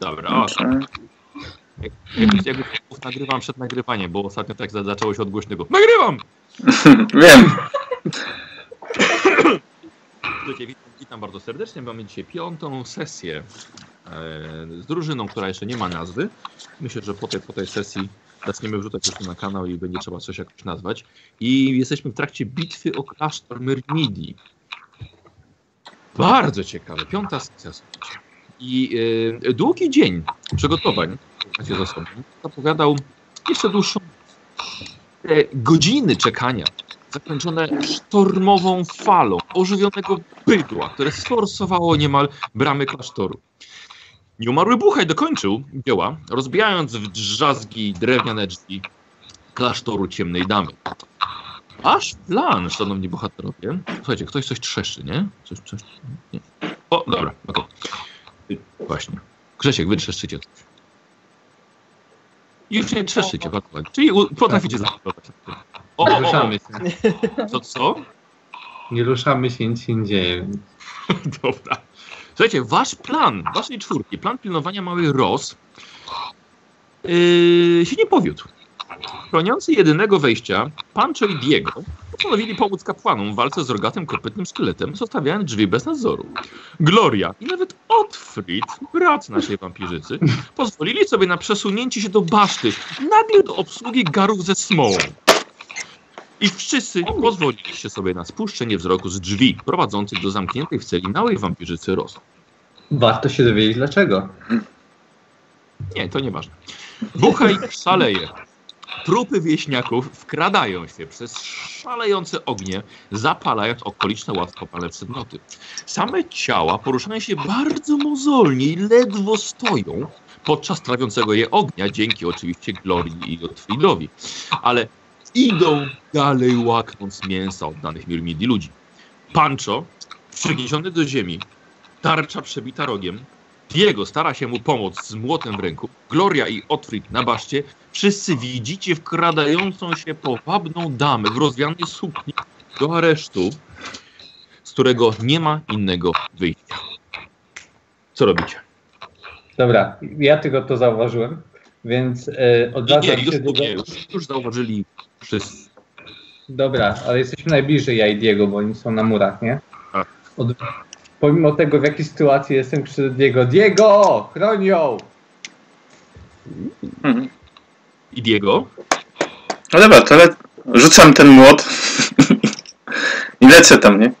Dobra, o. Jakby nagrywam przed nagrywaniem, bo ostatnio tak zaczęło się od głośnego. Nagrywam! Wiem. Witam bardzo serdecznie. Mamy dzisiaj 5. sesję z drużyną, która jeszcze nie ma nazwy. Myślę, że po tej sesji zaczniemy wrzucać już na kanał i będzie trzeba coś jakoś nazwać. I jesteśmy w trakcie bitwy o klasztor Myrmidii. Bardzo ciekawe. 5. sesja. I długi dzień przygotowań macie za sobą zapowiadał jeszcze dłuższą godziny czekania zakończone sztormową falą ożywionego bydła, które sforsowało niemal bramy klasztoru. Nieumarły Buchaj dokończył dzieła, rozbijając w drzazgi drewniane drzwi klasztoru Ciemnej Damy. Aż plan, szanowni bohaterowie. Słuchajcie, ktoś coś trzeszczy, nie? Coś nie. O, dobra, okej. Właśnie. Grzesiek, wy trzeszczycie coś. Już nie trzeszczycie, bardzo ładnie. Czyli potraficie zastosować. Nie ruszamy się. Co? Nie ruszamy się, nic się nie dzieje. Dobra. Słuchajcie, wasz plan, waszej czwórki, plan pilnowania małych Ros się nie powiódł. Chroniący jedynego wejścia, Pancho i Diego postanowili pomóc kapłanom w walce z rogatym, kopytnym szkieletem, zostawiając drzwi bez nadzoru. Gloria i nawet Otfrid, brat naszej wampirzycy, pozwolili sobie na przesunięcie się do baszty, nagle do obsługi garów ze smołą. I wszyscy pozwoliliście sobie na spuszczenie wzroku z drzwi prowadzących do zamkniętej w celi małej wampirzycy Ros. Warto się dowiedzieć dlaczego. Nie, to nieważne. Buchaj szaleje. Trupy wieśniaków wkradają się przez szalejące ognie, zapalając okoliczne łatwopalne przedmioty. Same ciała poruszają się bardzo mozolnie i ledwo stoją podczas trawiącego je ognia, dzięki oczywiście Glorii i Otfridowi. Ale idą dalej, łaknąc mięsa oddanych Myrmidii ludzi. Pancho, przygniesiony do ziemi, tarcza przebita rogiem, Diego stara się mu pomóc z młotem w ręku, Gloria i Otfrid na baszcie. Wszyscy widzicie wkradającą się powabną damę w rozwianej sukni do aresztu, z którego nie ma innego wyjścia. Co robicie? Dobra, ja tylko to zauważyłem, więc odwracam się do... Już zauważyli wszyscy. Dobra, ale jesteśmy najbliżej ja i Diego, bo oni są na murach, nie? Tak. Pomimo tego, w jakiej sytuacji jestem, krzyczę do Diego. Diego! Chroń ją! I Diego? No dobra, to rzucam ten młot i lecę tam, nie?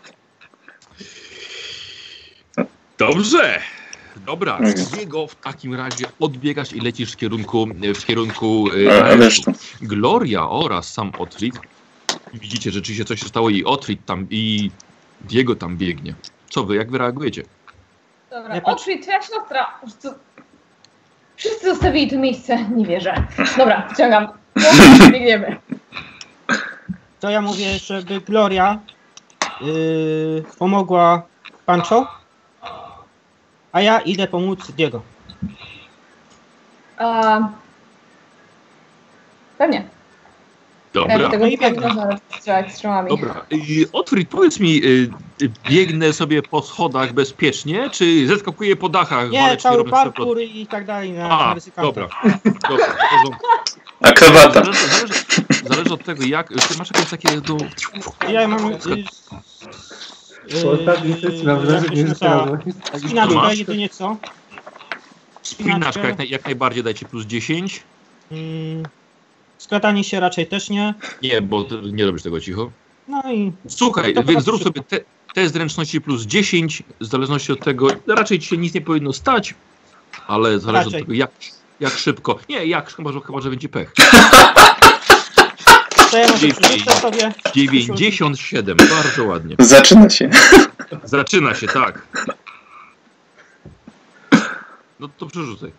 Dobrze! Dobra, Diego, w takim razie odbiegasz i lecisz w kierunku aresztu. Gloria oraz sam Otfrid. Widzicie, rzeczywiście coś się stało i Otfrid tam i Diego tam biegnie. Co wy, jak wy reagujecie? Dobra, Otfrid, twoja siostra. Wszyscy zostawili to miejsce, nie wierzę. Dobra, wciągam. Biegniemy. To ja mówię, żeby Gloria pomogła Pancho, a ja idę pomóc Diego. Pewnie. Dobra. Tego nie można strzelać strzałami. Dobra. Otfrid, powiedz mi, biegnę sobie po schodach bezpiecznie, czy zeskakuję po dachach? Nie, cały parkour i tak dalej na ryzykantach. Dobra, w porządku. Akrobata. Zależy od tego, jak... Ty masz jakieś takie... Ja mam... Spinaczkę jedynie co? Spinaczka jak najbardziej, dajcie plus 10. Skradanie się raczej też nie. Nie, bo nie robisz tego cicho. No i... Słuchaj, więc zrób sobie test zręczności plus 10, w zależności od tego, raczej ci się nic nie powinno stać, ale zależy od tego, jak szybko. Nie, chyba że będzie pech. To ja może sobie 97, bardzo ładnie. Zaczyna się. Zaczyna się, tak. No to przerzucaj.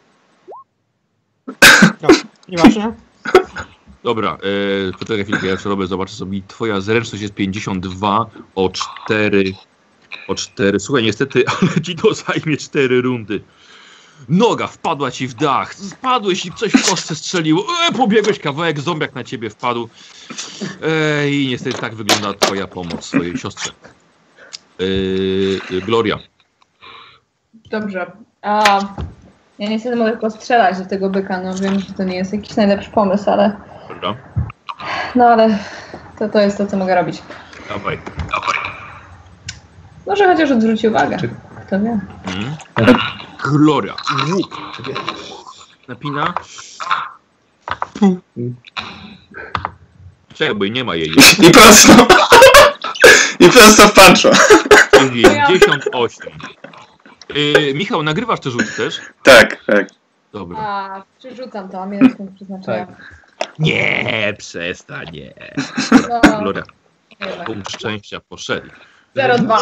No, nieważne. Dobra, poczekaj chwilkę, ja robię, zobaczę sobie. Twoja zręczność jest 52 o 4. Słuchaj, niestety, ale ci to zajmie 4 rundy. Noga wpadła ci w dach, spadłeś i coś w kostce strzeliło, pobiegłeś kawałek, zombiak na ciebie wpadł. I niestety tak wygląda twoja pomoc swojej siostrze. Gloria. Dobrze. Ja niestety mogę tylko strzelać do tego byka, no wiem, że to nie jest jakiś najlepszy pomysł, ale... Dobra. No ale to jest to, co mogę robić. Dawaj. Może chociaż odwróci uwagę. Kto wie. Gloria. Łuk. Napina. Czekaj, bo nie ma jej. I prosto. I prosto w Pancho. 98. Michał, nagrywasz te rzuty też? Tak. Dobra. A, przerzucam to, mam jeden punkt przeznaczenia. Nie, przestań, nie. No, Gloria, punkt szczęścia poszedł. 0,2.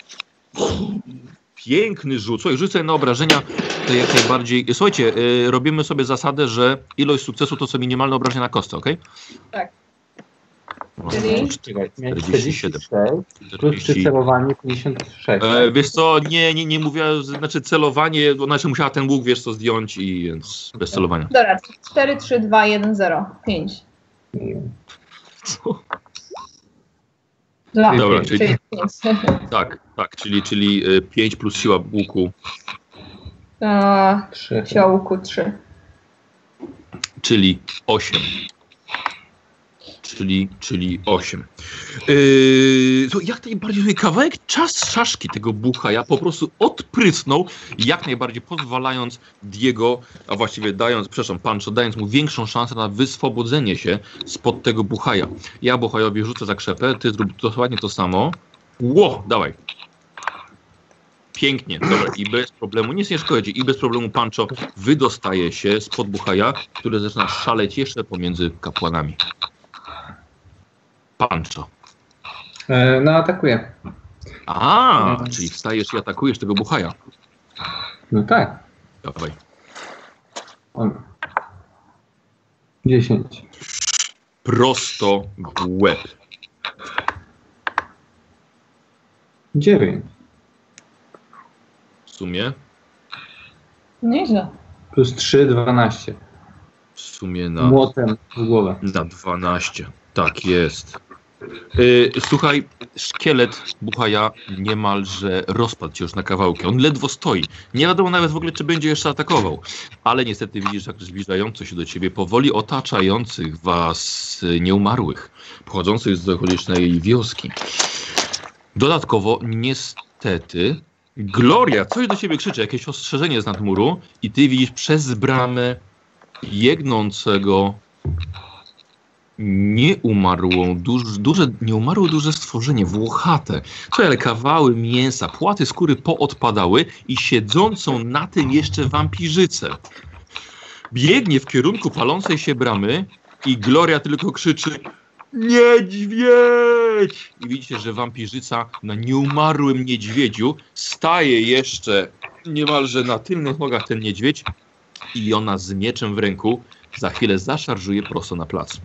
Piękny rzut. Słuchaj, rzucę na obrażenia, to jak najbardziej... Słuchajcie, robimy sobie zasadę, że ilość sukcesu to są minimalne obrażenia na kostce, okej? Tak. Czyli? Czekaj, 47. 46 plus przycelowanie 56. Wiesz co, nie mówię, znaczy celowanie, bo znaczy musiała ten łuk, wiesz co, zdjąć i więc bez celowania. Dobra, 4, 3, 2, 1, 0. 5. Co? 2. Dobra, czyli 5. tak, czyli 5 plus siła łuku. 3. Siła łuku 3. Czyli 8. Czyli 8. To jak najbardziej tutaj kawałek czaszki tego bucha po prostu odprysnął, jak najbardziej pozwalając Diego, a właściwie Pancho, dając mu większą szansę na wyswobodzenie się spod tego buchaja. Ja buchajowi rzucę zakrzepę, ty zrób dokładnie to samo. Dawaj. Pięknie, dobra, i bez problemu, nic nie szkodzi, i bez problemu Pancho wydostaje się spod buchaja, który zaczyna szaleć jeszcze pomiędzy kapłanami. Pancho. No, atakuję. Czyli wstajesz i atakujesz tego buchaja. No tak. Dawaj. 10. Prosto w łeb. 9. W sumie? Nieźle. Plus 3, 12. W sumie na... Młotem w głowę. Na 12. Tak jest. Słuchaj, szkielet buchaja niemalże rozpadł się już na kawałki. On ledwo stoi. Nie wiadomo nawet w ogóle, czy będzie jeszcze atakował. Ale niestety widzisz, jak zbliżająco się do ciebie powoli otaczających was nieumarłych, pochodzących z okolicznej wioski. Dodatkowo, niestety, Gloria coś do ciebie krzyczy, jakieś ostrzeżenie z nadmuru i ty widzisz przez bramę biegnącego nieumarłe duże stworzenie, włochate. Słuchaj, ale kawały mięsa, płaty skóry poodpadały i siedzącą na tym jeszcze wampirzycę. Biegnie w kierunku palącej się bramy i Gloria tylko krzyczy: niedźwiedź! I widzicie, że wampirzyca na nieumarłym niedźwiedziu staje jeszcze niemalże na tylnych nogach ten niedźwiedź i ona z mieczem w ręku za chwilę zaszarżuje prosto na plac.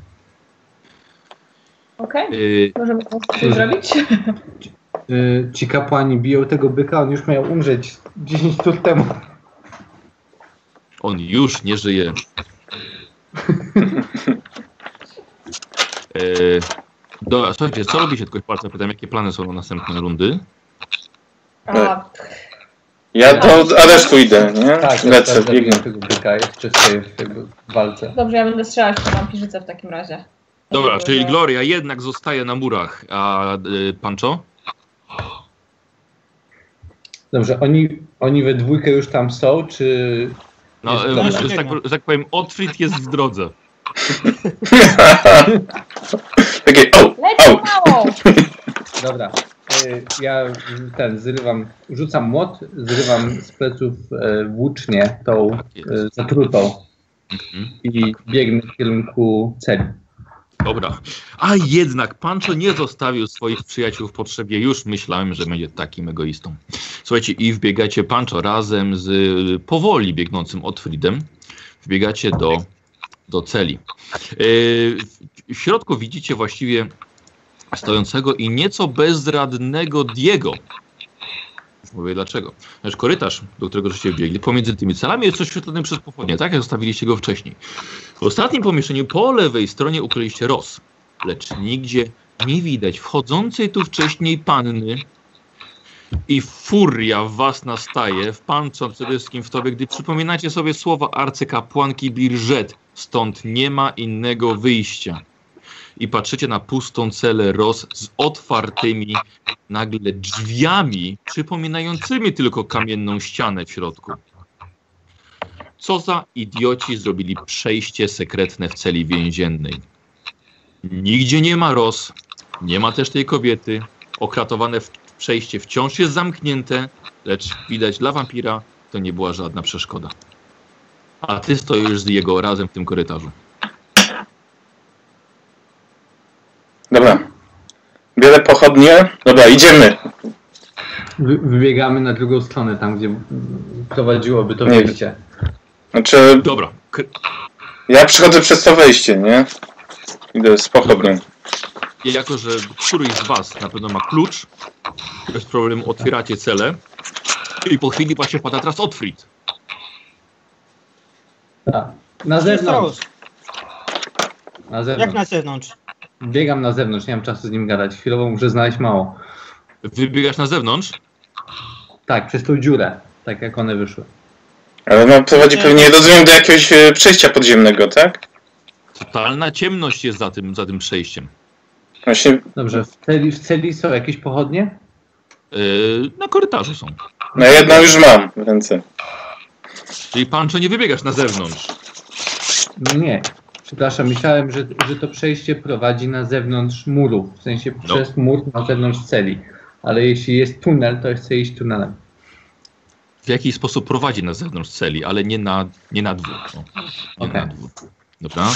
Okej, możemy to zrobić? Ci kapłani biją tego byka, on już miał umrzeć 10 tur temu. On już nie żyje. Dobra, słuchajcie, co robicie? Tylko bardzo pytam, jakie plany są na następne rundy? Ja do aresztu idę, nie? Tak, lecę, biegnę. Tego byka jeszcze stoję w walce. Dobrze, ja będę strzelać w tę wampirzycę w takim razie. Dobra, czyli Gloria jednak zostaje na murach, a Pancho? Dobrze, oni we dwójkę już tam są, czy... No, że tak powiem, Otfrid jest w drodze. Takie, Leci mało! Dobra, ja rzucam młot, zrywam z pleców włócznię, tą zatrutą i biegnę w kierunku celi. Dobra, a jednak Pancho nie zostawił swoich przyjaciół w potrzebie. Już myślałem, że będzie takim egoistą. Słuchajcie, i wbiegacie Pancho razem z powoli biegnącym Otfridem. Wbiegacie do celi. W środku widzicie właściwie stojącego i nieco bezradnego Diego. Mówię dlaczego. Znaczy korytarz, do którego żeście wbiegli, pomiędzy tymi celami jest oświetlony przez pochodnie, tak jak zostawiliście go wcześniej. W ostatnim pomieszczeniu po lewej stronie ukryliście Roz, lecz nigdzie nie widać wchodzącej tu wcześniej panny I furia w was nastaje, wpańcząc przede wszystkim w tobie, gdy przypominacie sobie słowa arcykapłanki Birżet. Stąd nie ma innego wyjścia. I patrzycie na pustą celę Ros z otwartymi nagle drzwiami, przypominającymi tylko kamienną ścianę w środku. Co za idioci zrobili przejście sekretne w celi więziennej. Nigdzie nie ma Ros, nie ma też tej kobiety. Okratowane przejście wciąż jest zamknięte, lecz widać dla wampira to nie była żadna przeszkoda. A ty stoisz z jego razem w tym korytarzu. Dobra. Biorę pochodnie. Dobra, idziemy. Wybiegamy na drugą stronę, tam gdzie prowadziłoby to wejście. Znaczy... Dobra. Ja przychodzę przez to wejście, nie? Idę z pochodnią. I jako, że któryś z was na pewno ma klucz, bez problemu otwieracie celę i po chwili właśnie pada teraz Otfrid. Tak. Na zewnątrz. Na zewnątrz. Jak na zewnątrz? Biegam na zewnątrz, nie mam czasu z nim gadać. Chwilowo muszę znaleźć mało. Wybiegasz na zewnątrz? Tak, przez tą dziurę. Tak jak one wyszły. Ale no prowadzi pewnie, rozumiem, do jakiegoś przejścia podziemnego, tak? Totalna ciemność jest za tym przejściem. Właśnie... Dobrze, w celi są jakieś pochodnie? Na korytarzu są. No jedną już mam w ręce. Czyli Pancho nie wybiegasz na zewnątrz. Nie. Przepraszam, myślałem, że to przejście prowadzi na zewnątrz muru. W sensie przez mur na zewnątrz celi. Ale jeśli jest tunel, to chcę iść tunelem. W jakiś sposób prowadzi na zewnątrz celi, ale nie na dwór. No. Nie na dwór. Dobra.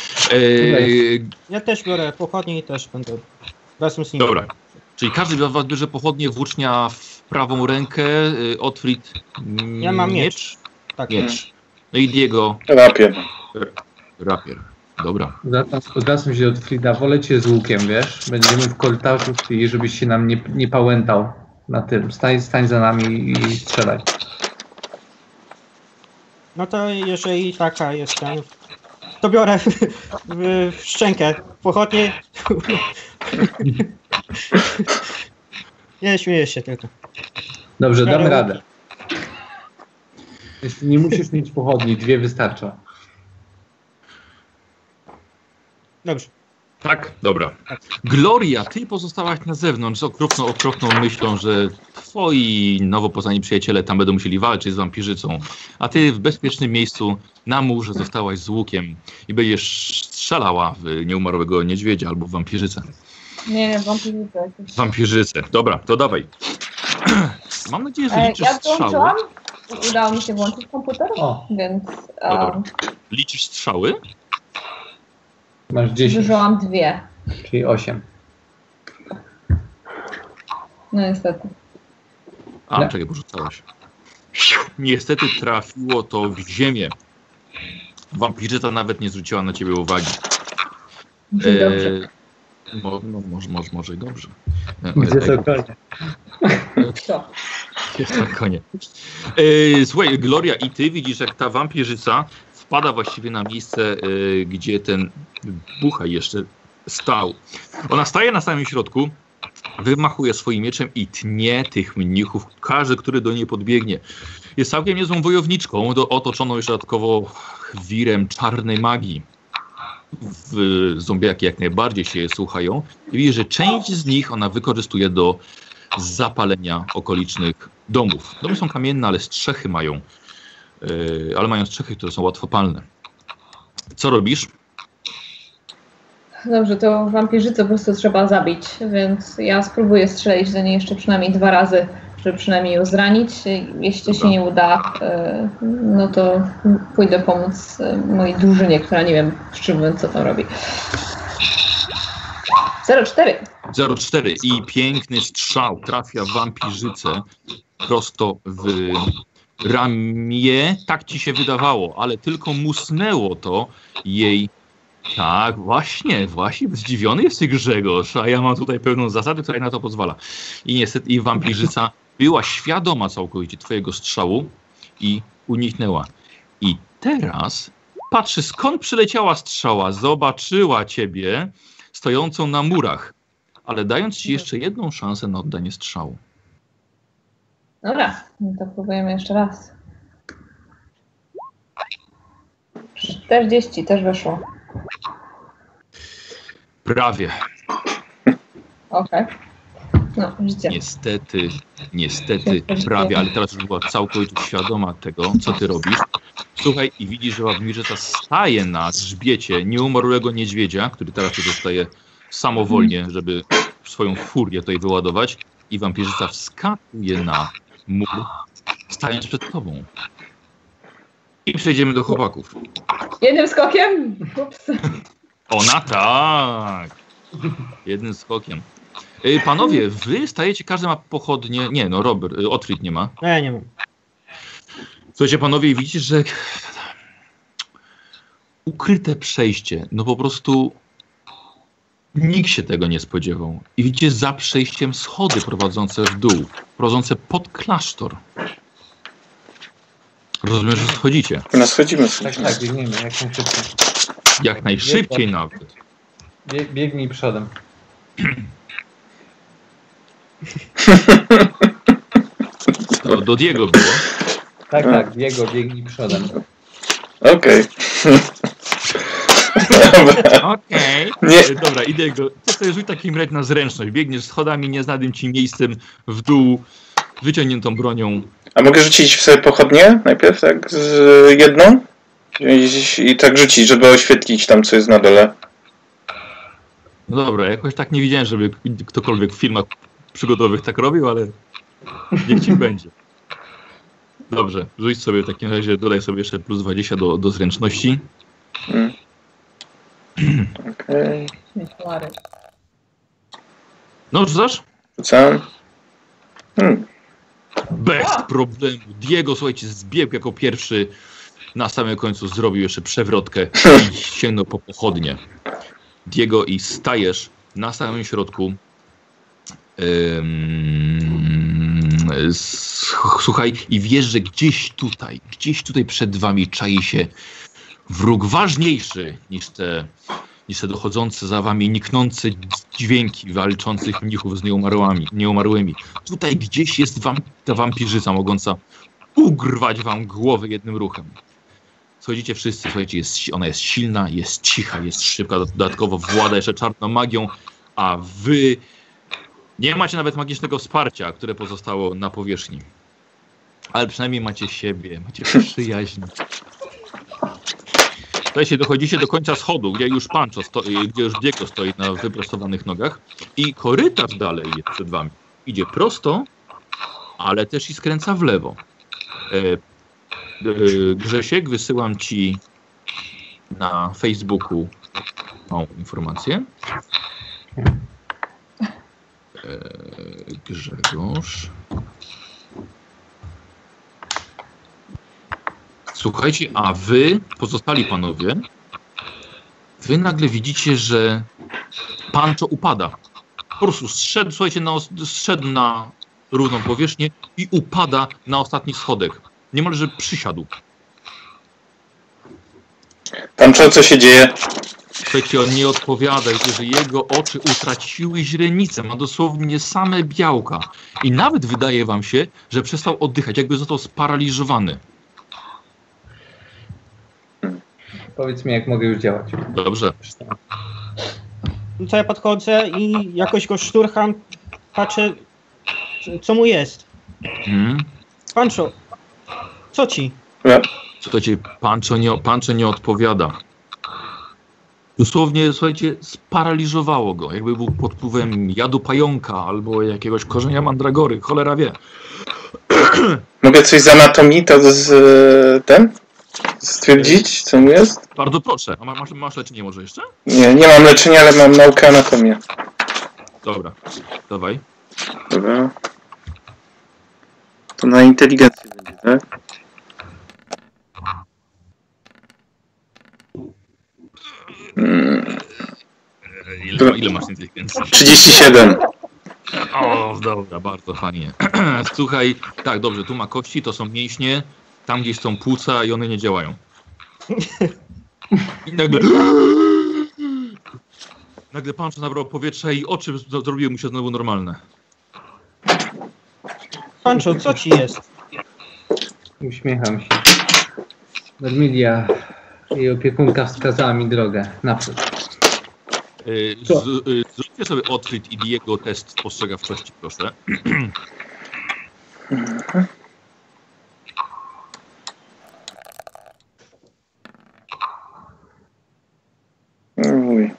Ja też biorę pochodnie i też będę razem z nim. Dobra. Czyli każdy z was bierze pochodnie, włócznia w prawą rękę, Otfrid ja mam miecz. Tak. Miecz. No i Diego. Rapier. Dobra. Zwracam się od Frida. Wolę cię z łukiem, wiesz? Będziemy w korytarzu i żebyś się nam nie pałętał na tym. Stań za nami i strzelaj. No to jeżeli taka jest ten, to biorę w szczękę pochodnie. Nie śmieję się tylko. Dobrze, dam radę. Jeśli nie musisz mieć pochodni, 2 wystarczą. Dobrze. Tak? Dobra. Gloria, ty pozostałaś na zewnątrz z okropną myślą, że twoi nowo poznani przyjaciele tam będą musieli walczyć z wampirzycą, a ty w bezpiecznym miejscu na murze zostałaś z łukiem i będziesz strzelała w nieumarłego niedźwiedzia albo w wampirzycę. Nie, wampirzycę. Wampirzycę. Dobra, to dawaj. Mam nadzieję, że liczysz strzały. Udało mi się włączyć komputer, więc... Liczysz strzały? Masz 10. Zużyłam 2. Czyli 8. No niestety. Czekaj, bo rzucałaś. Niestety trafiło to w ziemię. Wampirzyca nawet nie zwróciła na ciebie uwagi. Dobrze. Może i dobrze. Gdzie są konie? Co? Jest to konie. Słuchaj, Gloria, i ty widzisz, jak ta wampirzyca wpada właściwie na miejsce, gdzie ten Buchaj jeszcze stał. Ona staje na samym środku, wymachuje swoim mieczem i tnie tych mnichów, każdy, który do niej podbiegnie. Jest całkiem niezłą wojowniczką, otoczoną jeszcze dodatkowo wirem czarnej magii. Zombiaki jak najbardziej się słuchają. I widzisz, że część z nich ona wykorzystuje do zapalenia okolicznych domów. Domy są kamienne, ale strzechy mają. Ale mają strzechy, które są łatwopalne. Co robisz? Dobrze, to wampirzycę po prostu trzeba zabić, więc ja spróbuję strzelić do niej jeszcze przynajmniej 2 razy, żeby przynajmniej ją zranić. Jeśli to się nie uda, no to pójdę pomóc mojej drużynie, która nie wiem, szczerze mówiąc, co tam robi. 0,4. 0,4 i piękny strzał trafia wampirzycę prosto w ramię. Tak ci się wydawało, ale tylko musnęło to jej. Tak, właśnie, zdziwiony jesteś, Grzegorz, a ja mam tutaj pełną zasadę, która na to pozwala. I niestety wampirzyca była świadoma całkowicie twojego strzału i uniknęła. I teraz patrzy, skąd przyleciała strzała, zobaczyła ciebie stojącą na murach, ale dając ci jeszcze jedną szansę na oddanie strzału. Dobra, no to próbujemy jeszcze raz. 40 też wyszło. Prawie. Okej. No, widzicie. Niestety, prawie, ale teraz już była całkowicie świadoma tego, co ty robisz. Słuchaj, i widzisz, że wampirzyca staje na grzbiecie nieumarłego niedźwiedzia, który teraz tu zostaje samowolnie, żeby swoją furię tutaj wyładować, i wampirzyca wskakuje na mur, stając przed tobą. I przejdziemy do chłopaków. Jednym skokiem? Ups. Ona tak! Jednym skokiem. Panowie, wy stajecie, każdy ma pochodnie. Nie, no Robert, Otfrid nie ma. Nie, nie mam. Słuchajcie, panowie, widzicie, że ukryte przejście, no po prostu nikt się tego nie spodziewał. I widzicie za przejściem schody prowadzące w dół, prowadzące pod klasztor. Rozumiem, że schodzicie. No schodzimy. Tak, biegniemy, jak najszybciej. Jak najszybciej nawet. Biegnij przodem. To do Diego było. Tak, Diego, biegnij przodem. Okej. Dobra. Okej. Nie. Dobra, idę go. To sobie rzuć takim razie na zręczność. Biegniesz schodami nieznanym ci miejscem w dół, wyciągniętą bronią. A mogę rzucić sobie pochodnie najpierw, tak? Z jedną? I tak rzucić, żeby oświetlić tam, co jest na dole. No dobra, jakoś tak nie widziałem, żeby ktokolwiek w filmach przygodowych tak robił, ale niech ci będzie. Dobrze, rzuć sobie w takim razie, dodaj sobie jeszcze plus 20 do zręczności. Okej. No, rzucasz? Rzucam. Bez problemu. Diego, słuchajcie, zbiegł jako pierwszy. Na samym końcu zrobił jeszcze przewrotkę i sięgnął po pochodnie. Diego, i stajesz na samym środku. Słuchaj, i wiesz, że gdzieś tutaj przed wami czai się wróg ważniejszy niż te dochodzące za wami niknące dźwięki walczących mnichów z nieumarłymi. Tutaj gdzieś jest ta wampirzyca mogąca ugrwać wam głowy jednym ruchem. Schodzicie wszyscy, słuchajcie, ona jest silna, jest cicha, jest szybka, dodatkowo włada jeszcze czarną magią, a wy nie macie nawet magicznego wsparcia, które pozostało na powierzchni. Ale przynajmniej macie siebie, macie przyjaźń. Słuchajcie, dochodzicie do końca schodu, gdzie już Pancho gdzie już Diego stoi na wyprostowanych nogach, i korytarz dalej jest przed wami. Idzie prosto, ale też i skręca w lewo. Grzesiek, wysyłam ci na Facebooku małą informację. Grzegorz. Słuchajcie, a wy, pozostali panowie, wy nagle widzicie, że Pancho upada. Po prostu zszedł na równą powierzchnię i upada na ostatni schodek. Niemalże przysiadł. Pancho, co się dzieje? Słuchajcie, on nie odpowiada, widzę, że jego oczy utraciły źrenicę, ma dosłownie same białka. I nawet wydaje wam się, że przestał oddychać, jakby został sparaliżowany. Powiedz mi, jak mogę już działać. Dobrze. No co, ja podchodzę i jakoś go szturcham, patrzę, co mu jest. Pancho, co ci? Ja. Słuchajcie, Pancho nie odpowiada. Dosłownie, słuchajcie, sparaliżowało go, jakby był pod wpływem jadu pająka albo jakiegoś korzenia mandragory, cholera wie. Mogę coś z anatomii to stwierdzić, co mu jest? Bardzo proszę. A masz leczenie może jeszcze? Nie mam leczenia, ale mam naukę anatomię. Dobra, dawaj. Dobra. To na inteligencję będzie, tak? Ile masz inteligencji? 37. O, dobra, bardzo fajnie. Słuchaj, tak, dobrze, tu ma kości, to są mięśnie, tam gdzieś są płuca i one nie działają. I nagle Pancho nabrał powietrza i oczy zrobiły mu się znowu normalne. Pancho, co ci jest? Uśmiecham się. Vermilia, jej opiekunka wskazała mi drogę. Naprzód. Zróbcie sobie odkryć Iliego test spostrzegawczości, proszę. Uj.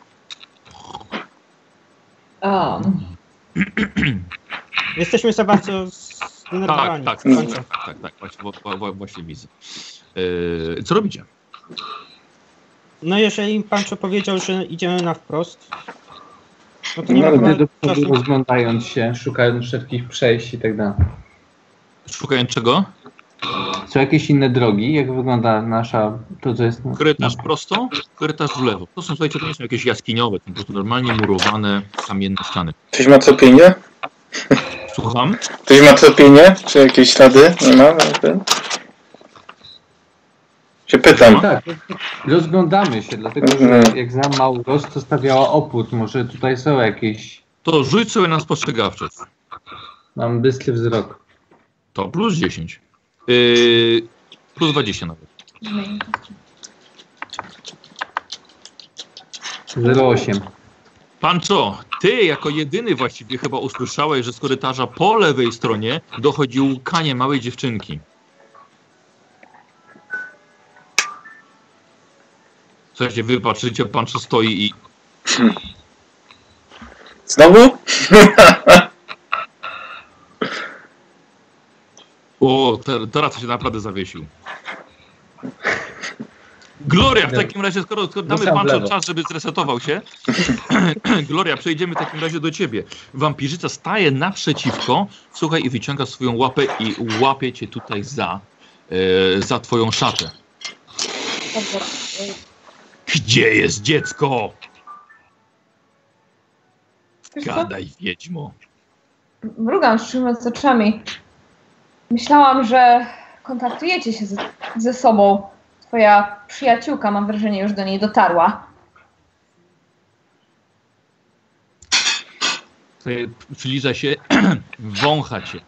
Jesteśmy za bardzo zdenerwowani. Tak, właśnie widzę. Co robicie? No jeżeli Pancho powiedział, że idziemy na wprost, no to nie ma Idę chyba do przodu, czasu. rozglądając się, szukając wszelkich przejść i tak dalej. Szukając czego? Są jakieś inne drogi? Jak wygląda nasza... To, co jest... Korytarz prosto, korytarz w lewo. To są, słuchajcie, to nie są jakieś jaskiniowe, to po prostu normalnie murowane kamienne ściany. Ktoś ma tropienie? Słucham? Ktoś ma tropienie? Czy jakieś ślady? Nie ma? Się pytam. Tak, rozglądamy się, dlatego że jak za Mauros to stawiała opór. Może tutaj są jakieś... To rzuć sobie na spostrzegawczość. Mam bystry wzrok. To plus 10. Plus 20 nawet. 0,8. Pancho, ty jako jedyny właściwie chyba usłyszałeś, że z korytarza po lewej stronie dochodzi łkanie małej dziewczynki. Słuchajcie, wy patrzycie, Pancho stoi i... Znowu? O, teraz się naprawdę zawiesił. Gloria, w takim razie, skoro damy Pancho czas, żeby zresetował się, Gloria, przejdziemy w takim razie do ciebie. Wampirzyca staje naprzeciwko, słuchaj, i wyciąga swoją łapę i łapie cię tutaj za twoją szatę. Gdzie jest dziecko? Gadaj, wiedźmo. Mrugam, strzymując oczami. Myślałam, że kontaktujecie się ze sobą. Twoja przyjaciółka, mam wrażenie, już do niej dotarła. Przyliza się, wącha cię.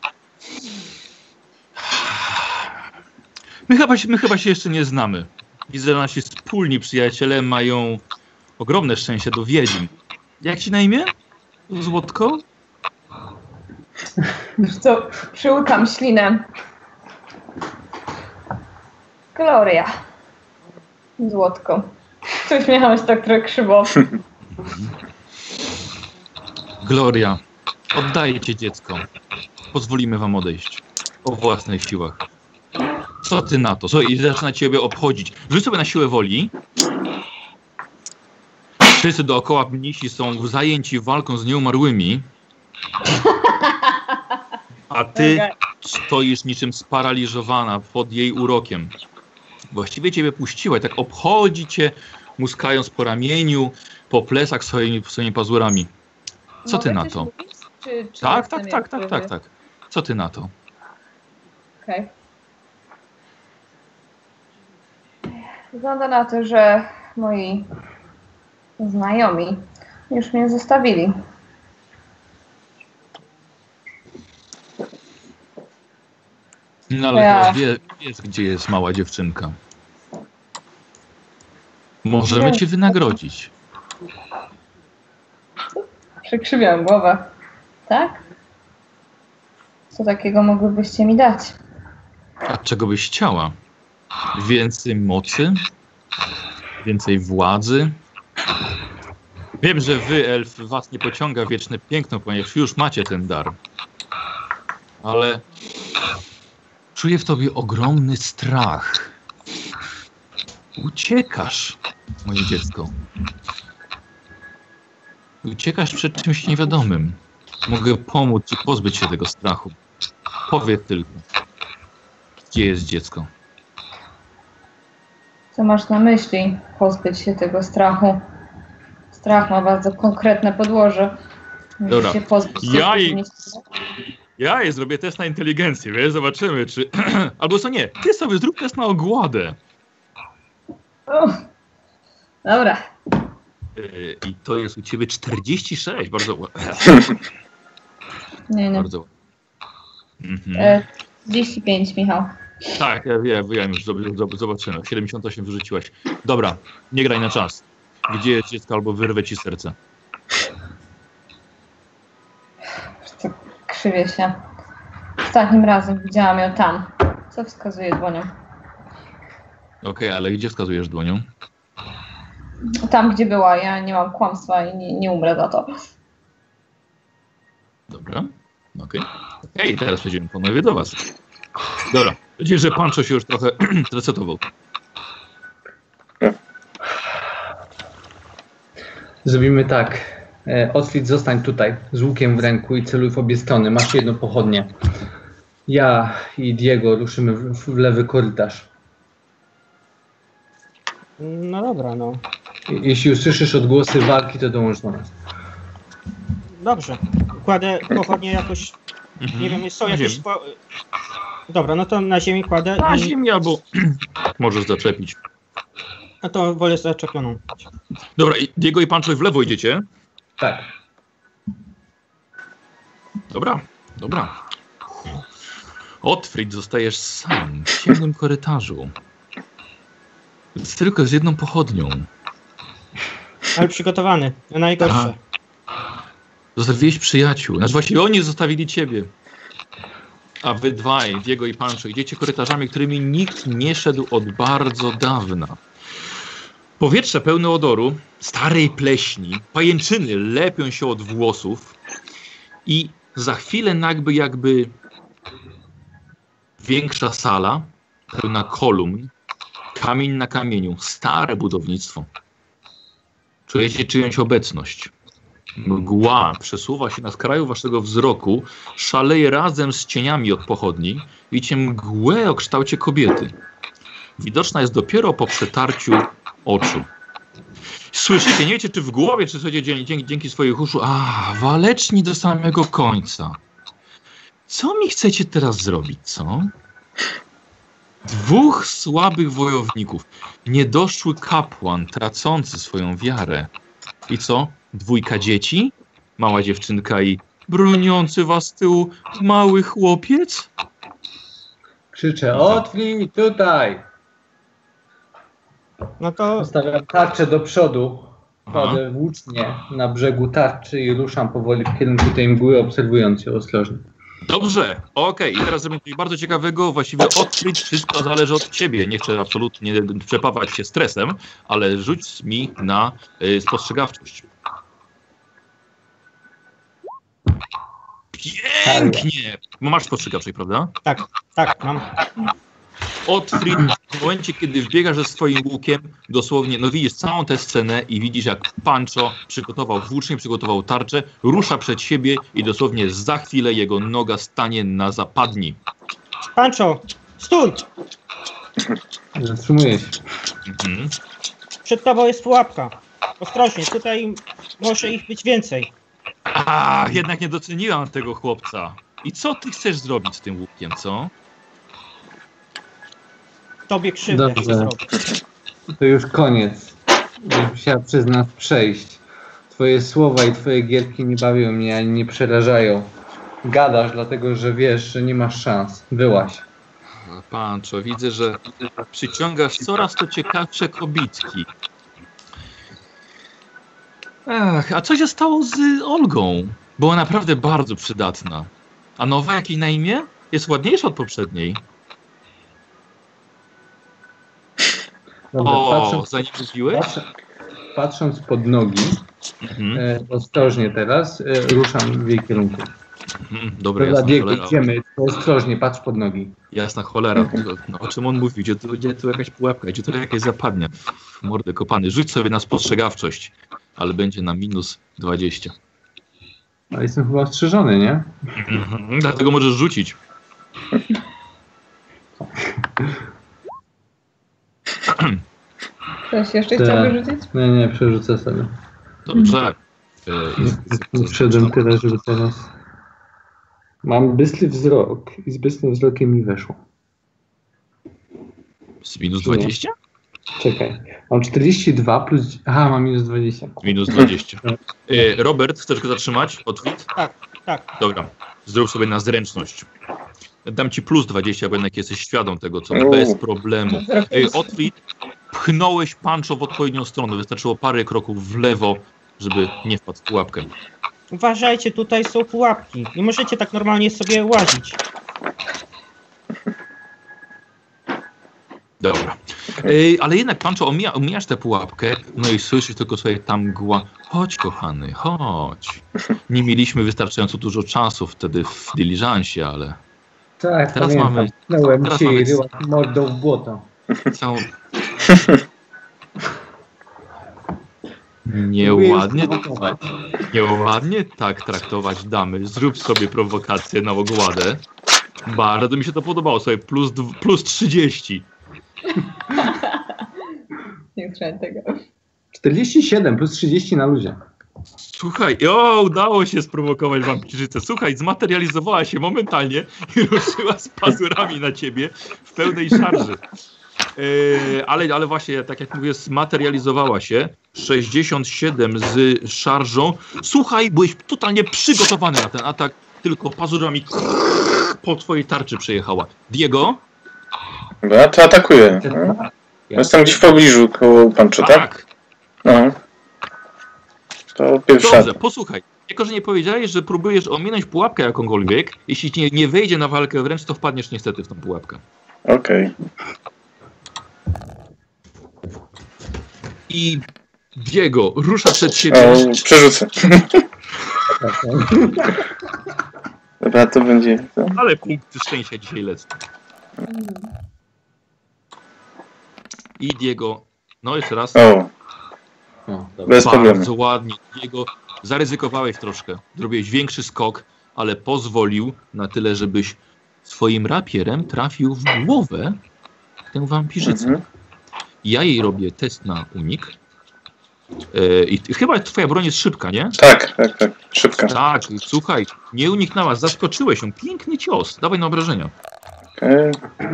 My chyba się jeszcze nie znamy. Widzę, że nasi wspólni przyjaciele mają ogromne szczęście do wiedźm. Jak ci na imię? Złotko? Wiesz co, przyłykam ślinę. Gloria. Złotko. Tu uśmiechałeś tak trochę krzywo. Gloria, oddaję cię dziecko. Pozwolimy wam odejść. O własnych siłach. Co ty na to? I zaczyna ciebie obchodzić. Rzuć sobie na siłę woli. Wszyscy dookoła mnisi są zajęci walką z nieumarłymi. A ty stoisz niczym sparaliżowana pod jej urokiem. Właściwie ciebie puściła i tak obchodzi cię, muskając po ramieniu, po plecach swoimi pazurami. Co ty na to? Czy Tak. Co ty na to? Okej. Wygląda na to, że moi znajomi już mnie zostawili. No ale wiesz, gdzie jest mała dziewczynka. Możemy cię wynagrodzić. Przekrzywiam głowę. Tak? Co takiego mogłybyście mi dać? A czego byś chciała? Więcej mocy? Więcej władzy? Wiem, że wy, elf, was nie pociąga wieczne piękno, ponieważ już macie ten dar. Ale czuję w tobie ogromny strach. Uciekasz, moje dziecko. Uciekasz przed czymś niewiadomym. Mogę pomóc ci pozbyć się tego strachu. Powiedz tylko, gdzie jest dziecko? Co masz na myśli? Pozbyć się tego strachu. Strach ma bardzo konkretne podłoże. Dobra. Się pozbyć Ja jej zrobię test na inteligencję, wiesz? Zobaczymy, czy... Albo co nie, ty sobie zrób test na ogładę. Dobra. I to jest u ciebie 46, bardzo ładnie. Nie. Bardzo. 35, Michał. Tak, ja wiem, już zobaczyłem. 78 wyrzuciłaś. Dobra, nie graj na czas. Gdzie jest dziecko, albo wyrwę ci serce. Krzywię się. Ostatnim razem widziałam ją tam. Co wskazuje dłonią? Okej, ale gdzie wskazujesz dłonią? Tam, gdzie była. Ja nie mam kłamstwa i nie umrę za to. Dobra, okej, teraz przejdziemy ponownie do was. Dobra, widzisz, że Pancho się już trochę zresetował. Zrobimy tak. Otwit, zostań tutaj z łukiem w ręku i celuj w obie strony. Masz jedną pochodnię. Ja i Diego ruszymy w lewy korytarz. No dobra, no. Jeśli usłyszysz odgłosy walki, to dołącz do nas. Dobrze. Kładę pochodnie jakoś, nie wiem, są jakieś... Dobra, no to na ziemi kładę Na ziemi albo możesz zaczepić. No to wolę zaczepioną. Dobra, Diego i Pancho w lewo idziecie? Tak. Dobra. Otfrid, zostajesz sam w ciemnym korytarzu. Tylko z jedną pochodnią. Ale przygotowany, najgorsze. Zostawiłeś przyjaciół. Znaczy właściwie oni zostawili ciebie. A wy dwaj, Diego i Pancho, idziecie korytarzami, którymi nikt nie szedł od bardzo dawna. Powietrze pełne odoru, starej pleśni, pajęczyny lepią się od włosów i za chwilę jakby większa sala, pełna kolumn, kamień na kamieniu, stare budownictwo. Czujecie czyjąś obecność. Mgła przesuwa się na skraju waszego wzroku, szaleje razem z cieniami od pochodni. Widzicie mgłę o kształcie kobiety. Widoczna jest dopiero po przetarciu oczu. Słyszycie, nie wiecie czy w głowie, czy słuchajcie dzięki swoich uszu, waleczni do samego końca. Co mi chcecie teraz zrobić, co? Dwóch słabych wojowników, niedoszły kapłan tracący swoją wiarę. I co? Dwójka dzieci? Mała dziewczynka i broniący was z tyłu mały chłopiec? Krzyczę, Otwit, tutaj! No to... Stawiam tarczę do przodu, kładę włócznie na brzegu tarczy i ruszam powoli w kierunku tej mgły, obserwując ją ostrożnie. Dobrze, okej. I teraz zrobię coś bardzo ciekawego. Właściwie odkryć wszystko zależy od ciebie. Nie chcę absolutnie przepawać się stresem, ale rzuć mi na spostrzegawczość. Pięknie! Masz spostrzegawczość, prawda? Tak, mam. Otfrid, w momencie, kiedy wbiegasz ze swoim łukiem, dosłownie, no widzisz całą tę scenę i widzisz, jak Pancho przygotował włócznie, przygotował tarczę, rusza przed siebie i dosłownie za chwilę jego noga stanie na zapadni. Pancho, stój! Zatrzymuję się. Przed tobą jest pułapka. Ostrożnie, tutaj może ich być więcej. Jednak nie doceniłam tego chłopca. I co ty chcesz zrobić z tym łukiem, co? Tobie krzywdę chcę zrobić. To już koniec. Musiała przez nas przejść. Twoje słowa i twoje gierki nie bawią mnie ani nie przerażają. Gadasz dlatego, że wiesz, że nie masz szans. Wyłaź. Pancho, widzę, że przyciągasz coraz to ciekawsze kobitki. A co się stało z Olgą? Była naprawdę bardzo przydatna. A nowa, jak jej na imię? Jest ładniejsza od poprzedniej. Dobra, zanim mówiłeś? Patrząc pod nogi, ostrożnie teraz, ruszam w jej kierunku. Dobra, jasna Diego, cholera. Idziemy, ostrożnie, patrz pod nogi. Jasna cholera. No, o czym on mówi? Gdzie tu jakaś pułapka? Gdzie tu jakaś zapadnia? Mordę kopany. Rzuć sobie na spostrzegawczość, ale będzie na minus 20. Ale jestem chyba ostrzeżony, nie? Dlatego możesz rzucić. Ktoś jeszcze chciałby rzucić? Nie, przerzucę sobie. Dobrze. Wszedłem tyle, żeby teraz... Mam bystry wzrok i z bystrym wzrokiem mi weszło. Z minus 20? Czekaj. Mam 42 plus... Aha, mam minus 20. Minus 20. Robert, chcesz go zatrzymać? Otwit? Tak. Dobra. Zrób sobie na zręczność. Dam ci plus 20, bo jednak jesteś świadom tego, co bez problemu. Otwit, pchnąłeś Pancho w odpowiednią stronę. Wystarczyło parę kroków w lewo, żeby nie wpadł w pułapkę. Uważajcie, tutaj są pułapki. Nie możecie tak normalnie sobie łazić. Dobra. Ale jednak, Pancho, omijasz tę pułapkę, no i słyszysz tylko sobie tam mgła. Chodź, kochany, chodź. Nie mieliśmy wystarczająco dużo czasu wtedy w dyliżansie, ale Tak, teraz pamiętam. mamy... Pchnąłem teraz cię mamy- i ryła mordą w błoto. Całą... Nieładnie, nieładnie tak traktować damy. Zrób sobie prowokację na ogładę. Bardzo mi się to podobało. Sobie plus 30. Nie słyszałem tego. 47 plus 30 na luzie. Słuchaj, udało się sprowokować wampirzycę. Słuchaj, zmaterializowała się momentalnie i ruszyła z pazurami na ciebie w pełnej szarży. Ale właśnie, tak jak mówię, zmaterializowała się. 67 z szarżą. Słuchaj, byłeś totalnie przygotowany na ten atak, tylko pazurami po twojej tarczy przejechała. Diego? Dobra, to atakuję. Jestem gdzieś w pobliżu koło Pancho, tak? No. To pierwsza. Dobrze, posłuchaj. Jako, że nie powiedziałeś, że próbujesz ominąć pułapkę jakąkolwiek, jeśli ci nie wejdzie na walkę wręcz, to wpadniesz niestety w tą pułapkę. Okej. I Diego rusza przed siebie. O, przerzucę. Dobra, to będzie... To? Ale punkty szczęścia dzisiaj lecą. I Diego, no jeszcze raz. O, bez problemu. Bardzo ładnie. Diego, zaryzykowałeś troszkę. Zrobiłeś większy skok, ale pozwolił na tyle, żebyś swoim rapierem trafił w głowę tę wampirzycę. Ja jej robię test na unik. I chyba twoja broń jest szybka, nie? Tak. Szybka. Tak, słuchaj, nie uniknęłaś, zaskoczyłeś ją. Piękny cios. Dawaj na obrażenia. Okej.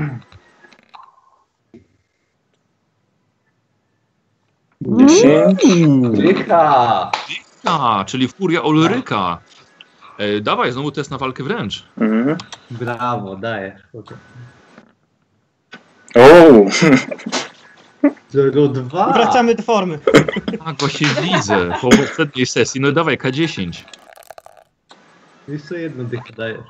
Rycha! Czyli furia Ulryka. Dawaj, znowu test na walkę wręcz. Brawo, dajesz. O, 0,2. Wracamy do formy. Tak, właśnie widzę. Po poprzedniej sesji. No dawaj, K10. Jeszcze jedno dycha dajesz.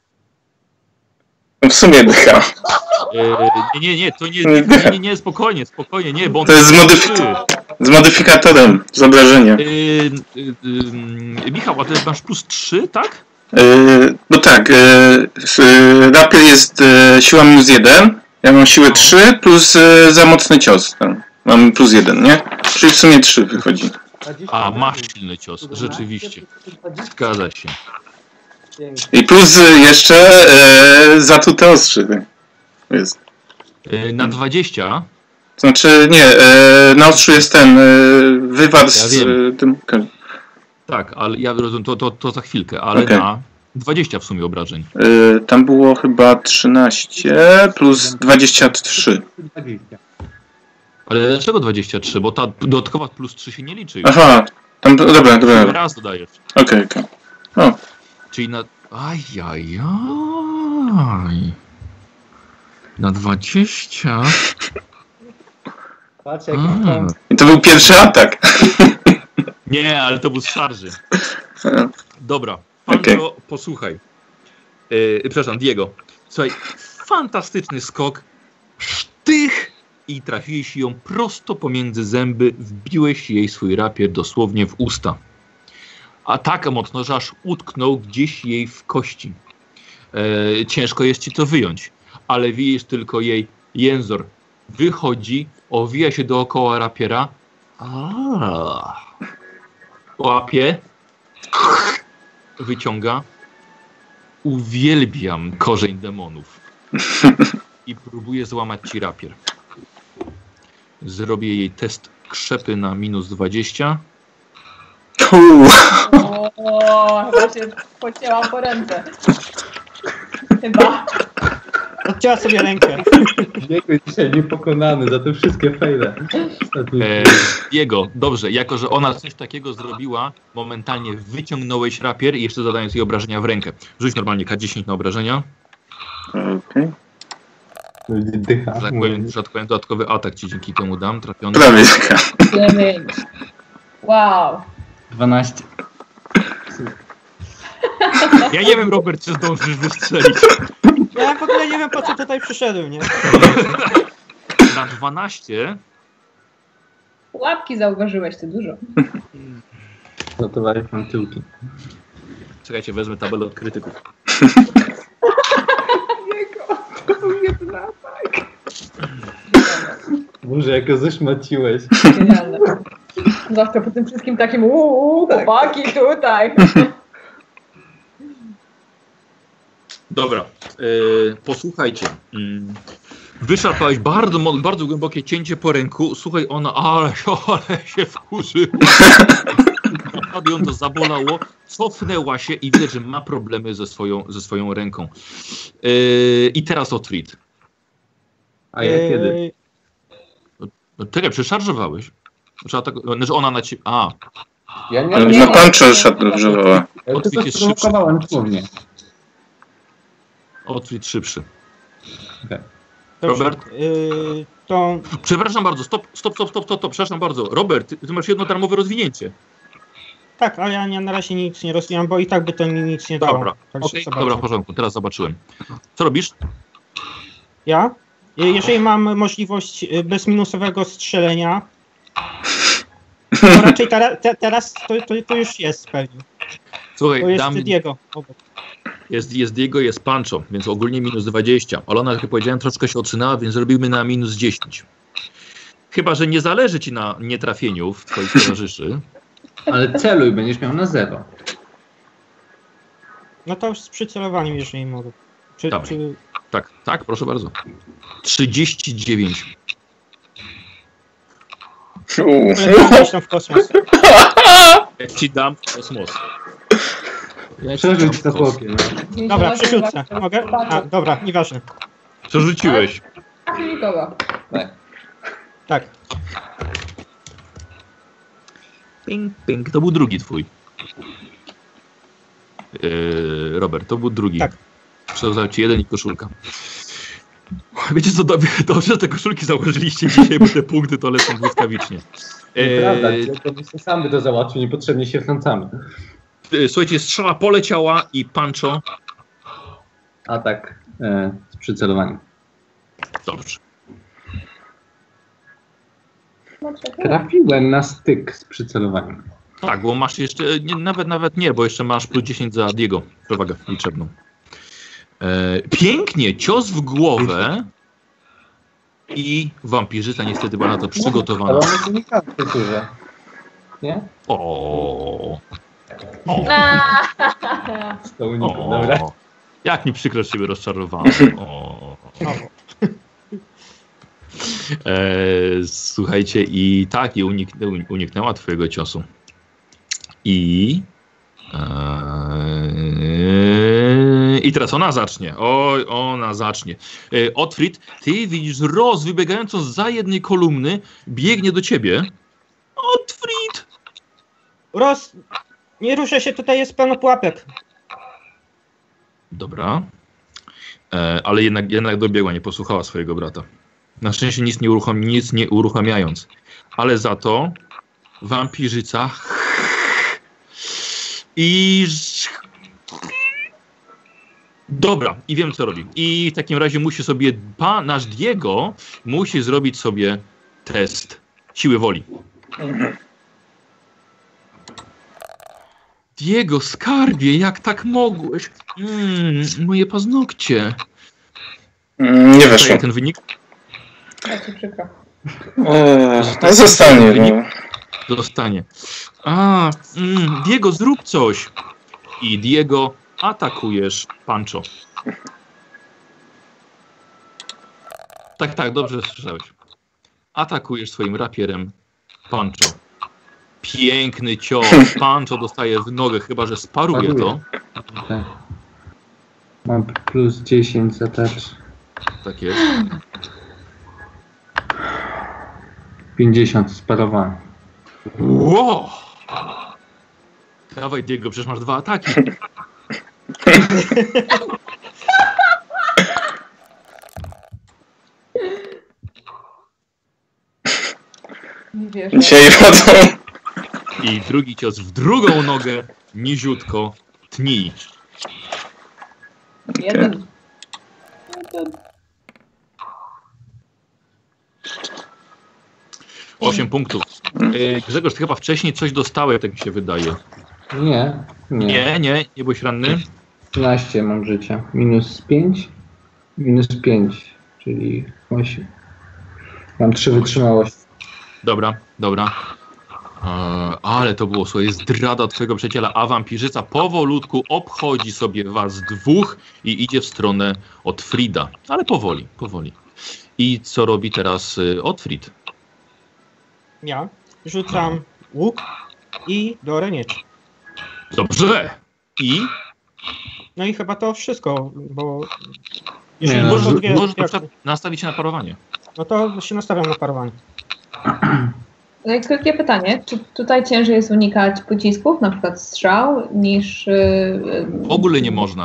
w sumie dycha. Nie, to nie, spokojnie, nie, bo on To jest z modyfikatorem, z obrażenia. Michał, a ty masz plus 3, tak? No tak, rapier jest siła -1, ja mam siłę 3 plus za mocny cios. Tam. Mam plus 1, nie? Czyli w sumie 3 wychodzi. A, masz silny cios, rzeczywiście. Zgadza się. I plus jeszcze zatute ostrzy. Jest. Na 20? Znaczy nie, na ostrzu jest ten wywar z tym... Tak, ale ja rozumiem, to za chwilkę, ale okay. Na 20 w sumie obrażeń. Tam było chyba 13 plus 23. Ale dlaczego 23? Bo ta dodatkowa plus 3 się nie liczy. Aha, tam, dobra. Raz dodajesz. Okej. O. Czyli na... Ajajaj. Na 20... Patrz, jak I to był pierwszy atak. Nie, ale to był z szarży. Dobra, Pancho, posłuchaj. Przepraszam, Diego. Słuchaj, fantastyczny skok. Sztych! I trafiłeś ją prosto pomiędzy zęby. Wbiłeś jej swój rapier dosłownie w usta. A tak mocno, że aż utknął gdzieś jej w kości. Ciężko jest ci to wyjąć. Ale widzisz tylko jej jęzor. Wychodzi, owija się dookoła rapiera. Łapie. Wyciąga. Uwielbiam korzeń demonów. I próbuje złamać ci rapier. Zrobię jej test krzepy na -20. Chyba się pocięłam po ręce. Chyba. Odcięła sobie rękę. Diego jest dzisiaj niepokonany za te wszystkie fejle. Diego, dobrze, jako że ona coś takiego zrobiła, momentalnie wyciągnąłeś rapier i jeszcze zadając jej obrażenia w rękę. Rzuć normalnie K10 na obrażenia. Okej. Dycha. Że tak powiem, dodatkowy atak ci dzięki temu dam. Trafiony. Prawie taka. 9. Wow. 12. Ja nie wiem, Robert, czy zdążysz wystrzelić. Ja w ogóle nie wiem, po co tutaj przyszedłem, nie? Na 12. Łapki zauważyłeś, ty dużo. Zatowałeś mam tyłki. Czekajcie, wezmę tabelę od krytyków. To był jeden atak. Boże, jak go zeszmaciłeś. Genialne. Zwłaszcza po tym wszystkim takim chłopaki tutaj. Dobra, posłuchajcie. Wyszarpałeś bardzo głębokie cięcie po ręku. Słuchaj, ona, ale się wkurzyła. Naprawdę ją to zabolało. Cofnęła się i widać, że ma problemy ze swoją ręką. I teraz Otfrid. A ja kiedy? No czekaj, przeszarżowałeś. Znaczy ona na ciebie... A, Ja nie. Na Pancho szarżowała. Ja Otwit tylko jest sprowokowałem dosłownie. Otfrid szybszy. Dobrze, Robert? To Przepraszam bardzo, stop, przepraszam bardzo. Robert, ty masz jedno darmowe rozwinięcie. tak, ale ja na razie nic nie rozwijam, bo i tak by to mi nic nie dało. Dobra, Także okej, zobaczę. dobra, w porządku, teraz zobaczyłem. Co robisz? Ja? Jeżeli mam możliwość bezminusowego strzelenia, to raczej teraz to już jest pewnie. Słuchaj, To jest dam, Diego. obok. jest Diego, jest Pancho, więc ogólnie minus 20. Ale ona, jak powiedziałem, troszkę się otrzynęła, więc zrobimy na minus 10. Chyba że nie zależy ci na nietrafieniu w twoich towarzyszy. Ale celuj, będziesz miał na 0. No to z przycelowaniem, jeżeli mogę. Dawaj. Tak, proszę bardzo. 39. Lecisz tam w kosmos. Ja ci dam kosmos. Przerzuć to chłopie. No. Dobra, przerzucę. Mogę? A, dobra, nieważne. Co rzuciłeś? Nikogo. Tak. Ping, ping. To był drugi twój. Robert, to był drugi. Tak. Przekazał ci jeden i koszulka. Wiecie co, dobrze, że te koszulki założyliście dzisiaj, bo te punkty to lecą błyskawicznie. Nieprawda, to byście sam by to załatwił, niepotrzebnie się wtrącamy. Słuchajcie, strzała poleciała i Pancho. Atak z przycelowaniem. Dobrze. Trafiłem na styk z przycelowaniem. Tak, bo masz jeszcze, nawet nie, bo jeszcze masz plus 10 za Diego, przewagę liczebną. Pięknie, cios w głowę i wampirzyca niestety była na to przygotowana. Ale on jest unikatny w turze. Nie? O. To unik, dobra. Jak mi przykro, że ciebie rozczarowałem. Słuchajcie, i tak, i uniknęła twojego ciosu. I teraz ona zacznie. Oj, ona zacznie. Otfrid, ty widzisz Roz wybiegającą zza jednej kolumny, biegnie do ciebie. Otfrid! Roz, nie ruszę się, tutaj jest pełno pułapek. Dobra. Ale jednak dobiegła, nie posłuchała swojego brata. Na szczęście nic nie uruchamiając. Ale za to wampirzyca i... Dobra, i wiem co robi. I w takim razie musi sobie, nasz Diego musi zrobić sobie test siły woli. Diego, skarbie, jak tak mogłeś? Moje paznokcie. Nie weszło. Ten wynik? Tak ci przykro. Zostanie. No. Zostanie. Diego, zrób coś. I Diego, atakujesz Pancho. Tak, dobrze słyszałeś. Atakujesz swoim rapierem Pancho. Piękny cios. Pancho dostaje w nogę, chyba że sparuje to. Tak. Mam plus 10 za touch. Tak jest. 50 sparowany. Wow! Dawaj, Diego, przecież masz 2 ataki. Nie wierzę. Dzisiaj wodą. I drugi cios w drugą nogę, niziutko, tnij. 1. 8 punktów. Grzegorz, ty chyba wcześniej coś dostałeś, tak mi się wydaje. Nie. Nie byłeś ranny? 13 mam życia. Minus 5. Minus 5, czyli 8. Mam 3 wytrzymałości. Dobra. Ale to było, słuchaj, zdrada twojego przyjaciela, a wampirzyca powolutku obchodzi sobie was dwóch i idzie w stronę Otfrida. Ale powoli. I co robi teraz Otfrid? Ja rzucam łuk i biorę miecz. Dobrze. I? No i chyba to wszystko, bo... Nie, Możesz Możesz na przykład nastawić się na parowanie. No to się nastawiam na parowanie. No i krótkie pytanie, czy tutaj ciężej jest unikać pocisków, na przykład strzał, niż... W ogóle nie można.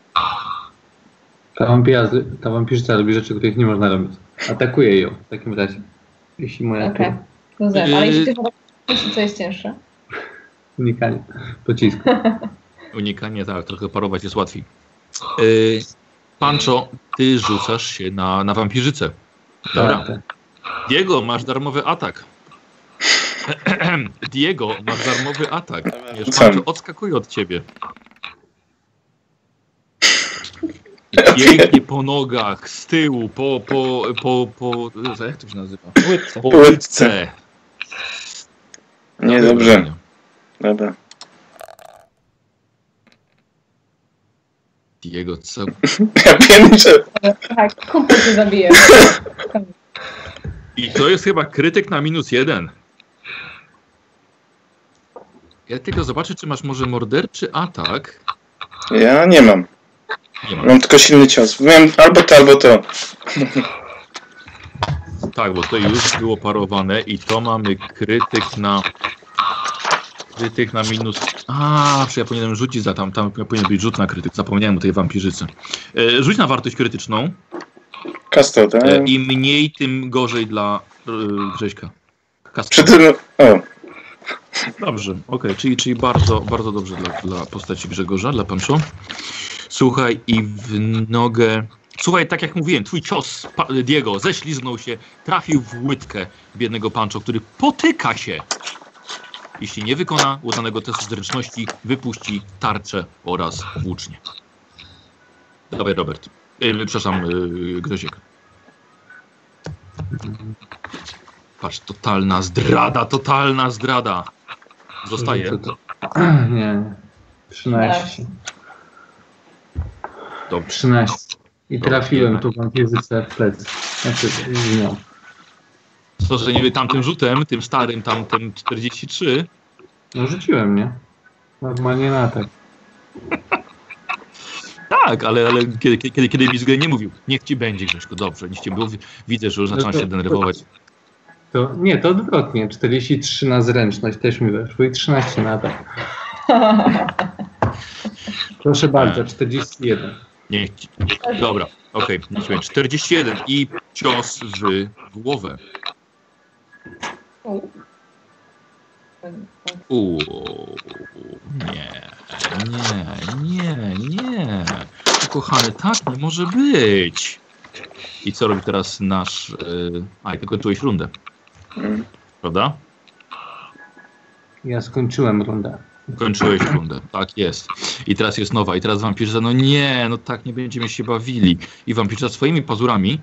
Ta wampirzyca robi rzeczy, których nie można robić. Atakuje ją w takim razie. Jeśli moja Okej, rozumiem. Ale jeśli ty co jest cięższe? unikanie pocisku. Unikanie, tak, trochę parować jest łatwiej. Pancho, ty rzucasz się na wampirzycę. Dobra. Tak. Diego, masz darmowy atak. Diego, masz darmowy atak. Wiesz, Pancho odskakuje od ciebie. Pięknie po nogach, z tyłu, jak to się nazywa? Po łydce. Nie, dobrze. Dobra. Diego, co? Ja pięczę. Tak, kumpel się zabije. I to jest chyba krytyk na -1. Ja tylko zobaczę, czy masz może morderczy atak. Ja nie mam. Nie ma. Mam tylko silny cios. Miałem albo to. Tak, bo to już było parowane i to mamy krytyk na minus... czy ja powinienem rzucić za tam powinien być rzut na krytyk. Zapomniałem o tej wampirzycy. Rzuć na wartość krytyczną. Kasto, tak? Im mniej, tym gorzej dla Grześka. Przy tym... O. Dobrze, okej, czyli bardzo, bardzo dobrze dla postaci Grzegorza, dla Pancho. Słuchaj, i w nogę... Słuchaj, tak jak mówiłem, twój cios, Diego, ześliznął się, trafił w łydkę biednego Pancho, który potyka się. Jeśli nie wykona udanego testu zręczności, wypuści tarczę oraz włócznie. Dawaj, Robert. Przepraszam, Grzesiek. Patrz, totalna zdrada. Zostaje. Nie. 13. Dobrze. 13. I Dobrze, trafiłem jednak. tu wampirzycę w plecy. Znaczy, no. To, że nie tamtym rzutem, tym starym, tamtym 43. No rzuciłem, nie? Normalnie na atak. Tak, ale kiedy Bizgren nie mówił, niech ci będzie, Grześku, dobrze, niech ci było, widzę, że już zaczyna się denerwować. To odwrotnie. 43 na zręczność też mi weszło i 13 na atak. Proszę bardzo, 41. Niech ci, dobra, okej, niech ci będzie 41 i cios w głowę. Nie. Kochany, tak nie może być. I co robi teraz nasz... ty kończyłeś rundę. Prawda? Ja skończyłem rundę. Kończyłeś rundę, tak jest. I teraz jest nowa. I teraz wampirza, tak nie będziemy się bawili. I wampirza swoimi pazurami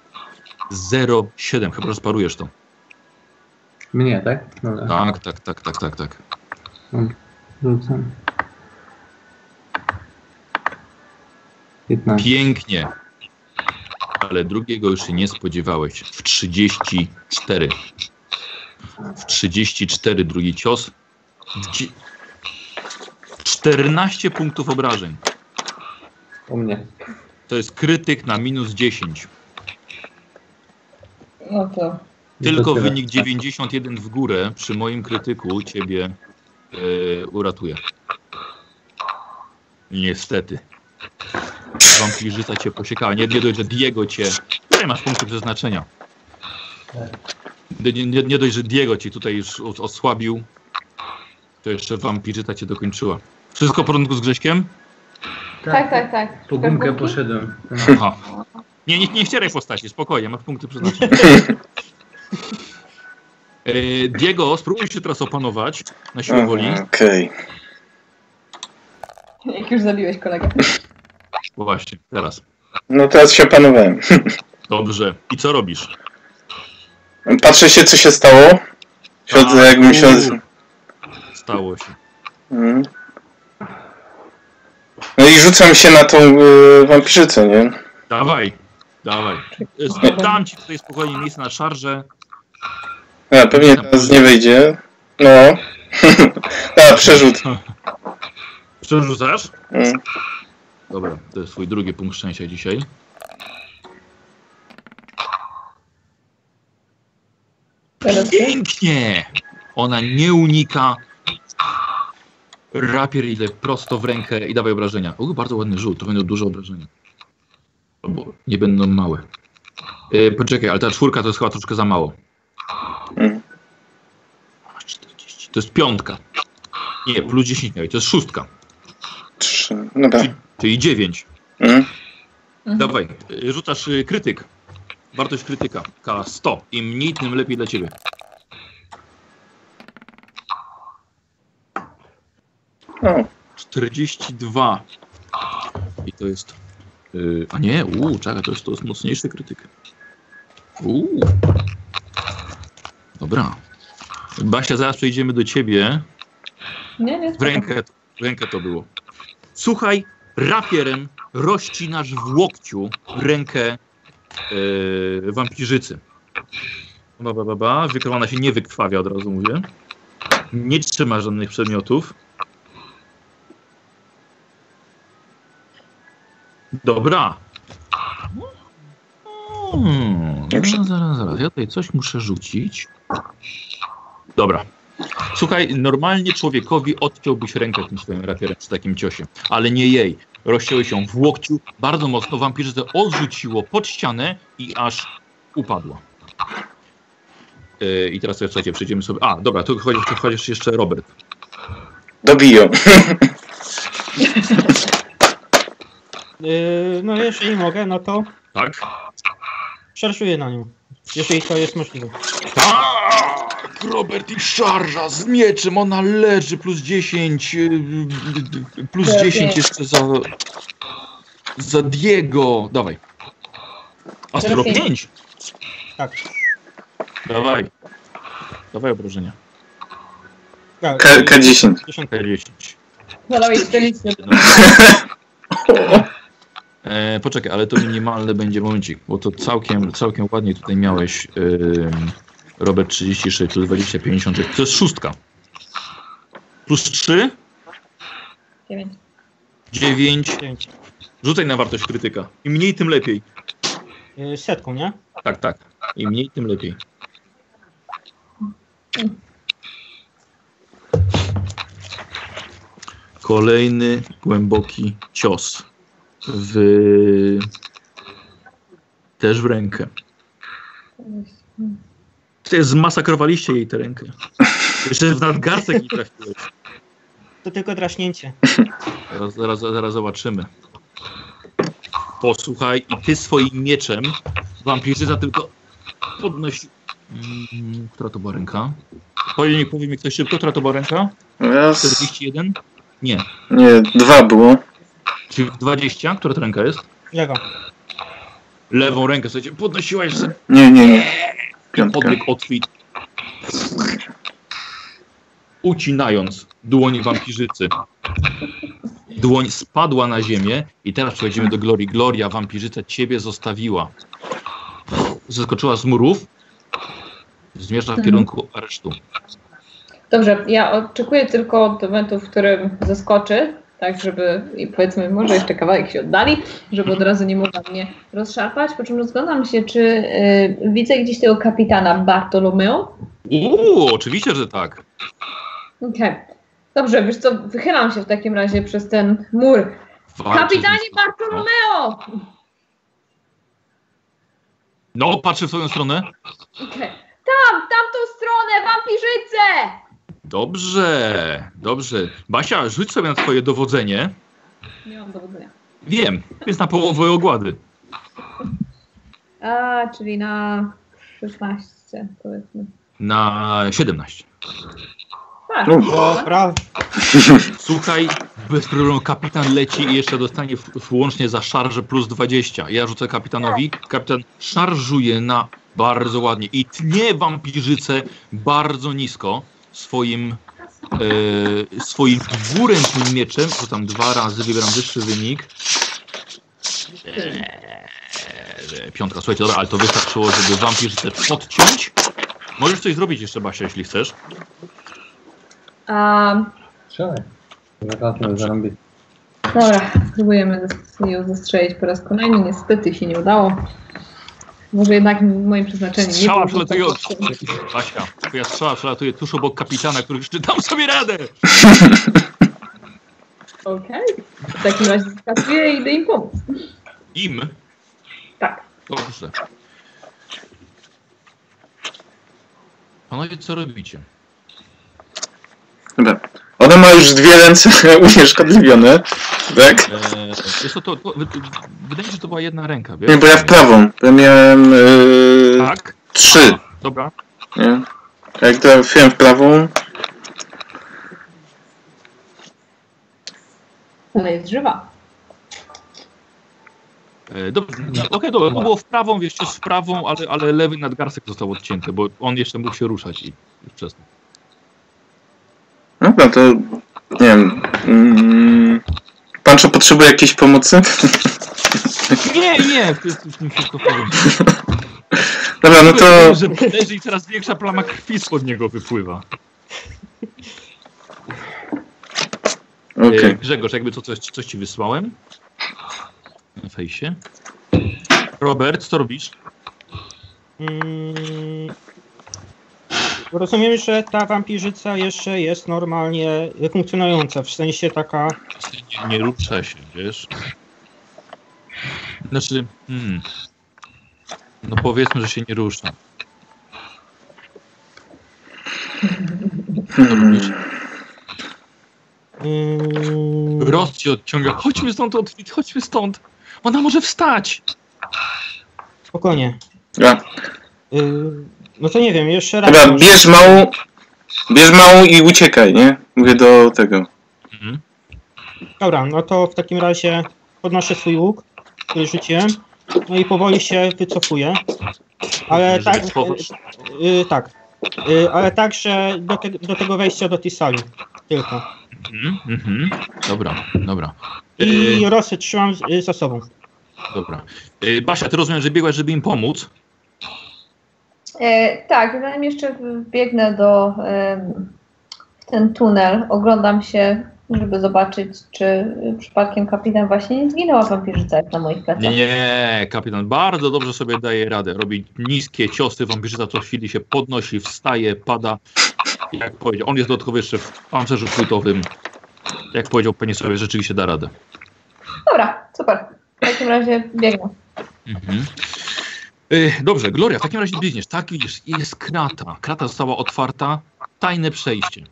0,7. Chyba rozparujesz to. Mnie, tak? Dobra. Tak. Rzucam. 15. Pięknie. Ale drugiego już się nie spodziewałeś. W 34. W 34 drugi cios. 14 punktów obrażeń. U mnie. To jest krytyk na -10. No to... Tylko tyle. wynik 91 w górę przy moim krytyku ciebie uratuje. Niestety. Wampirzyca cię posiekała. Nie dość, że Diego cię... Tutaj masz punkty przeznaczenia. Nie dość, że Diego ci tutaj już osłabił, to jeszcze wampirzyta cię dokończyła. Wszystko w porządku z Grześkiem? Tak. Po gumkę poszedłem. Aha. Nie ścieraj postaci, spokojnie, masz punkty przeznaczone. Diego, spróbuj się teraz opanować na siłę woli. Okej. Jak już zabiłeś kolegę. Właśnie, teraz. No teraz się opanowałem. Dobrze. I co robisz? Patrzę się, co się stało. Jakbym się... Stało się. Mhm. No i rzucam się na tą wampirzycę, nie? Dawaj. Dam ci tutaj spokojnie miejsce na szarżę. A, pewnie teraz nie wejdzie. No. A, przerzut. Przerzucasz? Mm. Dobra, to jest twój drugi punkt szczęścia dzisiaj. Pięknie! Ona nie unika. Rapier idzie prosto w rękę i dawaj obrażenia. Bardzo ładny rzut, to będą duże obrażenia. Bo nie będą małe. Poczekaj, ale ta 4 to jest chyba troszkę za mało. 40. To jest 5. Nie, plus 10 miałeś, to jest 6. 3. Dobra. Czyli 9. Mhm. Dawaj, rzucasz krytyk. Wartość krytyka. K100. Im mniej, tym lepiej dla ciebie. O. 42. I to jest... a nie, czekaj, to jest mocniejszy krytyk. Dobra. Basia, zaraz przejdziemy do ciebie. Nie. W rękę to było. Słuchaj, rapierem rozcinasz w łokciu rękę wampirzycy. Ona się nie wykrwawia, od razu mówię. Nie trzyma żadnych przedmiotów. Dobra. Zaraz. Ja tutaj coś muszę rzucić. Dobra. Słuchaj, normalnie człowiekowi odciąłbyś rękę tym swoim rapierem przy takim ciosie, ale nie jej. Rozciąłeś ją w łokciu, bardzo mocno wampirzycę odrzuciło pod ścianę i aż upadła. I teraz słuchajcie, przejdziemy sobie... A, dobra, tu chodzisz jeszcze Robert. Dobiją. No jeżeli mogę, no to Tak? szarżuję na nią. Jeżeli to jest możliwe. Tak! Robert i szarża z mieczem, ona leży, plus 10. Plus 10 jeszcze za Diego. Dawaj. A 0,5? Tak. Dawaj obrażenia. K10. K10. Zadałeś 40. Poczekaj, ale to minimalne będzie momencik, bo to całkiem ładnie tutaj miałeś Robert 36 plus 20, 56. To jest 6. Plus 3? 9. Rzucaj na wartość krytyka. Im mniej, tym lepiej. 100, nie? Tak. Im mniej, tym lepiej. Kolejny głęboki cios. Też w rękę. Ty zmasakrowaliście jej tę rękę. Jeszcze w nadgarstek nie trafiłeś. To tylko draśnięcie. Zaraz zobaczymy. Posłuchaj, i ty swoim mieczem wampirzyca tylko podnosi... która to była ręka? Powie mi ktoś szybko, która to była ręka? 41? Nie. Nie, 2 było. Czyli 20? Która to ręka jest? Jaką? Lewą rękę, słuchajcie, podnosiłaś sobie. Nie. 5. Odbieg otwit. Ucinając dłoń wampirzycy. Dłoń spadła na ziemię i teraz przechodzimy do Glorii. Gloria, wampirzyca ciebie zostawiła. Zeskoczyła z murów. Zmierza w kierunku aresztu. Dobrze, ja oczekuję tylko do momentu, w którym zaskoczy, tak żeby, i powiedzmy, może jeszcze kawałek się oddali, żeby od razu nie mogła mnie rozszarpać, po czym rozglądam się, czy widzę gdzieś tego kapitana Bartolomeo. Oczywiście, że tak. Okej. Dobrze, wiesz co, wychylam się w takim razie przez ten mur. Kapitanie Bartolomeo! No, patrzę w swoją stronę. Okay. Tam, w tamtą stronę, wampirzyce! Dobrze, dobrze. Basia, rzuć sobie na twoje dowodzenie. Nie mam dowodzenia. Wiem, jest na połowę ogłady. Czyli na 16, powiedzmy. Na 17. Tak. Dobra. Słuchaj, bez problemu kapitan leci i jeszcze dostanie łącznie za szarżę plus 20. Ja rzucę kapitanowi. Kapitan szarżuje na bardzo ładnie i tnie wampirzycę bardzo nisko swoim dwuręcznym mieczem. Rzucam 2 razy, wybieram wyższy wynik. 5. Słuchajcie, dobra, ale to wystarczyło, żeby wampirzycę podciąć. Możesz coś zrobić jeszcze, Basia, jeśli chcesz. Strzelaj. Zacznę zarąbić. Dobra, próbujemy ją zastrzelić po raz kolejny. Niestety się nie udało. Może jednak moim przeznaczeniem nie Strzała było. przelatuje Basia, twoja strzała przelatuje tuż obok kapitana, który krzyczy, dam sobie radę! Okej. W takim razie skasuję i idę im pomóc. Im? Tak. Dobrze. Panowie, co robicie? Dobra. Ona ma już 2 ręce unieszkodliwione, tak? Jest to, wydaje mi się, że to była jedna ręka, wiesz? Nie, bo ja w prawą. Ja miałem Tak? 3. Dobra. Nie? Jak trafiłem w prawą, Ale jest żywa. Dobrze, okej, dobra, to było w prawą, wiesz, cios w prawą, ale lewy nadgarstek został odcięty, bo on jeszcze mógł się ruszać i przez to. dobra, to nie wiem. Pancho potrzebuje jakiejś pomocy? Nie, to jest już mi wszystko w porządku. Dobra, no to... Że leży i coraz większa plama krwi spod niego wypływa. Okej. Grzegorz, jakby coś ci wysłałem na fejsie. Robert, co robisz? Rozumiem, że ta wampirzyca jeszcze jest normalnie funkcjonująca, w sensie taka... Nie rusza się, wiesz? Znaczy, no powiedzmy, że się nie rusza. Co robisz? Rost cię odciąga. Chodźmy stąd, chodźmy stąd. Ona może wstać. Spokojnie. Ja. No to nie wiem, jeszcze raz... Dobra, bierz małą i uciekaj, nie? Mówię do tego. Dobra, no to w takim razie podnoszę swój łuk, który rzuciłem, no i powoli się wycofuję. Ale tak, tak. Ale także do tego wejścia do tej sali. Tylko. Dobra. I Rosy trzymam za sobą. Dobra. Basia, ty rozumiem, że biegłaś, żeby im pomóc? Tak, zanim jeszcze biegnę do ten tunel, oglądam się, żeby zobaczyć, czy przypadkiem kapitan właśnie nie zginęła wampirzyca jak na moich plecach. Nie, kapitan bardzo dobrze sobie daje radę. Robi niskie ciosy, wampirzyca co chwili się podnosi, wstaje, pada. Jak powiedział, on jest dodatkowo jeszcze w pancerzu płytowym. Jak powiedział, pewnie sobie rzeczywiście da radę. Dobra, super. W takim razie biegnę. Dobrze, Gloria, w takim razie biegniesz. Tak, widzisz, jest krata. Krata została otwarta. Tajne przejście.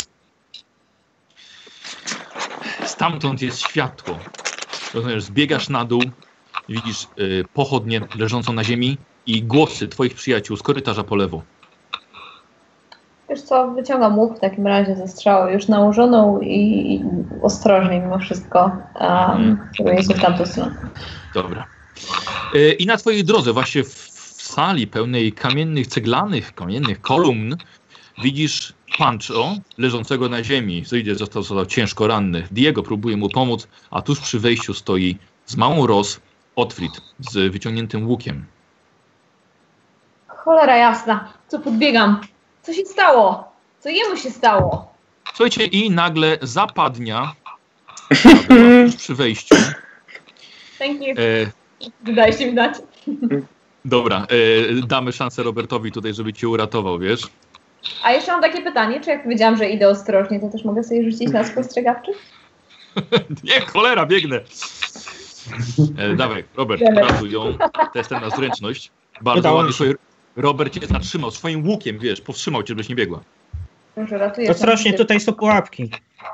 Stamtąd jest światło. Rozumiesz, zbiegasz na dół, widzisz pochodnię leżącą na ziemi i głosy twoich przyjaciół z korytarza po lewo. Wiesz co, wyciągam łuk w takim razie ze strzałą już nałożoną i ostrożnie mimo wszystko kieruję się w tamtą stronę. Dobra. I na twojej drodze, właśnie w sali pełnej kamiennych, ceglanych, kamiennych kolumn, widzisz Pancho leżącego na ziemi. Został ciężko ranny. Diego próbuje mu pomóc, a tuż przy wejściu stoi z małą Ros Otfrid z wyciągniętym łukiem. Cholera jasna, co podbiegam? Co się stało? Co jemu się stało? Słuchajcie, i nagle zapadnia tuż przy wejściu. Thank you. Wydaje się mi dać. Dobra, damy szansę Robertowi tutaj, żeby cię uratował, wiesz? A jeszcze mam takie pytanie, czy jak powiedziałam, że idę ostrożnie, to też mogę sobie rzucić na spostrzegawczy? Nie, cholera, biegnę! Dawaj, Robert, ratuj ją testem na zręczność. Bardzo ładnie sobie Robert cię zatrzymał swoim łukiem, wiesz, powstrzymał cię, żebyś nie biegła. Może ratuję. To strasznie, tutaj są pułapki.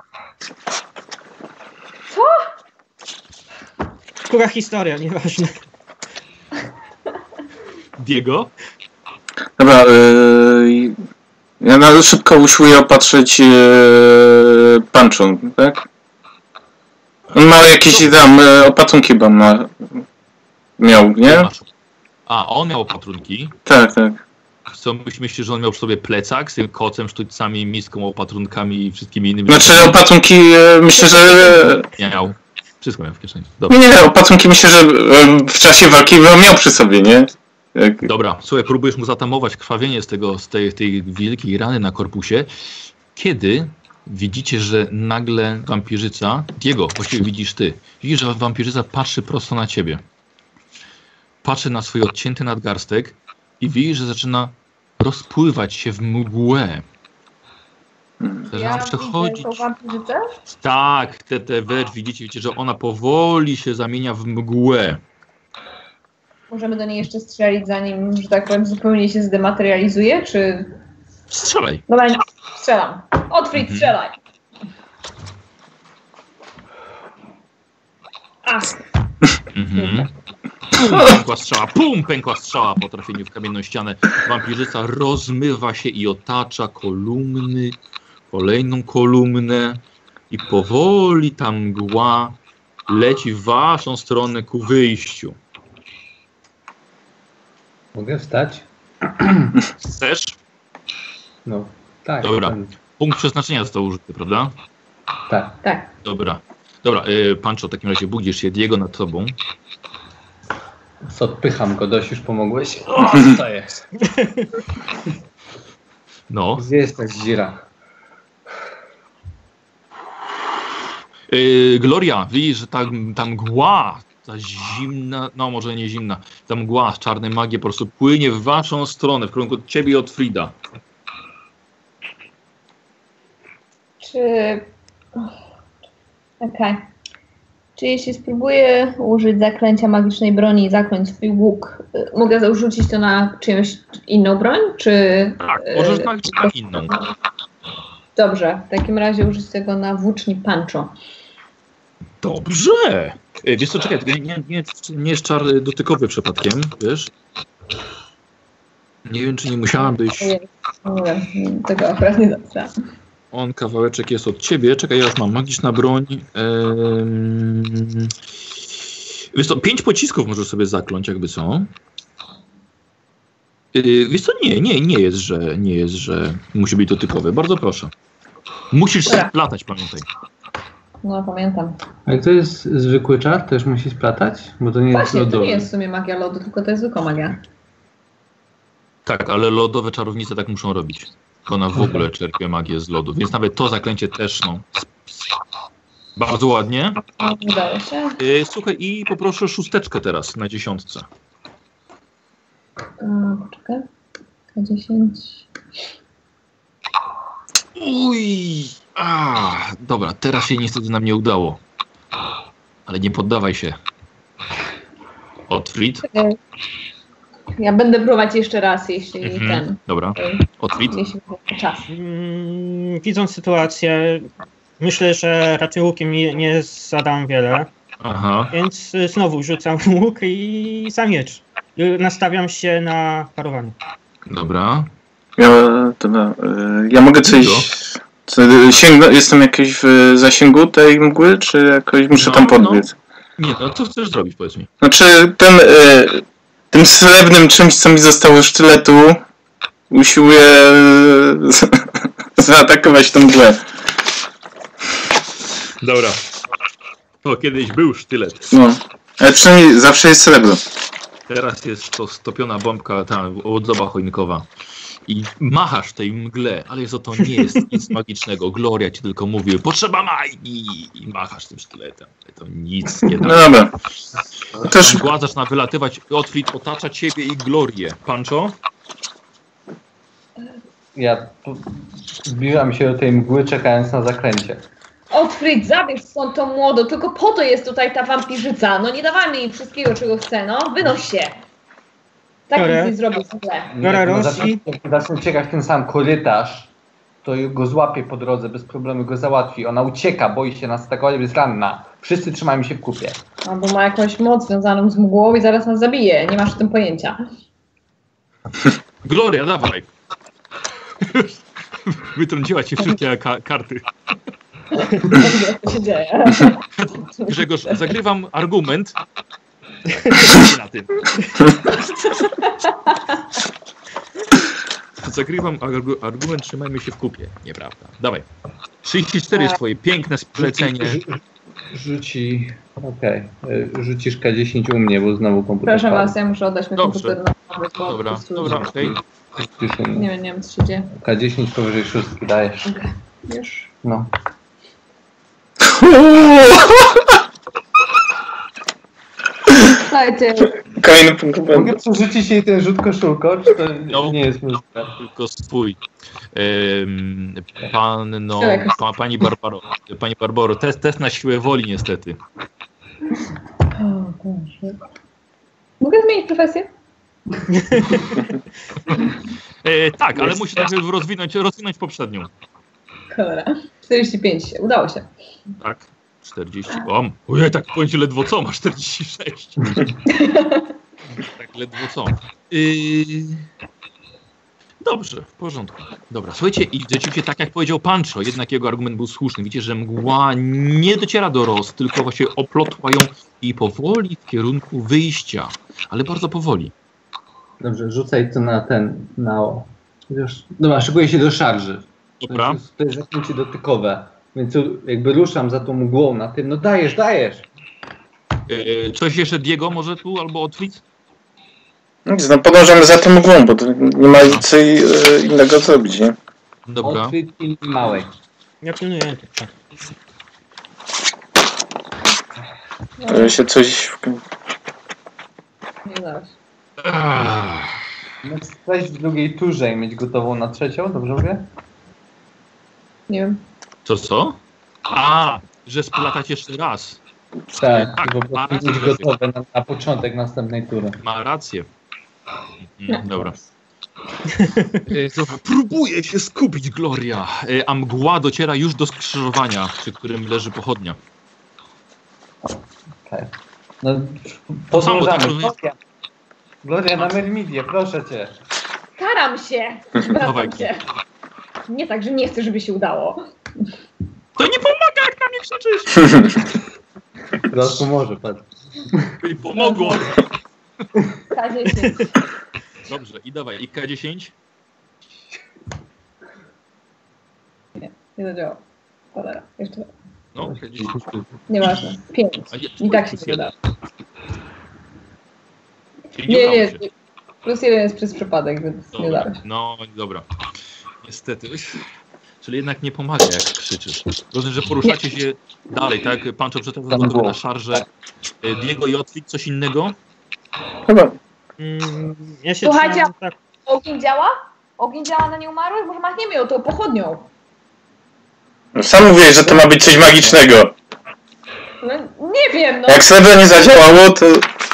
Co? Która historia, nieważne. Diego? Dobra, ja na szybko usiłuję opatrzyć Panczą, tak? On ma jakieś tam opatrunki chyba miał, nie? A, on miał opatrunki. Tak, tak. Co, myślisz, że on miał przy sobie plecak z tym kocem, sztućcami, miską, opatrunkami i wszystkimi innymi? Znaczy opatrunki myślę, że... Miał. Wszystko miał w kieszeni. Dobra. Nie, opatrunki myślę, że w czasie walki miał przy sobie, nie? Dobra, słuchaj, próbujesz mu zatamować krwawienie z tej wielkiej rany na korpusie, kiedy widzicie, że nagle wampirzyca, Diego, właściwie widzisz ty, widzisz, że wampirzyca patrzy prosto na ciebie. Patrzy na swój odcięty nadgarstek i widzisz, że zaczyna rozpływać się w mgłę. Zaczyna przechodzić. Tak, te wręcz widzicie, że ona powoli się zamienia w mgłę. Możemy do niej jeszcze strzelić, zanim, że tak powiem, zupełnie się zdematerializuje, czy... Strzelaj. Dobra, strzelam. Otwórz, strzelaj. A. Pękła strzała po trafieniu w kamienną ścianę. Wampirzyca rozmywa się i otacza kolumny, kolejną kolumnę i powoli ta mgła leci w waszą stronę ku wyjściu. Mogę wstać? Chcesz? No, tak. Dobra. Punkt przeznaczenia został użyty, prawda? Tak. Tak. Dobra. Dobra, Pancho, w takim razie budzisz się, Diego nad tobą. Odpycham go, dość już pomogłeś? Wstaję. No. Gdzie jest ta dzira? Gloria, widzisz, że ta mgła, ta zimna, no może nie zimna, ta mgła z czarnej magii po prostu płynie w waszą stronę, w kierunku od ciebie i od Frida. Czy... Okej. Czy jeśli spróbuję użyć zaklęcia magicznej broni i zakląć swój łuk, mogę rzucić to na czyjąś inną broń, czy... Tak, możesz na inną. Dobrze, w takim razie użyć tego na włóczni Pancho. Dobrze! Wiesz co, czekaj, nie jest czar dotykowy przypadkiem, wiesz? Nie wiem, czy nie musiałam być... Nie, tego akurat nie dostałam. On kawałeczek jest od ciebie. Czekaj, ja już mam magiczna broń. Wiesz co, 5 pocisków możesz sobie zakląć, jakby co. Wiesz co, nie jest, że musi być dotykowy. Bardzo proszę. Musisz splatać, pamiętaj. No, pamiętam. A to jest zwykły czar? Też musi splatać? Bo to nie jest Właśnie, lodowy. to nie jest w sumie magia lodu, tylko to jest zwykła magia. Tak, ale lodowe czarownice tak muszą robić. Ona w ogóle czerpie magię z lodu, więc nawet to zaklęcie też, no. Bardzo ładnie. Udało się. Słuchaj, i poproszę 6 teraz na 10. Poczekaj. K10. Uj! Dobra, teraz się niestety nam nie udało. Ale nie poddawaj się. Otwrid. Ja będę próbować jeszcze raz, jeśli ten... Dobra, Otwrid. Jeśli będzie czas. Widząc sytuację, myślę, że raczej łukiem nie zadam wiele. Aha. Więc znowu rzucam łuk i za miecz. Nastawiam się na parowanie. Dobra. Ja mogę coś... Jestem jakiś w zasięgu tej mgły, czy jakoś muszę tam podbiec? Nie, no co chcesz zrobić, powiedz mi? Znaczy, tym srebrnym czymś, co mi zostało sztyletu, usiłuję zaatakować tą mgłę. Dobra. To kiedyś był sztylet. No, ale przynajmniej zawsze jest srebro. Teraz jest to stopiona bombka, ta ozdoba choinkowa. I machasz tej mgle, ale to nie jest nic magicznego. Gloria ci tylko mówi, potrzeba magii! I machasz tym sztyletem. To nic nie da. No dobra. Też... Mgła zaczyna wylatywać, Otwrid otacza ciebie i Glorię. Pancho? Ja zbliżam się do tej mgły, czekając na zaklęcie. Otwrid, zabierz stąd tą młodą, tylko po to jest tutaj ta wampirzyca. No nie dawajmy jej wszystkiego, czego chce, no. Wynoś się. Tak Biorę. nic nie zrobił źle. Biorę Jak Rosji. zacznie uciekać w ten sam korytarz, to go złapie po drodze, bez problemu go załatwi. Ona ucieka, boi się nas atakować, jest ranna. Wszyscy trzymają się w kupie. Albo ma jakąś moc związaną z mgłą i zaraz nas zabije. Nie masz o tym pojęcia. Gloria, dawaj. Wytrąciła ci wszystkie karty. Dobrze, co się dzieje. Grzegorz, zagrywam argument. Na tym. Zagrywam argument, trzymajmy się w kupie. Nieprawda. Dawaj. 34 jest twoje piękne splecenie. Rzuci... Okej. Rzucisz K10 u mnie, bo znowu komputer Proszę padł. was, ja muszę oddać mój Dobrze. komputer na nowy, bo po Dobra, prostu- dobra, okej. Nie wiem, co się dzieje. K10 powyżej 6 dajesz. Już. No. Słuchajcie, Kolejny punkt Mogę błędu. przerzucić jej ten rzut koszulko, czy to No. nie jest możliwe? Tylko swój. Pani Barbaro, test na siłę woli niestety. o Boże. Mogę zmienić profesję? Tak, ale musi najpierw rozwinąć poprzednią. Cholera. 45 się, udało się. Tak, 40. Ojej, tak powiem ci ledwo co, ma 46. Tak ledwo co. Dobrze, w porządku. Dobra, słuchajcie, i rzeczywiście tak jak powiedział Pancho, jednak jego argument był słuszny. Widzicie, że mgła nie dociera do Ros, tylko właśnie oplotła ją i powoli w kierunku wyjścia. Ale bardzo powoli. Dobrze, rzucaj to Już... Dobra, szykuję się do szarży. Dobra. To jest zaklęcie dotykowe. Więc jakby ruszam za tą mgłą na tym. No dajesz! Coś jeszcze Diego może tu albo Otwit? Nic, no podążamy za tą mgłą, bo to nie ma nic innego zrobić, nie? Dobra. Otwit i małej. Ja pilnuję. Tak. To się coś... Nie zaraz. Możesz wejść w drugiej turze i mieć gotową na trzecią, dobrze mówię? Nie wiem. Co? Że splatać jeszcze raz. Tak, Tak, po ma prostu rację, mieć gotowe na początek następnej tury. Ma rację. Dobra. Próbuję się skupić, Gloria. A mgła dociera już do skrzyżowania, przy którym leży pochodnia. Okay. No, samo tak podążamy. rozumiem. Gloria, na Mermidię, proszę cię. Staram się! Dawaj. Staram się. Nie tak, że nie chcę, żeby się udało. To nie pomaga, jak na mnie krzyczysz. Teraz pomoże, patrz. Mi pomogło. K10. Dobrze, i dawaj. I K10? Nie zadziała. Cholera. Jeszcze. No, K10. Nieważne. 5. I tak się nie uda. Czyli Nie, udało nie. się. Plus 1 jest przez przypadek, więc nie Dobra. udało się. No, dobra. Niestety. Czyli jednak nie pomaga, jak krzyczysz. Rozumiem, że poruszacie się dalej, tak? Pancho przetawia na szarżę. Diego i Otwit, coś innego? Chyba. Ja się Słuchajcie, trzymam, tak. Ogień działa? Ogień działa na nieumarłych? Może machniemy ją tą pochodnią. No, sam mówiłeś, że to ma być coś magicznego. No, nie wiem, no. Jak srebro nie zadziałało, to...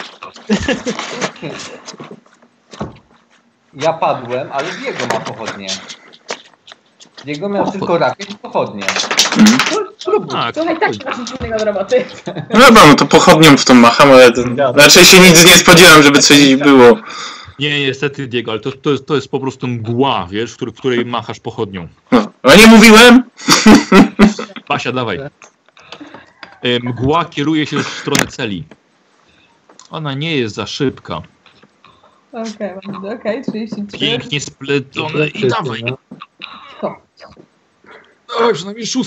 Ja padłem, ale Diego ma pochodnie. Diego miał tylko rakiet i pochodnie. Tak, Słuchaj, tak nie masz nic innego do roboty. No dobra, no to pochodnią w tą macham, ale to... Raczej się nic nie spodziewam, żeby coś było. Nie, niestety, Diego, ale to jest po prostu mgła, wiesz, w której machasz pochodnią. No nie mówiłem? Basia, dawaj. Mgła kieruje się już w stronę celi. Ona nie jest za szybka. Okej, 33. Pięknie spletone i dawaj. Cicho. Dawaj, przynajmniej 6.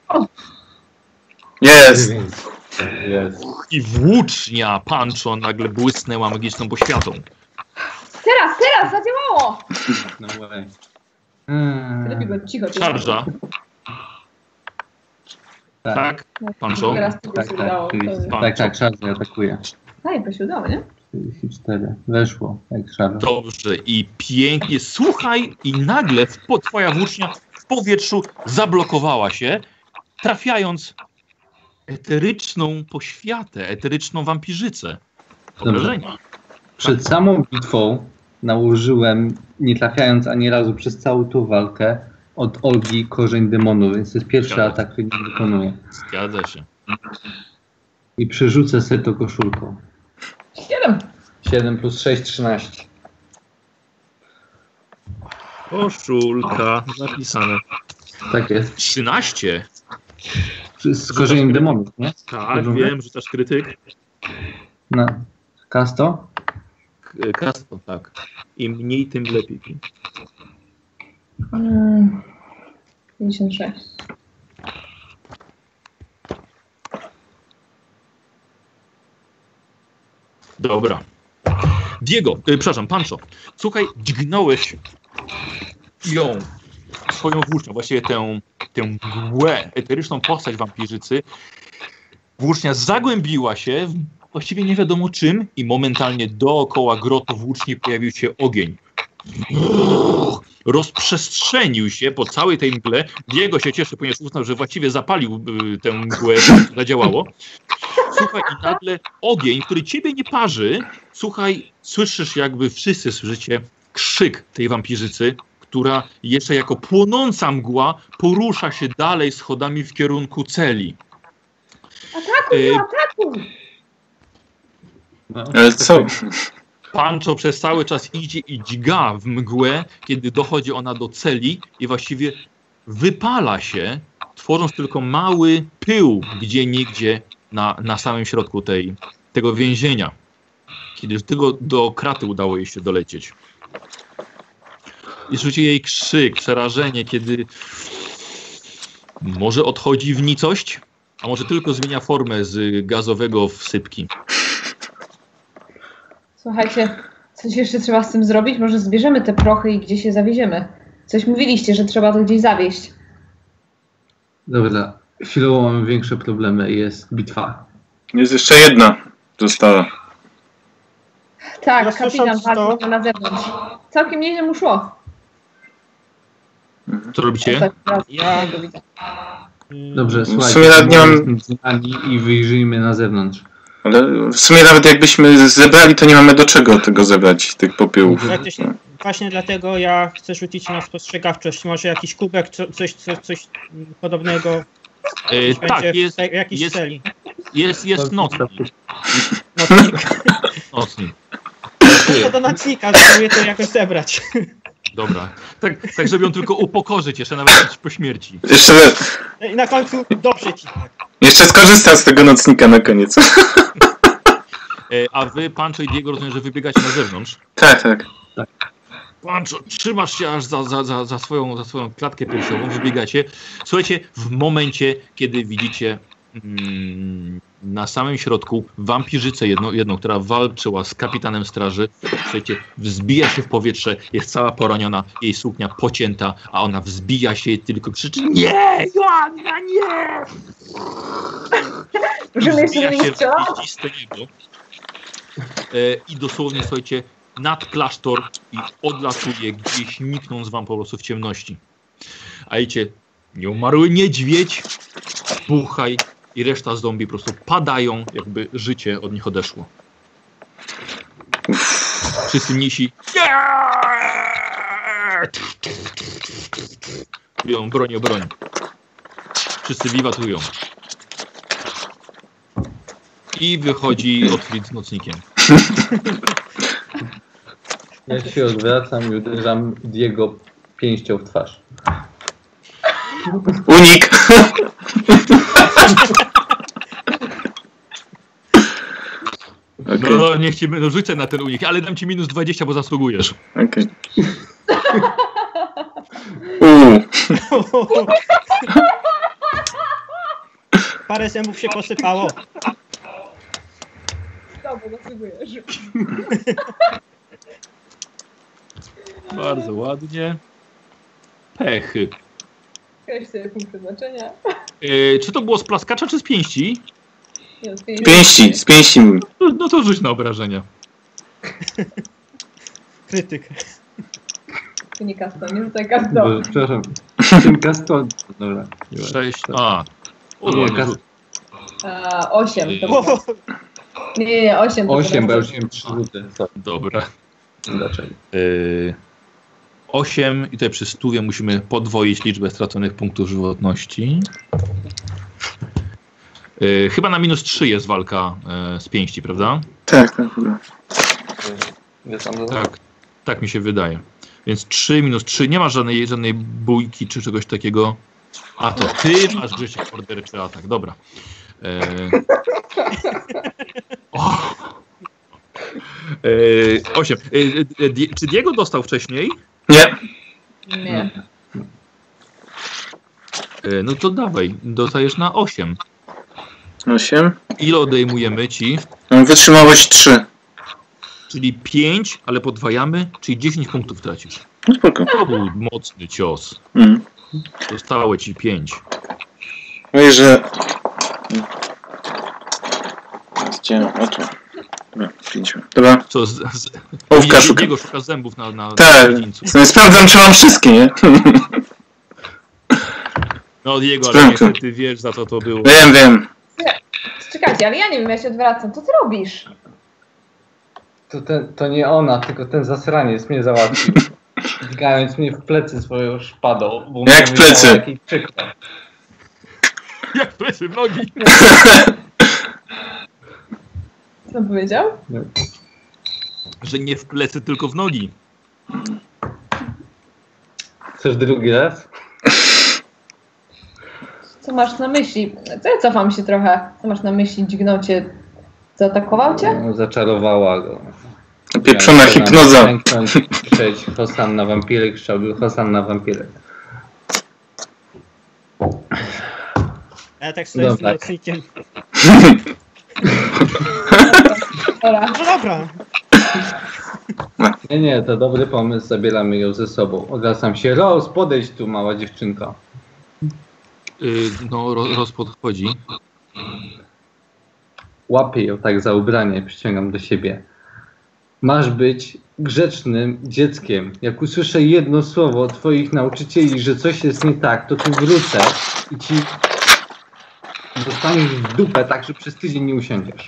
Jest. Jest. I włócznia Pancho nagle błysnęła magiczną poświatą. Teraz, zadziałało! No way. Lepiej go cicho. Szarża, tak? Pancho? Teraz tylko Tak, się tak, udało. oczywiście. Tak, szarża atakuje. Bo się udało, nie? 44. Weszło, jak szarża. Dobrze i pięknie. Słuchaj, i nagle twoja włócznia w powietrzu zablokowała się, trafiając eteryczną poświatę, eteryczną wampirzycę. Obrażenia. Przed samą bitwą nałożyłem, nie trafiając ani razu przez całą tą walkę, od Olgi korzeń demonu, więc to jest pierwszy Zgadza się. atak, który nie wykonuję. Zgadza się. I przerzucę sobie to koszulką. 7. 7 plus 6, 13. Koszulka, zapisane. Tak jest. 13? Z korzeniem demonów, nie? Tak, wiem, rzucasz krytyk. Na kasto? Kasto, tak. Im mniej, tym lepiej. 56. Dobra. Diego, przepraszam, Pancho. Słuchaj, dźgnąłeś ją, swoją włócznią, właściwie tę mgłę, eteryczną postać wampirzycy. Włócznia zagłębiła się w właściwie nie wiadomo czym i momentalnie dookoła grotu włóczni pojawił się ogień. Rozprzestrzenił się po całej tej mgle. Diego się cieszy, ponieważ uznał, że właściwie zapalił tę mgłę, zadziałało. Słuchaj, i nagle ogień, który ciebie nie parzy, słuchaj, słyszysz jakby wszyscy słyszycie krzyk tej wampirzycy, która jeszcze jako płonąca mgła porusza się dalej schodami w kierunku celi. Atakuj, atakuj! No. Ale co? Pancho przez cały czas idzie i dźga w mgłę, kiedy dochodzi ona do celi i właściwie wypala się, tworząc tylko mały pył gdzieniegdzie na samym środku tego więzienia. Kiedy tylko do kraty udało jej się dolecieć. I słyszycie jej krzyk, przerażenie, kiedy może odchodzi w nicość, a może tylko zmienia formę z gazowego w sypki. Słuchajcie, coś jeszcze trzeba z tym zrobić? Może zbierzemy te prochy i gdzieś je zawieziemy? Coś mówiliście, że trzeba to gdzieś zawieźć. Dobra, chwilowo mamy większe problemy. Jest bitwa. Jest jeszcze jedna została. Tak, Ja kapitan słysząc to- walczył na zewnątrz. Całkiem nieźle mu szło. Co robicie? Ja- widzę. Dobrze, słuchajcie, sumie nawet nie mam- jest między nami i wyjrzyjmy na zewnątrz. Ale w sumie nawet jakbyśmy zebrali, to nie mamy do czego tego zebrać, tych popiołów. Właśnie dlatego ja chcę rzucić na spostrzegawczość. Może jakiś kubek, coś podobnego. Tak, Będzie jest, w jakiejś jest, celi. jest nocnik. Nocnik. Nocnik. To do nocnika, spróbuję to jakoś zebrać. Dobra. Tak, żeby ją tylko upokorzyć jeszcze nawet po śmierci. I na końcu dobrze ci. Jeszcze skorzystam z tego nocnika na koniec. A wy, Pancho i Diego, rozumiem, że wybiegacie na zewnątrz. Tak, tak. Pancho, trzymasz się aż za swoją klatkę piersiową, wybiegacie. Słuchajcie, w momencie, kiedy widzicie na samym środku wampirzycę jedną, która walczyła z kapitanem straży. Słuchajcie, wzbija się w powietrze, jest cała poraniona, jej suknia pocięta, a ona wzbija się i tylko krzyczy: nie, Joanna, nie! Możemy jeszcze Wzbija do się nich strzelać? w gwieździste niebo. I dosłownie, słuchajcie, nad klasztor i odlatuje gdzieś, niknąc wam po prostu w ciemności. A wiecie, nieumarły niedźwiedź, buchaj i reszta zombie po prostu padają, jakby życie od nich odeszło. Wszyscy mnisi biją broń o broń. Wszyscy wiwatują. I wychodzi Otfrid z nocnikiem. Ja się odwracam i uderzam Diego pięścią w twarz. Unik! Okay. No niech ci rzucę na ten unik, ale dam ci minus 20, bo zasługujesz. Okay. Parę zębów się posypało. Dobra, zasługujesz. Bardzo ładnie. Pechy. Weź sobie punkt przeznaczenia. Czy to było z plaskacza, czy z pięści? Z pięści. No to rzuć na obrażenia. Krytyk. To nie kasto, nie rzucaj kasto. Przepraszam. Tym kasto... Dobra. 6. A. O, Nie, ładny kas- rzut. 8. To O, Nie, 8. 8, bo ja już miałem 3 rzuty. Dobra. Dlaczego? 8 i tutaj przy 100 musimy podwoić liczbę straconych punktów żywotności. Chyba na -3 jest walka z pięści, prawda? Tak. Tak mi się wydaje. Więc 3 - 3, nie ma żadnej bójki czy czegoś takiego. A to ty masz Grzesiek morderczy atak, dobra. 8. Czy Diego dostał wcześniej? Nie. Nie. No to dawaj, dostajesz na 8. 8. Ile odejmujemy ci? Mam wytrzymałość 3. Czyli 5, ale podwajamy, czyli 10 punktów tracisz. No spoko. To był mocny cios. Zostało ci 5. Mówię, że... Gdzie? O tu. Dobra, 5. Dobra. Co, Ołówka szukam. Diego szuka zębów na Tak. dziedzińcu. Sprawdzam, czy mam wszystkie, nie? No Diego, ale niestety wiesz, za co to było. Wiem. Czekajcie, ale ja nie wiem, ja się odwracam. Co ty robisz? To nie ona, tylko ten zasraniec mnie załatwił. Dźgając mnie w plecy swoją szpadą. Bo Jak w plecy? Jak w plecy, w nogi. Co powiedział? Że nie w plecy, tylko w nogi. Chcesz drugi raz? Co masz na myśli? Co ja cofam się trochę. Co masz na myśli? Dźgnął cię? Zaatakował cię? No, zaczarowała go. Pieprzona hipnoza. Krzyczeć Hosanna wampirek, krzyczał Hosanna wampirek. Ja tak stoję z tym Dobra. nocnikiem. Dobra. No dobra. Nie, to dobry pomysł, zabieramy ją ze sobą. Odwracam się. Rose, podejdź tu, mała dziewczynka. No, Roz podchodzi. Łapię ją tak za ubranie, przyciągam do siebie. Masz być grzecznym dzieckiem. Jak usłyszę jedno słowo od twoich nauczycieli, że coś jest nie tak, to tu wrócę i ci dostaniesz w dupę, tak że przez tydzień nie usiądziesz.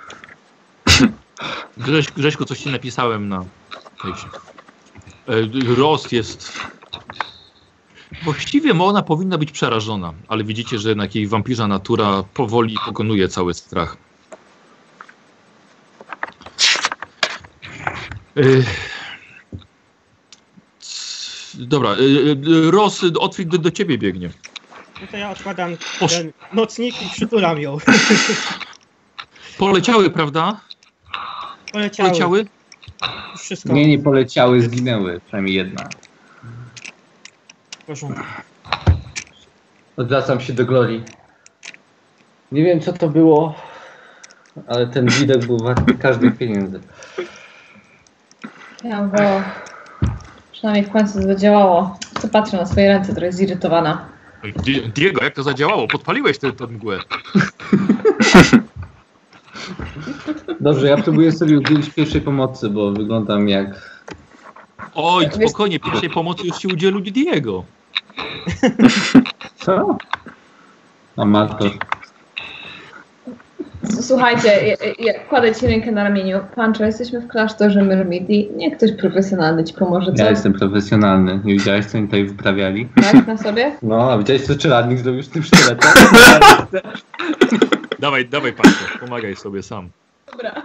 Grześku, coś ci napisałem na fejsie. Roz jest... Właściwie ona powinna być przerażona, ale widzicie, że jednak jej wampirza natura powoli pokonuje cały strach. Dobra, Roz, Otwit do ciebie biegnie. No to ja odkładam ten nocnik i przytulam ją. Poleciały, prawda? Poleciały. Wszystko. Nie poleciały, zginęły. Przynajmniej jedna. W porządku. Odwracam się do Glorii. Nie wiem, co to było, ale ten widok był warty każdych pieniędzy. Ja go... Przynajmniej w końcu zadziałało. Co patrzę na swoje ręce, trochę zirytowana. Diego, jak to zadziałało? Podpaliłeś tę mgłę. Dobrze, ja próbuję sobie udzielić pierwszej pomocy, bo wyglądam jak... Oj, spokojnie, pierwszej pomocy już ci udzielił Diego. Co? Amator. Słuchajcie, kładę ci rękę na ramieniu. Pancho, jesteśmy w klasztorze Myrmidii. Niech ktoś profesjonalny ci pomoże, co? Ja jestem profesjonalny. Nie widziałeś, co oni tutaj wyprawiali? Tak, na sobie? No, a widziałeś, co czeladnik zrobił z tym sztyletem? Dawaj, Pancho, pomagaj sobie sam. Dobra.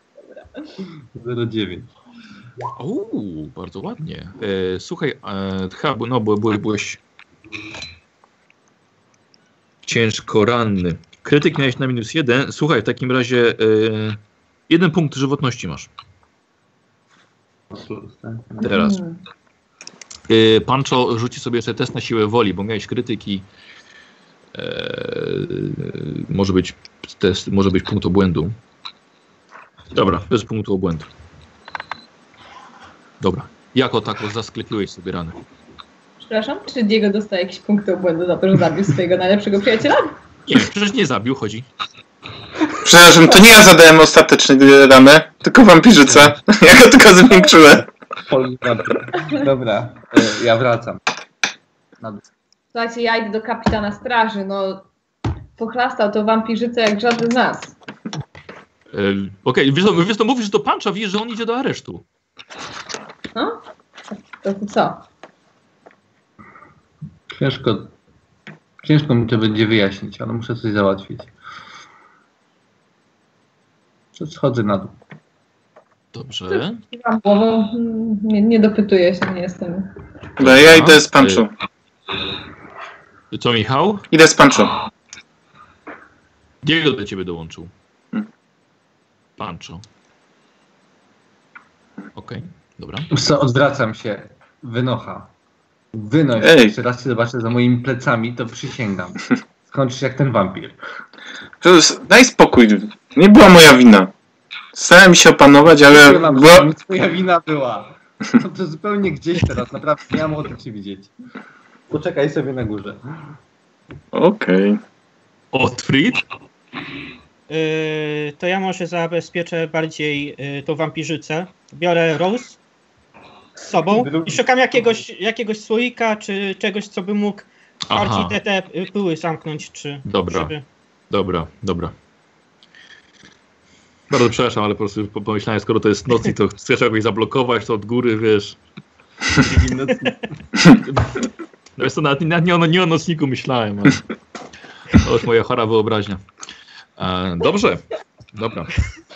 0,9. Bardzo ładnie. Słuchaj, chyba, byłeś ciężko ranny. Krytyk miałeś na -1. Słuchaj, w takim razie 1 punkt żywotności masz. Teraz. Pancho rzuci sobie jeszcze test na siłę woli, bo miałeś krytyki. Może być punkt obłędu. Dobra, bez punktu obłędu. Dobra. Jako tako zasklepiłeś sobie ranę. Przepraszam, czy Diego dostaje jakieś punkty obłędu za to, że zabił swojego najlepszego przyjaciela? Nie, przecież nie zabił, chodzi. Przepraszam, to nie ja zadałem ostatecznie ranę, tylko wampirzyca. Ja go tylko zwiększyłem. Dobra, ja wracam. Słuchajcie, ja idę do kapitana straży, no pochlastał to wampirzycę jak żaden z nas. Okej, wiesz to mówisz do Puncha, wiesz, że on idzie do aresztu. No? To co? Ciężko mi to będzie wyjaśnić, ale muszę coś załatwić. To schodzę na dół. Dobrze. Kiwam głową, nie dopytuję się, nie jestem... Dobra, ja idę z Pancho. Co, Michał? Idę z Pancho. Diego do ciebie dołączył. Pancho. Okej, dobra. Co, odwracam się. Wynocha. Wynoś. Ej. Jeszcze raz się zobaczę za moimi plecami, to przysięgam. Skończysz jak ten wampir. Daj spokój. Nie była moja wina. Starałem się opanować, ale... Twoja wina była. No to zupełnie gdzieś teraz. Naprawdę nie mam ochoty cię widzieć. Poczekaj sobie na górze. Okej. Otfried? To ja może zabezpieczę bardziej tą wampirzycę. Biorę Rose z sobą i szukam jakiegoś słoika, czy czegoś, co by mógł bardziej te pyły zamknąć, czy... Dobra, żeby... dobra. Bardzo przepraszam, ale po prostu pomyślałem, skoro to jest noc i to chcesz jakoś zablokować, to od góry, wiesz... No jest to nawet nie o nocniku myślałem, ale... To jest moja chora wyobraźnia. Dobrze, dobra.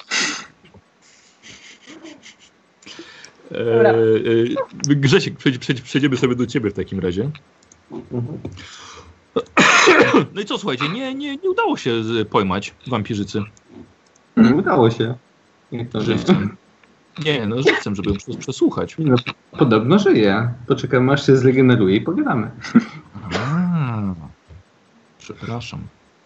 Grzesiek, przejdziemy sobie do ciebie w takim razie. No i co, słuchajcie, nie udało się pojmać wampirzycy. Nie udało się. Żywcem. Żywcem, żeby ją przesłuchać. No, podobno żyje. Poczekamy, aż się zregeneruje i pogadamy. Przepraszam.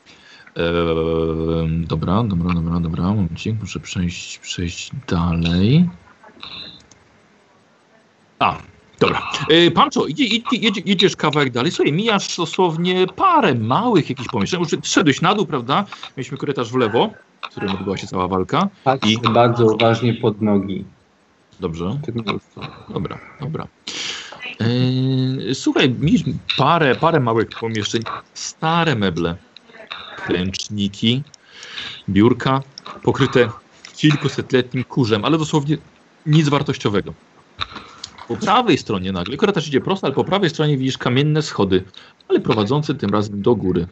Dobra. Momencik, muszę przejść dalej. Dobra. Pancho, jedziesz kawałek dalej. Słuchaj, mijasz dosłownie parę małych jakichś pomieszczeń. Już szedłeś na dół, prawda? Mieliśmy korytarz w lewo, w którym odbyła się cała walka. Patrzę bardzo uważnie pod nogi. Dobrze. Dobra. Słuchaj, mieliśmy parę małych pomieszczeń. Stare meble. Klęczniki, biurka, pokryte kilkusetletnim kurzem, ale dosłownie nic wartościowego. Po prawej stronie nagle, korytarz idzie prosto, ale po prawej stronie widzisz kamienne schody, ale prowadzące tym razem do góry.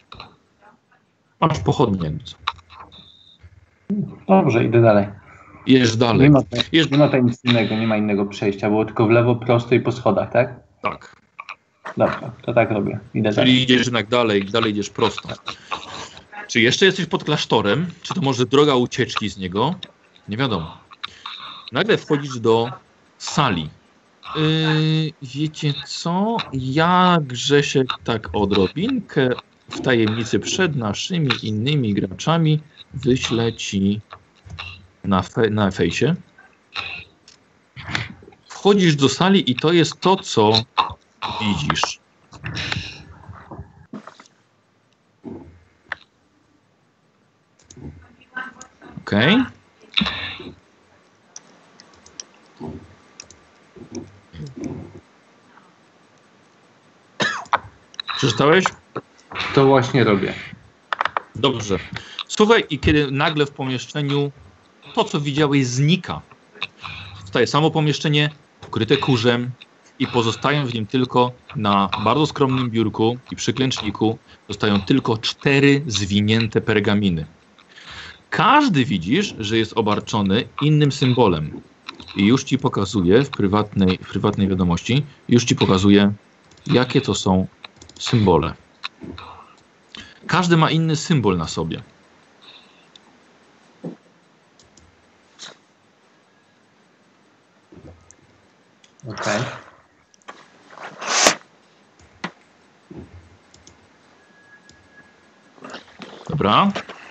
Masz pochodnie jakby co. Dobrze, idę dalej. Jedziesz dalej. Nie ma tam nic innego, nie ma innego przejścia, było tylko w lewo, prosto i po schodach, tak? Tak. Dobra, to tak robię. Idę dalej. Czyli idziesz jednak dalej idziesz prosto. Czy jeszcze jesteś pod klasztorem? Czy to może droga ucieczki z niego? Nie wiadomo. Nagle wchodzisz do sali. Wiecie co? Ja, Grzesiek, tak odrobinkę w tajemnicy przed naszymi innymi graczami wyślę ci na fejsie. Wchodzisz do sali i to jest to, co widzisz. Okej. Przeczytałeś? To właśnie robię. Dobrze. Słuchaj, i kiedy nagle w pomieszczeniu to, co widziałeś, znika. Zostaje samo pomieszczenie pokryte kurzem i pozostają w nim tylko na bardzo skromnym biurku i przy klęczniku zostają tylko 4 zwinięte pergaminy. Każdy widzisz, że jest obarczony innym symbolem. I już ci pokazuję w prywatnej wiadomości, już ci pokazuję, jakie to są symbole. Każdy ma inny symbol na sobie. Okej. Dobra.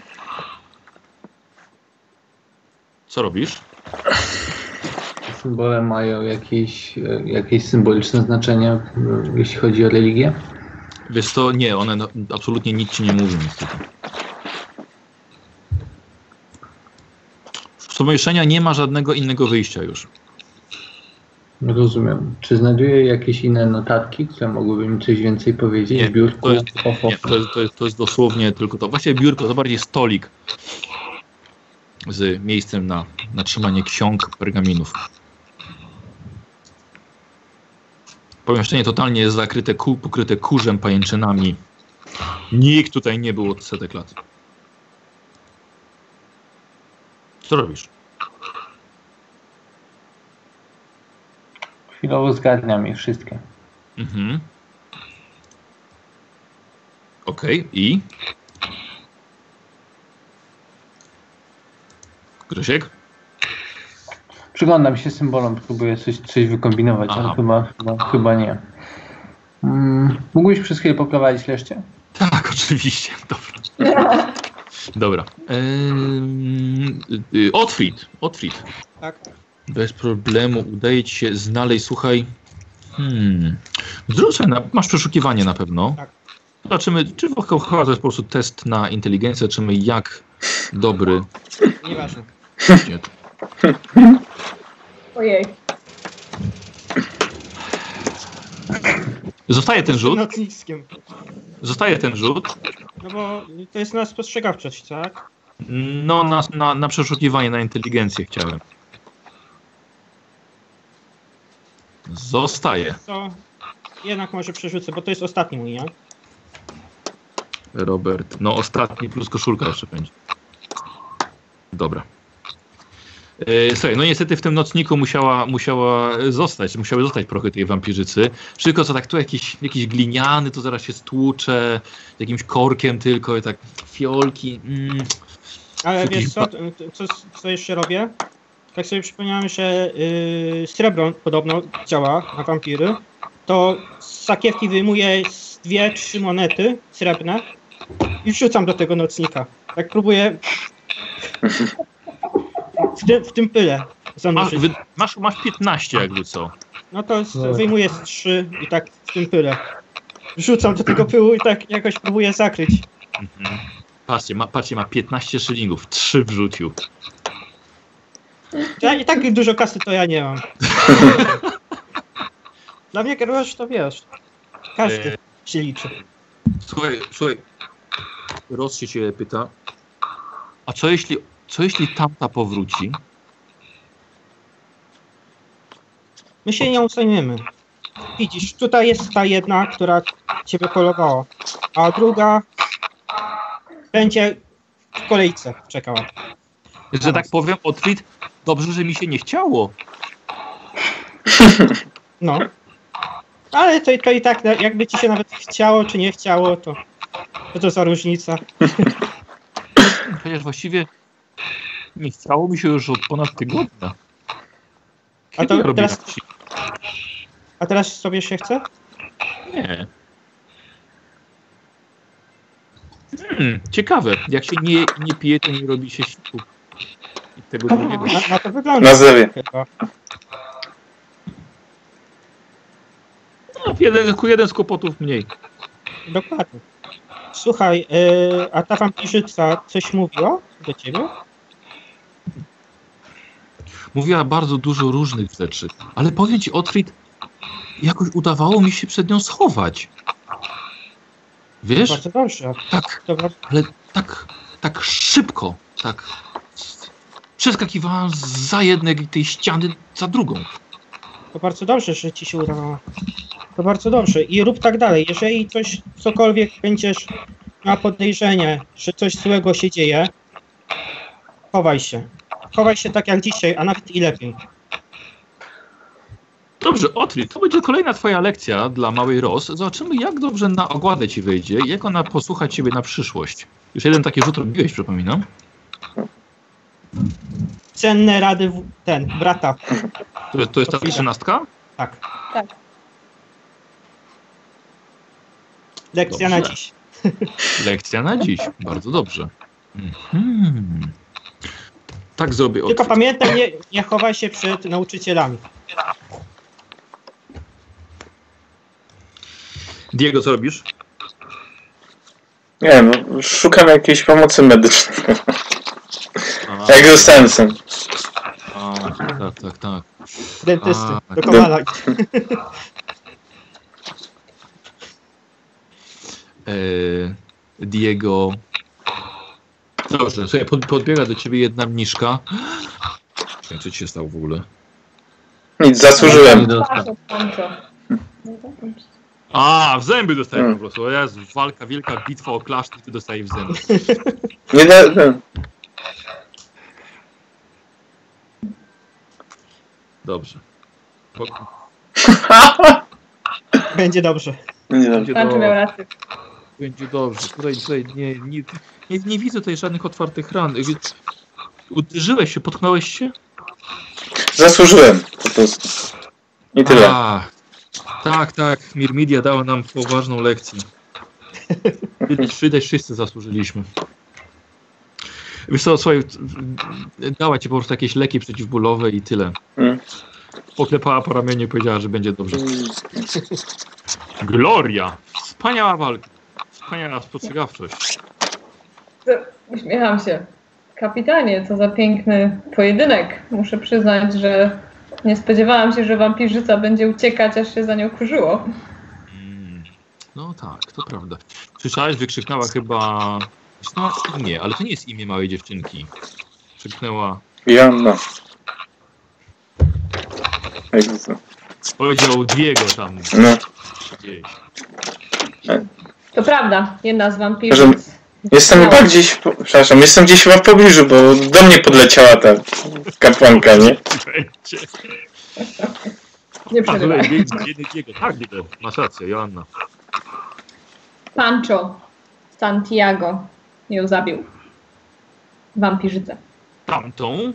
Co robisz? Symbole mają jakieś symboliczne znaczenie, jeśli chodzi o religię? Wiesz co, nie, one absolutnie nic ci nie mówią niestety. Z pomieszczenia nie ma żadnego innego wyjścia już. Rozumiem. Czy znajduję jakieś inne notatki, które mogłyby mi coś więcej powiedzieć? Nie, Biurku? to jest dosłownie tylko to. Właściwie biurko to bardziej stolik. z miejscem na trzymanie ksiąg, pergaminów. Pomieszczenie totalnie jest zakryte, pokryte kurzem, pajęczynami. Nikt tutaj nie był od setek lat. Co robisz? Chwilowo zgarniam je wszystkie. Mhm. Okej, i? Grzesiek? Przyglądam się symbolom, próbuję coś wykombinować, Aha. ale chyba nie. Mógłbyś przez chwilę poprowadzić reszcie? Tak, oczywiście. Dobra. Dobra. Otfrid. Tak. Bez problemu udaje ci się znaleźć, słuchaj. Zrób sobie masz przeszukiwanie na pewno. Tak. Zobaczymy, czy chyba to jest po prostu test na inteligencję, zobaczymy jak dobry. Nieważne. Nie, Ojej. Zostaje ten rzut. Nocniskiem. Zostaje ten rzut. No bo to jest na spostrzegawczość, tak? No, na przeszukiwanie, na inteligencję chciałem. Zostaje. To jednak może przerzucę, bo to jest ostatni mój, nie? Robert. No, ostatni plus koszulka jeszcze będzie. Dobra. Słuchaj, no niestety w tym nocniku musiały zostać prochy tej wampirzycy. Wszystko co tak tu jakiś gliniany, to zaraz się stłucze, jakimś korkiem tylko i tak fiolki. Ale Jakiś wiesz co jeszcze robię? Tak sobie przypomniałem, że srebro podobno działa na wampiry. To z sakiewki wyjmuję 2-3 monety srebrne i wrzucam do tego nocnika. Tak próbuję w tym pyle zanurzyć. Masz 15 jakby co. No to wyjmuję z 3 i tak w tym pyle. Wrzucam do tego pyłu i tak jakoś próbuję zakryć. Mhm. Patrzcie, ma 15 szylingów, 3 wrzucił. Ja i tak dużo kasy to ja nie mam. Dla mnie kierowasz to wiesz. Każdy się liczy. Słuchaj, Ross się ciebie pyta, a co jeśli tamta powróci? My się nią zajmiemy. Widzisz, tutaj jest ta jedna, która ciebie polowała, a druga będzie w kolejce czekała. Że tak powiem, Otfrid, dobrze, że mi się nie chciało. No. Ale to i tak, jakby ci się nawet chciało, czy nie chciało, to za różnica. Chociaż właściwie nie chciało mi się już od ponad tygodnia. Kiedy robię A teraz sobie się chce? Nie. Ciekawe. Jak się nie pije, to nie robi się siku. I tego drugiego. Na to wygląda. Na zewie. Chyba. No, jeden z kłopotów mniej. Dokładnie. Słuchaj, a ta wampirzyca coś mówiła do ciebie? Mówiła bardzo dużo różnych rzeczy. Ale powiem ci, Otfrid, jakoś udawało mi się przed nią schować. Wiesz? Bardzo dobrze. Tak, Dobra. ale tak szybko, tak przeskakiwałem za jednej tej ściany za drugą. To bardzo dobrze, że ci się udało. To bardzo dobrze. I rób tak dalej. Jeżeli cokolwiek będziesz miał podejrzenie, że coś złego się dzieje, chowaj się. Chowaj się tak jak dzisiaj, a nawet i lepiej. Dobrze, Otfrid, to będzie kolejna twoja lekcja dla małej Ross. Zobaczymy, jak dobrze na ogładę ci wyjdzie, jak ona posłucha ciebie na przyszłość. Już jeden taki rzut robiłeś, przypominam. Cenne rady brata. To jest ta 13? Tak. Tak. Lekcja Dobrze. na dziś. Lekcja na dziś. Bardzo dobrze. Tak zrobię. Tylko Otfrid. pamiętaj, nie chowaj się przed nauczycielami. Diego, co robisz? Nie wiem, no, szukam jakiejś pomocy medycznej. A, Jak dostałem sen. tak. Dentysty. A, Do Kowala. Diego, Dobrze, słuchaj, podbiega do ciebie jedna mniszka. Nie wiem, co ci się stało w ogóle. Nic, zasłużyłem. A, w zęby dostajesz po prostu. O Jezu, walka, wielka bitwa o klasztor, ty dostajesz w zęby. Nie da... Dobrze. Będzie dobrze. Nie da... Będzie Pancho miał dobrze. rację. Będzie dobrze. Tutaj nie widzę tutaj żadnych otwartych ran. Uderzyłeś się, potknąłeś się? Zasłużyłem po prostu. I tyle. A, tak. Mirmidia dała nam poważną lekcję. Widać, wszyscy zasłużyliśmy. Wiesz co, słuchaj, dała ci po prostu jakieś leki przeciwbólowe i tyle. Poklepała po ramieniu i powiedziała, że będzie dobrze. Gloria! Wspaniała walka. Wspaniała spostrzegawczość. Uśmiecham się. Kapitanie, co za piękny pojedynek. Muszę przyznać, że nie spodziewałam się, że wampirzyca będzie uciekać, aż się za nią kurzyło. No tak, to prawda. Słyszałeś, wykrzyknęła chyba... No, imię, ale to nie jest imię małej dziewczynki. Krzyknęła... Joanna. Jak to? Powiedział Diego tam. No. Gdzieś. To prawda, jedna z wampirzyc. Jestem chyba gdzieś, przepraszam, jestem gdzieś chyba w pobliżu, bo do mnie podleciała ta kapłanka, nie? Będzie. Nie przerywaj. Diego. Tak, Diego. Masz rację, Joanna. Pancho Santiago ją zabił. Wampirzycę. Tamtą?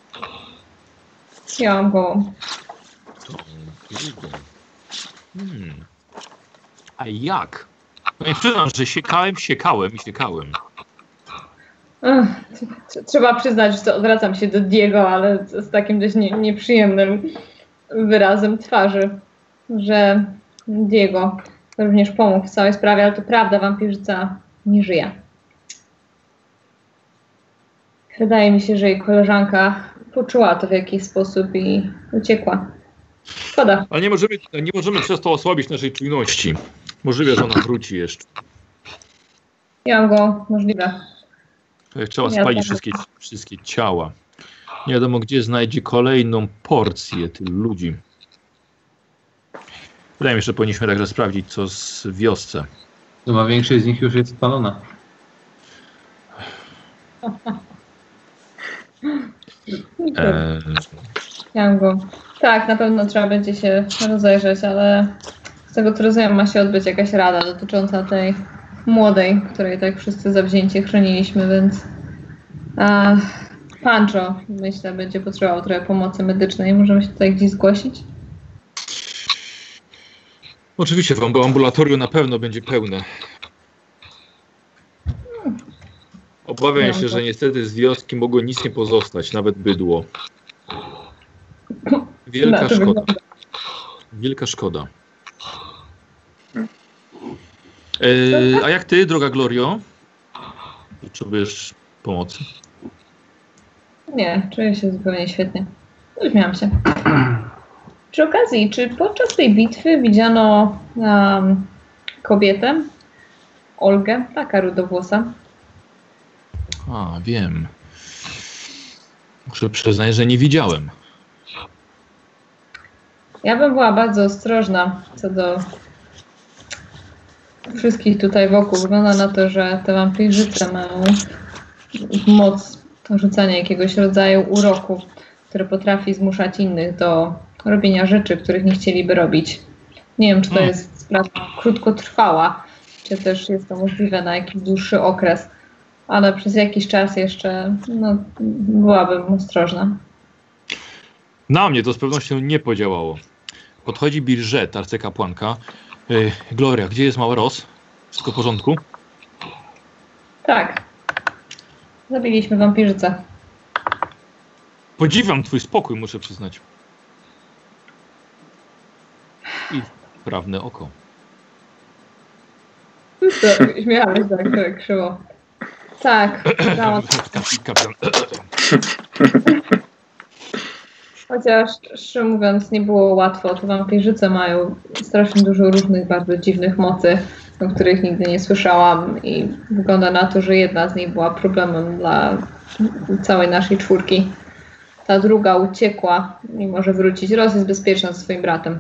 Ja mam go. A jak? No i przyznam, że siekałem. Trzeba przyznać, że odwracam się do Diego, ale z takim dość nieprzyjemnym wyrazem twarzy, że Diego również pomógł w całej sprawie, ale to prawda, wampirzyca nie żyje. Wydaje mi się, że jej koleżanka poczuła to w jakiś sposób i uciekła. Szkoda. Ale nie możemy przez to osłabić naszej czujności. Możliwe, że ona wróci jeszcze. Ja mam go możliwe. Trzeba spalić wszystkie ciała. Nie wiadomo, gdzie znajdzie kolejną porcję tylu ludzi. Wydaje mi się, że powinniśmy także sprawdzić, co z wiosce. Chyba większość z nich już jest spalona. Ja mam go. Tak, na pewno trzeba będzie się rozejrzeć, ale z tego co rozumiem, ma się odbyć jakaś rada dotycząca tej młodej, której tak wszyscy zawzięcie chroniliśmy, więc Pancho, myślę, będzie potrzebował trochę pomocy medycznej. Możemy się tutaj gdzieś zgłosić? Oczywiście, w ambulatorium na pewno będzie pełne. Obawiam się, że niestety z wioski mogło nic nie pozostać, nawet bydło. Wielka szkoda. Wielka szkoda. A jak ty, droga Glorio? Potrzebujesz pomocy? Nie, czuję się zupełnie świetnie. Uśmiałam się. Przy okazji, czy podczas tej bitwy widziano kobietę? Olgę, taka rudowłosa. A, wiem. Muszę przyznać, że nie widziałem. Ja bym była bardzo ostrożna co do wszystkich tutaj wokół. Wygląda na to, że te wampirzyce mają moc rzucania jakiegoś rodzaju uroku, który potrafi zmuszać innych do robienia rzeczy, których nie chcieliby robić. Nie wiem, czy to jest sprawa krótkotrwała, czy też jest to możliwe na jakiś dłuższy okres, ale przez jakiś czas jeszcze byłabym ostrożna. Na mnie to z pewnością nie podziałało. Podchodzi Birżet, arcykapłanka. Gloria, gdzie jest mały Ros? Wszystko w porządku? Tak. Zabiliśmy wampirzycę. Podziwiam twój spokój, muszę przyznać. I prawne oko. Śmiałam się tak krzywo. Tak. Chociaż, szczerze mówiąc, nie było łatwo. Te wampirzyce mają strasznie dużo różnych, bardzo dziwnych mocy, o których nigdy nie słyszałam i wygląda na to, że jedna z nich była problemem dla całej naszej czwórki. Ta druga uciekła i może wrócić. Roz jest bezpieczna ze swoim bratem.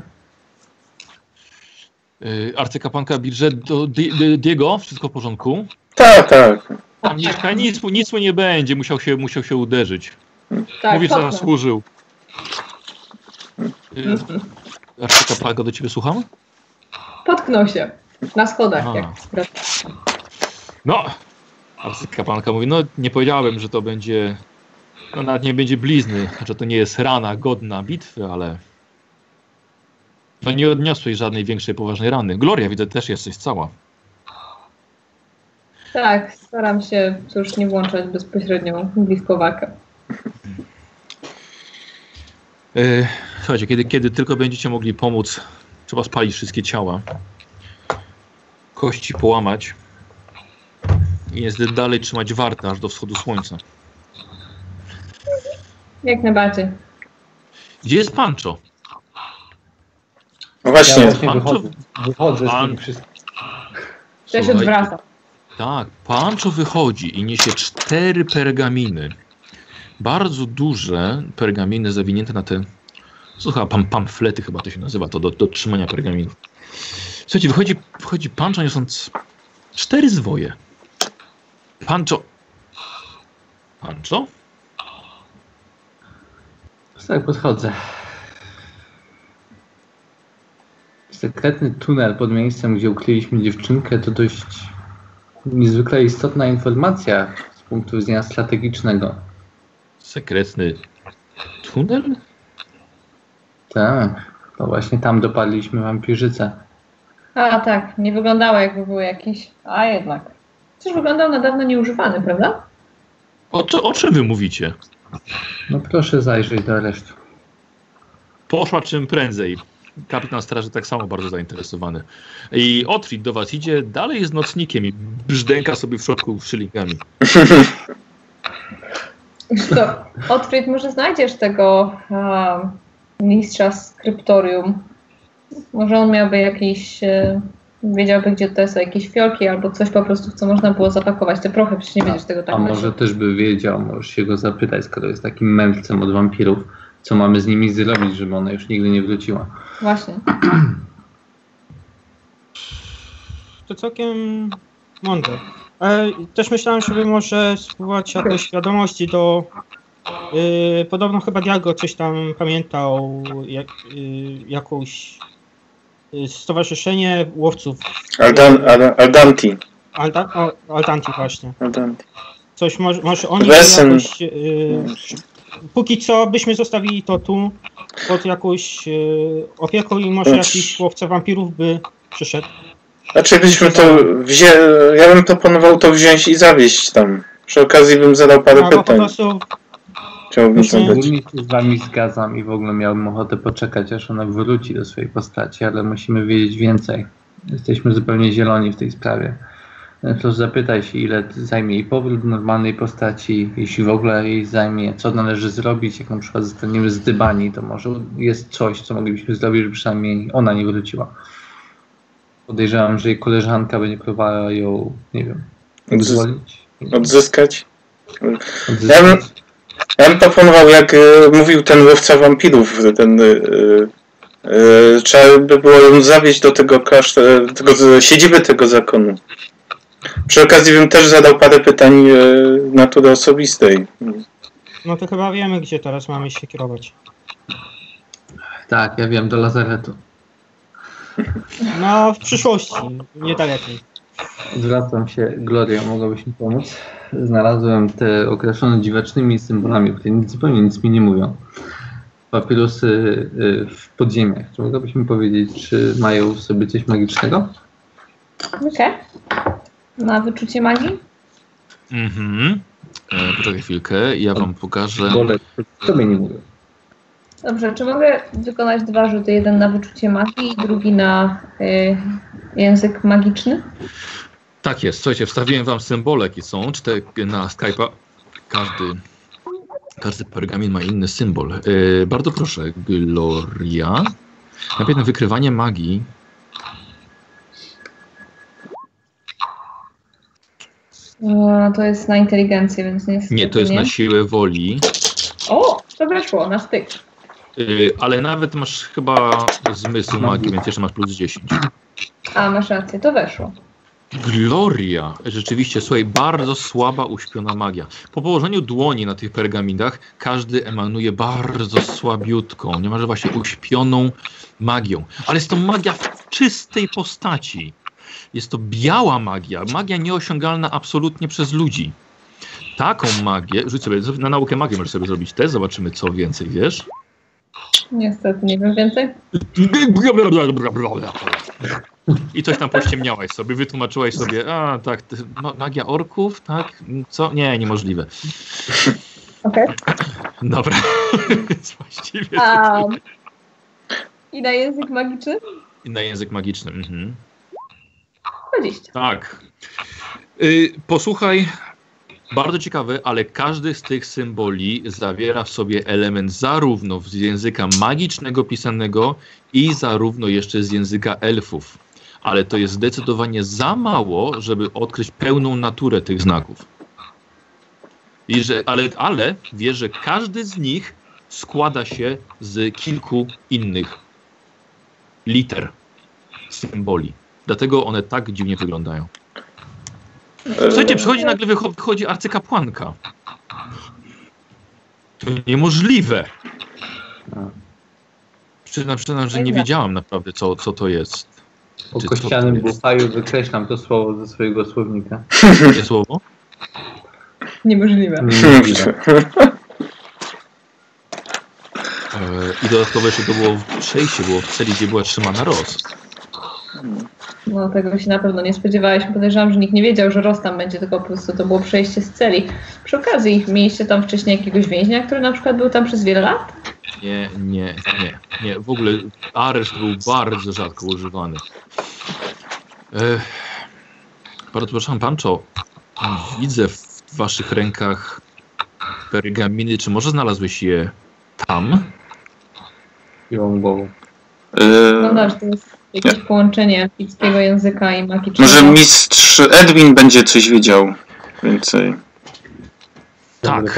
Arcykapłanka Bridget, Diego, wszystko w porządku? Tak. Nic mu nie będzie, musiał się uderzyć. Tak, Mówi, co nas służył. Arcykapłanka, do ciebie słucham? Potknął się na schodach. No, arcykapłanka mówi, no nie powiedziałem, że to będzie, no nawet nie będzie blizny, że to nie jest rana godna bitwy, ale no nie odniosłeś żadnej większej, poważnej rany. Gloria, widzę, też jesteś cała. Tak, staram się już nie włączać bezpośrednio bliskowaka. Słuchajcie, kiedy tylko będziecie mogli pomóc, trzeba spalić wszystkie ciała, kości połamać i niestety dalej trzymać wartę aż do wschodu słońca. Jak najbardziej. Gdzie jest Pancho? No właśnie. Wychodzę z tym wszystkim. Ja się odwracam. Tak, Pancho wychodzi i niesie 4 pergaminy. Bardzo duże pergaminy zawinięte na te... Słuchaj, pamflety chyba to się nazywa, to do trzymania pergaminów. Słuchajcie, wychodzi Pancho niosąc 4 zwoje. Pancho? Tak, podchodzę. Sekretny tunel pod miejscem, gdzie ukryliśmy dziewczynkę, to dość niezwykle istotna informacja z punktu widzenia strategicznego. Sekretny tunel? Tak, to właśnie tam dopadliśmy wampirzycę. A tak, nie wyglądało jakby był jakiś, a jednak. Przecież wyglądał na dawno nieużywany, prawda? O czym wy mówicie? No proszę zajrzeć do reszty. Poszła czym prędzej. Kapitan straży tak samo bardzo zainteresowany. I Otfrid do was idzie, dalej jest nocnikiem i brzdęka sobie w środku szylingami. To, Otfrid, może znajdziesz tego mistrza skryptorium. Może on miałby jakiś, wiedziałby, gdzie to są jakieś fiolki albo coś po prostu, w co można było zapakować. Te prochy, przecież nie będziesz tego tak myśleć. A może też by wiedział, możesz się go zapytać, skoro jest takim mędrcem od wampirów, co mamy z nimi zrobić, żeby ona już nigdy nie wróciła. Właśnie. To całkiem mądre. Ale też myślałem, żeby może spróbować jakoś wiadomości do... podobno chyba Diago coś tam pamiętał, jakąś stowarzyszenie łowców. Aldanti. Aldanti właśnie. Aldanti. Coś może oni jakoś... póki co byśmy zostawili to tu pod jakąś opieką i może jakiś łowca wampirów by przyszedł. Znaczy byśmy to ja bym proponował to wziąć i zawieźć tam. Przy okazji bym zadał parę pytań. Po prostu chciałbym zadać. się z wami zgadzam i w ogóle miałbym ochotę poczekać, aż ona wróci do swojej postaci, ale musimy wiedzieć więcej. Jesteśmy zupełnie zieloni w tej sprawie. To zapytaj się, ile zajmie jej powrót do normalnej postaci, jeśli w ogóle jej zajmie, co należy zrobić, jak na przykład zostaniemy zdybani, to może jest coś, co moglibyśmy zrobić, żeby przynajmniej ona nie wróciła. Podejrzewam, że jej koleżanka będzie próbowała ją, nie wiem, odzyskać. Ja bym proponował, jak mówił ten łowca wampirów, trzeba by było ją zawieźć do tego siedziby tego zakonu. Przy okazji bym też zadał parę pytań natury osobistej. No to chyba wiemy, gdzie teraz mamy się kierować. Tak, ja wiem, do lazaretu. No, w przyszłości, niedalekiej. Zwracam się, Gloria, mogłabyś mi pomóc? Znalazłem te określone dziwacznymi symbolami, które zupełnie nic mi nie mówią. Papirusy w podziemiach. Czy mogłabyś mi powiedzieć, czy mają w sobie coś magicznego? Okej. Na wyczucie magii? Poczekaj chwilkę, ja wam pokażę. Co mi nie mówią? Dobrze, czy mogę wykonać 2 rzuty? Jeden na wyczucie magii i drugi na język magiczny? Tak jest. Słuchajcie, wstawiłem wam symbole, jakie są na Skype'a. Każdy pergamin ma inny symbol. Bardzo proszę, Gloria. Najpierw na wykrywanie magii. To jest na inteligencję, więc niestety Nie, to jest na siłę woli. O, to weszło, na styk. Ale nawet masz chyba zmysł magii, więc jeszcze masz plus 10. A, masz rację, to weszło. Gloria! Rzeczywiście, słuchaj, bardzo słaba, uśpiona magia. Po położeniu dłoni na tych pergaminach każdy emanuje bardzo słabiutką, niemalże właśnie uśpioną magią. Ale jest to magia w czystej postaci. Jest to biała magia, magia nieosiągalna absolutnie przez ludzi. Taką magię, rzuć sobie, na naukę magii możesz sobie zrobić test, zobaczymy co więcej wiesz. Niestety, nie wiem więcej. I coś tam pościemniałaś sobie, wytłumaczyłaś sobie, a tak, magia orków, tak? Co? Nie, niemożliwe. Okej. Dobra. Właściwie I na język magiczny? I na język magiczny. Mhm. 20. Tak. Posłuchaj, bardzo ciekawe, ale każdy z tych symboli zawiera w sobie element zarówno z języka magicznego pisanego i zarówno jeszcze z języka elfów. Ale to jest zdecydowanie za mało, żeby odkryć pełną naturę tych znaków. Ale wiesz, że każdy z nich składa się z kilku innych liter, symboli. Dlatego one tak dziwnie wyglądają. Słuchajcie, nagle wychodzi arcykapłanka. To niemożliwe. Przyznam, że nie wiedziałam naprawdę, co to jest. Po kościanym buchaju wykreślam to słowo ze swojego słownika. Jakie słowo? Niemożliwe. I dodatkowo jeszcze to było przejście, było w celi, gdzie była trzymana Ros. No tego się na pewno nie spodziewaliśmy. Podejrzewam, że nikt nie wiedział, że Ros tam będzie, tylko po prostu to było przejście z celi. Przy okazji, mieliście tam wcześniej jakiegoś więźnia, który na przykład był tam przez wiele lat? Nie. W ogóle areszt był bardzo rzadko używany. Bardzo przepraszam, Pancho. Widzę w waszych rękach pergaminy. Czy może znalazłeś je tam? Piłą głową. No dobrze, to jest jakieś połączenie elfickiego języka i magicznego. Może mistrz Edwin będzie coś wiedział więcej. Tak.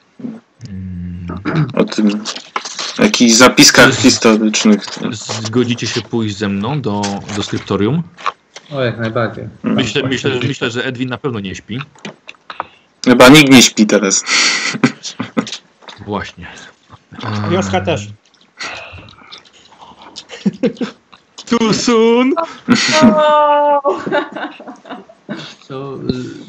O tym. Jakichś zapiskach historycznych. Zgodzicie się pójść ze mną do skryptorium? O, jak najbardziej. Myślę, że Edwin na pewno nie śpi. Chyba nikt nie śpi teraz. Właśnie. Wioska też. Too soon! Co,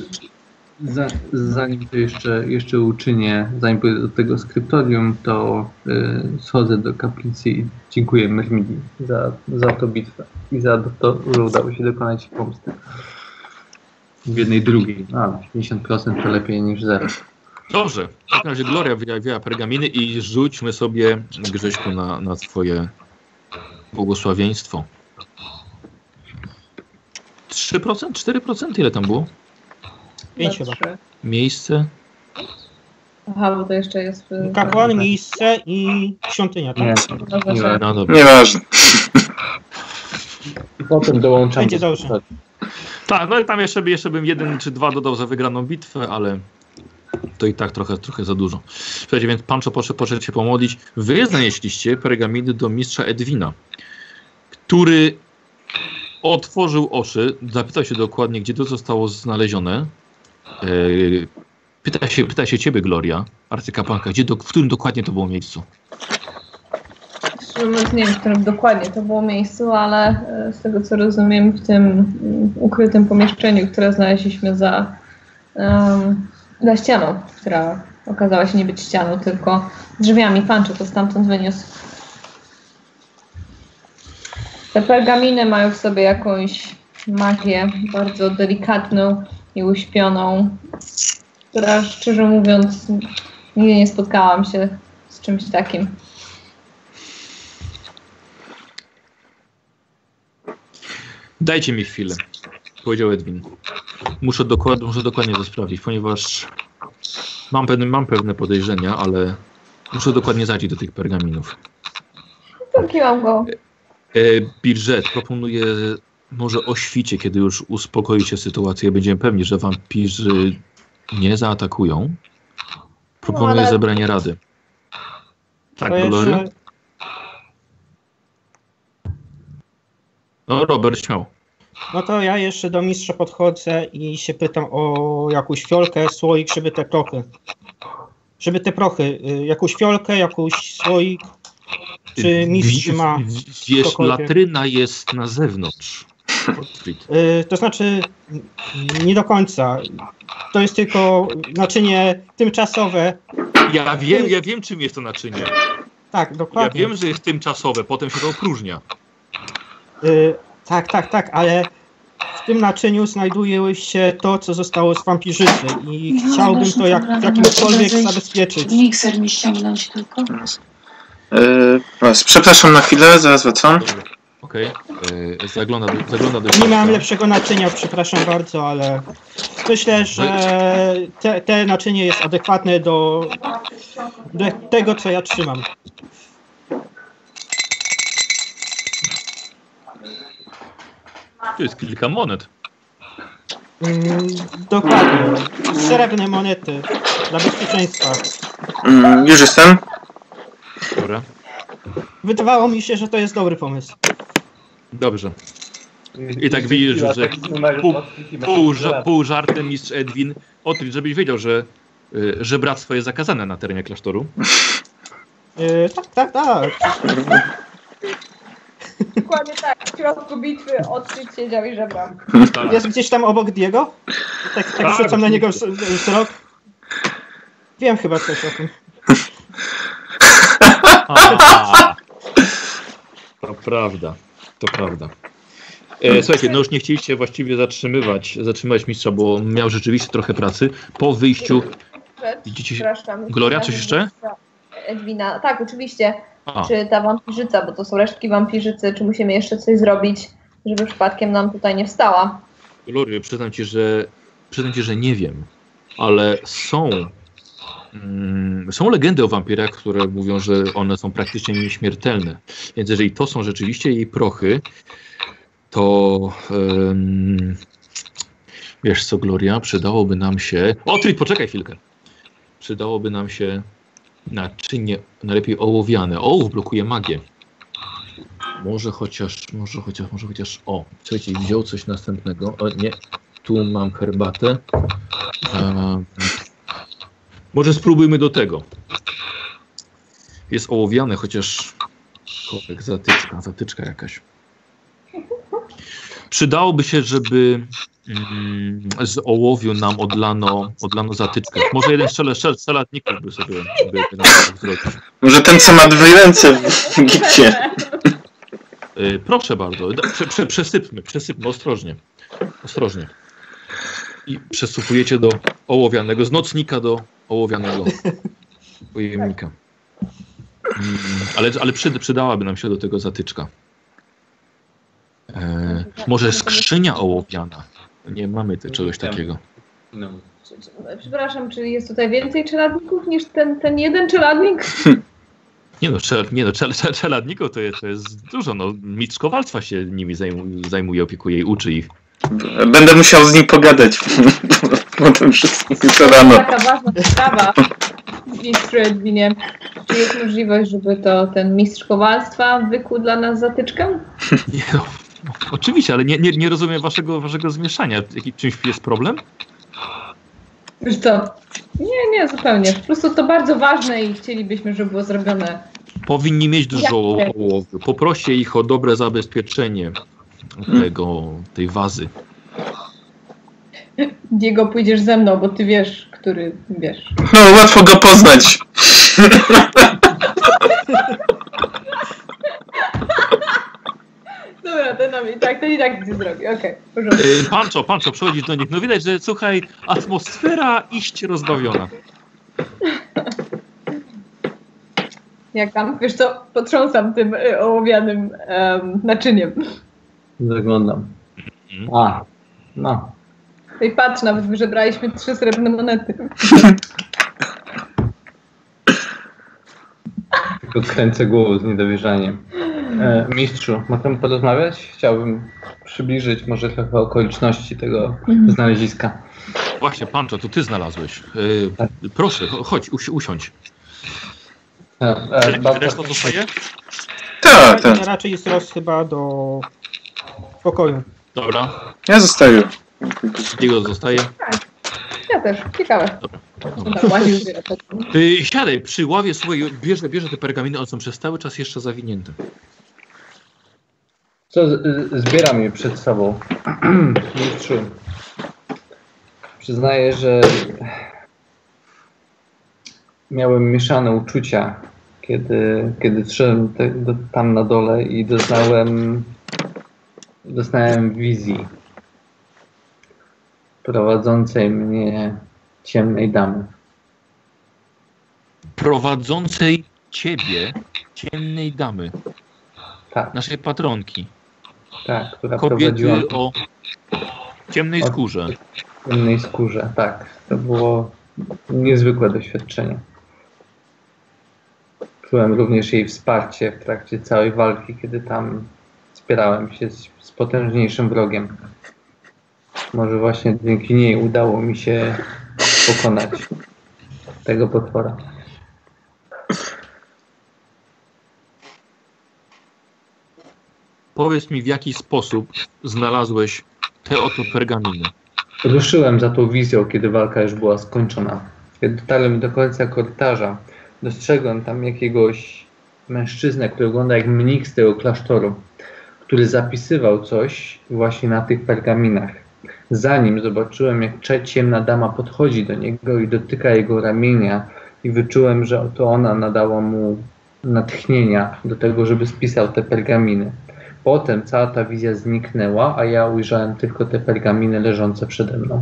zanim to jeszcze uczynię, zanim pójdę do tego skryptorium, to schodzę do kaplicy i dziękuję Myrmidii za tą bitwę i za to, że udało się dokonać pomsty. W jednej drugiej. 50% to lepiej niż 0. Dobrze. W takim razie Gloria wyjawia pergaminy i rzućmy sobie, Grześku, na twoje błogosławieństwo. 3%? 4%? Ile tam było? 5 chyba. Miejsce? Aha, bo to jeszcze jest... Kapłan, miejsce i świątynia. Tak? No dobra. Nieważne. I potem dołączam. Będzie dobrze. Tak, no i tam jeszcze bym 1 czy 2 dodał za wygraną bitwę, ale to i tak trochę za dużo. Słuchajcie, więc Pancho poszedł się pomodlić. Wy zanieśliście pergaminy do mistrza Edwina, który otworzył oczy, zapytał się dokładnie, gdzie to zostało znalezione. Pyta się ciebie, Gloria, arcykapłanka, w którym dokładnie to było miejscu? Nie wiem, w którym dokładnie to było miejscu, ale z tego co rozumiem, w tym ukrytym pomieszczeniu, które znaleźliśmy za ścianą, która okazała się nie być ścianą, tylko drzwiami. Pancho to stamtąd wyniósł. Te pergaminy mają w sobie jakąś magię bardzo delikatną i uśpioną, która, szczerze mówiąc, nigdy nie spotkałam się z czymś takim. Dajcie mi chwilę, powiedział Edwin. Muszę dokładnie to sprawdzić, ponieważ Mam pewne podejrzenia, ale muszę dokładnie zajrzeć do tych pergaminów. Kiwam go. Birżet, proponuję może o świcie, kiedy już uspokoi się sytuacja, będziemy pewni, że wampirzy nie zaatakują. Proponuję zebranie rady. Tak, Gloria? No, Robert, śmiał. No to ja jeszcze do mistrza podchodzę i się pytam o jakąś fiolkę, słoik, żeby te prochy. Jakąś fiolkę, jakąś słoik. Czy mistrz ma Wiesz, cokolwiek? latryna jest na zewnątrz. To znaczy, nie do końca. To jest tylko naczynie tymczasowe. Ja wiem, czym jest to naczynie. Tak, dokładnie. Ja wiem, że jest tymczasowe, potem się to opróżnia. Tak, ale w tym naczyniu znajduje się to, co zostało z wampirzycy i chciałbym to w jakimkolwiek zabezpieczyć. Mikser mi ściągnąć tylko. Przepraszam na chwilę, zaraz wracam. Okej. Zagląda do Nie miałem lepszego naczynia, przepraszam bardzo, ale myślę, że te naczynie jest adekwatne do tego, co ja trzymam. Tu jest kilka monet. Dokładnie. Srebrne monety dla bezpieczeństwa. Już jestem. Dobra. Wydawało mi się, że to jest dobry pomysł. Dobrze. I tak widzisz, że pół żartem mistrz Edwin odkrył, żebyś wiedział, że bractwo jest zakazane na terenie klasztoru. Tak. Dokładnie tak. W środku bitwy odkryć siedział i żebrał. Tak. Jest gdzieś tam obok Diego? Tak rzucam na niego wzrok. Wiem chyba coś o tym. To prawda. Słuchajcie, no już nie chcieliście właściwie zatrzymywać mistrza, bo miał rzeczywiście trochę pracy. Po wyjściu... Widzicie się... Gloria, coś jeszcze? Edwina, tak, oczywiście. A. Czy ta wampirzyca, bo to są resztki wampirzycy, czy musimy jeszcze coś zrobić, żeby przypadkiem nam tutaj nie wstała? Gloria, przyznam ci, że nie wiem, ale są legendy o wampirach, które mówią, że one są praktycznie nieśmiertelne. Więc jeżeli to są rzeczywiście jej prochy, to wiesz co, Gloria, przydałoby nam się... Otrit, poczekaj chwilkę. Przydałoby nam się naczynie najlepiej ołowiane. Ołów blokuje magię. Może chociaż... O, słuchajcie, wziął coś następnego. O, nie, tu mam herbatę. Może spróbujmy do tego. Jest ołowiane, chociaż... Korek, zatyczka jakaś. Przydałoby się, żeby z ołowiu nam odlano zatyczkę. Może jeden strzelatników by sobie zrobić. Może ten, co ma dwie ręce w gipcie. Proszę bardzo. Przesypmy ostrożnie. I przesypujecie do ołowianego, z nocnika do ołowianego pojemnika. Ale przydałaby nam się do tego zatyczka. Może skrzynia ołowiana. Nie mamy czegoś takiego. No. Przepraszam, czy jest tutaj więcej czeladników niż ten jeden czeladnik? Czeladników to jest dużo. No, mistrz kowalstwa się nimi zajmuje, opiekuje i uczy ich. Będę musiał z nim pogadać po tym wszystkim jutro rano. Taka ważna sprawa, mistrzu Edwinie. Czy jest możliwość, żeby to ten mistrz kowalstwa wykuł dla nas zatyczkę? Nie, no, oczywiście, ale nie rozumiem waszego zmieszania. Czymś jest problem? Wiesz co? Nie, zupełnie. Po prostu to bardzo ważne i chcielibyśmy, żeby było zrobione. Powinni mieć dużo ołowiu. Poproście ich o dobre zabezpieczenie tej wazy. Diego, pójdziesz ze mną, bo ty wiesz, który wiesz. No, łatwo go poznać. Dobra, ten i tak nic zrobi. Okej, porządku. Pancho, przychodzisz do nich. No widać, że słuchaj, atmosfera iście rozbawiona. Jak tam, wiesz co, potrząsam tym ołowianym naczyniem. Zaglądam. No. No i patrz, nawet wyżebraliśmy 3 srebrne monety. Tylko kręcę głową z niedowierzaniem. Mistrzu, możemy porozmawiać? Chciałbym przybliżyć może trochę okoliczności tego znaleziska. Właśnie, Pancho, to ty znalazłeś. Proszę, chodź, usiądź. Reszta zostaje? Tak. Raczej jest Ross chyba do pokoju. Dobra. Ja zostaję. Diego zostaje. Ja też, ciekawe. Dobra. Siadaj przy ławie, słuchaj, bierze te pergaminy, one są przez cały czas jeszcze zawinięte. Co zbieram je przed sobą. Mistrzu, przyznaję, że miałem mieszane uczucia, kiedy szedłem tam na dole i doznałem wizji prowadzącej mnie ciemnej damy. Prowadzącej ciebie ciemnej damy. Tak. Naszej patronki. Tak, która Kobiety prowadziła o ciemnej skórze. W ciemnej skórze, tak. To było niezwykłe doświadczenie. Czułem również jej wsparcie w trakcie całej walki, kiedy tam spierałem się z potężniejszym wrogiem. Może właśnie dzięki niej udało mi się pokonać tego potwora. Powiedz mi, w jaki sposób znalazłeś te oto pergaminy. Ruszyłem za tą wizją, kiedy walka już była skończona. Kiedy dotarłem do końca korytarza, dostrzegłem tam jakiegoś mężczyznę, który wygląda jak mnich z tego klasztoru, który zapisywał coś właśnie na tych pergaminach. Zanim zobaczyłem, jak ciemna dama podchodzi do niego i dotyka jego ramienia i wyczułem, że to ona nadała mu natchnienia do tego, żeby spisał te pergaminy. Potem cała ta wizja zniknęła, a ja ujrzałem tylko te pergaminy leżące przede mną.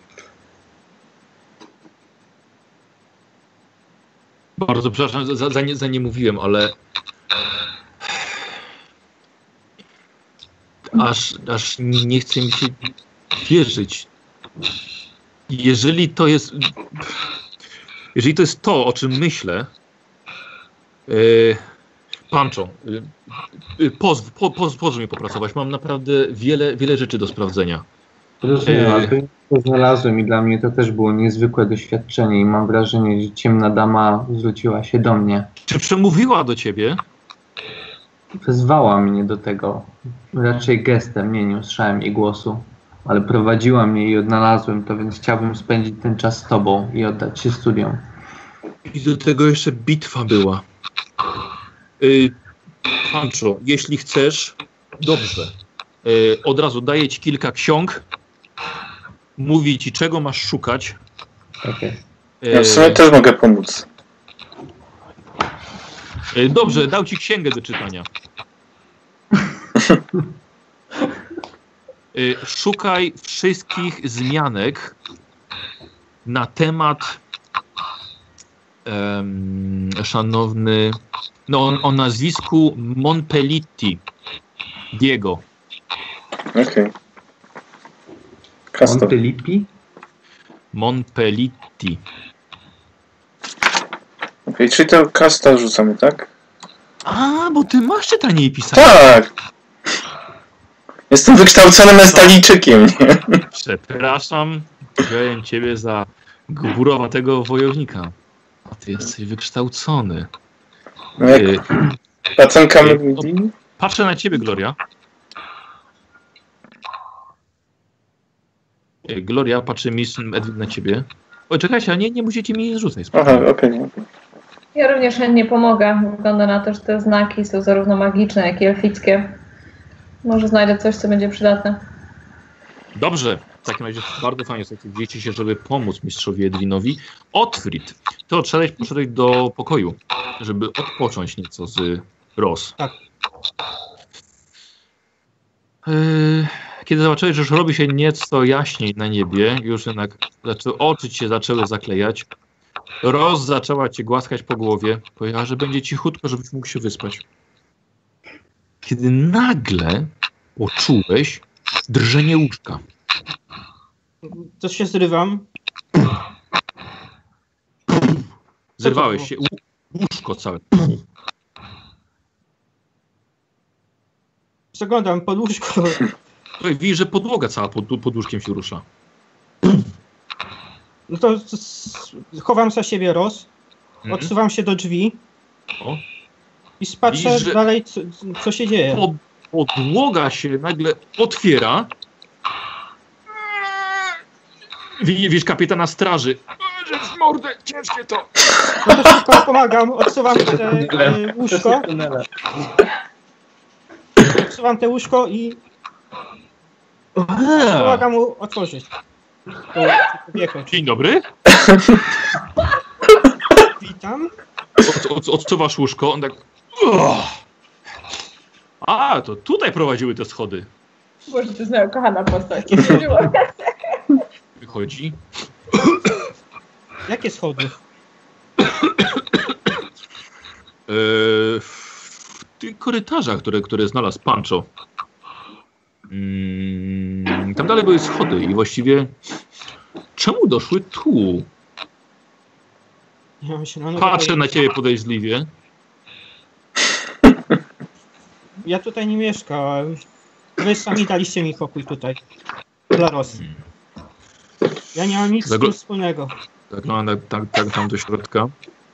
Bardzo przepraszam, za nie mówiłem, ale aż nie chce mi się wierzyć. Jeżeli to jest to, o czym myślę, Pancho, pozwól mi popracować. Mam naprawdę wiele rzeczy do sprawdzenia. Rozumiem, ale to znalazłem i dla mnie to też było niezwykłe doświadczenie i mam wrażenie, że ciemna dama zwróciła się do mnie. Czy przemówiła do ciebie? Wezwała mnie do tego, raczej gestem, nie usłyszałem jej głosu, ale prowadziła mnie i odnalazłem to, więc chciałbym spędzić ten czas z tobą i oddać się studiom. I do tego jeszcze bitwa była. Pancho, jeśli chcesz, dobrze. Od razu daję ci kilka ksiąg. Mówi ci, czego masz szukać. Tak jest. Ja w sumie też mogę pomóc. Dobrze, dał ci księgę do czytania. Szukaj wszystkich wzmianek na temat szanowny, o nazwisku Monpellitti Diego. Okej. Monpellitti? Monpellitti. Okej, czyli to kasta rzucamy, tak? A, bo ty masz czytanie i pisanie. Tak! Jestem wykształconym estalijczykiem, nie? Przepraszam, wziąłem ciebie za gburowatego wojownika. A ty jesteś wykształcony. No jak pacenka Medwidzi? Patrzę na ciebie, Gloria. Gloria, patrzy mistrz Edwin na ciebie. Oj, czekajcie, a nie musicie mi rzucać. Aha, okej. Ja również chętnie pomogę. Wygląda na to, że te znaki są zarówno magiczne, jak i elfickie. Może znajdę coś, co będzie przydatne. Dobrze. W takim razie bardzo fajnie wiecie się, żeby pomóc mistrzowi Edwinowi. Otfrid, ty poszedłeś do pokoju, żeby odpocząć nieco z Ross. Tak. Kiedy zobaczyłeś, że już robi się nieco jaśniej na niebie, już jednak oczy ci się zaczęły zaklejać, Ross zaczęła cię głaskać po głowie, powiedziała, że będzie cichutko, żebyś mógł się wyspać. Kiedy nagle poczułeś drżenie łóżka. Coś się zrywam. Zerwałeś się, łóżko całe. Zaglądam pod łóżko. Słuchaj, widzisz, że podłoga cała pod łóżkiem się rusza. No to chowam za siebie odsuwam się do drzwi O. i patrzę Widzisz, że- dalej, co się dzieje. Podłoga się nagle otwiera. Widzisz kapitana straży. Że w mordę, ciężkie to. No to szybko pomagam, odsuwam te łóżko. Odsuwam te łóżko i pomagam mu otworzyć. Dzień dobry. Witam. Odsuwasz łóżko, on tak... A, to tutaj prowadziły te schody. Boże, to jest moja kochana postać. Wychodzi. Jakie schody? W tych korytarzach, które znalazł Pancho. Tam dalej były schody i właściwie... Czemu doszły tu? Ja się Patrzę na ciebie podejrzliwie. Ja tutaj nie mieszkałem. Wy sami daliście mi pokój tutaj. Dla Rosji. Ja nie mam nic z tym wspólnego. Zaglądam tam do środka.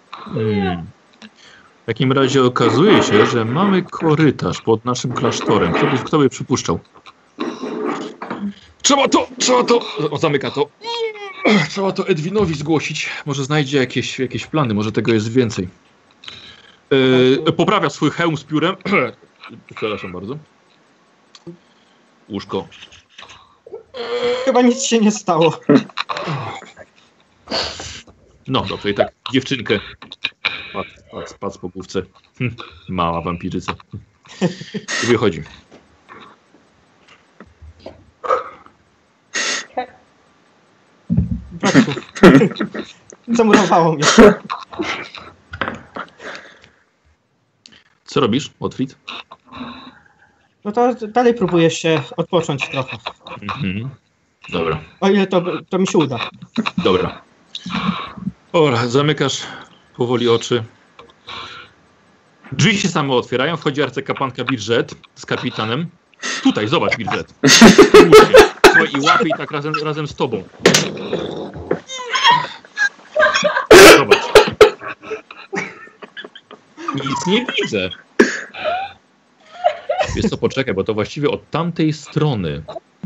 W takim razie okazuje się, że mamy korytarz pod naszym klasztorem. Kto by przypuszczał? Trzeba to! O, zamyka to. Trzeba to Edwinowi zgłosić. Może znajdzie jakieś plany, może tego jest więcej. Poprawia swój hełm z piórem. Przepraszam bardzo. Łóżko. Chyba nic się nie stało. No dobrze, i tak dziewczynkę. Patrz po główce. Mała wampirzyca. I wychodzi. Bratku. Zamurowało mnie. Co robisz, Otfrid? No to dalej próbujesz się odpocząć trochę. Dobra. O ile to mi się uda. Dobra. Ora, zamykasz powoli oczy. Drzwi się same otwierają, wchodzi arcykapłanka Birgit z kapitanem. Tutaj, zobacz, Birgit. Słuchaj, i łapie i tak razem z tobą. Zobacz. Nic nie widzę. Wiesz co, poczekaj, bo to właściwie od tamtej strony.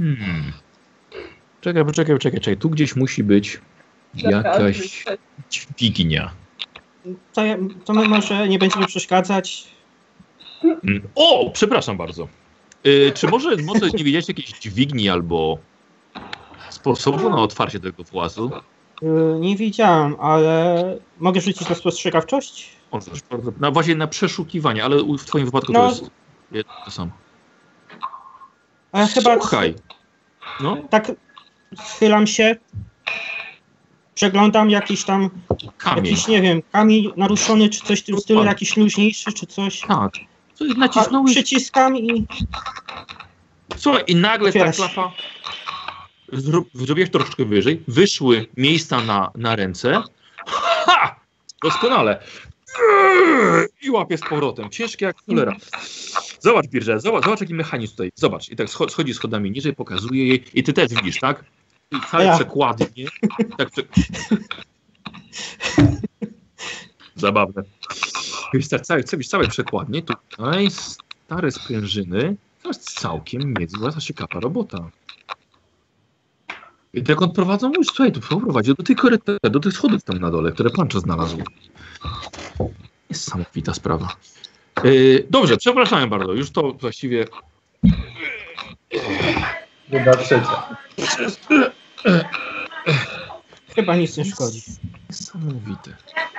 Czekaj. Tu gdzieś musi być jakaś dźwignia. To my może nie będziemy przeszkadzać. O, przepraszam bardzo. Czy może nie widziałeś jakiejś dźwigni albo sposobu na otwarcie tego włazu? Nie widziałem, ale mogę rzucić na spostrzegawczość? No właśnie na przeszukiwanie, ale w twoim wypadku to jest to samo. Ale chyba... Słuchaj. No. Tak schylam się, przeglądam jakiś tam, nie wiem, kamień naruszony, czy coś w tym stylu, jakiś luźniejszy, czy coś. Tak. Nacisnąłeś... Przyciskam i... Słuchaj, i nagle ta klafa... Zrobiłeś troszeczkę wyżej, wyszły miejsca na ręce. Ha! Doskonale. I łapie z powrotem. Ciężkie jak cholera. Zobacz, Birgit, zobacz jaki mechanizm tutaj. Zobacz. I tak schodzi schodami niżej, pokazuje jej. I ty też widzisz, tak? I całe przekładnie. Tak Zabawne. Widzisz całe przekładnie. Tutaj stare sprężyny. To jest całkiem niezła kapa robota. I tak odprowadzą już, słuchaj, tu prowadzi do tej korytarza, do tych schodów tam na dole, które Pancho znalazł. Niesamowita sprawa. Dobrze, przepraszam bardzo, już to właściwie... Chyba trzecia. Chyba nic nie szkodzi. Niesamowite.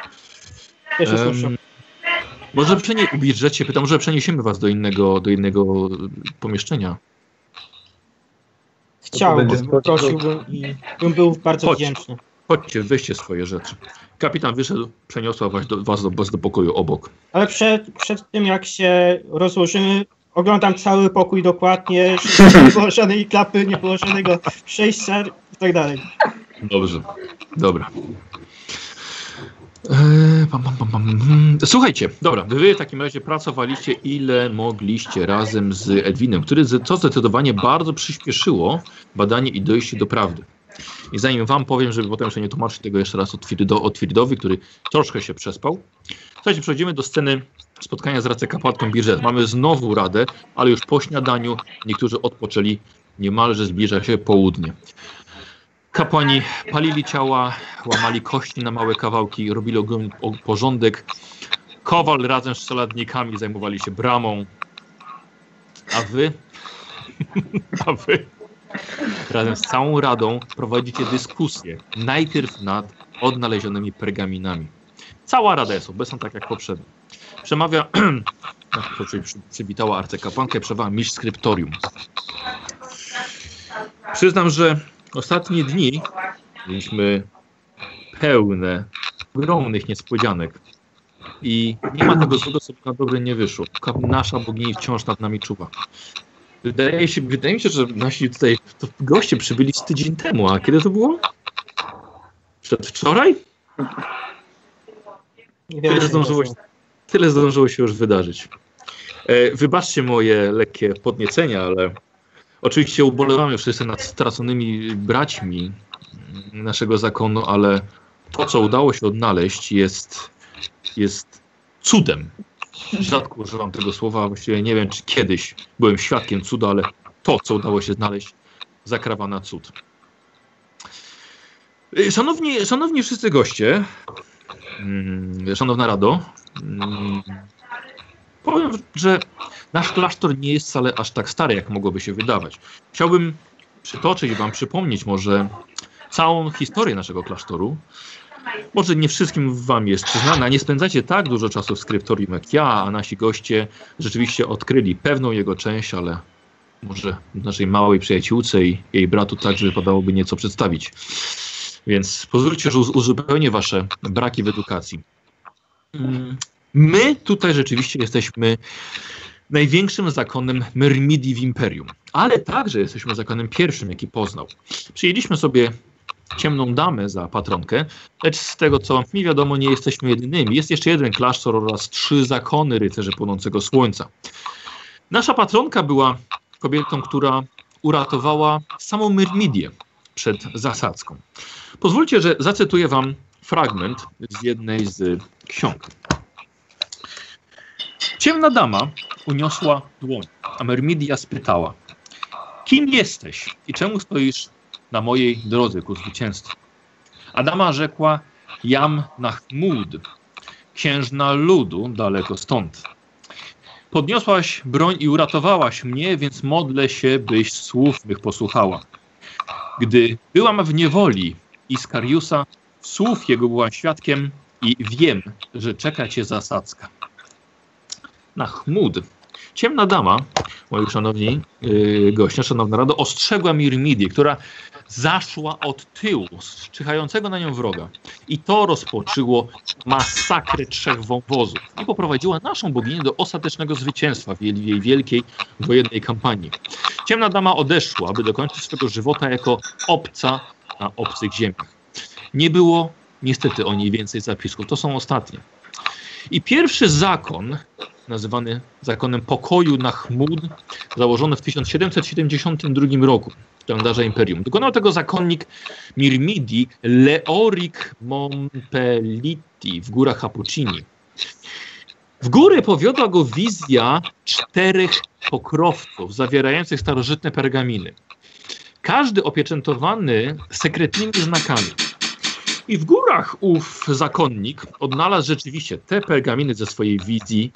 Może może przeniesiemy was do innego pomieszczenia. Chciałbym, prosiłbym i bym był bardzo wdzięczny. Chodźcie, weźcie swoje rzeczy. Kapitan wyszedł, przeniosła was do pokoju obok. Ale przed tym, jak się rozłożymy, oglądam cały pokój dokładnie, nie było żadnej klapy, nie było żadnego przejścia i tak dalej. Dobrze, dobra. Słuchajcie, dobra, wy w takim razie pracowaliście ile mogliście razem z Edwinem, co zdecydowanie bardzo przyspieszyło badanie i dojście do prawdy. I zanim wam powiem, żeby potem jeszcze nie tłumaczyć tego jeszcze raz o Twirdowi, który troszkę się przespał. Słuchajcie, przechodzimy do sceny spotkania z arcykapłanką Birżet. Mamy znowu radę, ale już po śniadaniu niektórzy odpoczęli, niemalże zbliża się południe. Kapłani palili ciała, łamali kości na małe kawałki, robili ogromny porządek. Kowal razem z czeladnikami zajmowali się bramą. A wy razem z całą radą prowadzicie dyskusję. Najpierw nad odnalezionymi pergaminami. Cała rada jest obecna, tak jak poprzednio. Przemawia, przywitała arcykapłankę, przemawia mistrz skryptorium. Przyznam, że ostatnie dni mieliśmy pełne ogromnych niespodzianek i nie ma tego złego, co na dobre nie wyszło. Nasza bogini wciąż nad nami czuwa. Wydaje mi się, że nasi tutaj goście przybyli z tydzień temu, a kiedy to było? Przedwczoraj? Tyle zdążyło się już wydarzyć. Wybaczcie moje lekkie podniecenia, ale oczywiście ubolewamy wszyscy nad straconymi braćmi naszego zakonu, ale to, co udało się odnaleźć, jest cudem. Rzadko używam tego słowa, właściwie nie wiem, czy kiedyś byłem świadkiem cudu, ale to, co udało się znaleźć, zakrawa na cud. Szanowni wszyscy goście, szanowna Rado, powiem, że nasz klasztor nie jest wcale aż tak stary, jak mogłoby się wydawać. Chciałbym przytoczyć wam, przypomnieć może całą historię naszego klasztoru. Może nie wszystkim wam jest znana, nie spędzacie tak dużo czasu w skryptorium jak ja, a nasi goście rzeczywiście odkryli pewną jego część, ale może naszej małej przyjaciółce i jej bratu także wypadałoby nieco przedstawić. Więc pozwólcie, że uzupełnię wasze braki w edukacji. My tutaj rzeczywiście jesteśmy największym zakonem Myrmidii w Imperium, ale także jesteśmy zakonem pierwszym, jaki poznał. Przyjęliśmy sobie ciemną damę za patronkę, lecz z tego, co mi wiadomo, nie jesteśmy jedynymi. Jest jeszcze jeden klasztor oraz 3 zakony rycerzy płonącego słońca. Nasza patronka była kobietą, która uratowała samą Myrmidię przed zasadzką. Pozwólcie, że zacytuję wam fragment z jednej z ksiąg. Ciemna dama uniosła dłoń, a Myrmidia spytała: kim jesteś i czemu stoisz na mojej drodze ku zwycięstwu? A dama rzekła: Jam Nachmud, księżna ludu daleko stąd. Podniosłaś broń i uratowałaś mnie, więc modlę się, byś słów mych posłuchała. Gdy byłam w niewoli Iskariusa, słów jego byłam świadkiem i wiem, że czeka cię zasadzka. Nachmud. Ciemna dama, moi szanowni goście, szanowna Rado, ostrzegła Myrmidię, która zaszła od tyłu z czyhającego na nią wroga. I to rozpoczęło masakrę 3 wąwozów i poprowadziła naszą boginię do ostatecznego zwycięstwa w jej wielkiej wojennej kampanii. Ciemna dama odeszła, aby dokończyć swego żywota jako obca na obcych ziemiach. Nie było niestety o niej więcej zapisków. To są ostatnie. I pierwszy zakon, nazywany zakonem pokoju Nachmud, założony w 1772 roku w kalendarze Imperium. Dokonał tego zakonnik Myrmidii Leorik Montpellier w górach Cappuccini. W górę powiodła go wizja 4 pokrowców zawierających starożytne pergaminy. Każdy opieczętowany sekretnymi znakami. I w górach ów zakonnik odnalazł rzeczywiście te pergaminy ze swojej wizji.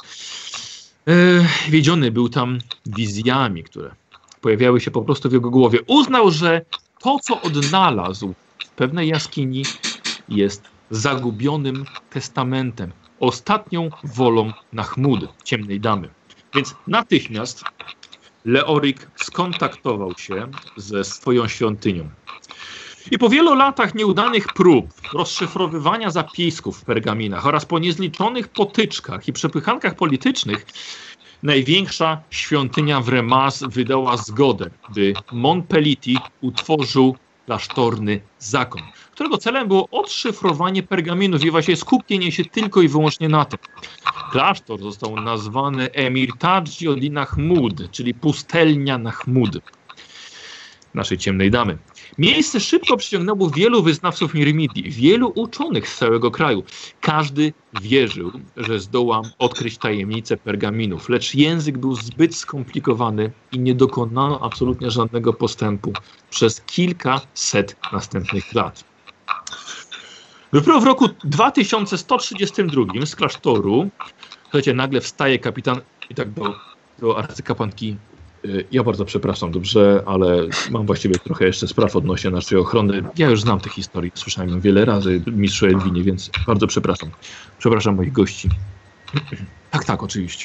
Wiedziony był tam wizjami, które pojawiały się po prostu w jego głowie. Uznał, że to, co odnalazł w pewnej jaskini, jest zagubionym testamentem, ostatnią wolą Nachmud, ciemnej damy. Więc natychmiast Leorik skontaktował się ze swoją świątynią. I po wielu latach nieudanych prób rozszyfrowywania zapisków w pergaminach oraz po niezliczonych potyczkach i przepychankach politycznych, największa świątynia w Remas wydała zgodę, by Montpellier utworzył klasztorny zakon, którego celem było odszyfrowanie pergaminów i właśnie skupienie się tylko i wyłącznie na tym. Klasztor został nazwany Emirtagio di Nahmud, czyli pustelnia Nahmud, naszej ciemnej damy. Miejsce szybko przyciągnęło wielu wyznawców Mirmidii, wielu uczonych z całego kraju. Każdy wierzył, że zdoła odkryć tajemnicę pergaminów, lecz język był zbyt skomplikowany i nie dokonano absolutnie żadnego postępu przez kilkaset następnych lat. Dopiero w roku 2132 z klasztoru, słuchajcie, nagle wstaje kapitan i tak do arcykapłanki. Ja bardzo przepraszam, dobrze, ale mam właściwie trochę jeszcze spraw odnośnie naszej ochrony. Ja już znam tę historię, słyszałem ją wiele razy, mistrzu Elwinie, więc bardzo przepraszam. Przepraszam moich gości. Tak, oczywiście.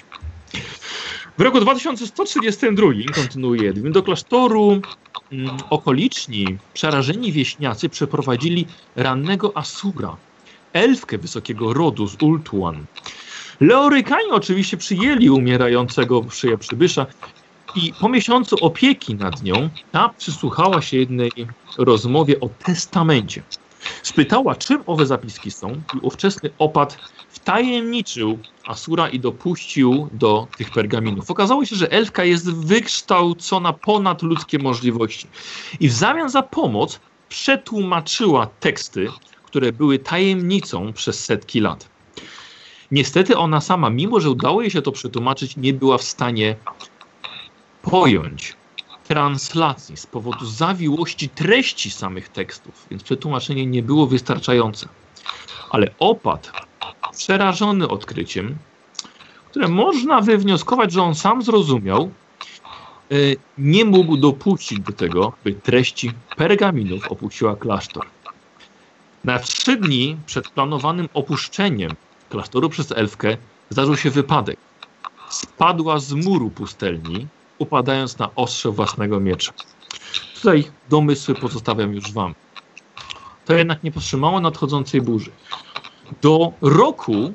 W roku 2132, kontynuuje Edwin, do klasztoru okoliczni, przerażeni wieśniacy przeprowadzili rannego Asura, elfkę wysokiego rodu z Ultuan. Leorykanie oczywiście przyjęli umierającego przybysza i po miesiącu opieki nad nią ta przysłuchała się jednej rozmowie o testamencie. Spytała, czym owe zapiski są i ówczesny opat wtajemniczył Asura i dopuścił do tych pergaminów. Okazało się, że elfka jest wykształcona ponad ludzkie możliwości i w zamian za pomoc przetłumaczyła teksty, które były tajemnicą przez setki lat. Niestety ona sama, mimo że udało jej się to przetłumaczyć, nie była w stanie pojąć translacji z powodu zawiłości treści samych tekstów, więc przetłumaczenie nie było wystarczające. Ale opat, przerażony odkryciem, które można wywnioskować, że on sam zrozumiał, nie mógł dopuścić do tego, by treści pergaminów opuściła klasztor. Na 3 dni przed planowanym opuszczeniem klasztoru przez elfkę zdarzył się wypadek. Spadła z muru pustelni, upadając na ostrze własnego miecza. Tutaj domysły pozostawiam już wam. To jednak nie powstrzymało nadchodzącej burzy. Do roku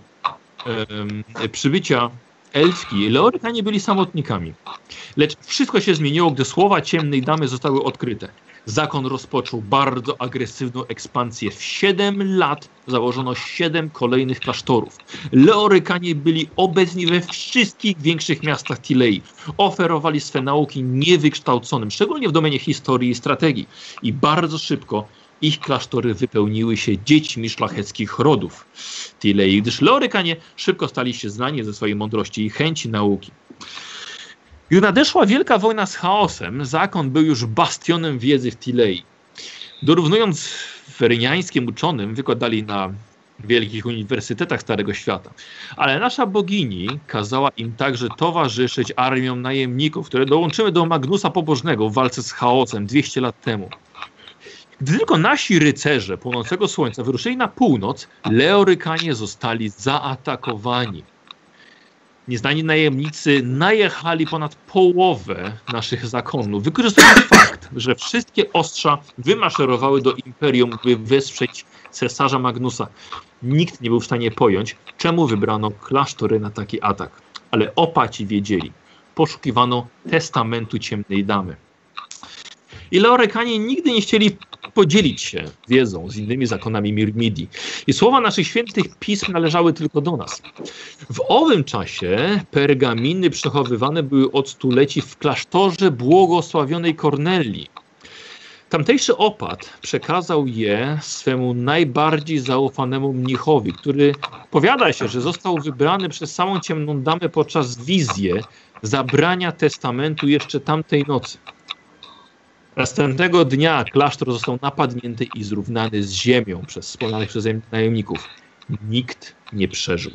przybycia elfki Leorykanie byli samotnikami. Lecz wszystko się zmieniło, gdy słowa ciemnej damy zostały odkryte. Zakon rozpoczął bardzo agresywną ekspansję. W 7 lat założono 7 kolejnych klasztorów. Leorykanie byli obecni we wszystkich większych miastach Tilei. Oferowali swe nauki niewykształconym, szczególnie w domenie historii i strategii. I bardzo szybko ich klasztory wypełniły się dziećmi szlacheckich rodów Tilei, gdyż Leorykanie szybko stali się znani ze swojej mądrości i chęci nauki. Gdy nadeszła wielka wojna z chaosem, zakon był już bastionem wiedzy w Tilei. Dorównując feryniańskim uczonym, wykładali na wielkich uniwersytetach Starego Świata. Ale nasza bogini kazała im także towarzyszyć armiom najemników, które dołączyły do Magnusa Pobożnego w walce z chaosem 200 lat temu. Gdy tylko nasi rycerze płonącego słońca wyruszyli na północ, Leorykanie zostali zaatakowani. Nieznani najemnicy najechali ponad połowę naszych zakonów, wykorzystując fakt, że wszystkie ostrza wymaszerowały do Imperium, by wesprzeć cesarza Magnusa. Nikt nie był w stanie pojąć, czemu wybrano klasztory na taki atak. Ale opaci wiedzieli. Poszukiwano testamentu ciemnej damy. I Leorykanie nigdy nie chcieli podzielić się wiedzą z innymi zakonami Mirmidii. I słowa naszych świętych pism należały tylko do nas. W owym czasie pergaminy przechowywane były od stuleci w klasztorze błogosławionej Kornelii. Tamtejszy opat przekazał je swemu najbardziej zaufanemu mnichowi, który powiada się, że został wybrany przez samą ciemną damę podczas wizji zabrania testamentu jeszcze tamtej nocy. Następnego dnia klasztor został napadnięty i zrównany z ziemią przez wspomnianych przeze najemników. Nikt nie przeżył.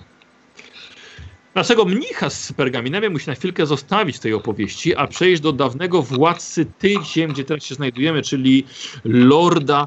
Naszego mnicha z pergaminami musi na chwilkę zostawić tej opowieści, a przejść do dawnego władcy tych ziem, gdzie teraz się znajdujemy, czyli lorda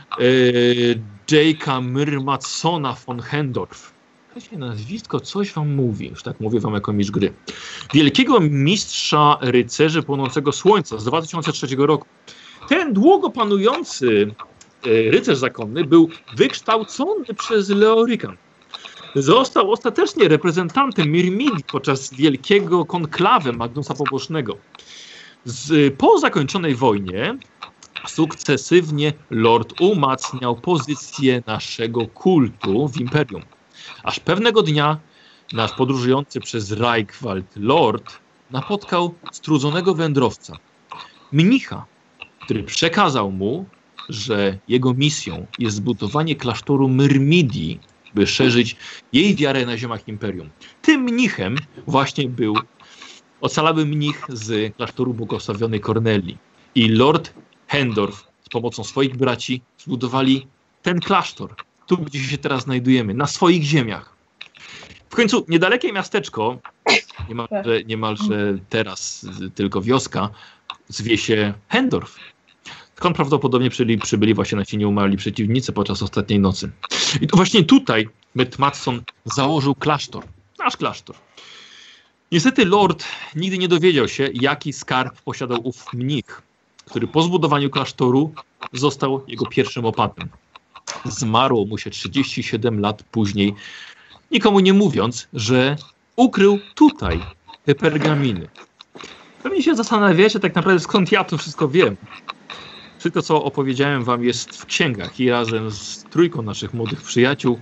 Jake'a Myrmatsona von Hendorf. Nazwisko coś wam mówi, już tak mówię wam jako mistrz gry. Wielkiego mistrza rycerzy płonącego słońca z 2003 roku. Ten długo panujący rycerz zakonny był wykształcony przez Leorykan. Został ostatecznie reprezentantem Mirmidii podczas wielkiego konklawy Magnusa Pobożnego. Po zakończonej wojnie sukcesywnie Lord umacniał pozycję naszego kultu w Imperium. Aż pewnego dnia nasz podróżujący przez Reichwald Lord napotkał strudzonego wędrowca, mnicha, który przekazał mu, że jego misją jest zbudowanie klasztoru Myrmidii, by szerzyć jej wiarę na ziemiach Imperium. Tym mnichem właśnie był ocalały mnich z klasztoru błogosławionej Kornelii. I Lord Hendorf z pomocą swoich braci zbudowali ten klasztor, tu gdzie się teraz znajdujemy, na swoich ziemiach. W końcu niedalekie miasteczko, niemalże teraz tylko wioska, zwie się Hendorf. Skąd prawdopodobnie przybyli właśnie nasi nieumarli przeciwnicy podczas ostatniej nocy. I to właśnie tutaj Matt-Matson założył klasztor, nasz klasztor. Niestety Lord nigdy nie dowiedział się, jaki skarb posiadał ów mnich, który po zbudowaniu klasztoru został jego pierwszym opatem. Zmarło mu się 37 lat później, nikomu nie mówiąc, że ukrył tutaj te pergaminy. Pewnie się zastanawiacie tak naprawdę, skąd ja to wszystko wiem. Wszystko, co opowiedziałem wam, jest w księgach i razem z trójką naszych młodych przyjaciół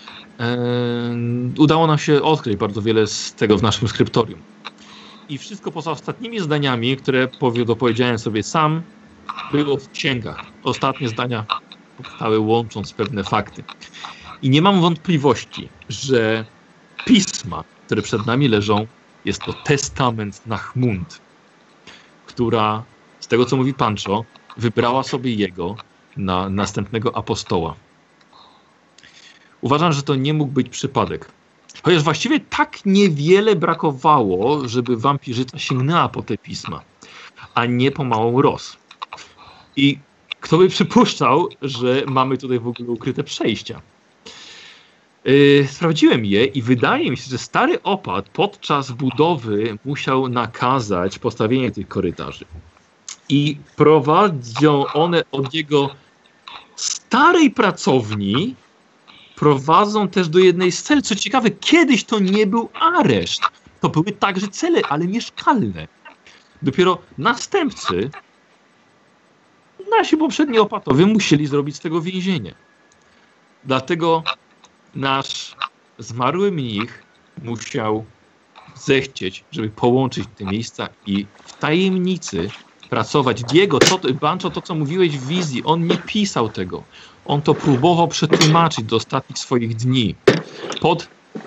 udało nam się odkryć bardzo wiele z tego w naszym skryptorium. I wszystko poza ostatnimi zdaniami, które dopowiedziałem sobie sam, było w księgach. Ostatnie zdania powstały łącząc pewne fakty. I nie mam wątpliwości, że pisma, które przed nami leżą, jest to testament Nahmund, która, z tego co mówi Pancho, wybrała sobie jego na następnego apostoła. Uważam, że to nie mógł być przypadek. Chociaż właściwie tak niewiele brakowało, żeby wampirzyca sięgnęła po te pisma, a nie po małą Ros. I kto by przypuszczał, że mamy tutaj w ogóle ukryte przejścia. Sprawdziłem je i wydaje mi się, że stary opat podczas budowy musiał nakazać postawienie tych korytarzy. I prowadzą one od jego starej pracowni, prowadzą też do jednej z cel. Co ciekawe, kiedyś to nie był areszt. To były także cele, ale mieszkalne. Dopiero następcy, nasi poprzedni opatowie, musieli zrobić z tego więzienie. Dlatego nasz zmarły mnich musiał zechcieć, żeby połączyć te miejsca i w tajemnicy pracować. Diego, Bancho, to co mówiłeś w wizji, on nie pisał tego. On to próbował przetłumaczyć do ostatnich swoich dni. Pod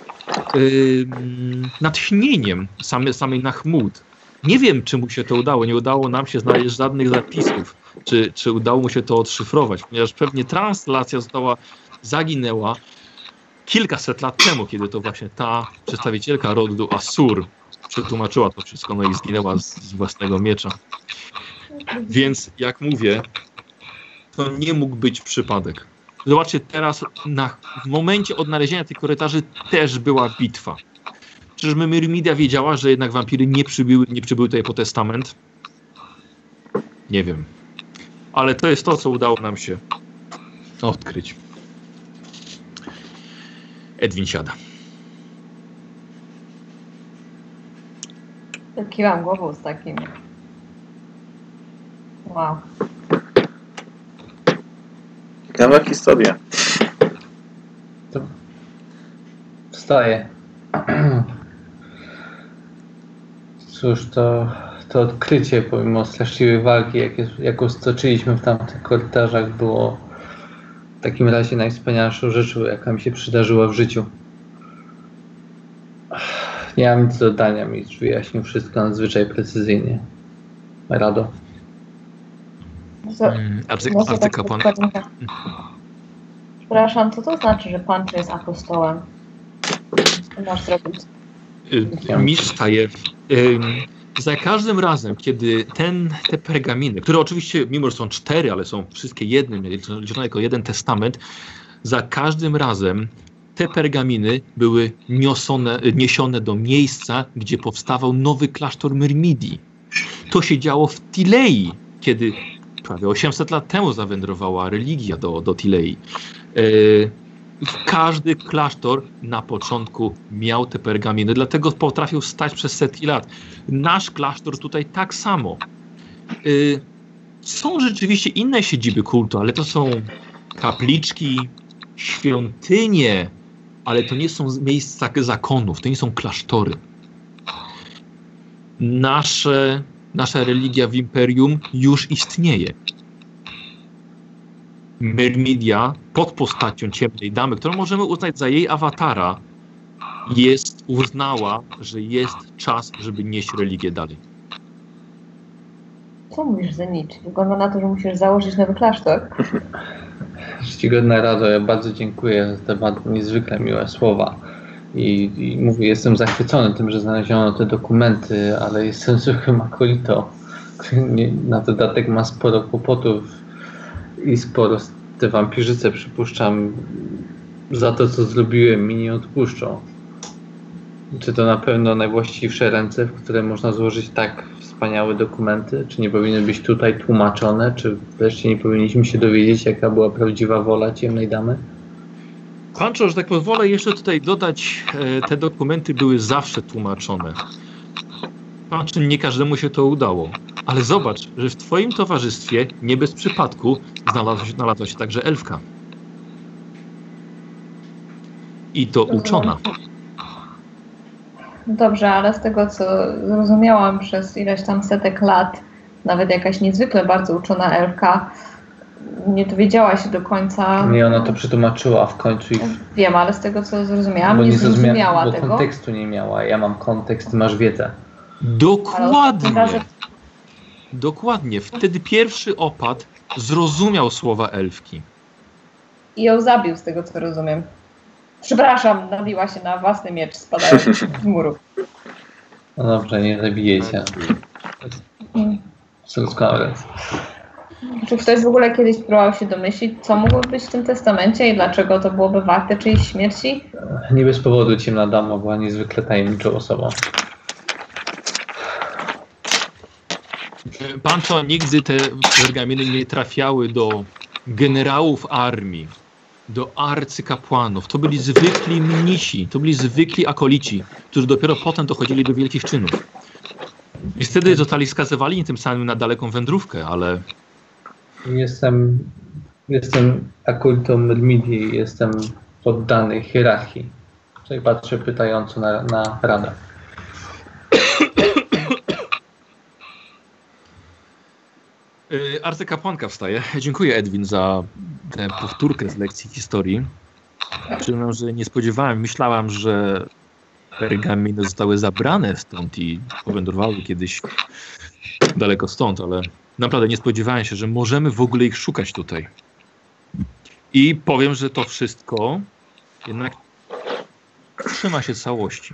natchnieniem samej Nahmud. Nie wiem, czy mu się to udało. Nie udało nam się znaleźć żadnych zapisów. Czy udało mu się to odszyfrować. Ponieważ pewnie translacja zaginęła kilkaset lat temu, kiedy to właśnie ta przedstawicielka rodu Asur przetłumaczyła to wszystko, no i zginęła z własnego miecza. Więc, jak mówię, to nie mógł być przypadek. Zobaczcie, teraz w momencie odnalezienia tych korytarzy też była bitwa. Czyżby Myrmidia wiedziała, że jednak wampiry nie przybyły tutaj po testament? Nie wiem. Ale to jest to, co udało nam się odkryć. Edwin siada. Kiwam głową z takim. Wow. Ciekawa historia. To wstaję. Cóż, to odkrycie, pomimo straszliwej walki, jaką stoczyliśmy w tamtych korytarzach, było w takim razie najwspanialszą rzeczą, jaka mi się przydarzyła w życiu. Nie mam nic do dodania, mistrz wyjaśnił wszystko nadzwyczaj precyzyjnie. Rado. Arcykapłan. Przepraszam, co to znaczy, że Pancho jest apostołem? Co masz zrobić? Mistrz staje. Za każdym razem, kiedy te pergaminy, które oczywiście, mimo że są 4, ale są wszystkie jednym, liczone jako jeden testament, za każdym razem te pergaminy były niesione do miejsca, gdzie powstawał nowy klasztor Myrmidii. To się działo w Tilei, kiedy prawie 800 lat temu zawędrowała religia do Tilei. Każdy klasztor na początku miał te pergaminy, dlatego potrafił stać przez setki lat. Nasz klasztor tutaj tak samo. Są rzeczywiście inne siedziby kultu, ale to są kapliczki, świątynie, ale to nie są miejsca zakonów, to nie są klasztory. Nasza religia w Imperium już istnieje. Myrmidia pod postacią Ciemnej Damy, którą możemy uznać za jej awatara, uznała, że jest czas, żeby nieść religię dalej. Co mówisz za nic? Wygląda na to, że musisz założyć nowy klasztor. Czcigodna Rado, ja bardzo dziękuję za te bardzo niezwykle miłe słowa. I mówię, jestem zachwycony tym, że znaleziono te dokumenty, ale jestem zwykłym akolito, który na dodatek ma sporo kłopotów i sporo te wampirzyce, przypuszczam, za to, co zrobiłem, mi nie odpuszczą. Czy to na pewno najwłaściwsze ręce, w które można złożyć tak wspaniałe dokumenty? Czy nie powinny być tutaj tłumaczone? Czy wreszcie nie powinniśmy się dowiedzieć, jaka była prawdziwa wola Ciemnej Damy? Pancho, że tak pozwolę jeszcze tutaj dodać, te dokumenty były zawsze tłumaczone. Pancho, nie każdemu się to udało. Ale zobacz, że w twoim towarzystwie nie bez przypadku znalazła się także elfka. I to uczona. Dobrze, ale z tego, co zrozumiałam przez ileś tam setek lat, nawet jakaś niezwykle bardzo uczona elfka nie dowiedziała się do końca... Nie, ona to przetłumaczyła w końcu i... Wiem, ale z tego, co zrozumiałam, nie zrozumiała bo tego. kontekstu nie miała. Ja mam kontekst, masz wiedzę. Dokładnie. Dokładnie. Wtedy pierwszy opat zrozumiał słowa elfki. I ją zabił, z tego, co rozumiem. Przepraszam, nabiła się na własny miecz, spadając z muru. No dobrze, nie zabijecie. Doskonale. Czy ktoś w ogóle kiedyś próbował się domyślić, co mogło być w tym testamencie i dlaczego to byłoby warte czyjejś śmierci? Nie bez powodu Ciemna Dama była niezwykle tajemniczą osobą. Pancho, nigdy te pergaminy nie trafiały do generałów armii, do arcykapłanów. To byli zwykli mnisi, to byli zwykli akolici, którzy dopiero potem dochodzili do wielkich czynów. I wtedy zostali skazywani tym samym na daleką wędrówkę, ale... Jestem akolitą Myrmidii, jestem poddany hierarchii. Tutaj patrzę pytająco na Radę. Arcykapłanka wstaje. Dziękuję, Edwin, za tę powtórkę z lekcji historii. Przyznam, że nie spodziewałem, myślałam, że pergaminy zostały zabrane stąd i powędrowały kiedyś daleko stąd, ale naprawdę nie spodziewałem się, że możemy w ogóle ich szukać tutaj. I powiem, że to wszystko jednak trzyma się całości.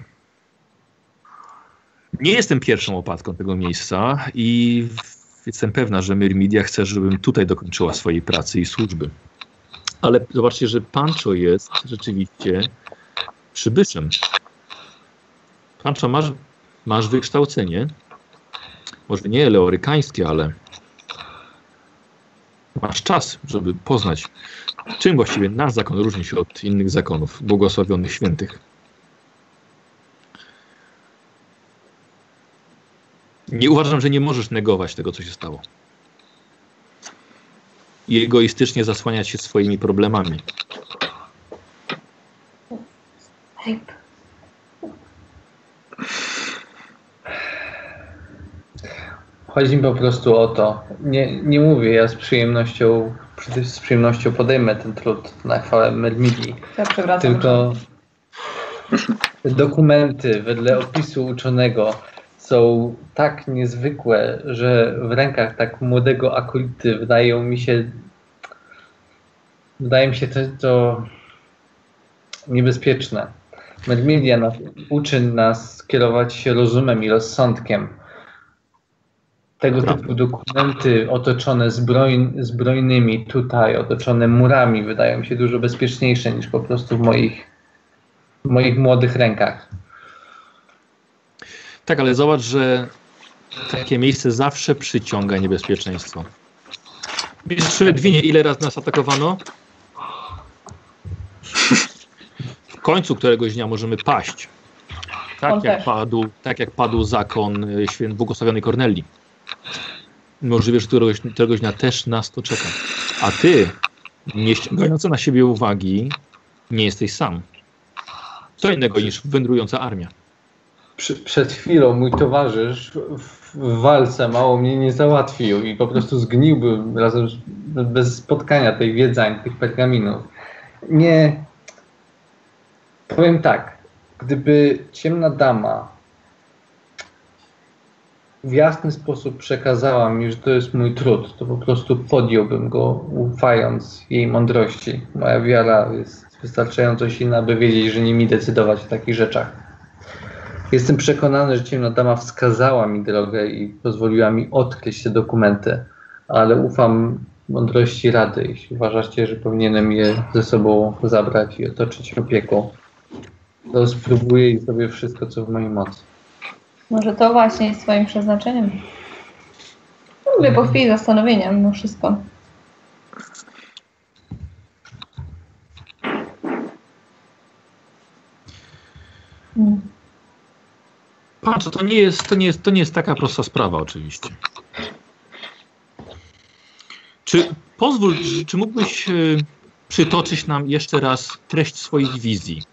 Nie jestem pierwszą opatką tego miejsca i jestem pewna, że Myrmidia chce, żebym tutaj dokończyła swojej pracy i służby. Ale zobaczcie, że Pancho jest rzeczywiście przybyszem. Pancho, masz wykształcenie. Może nie leorykańskie, ale masz czas, żeby poznać, czym właściwie nasz zakon różni się od innych zakonów błogosławionych świętych. Nie uważam, że nie możesz negować tego, co się stało. I egoistycznie zasłaniać się swoimi problemami. Chodzi mi po prostu o to. Nie mówię, ja z przyjemnością podejmę ten trud na chwałę Myrmidii. Ja tylko dokumenty wedle opisu uczonego są tak niezwykłe, że w rękach tak młodego akolity wydaje mi się to niebezpieczne. Myrmidia uczy nas kierować się rozumem i rozsądkiem. Tego typu dokumenty otoczone zbrojnymi tutaj, otoczone murami wydają mi się dużo bezpieczniejsze niż po prostu w moich młodych rękach. Tak, ale zobacz, że takie miejsce zawsze przyciąga niebezpieczeństwo. Mistrzu Edwinie, ile razy nas atakowano? W końcu któregoś dnia możemy paść. Tak jak padł zakon błogosławionej Kornelii. możliwe, że któregoś dnia też nas to czeka. A ty, nie ściągający na siebie uwagi, nie jesteś sam. Co innego niż wędrująca armia. Przed chwilą mój towarzysz w walce mało mnie nie załatwił i po prostu zgniłbym razem bez spotkania tej wiedzy, tych pergaminów. Nie. Powiem tak. Gdyby ciemna dama w jasny sposób przekazała mi, że to jest mój trud, to po prostu podjąłbym go, ufając jej mądrości. Moja wiara jest wystarczająco silna, aby wiedzieć, że nie mi decydować o takich rzeczach. Jestem przekonany, że ciemna dama wskazała mi drogę i pozwoliła mi odkryć te dokumenty, ale ufam mądrości rady. Jeśli uważacie, że powinienem je ze sobą zabrać i otoczyć opieką, to spróbuję i zrobię wszystko, co w mojej mocy. Może to właśnie jest twoim przeznaczeniem. Mówię po chwili zastanowienia mimo wszystko. Patrz, to nie jest taka prosta sprawa oczywiście. Pozwól, czy mógłbyś przytoczyć nam jeszcze raz treść swoich wizji?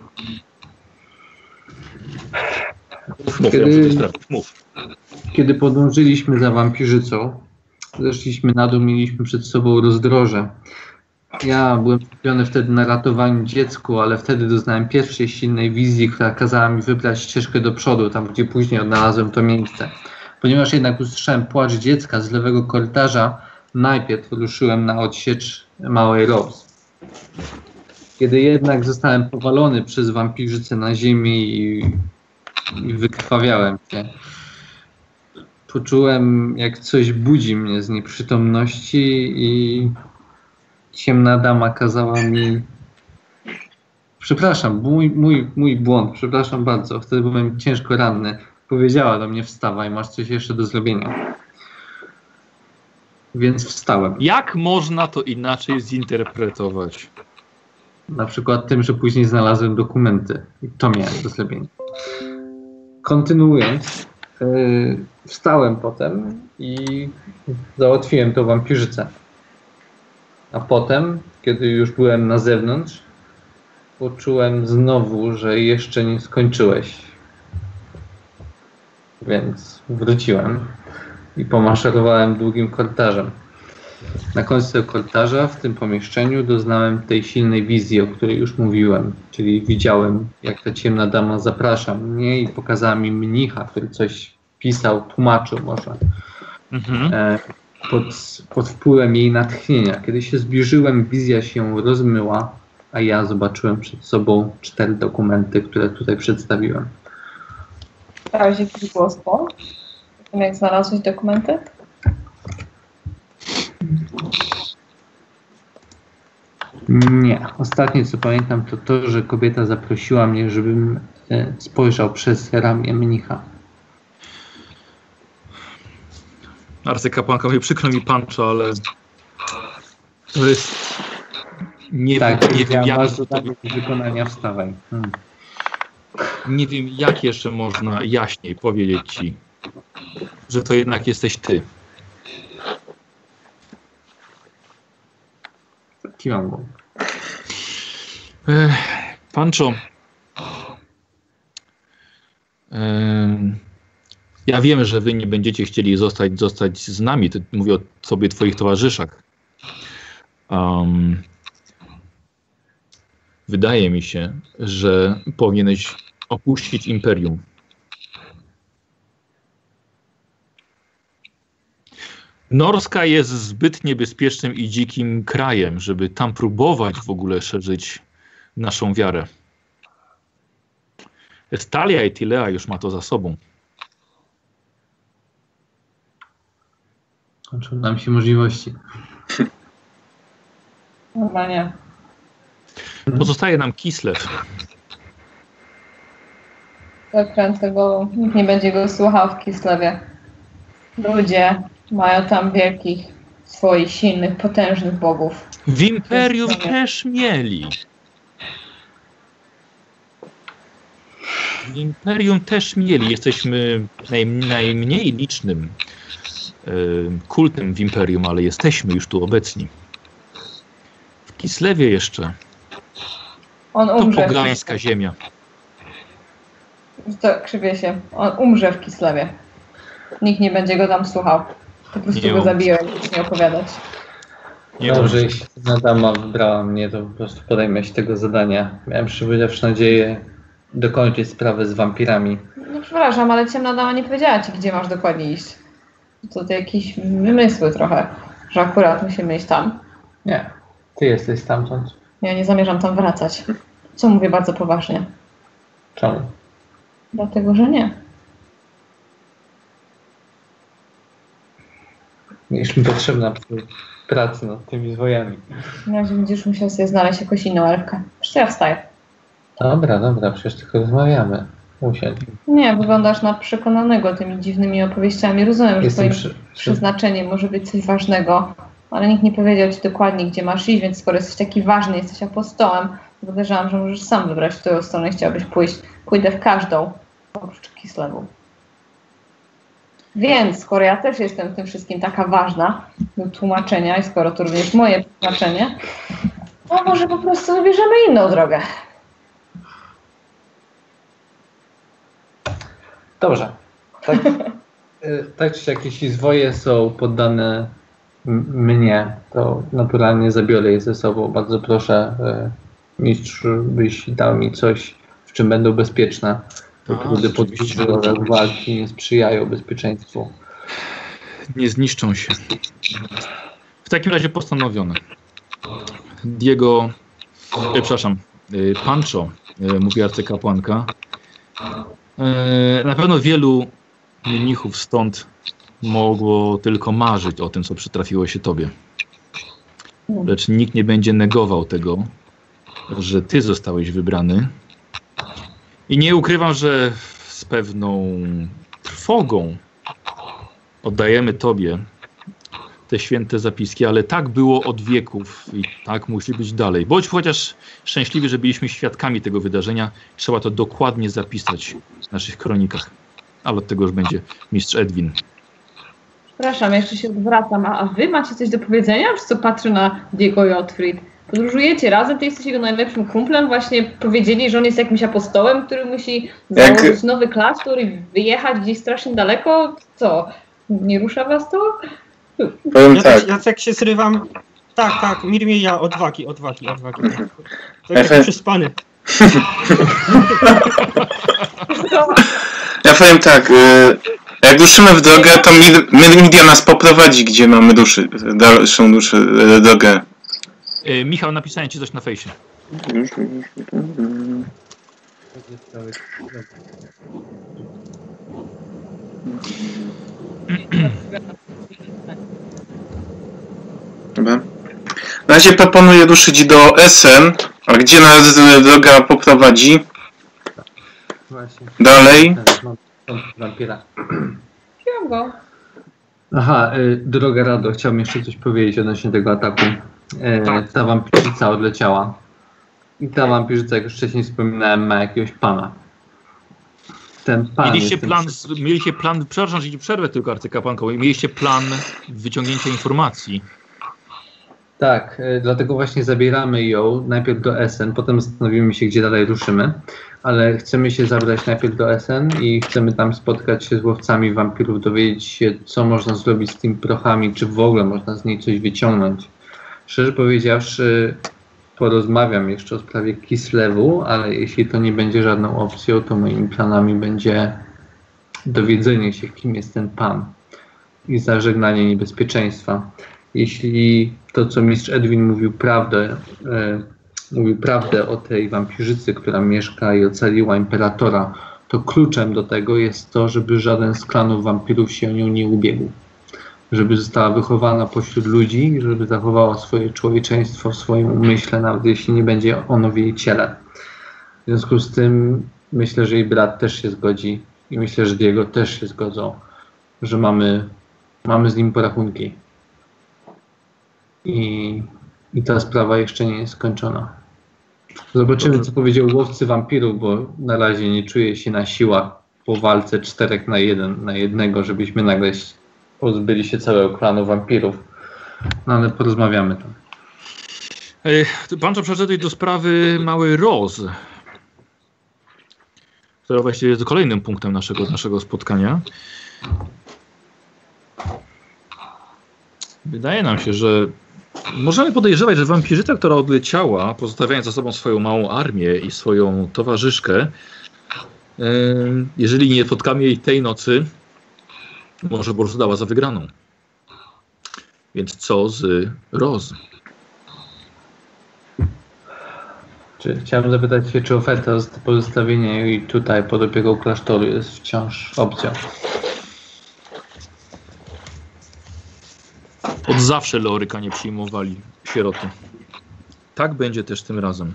Mów. Kiedy podążyliśmy za wampirzycą, zeszliśmy na dół, mieliśmy przed sobą rozdroże. Ja byłem skupiony wtedy na ratowaniu dziecku, ale wtedy doznałem pierwszej silnej wizji, która kazała mi wybrać ścieżkę do przodu, tam gdzie później odnalazłem to miejsce. Ponieważ jednak usłyszałem płacz dziecka z lewego korytarza, najpierw ruszyłem na odsiecz małej Rose. Kiedy jednak zostałem powalony przez wampirzycę na ziemię i wykrwawiałem się, poczułem, jak coś budzi mnie z nieprzytomności i ciemna dama kazała mi... Przepraszam, mój błąd, przepraszam bardzo, wtedy byłem ciężko ranny. Powiedziała do mnie: wstawaj, masz coś jeszcze do zrobienia. Więc wstałem. Jak można to inaczej zinterpretować? Na przykład tym, że później znalazłem dokumenty. I to miałem do zrobienia. Kontynuując, wstałem potem i załatwiłem tą wampirzycę. A potem, kiedy już byłem na zewnątrz, poczułem znowu, że jeszcze nie skończyłeś. Więc wróciłem i pomaszerowałem długim korytarzem. Na końcu tego korytarza, w tym pomieszczeniu, doznałem tej silnej wizji, o której już mówiłem. Czyli widziałem, jak ta ciemna dama zaprasza mnie i pokazała mi mnicha, który coś pisał, tłumaczył może. Pod wpływem jej natchnienia. Kiedy się zbliżyłem, wizja się rozmyła, a ja zobaczyłem przed sobą 4 dokumenty, które tutaj przedstawiłem. Dałeś jakiś głos po tym, jak znalazłeś dokumenty? Nie. Ostatnie, co pamiętam, to to, że kobieta zaprosiła mnie, żebym spojrzał przez ramię mnicha. Arcykapłanka mówi: przykro mi, Pancho, ale to jest... Nie wiem, jak wykonania, wstawaj. Nie wiem, jak jeszcze można jaśniej powiedzieć ci, że to jednak jesteś ty. Kiwam go. Pancho, ja wiem, że wy nie będziecie chcieli zostać z nami. Mówię o sobie, twoich towarzyszach. Wydaje mi się, że powinieneś opuścić Imperium. Norska jest zbyt niebezpiecznym i dzikim krajem, żeby tam próbować w ogóle szerzyć naszą wiarę. Estalia i Tilea już ma to za sobą. Kończą nam się możliwości. Chyba nie. Pozostaje nam Kislev. Zakręcę go, nikt nie będzie go słuchał w Kislewie. Ludzie mają tam wielkich, swoich silnych, potężnych bogów. W Imperium też mieli. W Imperium też mieli. Jesteśmy najmniej licznym kultem w Imperium, ale jesteśmy już tu obecni. W Kislewie jeszcze. On To umrze. pogańska ziemia. To krzywię się. On umrze w Kislewie. Nikt nie będzie go tam słuchał. Po prostu Nie go on. zabiłem, nic nie opowiadać. Nie Dobrze, może. jeśli ta dama wybrała mnie, to po prostu podejmę się tego zadania. Miałem szczerze nadzieję dokończyć sprawę z wampirami. No przepraszam, ale ciemna dama nie powiedziała ci, gdzie masz dokładnie iść. To jakieś wymysły trochę, że akurat musimy iść tam. Nie, ty jesteś stamtąd. Ja nie zamierzam tam wracać. Co mówię bardzo poważnie. Czemu? Dlatego, że nie. Jest mi potrzebna przy pracy nad tymi zwojami. Na razie będziesz musiał sobie znaleźć jakąś inną elfkę. Przecież ja wstaję. Dobra, przecież tylko rozmawiamy. Usiądź. Nie, wyglądasz na przekonanego tymi dziwnymi opowieściami. Rozumiem, że Jestem twoim przeznaczeniem może być coś ważnego, ale nikt nie powiedział ci dokładnie, gdzie masz iść, więc skoro jesteś taki ważny, jesteś apostołem, podejrzewam, że możesz sam wybrać, w którą stronę chciałbyś pójść. Pójdę w każdą, oprócz Kislewu. Więc, skoro ja też jestem w tym wszystkim taka ważna do tłumaczenia i skoro to również moje tłumaczenie, to może po prostu wybierzemy inną drogę. Dobrze. Tak, tak czy siak, jeśli zwoje są poddane mnie, to naturalnie zabiorę je ze sobą. Bardzo proszę, mistrz, byś dał mi coś, w czym będą bezpieczne. Trudy podróży oraz walki nie sprzyjają bezpieczeństwu. Nie zniszczą się. W takim razie postanowione. Diego, przepraszam, Pancho, mówi arcykapłanka. Na pewno wielu mnichów stąd mogło tylko marzyć o tym, co przytrafiło się tobie. Lecz nikt nie będzie negował tego, że ty zostałeś wybrany. I nie ukrywam, że z pewną trwogą oddajemy tobie te święte zapiski, ale tak było od wieków i tak musi być dalej. Bądź chociaż szczęśliwi, że byliśmy świadkami tego wydarzenia. Trzeba to dokładnie zapisać w naszych kronikach. Ale od tego już będzie mistrz Edwin. Przepraszam, jeszcze się odwracam. A wy macie coś do powiedzenia? Czy co patrzę na Diego i Otfrid? Podróżujecie razem, ty jesteś jego najlepszym kumplem. Właśnie powiedzieli, że on jest jakimś apostołem, który musi założyć nowy klasztor i wyjechać gdzieś strasznie daleko. Co? Nie rusza was to? Powiem Ja tak. też, Jacek się zrywam. Tak, Mirmia, odwagi. Tak jak przyspany. Ja powiem tak, jak ruszymy w drogę, to Myrmidia nas poprowadzi, gdzie mamy dalszą drogę. Michał, napisałem ci coś na fejsie. Dobra. Na razie proponuję ruszyć do Essen, a gdzie nas droga poprowadzi? Właśnie. Dalej. Teraz mam wampira. Wziąłem go. Aha, droga Rado, chciałbym jeszcze coś powiedzieć odnośnie tego ataku. Ta wampirzyca odleciała. I ta wampirzyca, jak już wcześniej wspominałem, ma jakiegoś pana. Ten pan Mieliście plan, przepraszam, że ci przerwę tylko arcykapłanką, mieliście plan wyciągnięcia informacji. Tak, dlatego właśnie zabieramy ją najpierw do Essen, potem zastanowimy się, gdzie dalej ruszymy, ale chcemy się zabrać najpierw do Essen i chcemy tam spotkać się z łowcami wampirów, dowiedzieć się, co można zrobić z tymi prochami, czy w ogóle można z niej coś wyciągnąć. Szczerze powiedziawszy, porozmawiam jeszcze o sprawie Kislewu, ale jeśli to nie będzie żadną opcją, to moimi planami będzie dowiedzenie się, kim jest ten pan i zażegnanie niebezpieczeństwa. Jeśli to, co mistrz Edwin mówił prawdę o tej wampirzycy, która mieszka i ocaliła imperatora, to kluczem do tego jest to, żeby żaden z klanów wampirów się o nią nie ubiegł. Żeby została wychowana pośród ludzi, żeby zachowała swoje człowieczeństwo w swoim umyśle, nawet jeśli nie będzie ono w jej ciele. W związku z tym myślę, że jej brat też się zgodzi i myślę, że Diego też się zgodzą, że mamy z nim porachunki. I ta sprawa jeszcze nie jest skończona. Zobaczymy, co powiedział łowcy wampirów, bo na razie nie czuję się na siłach po walce 4 na 1, żebyśmy nagle pozbyli się całego klanu wampirów. No ale porozmawiamy tam. Banjo, przeszedłeś do sprawy małej Roz, która właściwie jest kolejnym punktem naszego spotkania. Wydaje nam się, że możemy podejrzewać, że wampirzyca, która odleciała, pozostawiając za sobą swoją małą armię i swoją towarzyszkę, jeżeli nie spotkamy jej tej nocy, może po prostu dała za wygraną. Więc co z Roz? Chciałbym zapytać się, czy oferta pozostawienia jej tutaj pod opieką klasztoru jest wciąż opcją. Od zawsze Leoryka nie przyjmowali sieroty. Tak będzie też tym razem.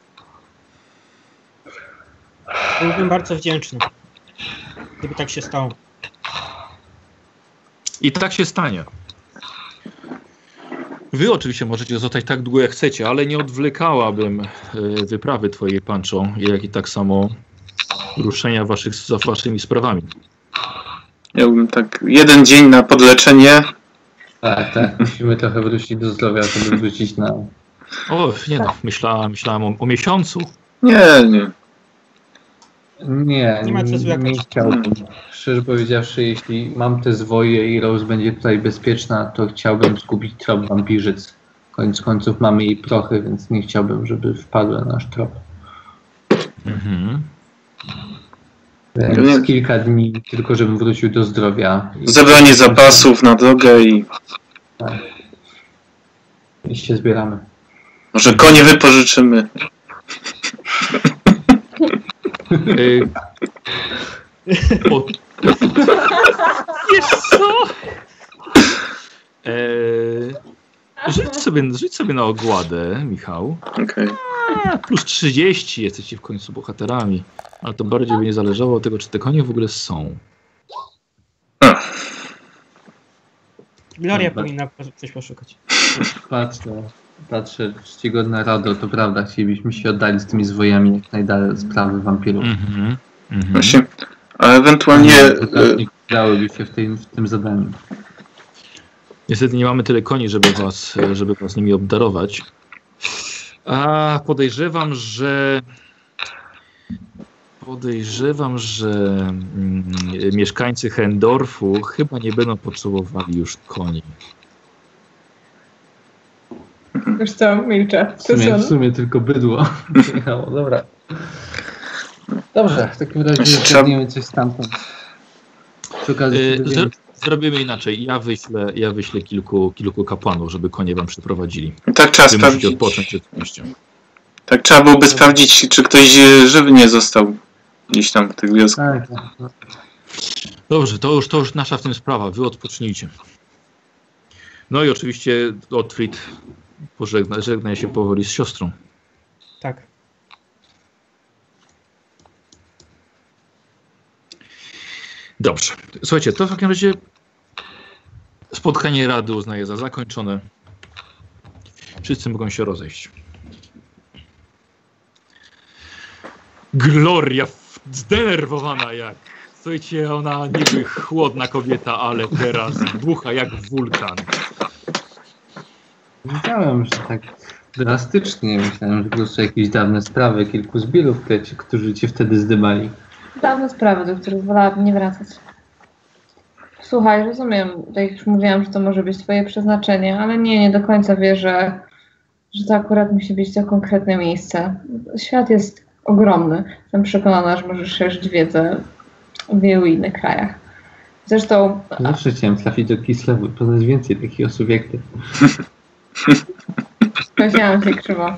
Byłbym bardzo wdzięczny, gdyby tak się stało. I tak się stanie. Wy oczywiście możecie zostać tak długo jak chcecie, ale nie odwlekałabym wyprawy twojej, Pancho, jak i tak samo ruszenia za waszymi sprawami. Miałbym tak 1 dzień na podleczenie. Tak. Musimy trochę wrócić do zdrowia, żeby wrócić na... O, nie no, myślałem o miesiącu. Nie ma co zwlekać. nie chciałbym. Szczerze powiedziawszy, jeśli mam te zwoje i Rose będzie tutaj bezpieczna, to chciałbym zgubić trop wampirzyc. Koniec końców mamy jej prochy, więc nie chciałbym, żeby wpadła na nasz trop. Mhm. Więc kilka dni, tylko żebym wrócił do zdrowia. Zebranie zapasów na drogę i... Tak. I się zbieramy. Może konie wypożyczymy. Wiesz co? Rzuć sobie na ogładę, Michał. Okej. Plus 30, jesteście w końcu bohaterami. Ale to bardziej by nie zależało od tego, czy te konie w ogóle są. Gloria powinna coś poszukać. Patrzę, czcigodna Rado, to prawda, chcielibyśmy się oddalić z tymi zwojami jak najdalej od sprawy wampirów. Właśnie, a ewentualnie... Dałyby się w tym zadaniu. Niestety nie mamy tyle koni, żeby was nimi obdarować. A podejrzewam, że mieszkańcy Hendorfu chyba nie będą potrzebowali już koni. Już co, milczę. W sumie tylko bydło. No, dobra. Dobrze, w takim razie zgadniemy coś stamtąd. Przy okazji zrobimy inaczej. Ja wyślę kilku kapłanów, żeby konie wam przyprowadzili. Tak trzeba Wy sprawdzić. musicie odpocząć przed częścią. Tak trzeba byłoby sprawdzić, czy ktoś żywy nie został gdzieś tam w tych wioskach. Tak. Dobrze, to już nasza w tym sprawa. Wy odpocznijcie. No i oczywiście Otfrid żegna się powoli z siostrą. Tak. Dobrze. Słuchajcie, to w takim razie spotkanie Rady uznaję za zakończone. Wszyscy mogą się rozejść. Gloria zdenerwowana jak. Słuchajcie, ona niby chłodna kobieta, ale teraz bucha jak wulkan. Wiedziałem, że tak drastycznie. Myślałem, że po prostu jakieś dawne sprawy, kilku zbirów, którzy cię wtedy zdymali. Dawne sprawy, do których wolałabym nie wracać. Słuchaj, rozumiem, tak jak już mówiłam, że to może być twoje przeznaczenie, ale nie do końca wierzę, że to akurat musi być to konkretne miejsce. Świat jest ogromny. Jestem przekonana, że możesz szerzyć wiedzę w wielu innych krajach. Zresztą... Zawsze chciałem trafić do Kislewu i poznać więcej takich osób jak ty. Powiedziałam się krzywo.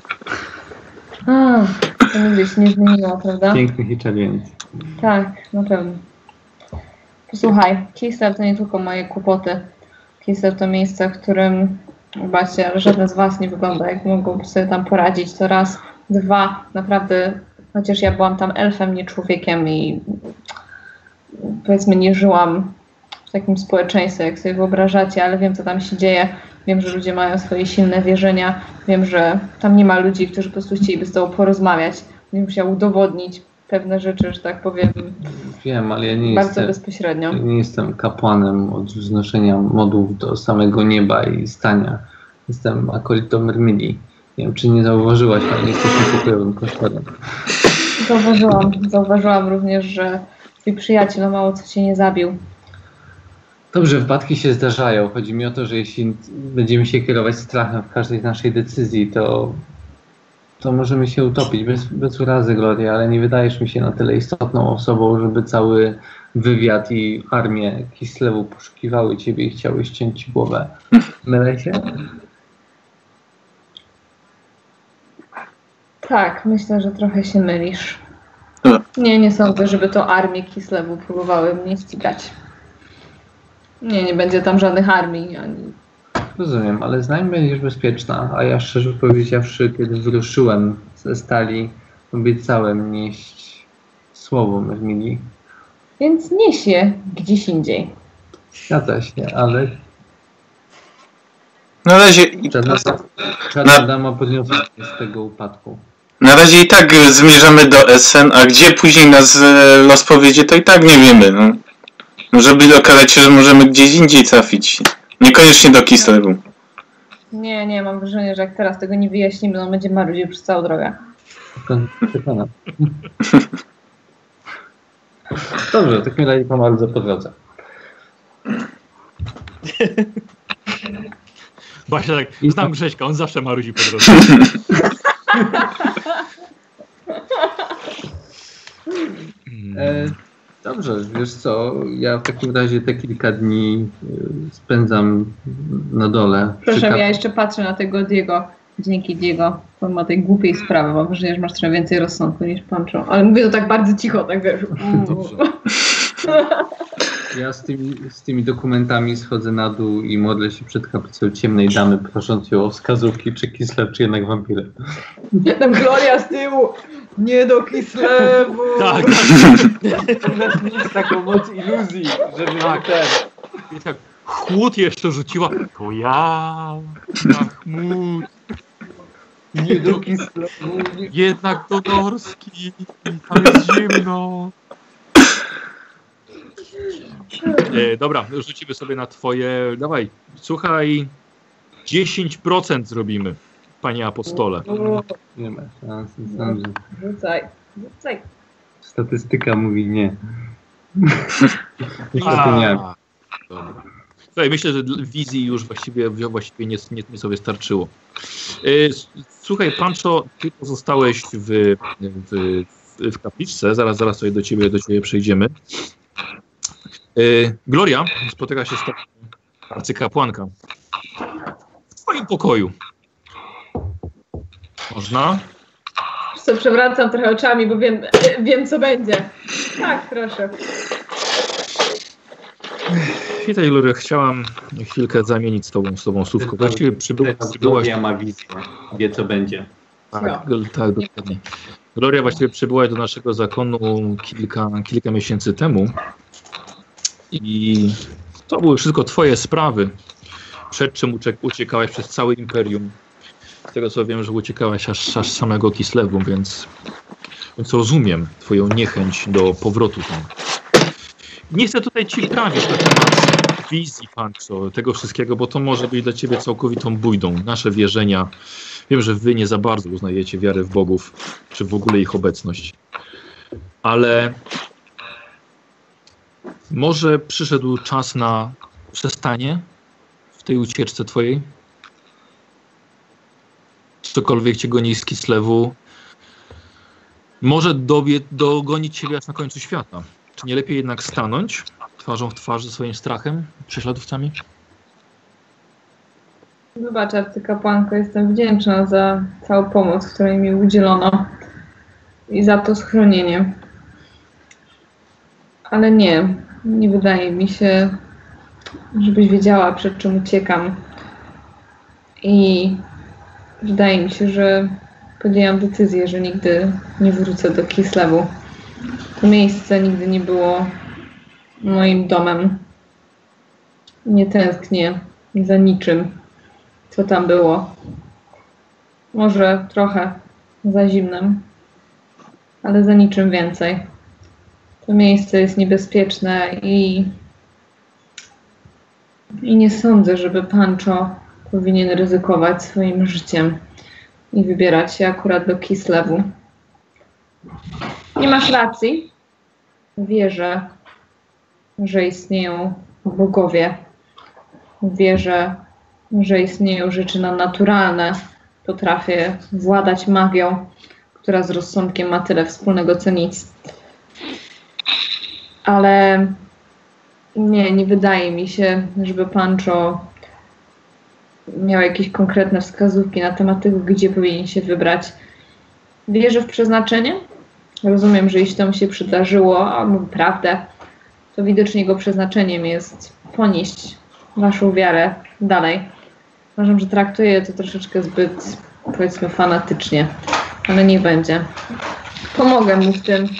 To nigdy się nie zmieniło, prawda? Pięknych i czerwienic. Tak, na pewno. Posłuchaj, Kislev to nie tylko moje kłopoty. Kislev to miejsce, w którym zobaczcie, żaden z was nie wygląda, jak mogą sobie tam poradzić. To raz, dwa, naprawdę, chociaż ja byłam tam elfem, nie człowiekiem i powiedzmy nie żyłam w takim społeczeństwie, jak sobie wyobrażacie, ale wiem, co tam się dzieje. Wiem, że ludzie mają swoje silne wierzenia. Wiem, że tam nie ma ludzi, którzy po prostu chcieliby z tobą porozmawiać. Nie musiał udowodnić pewne rzeczy, że tak powiem, Wiem, ale ja nie bardzo bezpośrednio. nie jestem kapłanem od wznoszenia modłów do samego nieba i stania. Jestem akolitą Myrmidii. Nie wiem, czy nie zauważyłaś, ale nie jesteśmy pokojowym kościołem. Zauważyłam również, że twój przyjaciel mało co cię nie zabił. Dobrze, wypadki się zdarzają. Chodzi mi o to, że jeśli będziemy się kierować strachem w każdej naszej decyzji, to możemy się utopić. Bez urazy, Gloria, ale nie wydajesz mi się na tyle istotną osobą, żeby cały wywiad i armię Kislewu poszukiwały ciebie i chciały ściąć ci głowę. Mylę się? Tak, myślę, że trochę się mylisz. Nie sądzę, żeby to armie Kislewu próbowały mnie ścigać. Nie będzie tam żadnych armii, ani... Rozumiem, ale znań będziesz bezpieczna, a ja szczerze powiedziawszy, kiedy wyruszyłem ze stali, obiecałem nieść słowo Myrmidii. Więc nieś je gdzieś indziej. Zgadza się, ale Na razie, żadna dama podniosła mnie z tego upadku. na razie i tak zmierzamy do Essen, a gdzie później nas los powiedzie, to i tak nie wiemy. No. Może by okazać się, że możemy gdzieś indziej trafić. Niekoniecznie do Kislewu. Nie, mam wrażenie, że jak teraz tego nie wyjaśnimy, to on będzie marudził przez całą drogę. Przekonam. Dobrze, w takim razie pomaludzę po drodze. Właśnie tak, znam Grześka, on zawsze marudzi po drodze. Dobrze, wiesz co, ja w takim razie te kilka dni spędzam na dole. Proszę, ja jeszcze patrzę na tego Diego. Dzięki Diego, pomimo tej głupiej sprawy, mam wrażenie, że masz trochę więcej rozsądku niż Pancho. Ale mówię to tak bardzo cicho, tak wiesz. Dobrze. Ja z tymi dokumentami schodzę na dół i modlę się przed kaplicą ciemnej damy, prosząc ją o wskazówki, czy Kislew, czy jednak wampirem. Tam Gloria z tyłu! Nie do Kislewu! Tak. Natomiast nie jest taką moc iluzji, żeby ten... I tak chłód jeszcze rzuciła. To ja, chmur. Nie do Kislewu, nie... Jednak do Norski. Tam jest zimno. Dobra, rzucimy sobie na twoje... Dawaj, słuchaj, 10% zrobimy, panie apostole. Nie ma szans, Rzucaj. Statystyka mówi nie. Niestety nie. Dobra. Słuchaj, myślę, że wizji już właściwie nie sobie starczyło. Słuchaj, Pancho, ty pozostałeś w kapliczce, zaraz sobie do ciebie przejdziemy. Gloria spotyka się z taką arcykapłanka w twoim pokoju. Można? Co, przewracam trochę oczami, bo wiem co będzie. Tak, proszę. Witaj, Gloria, chciałam chwilkę zamienić z tobą słówko. Właściwie przybyłaś... Gloria ma wizję, wie co będzie. Tak, dokładnie. Gloria właściwie przybyłaś do naszego zakonu kilka miesięcy temu. I to były wszystko twoje sprawy, przed czym uciekałaś przez całe imperium. Z tego co wiem, że uciekałaś aż samego Kislewu, więc rozumiem twoją niechęć do powrotu tam. Nie chcę tutaj ci prawić na temat wizji, Pancho, tego wszystkiego, bo to może być dla ciebie całkowitą bójdą. Nasze wierzenia, wiem, że wy nie za bardzo uznajecie wiarę w bogów, czy w ogóle ich obecność. Ale może przyszedł czas na przestanie w tej ucieczce twojej? Cokolwiek cię goni z Kislewu, może dogonić ciebie aż na końcu świata. Czy nie lepiej jednak stanąć twarzą w twarz ze swoim strachem, prześladowcami? Wybacz, arcykapłanko, jestem wdzięczna za całą pomoc, której mi udzielono i za to schronienie. Ale nie wydaje mi się, żebyś wiedziała, przed czym uciekam. I wydaje mi się, że podjęłam decyzję, że nigdy nie wrócę do Kislewu. To miejsce nigdy nie było moim domem. Nie tęsknię za niczym, co tam było. Może trochę za zimnem. ale za niczym więcej. To miejsce jest niebezpieczne i nie sądzę, żeby Pancho powinien ryzykować swoim życiem i wybierać się akurat do Kislewu. Nie masz racji. Wierzę, że istnieją bogowie. Wierzę, że istnieją rzeczy nadnaturalne. Potrafię władać magią, która z rozsądkiem ma tyle wspólnego co nic. Ale nie wydaje mi się, żeby Pancho miał jakieś konkretne wskazówki na temat tego, gdzie powinien się wybrać. Wierzę w przeznaczenie. Rozumiem, że jeśli to mu się przydarzyło, a mówi prawdę, to widocznie jego przeznaczeniem jest ponieść waszą wiarę dalej. Uważam, że traktuje to troszeczkę zbyt, powiedzmy, fanatycznie, ale niech będzie. Pomogę mu w tym,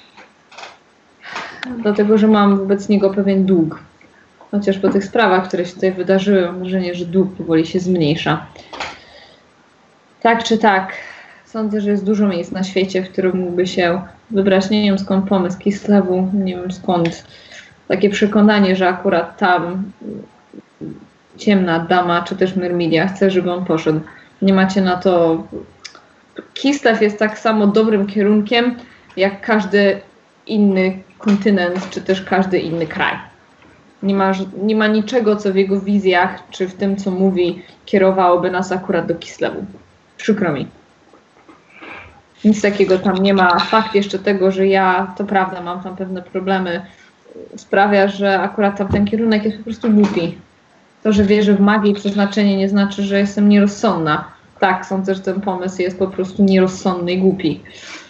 dlatego że mam wobec niego pewien dług. Chociaż po tych sprawach, które się tutaj wydarzyły, mam wrażenie, że dług powoli się zmniejsza. Tak czy tak, sądzę, że jest dużo miejsc na świecie, w którym mógłby się wybrać. Nie wiem skąd pomysł Kislewu, nie wiem skąd takie przekonanie, że akurat tam ciemna dama, czy też Myrmidia chce, żeby on poszedł. Nie macie na to... Kislew jest tak samo dobrym kierunkiem, jak każdy inny kontynent, czy też każdy inny kraj. Nie ma niczego, co w jego wizjach, czy w tym, co mówi, kierowałoby nas akurat do Kislewu. Przykro mi. Nic takiego tam nie ma. Fakt jeszcze tego, że ja, to prawda, mam tam pewne problemy, sprawia, że akurat tamten kierunek jest po prostu głupi. To, że wierzę w magię i przeznaczenie, nie znaczy, że jestem nierozsądna. Tak, sądzę, że ten pomysł jest po prostu nierozsądny i głupi.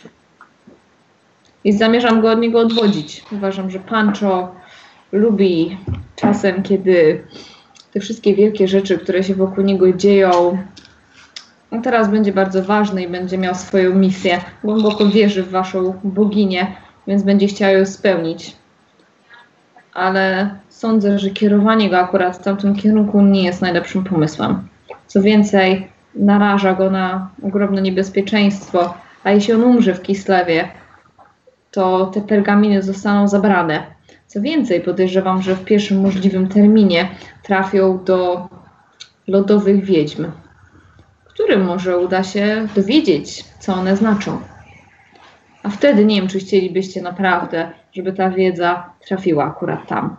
I zamierzam go od niego odwodzić. Uważam, że Pancho lubi czasem, kiedy te wszystkie wielkie rzeczy, które się wokół niego dzieją, on teraz będzie bardzo ważny i będzie miał swoją misję. Głęboko wierzy w waszą boginię, więc będzie chciał ją spełnić. Ale sądzę, że kierowanie go akurat w tamtym kierunku nie jest najlepszym pomysłem. Co więcej, naraża go na ogromne niebezpieczeństwo, a jeśli on umrze w Kislewie, to te pergaminy zostaną zabrane. Co więcej, podejrzewam, że w pierwszym możliwym terminie trafią do lodowych wiedźm, którym może uda się dowiedzieć, co one znaczą. A wtedy nie wiem, czy chcielibyście naprawdę, żeby ta wiedza trafiła akurat tam.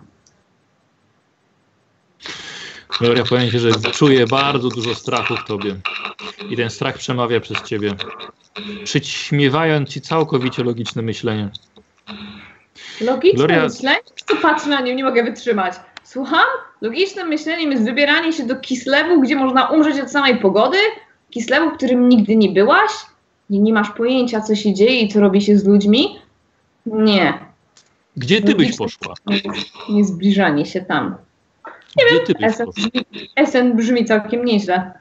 Gloria, powiem ci, że czuję bardzo dużo strachu w tobie. I ten strach przemawia przez ciebie, przyćmiewając ci całkowicie logiczne myślenie. Logiczne Gloria... myślenie? Co patrzę na nie, nie mogę wytrzymać. Słucham? Logicznym myśleniem jest wybieranie się do Kislewu, gdzie można umrzeć od samej pogody? Kislewu, w którym nigdy nie byłaś? Nie masz pojęcia, co się dzieje i co robi się z ludźmi? Nie. Gdzie ty byś poszła? Nie zbliżanie się tam. Gdzie ty byś poszła? Essen brzmi całkiem nieźle.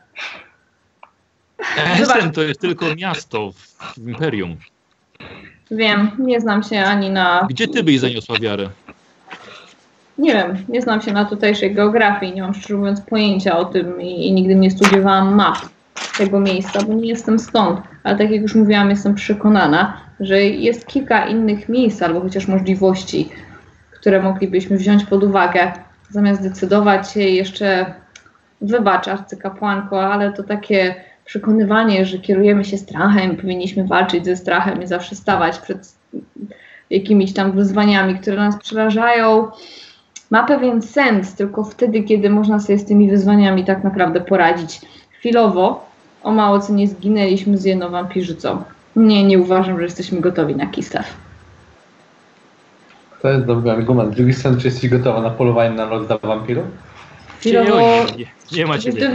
Essen to jest tylko miasto w imperium. Wiem, nie znam się ani na... Gdzie ty byś zaniosła wiarę? Nie wiem, nie znam się na tutejszej geografii, nie mam szczerze mówiąc pojęcia o tym i nigdy nie studiowałam map tego miejsca, bo nie jestem stąd. Ale tak jak już mówiłam, jestem przekonana, że jest kilka innych miejsc albo chociaż możliwości, które moglibyśmy wziąć pod uwagę, zamiast decydować się jeszcze, wybacz arcykapłanko, ale to takie przekonywanie, że kierujemy się strachem, powinniśmy walczyć ze strachem i zawsze stawać przed jakimiś tam wyzwaniami, które nas przerażają, ma pewien sens tylko wtedy, kiedy można sobie z tymi wyzwaniami tak naprawdę poradzić. Chwilowo, o mało co nie zginęliśmy z jedną wampirzycą. Nie uważam, że jesteśmy gotowi na Kislew. To jest dobry argument. Z drugiej strony, czy jesteś gotowa na polowanie na Lorda Wampirów? Chwilowo... Nie ma ciebie.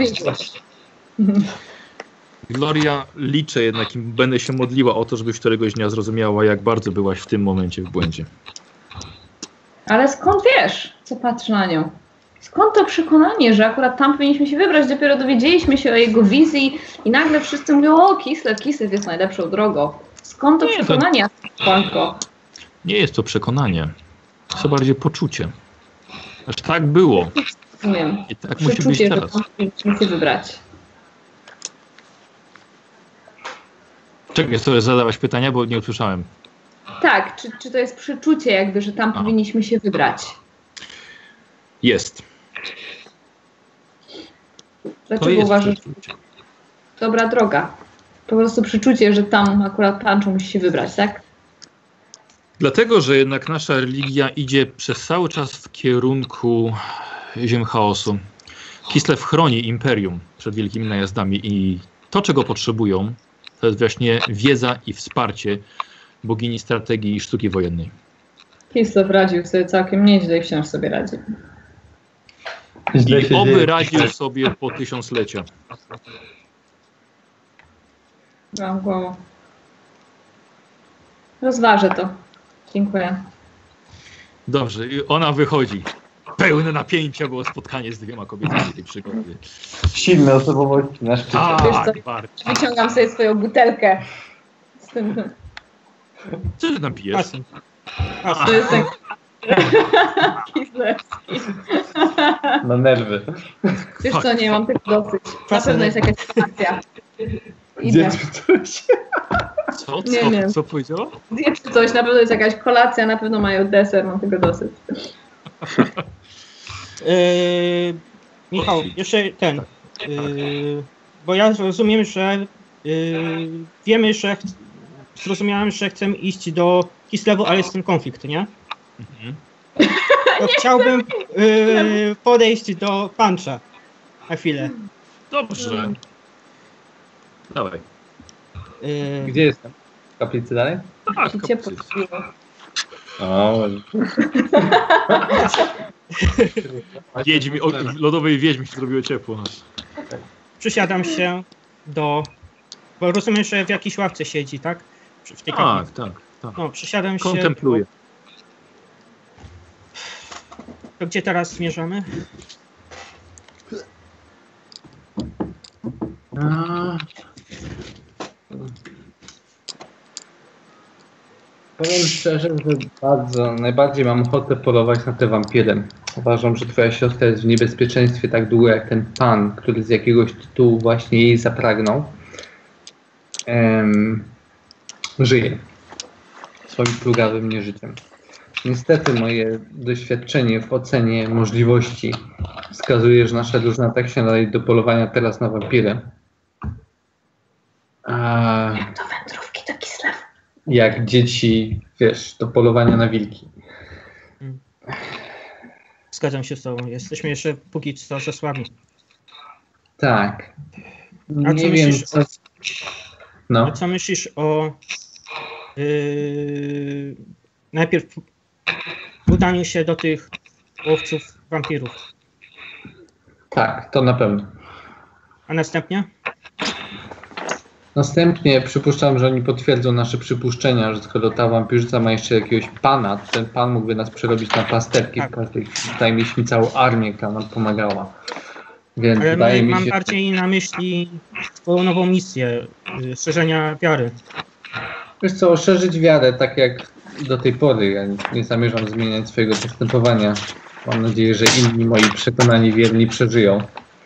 Gloria, liczę jednak i będę się modliła o to, żebyś któregoś dnia zrozumiała, jak bardzo byłaś w tym momencie w błędzie. Ale skąd wiesz, co patrzę na nią? Skąd to przekonanie, że akurat tam powinniśmy się wybrać? Dopiero dowiedzieliśmy się o jego wizji i nagle wszyscy mówią, o Kislew jest najlepszą drogą. Skąd to przekonanie, Panko? Nie jest to przekonanie. To bardziej poczucie. Aż tak było. Wiem. I tak musi być teraz. Że powinniśmy się wybrać. Czekaj, sobie zadałaś pytania, bo nie usłyszałem. Tak, czy to jest przeczucie jakby, że tam powinniśmy się wybrać? Jest. Dlaczego uważasz, dobra droga? Po prostu przeczucie, że tam akurat Pancho musi się wybrać, tak? Dlatego, że jednak nasza religia idzie przez cały czas w kierunku ziem chaosu. Kislev chroni imperium przed wielkimi najazdami i to, czego potrzebują, to jest właśnie wiedza i wsparcie bogini strategii i sztuki wojennej. Kislev radził sobie całkiem nieźle i wciąż sobie radzi. I oby radził sobie po tysiąclecia. Brawo. Rozważę to. Dziękuję. Dobrze, i ona wychodzi. Pełne napięcia było spotkanie z dwiema kobietami w tej przygodzie. Silne osobowości na szczycie. Tak, bardzo. Wyciągam sobie swoją butelkę z tym. Co ty tam pijesz? To jest tak... Kislewski. Na nerwy. Wiesz co, nie mam tego dosyć. Na pewno jest jakaś kolacja. Idę. Coś. Co? Nie. Co powiedziała? Zjedz coś, na pewno jest jakaś kolacja, na pewno mają deser, mam tego dosyć. Michał, jeszcze ten. Bo ja rozumiem, że wiemy, że zrozumiałem, że chcemy iść do Kislewu, ale jest ten konflikt, nie? Mhm. To chciałbym podejść do Pancha na chwilę. Dobrze. Dawaj. Gdzie jestem? W kaplicy dalej? Tak, Cię podbiło. O, lodowej wiedźmi się zrobiło ciepło. Przysiadam się do... Bo rozumiem, że w jakiejś ławce siedzi, tak? W tej kaplicy. Tak. No, przysiadam się... Kontempluję. To gdzie teraz zmierzamy? powiem szczerze, że najbardziej mam ochotę polować na tę wampirę. Uważam, że twoja siostra jest w niebezpieczeństwie tak długo jak ten pan, który z jakiegoś tytułu właśnie jej zapragnął. Żyje swoim plugawym nieżyciem. Niestety moje doświadczenie w ocenie możliwości wskazuje, że nasza drużyna tak się nadaje do polowania teraz na wampirę. Jak to wędrówki do Kislewu. Jak dzieci, wiesz, do polowania na wilki. Zgadzam się z tobą. Jesteśmy jeszcze póki co za słabi. Tak. A Nie co wiem, myślisz co... No. A co myślisz o najpierw udaniu się do tych łowców wampirów? Tak, to na pewno. A następnie? Następnie przypuszczam, że oni potwierdzą nasze przypuszczenia, że skoro ta wampirzyca ma jeszcze jakiegoś pana, to ten pan mógłby nas przerobić na pasterki w każdej chwili. Tutaj mieliśmy całą armię, która nam pomagała. Więc Ale wydaje mi mam się... bardziej na myśli swoją nową misję, szerzenia wiary. Wiesz co, szerzyć wiarę tak jak do tej pory. Ja nie zamierzam zmieniać swojego postępowania. Mam nadzieję, że inni moi przekonani wierni przeżyją.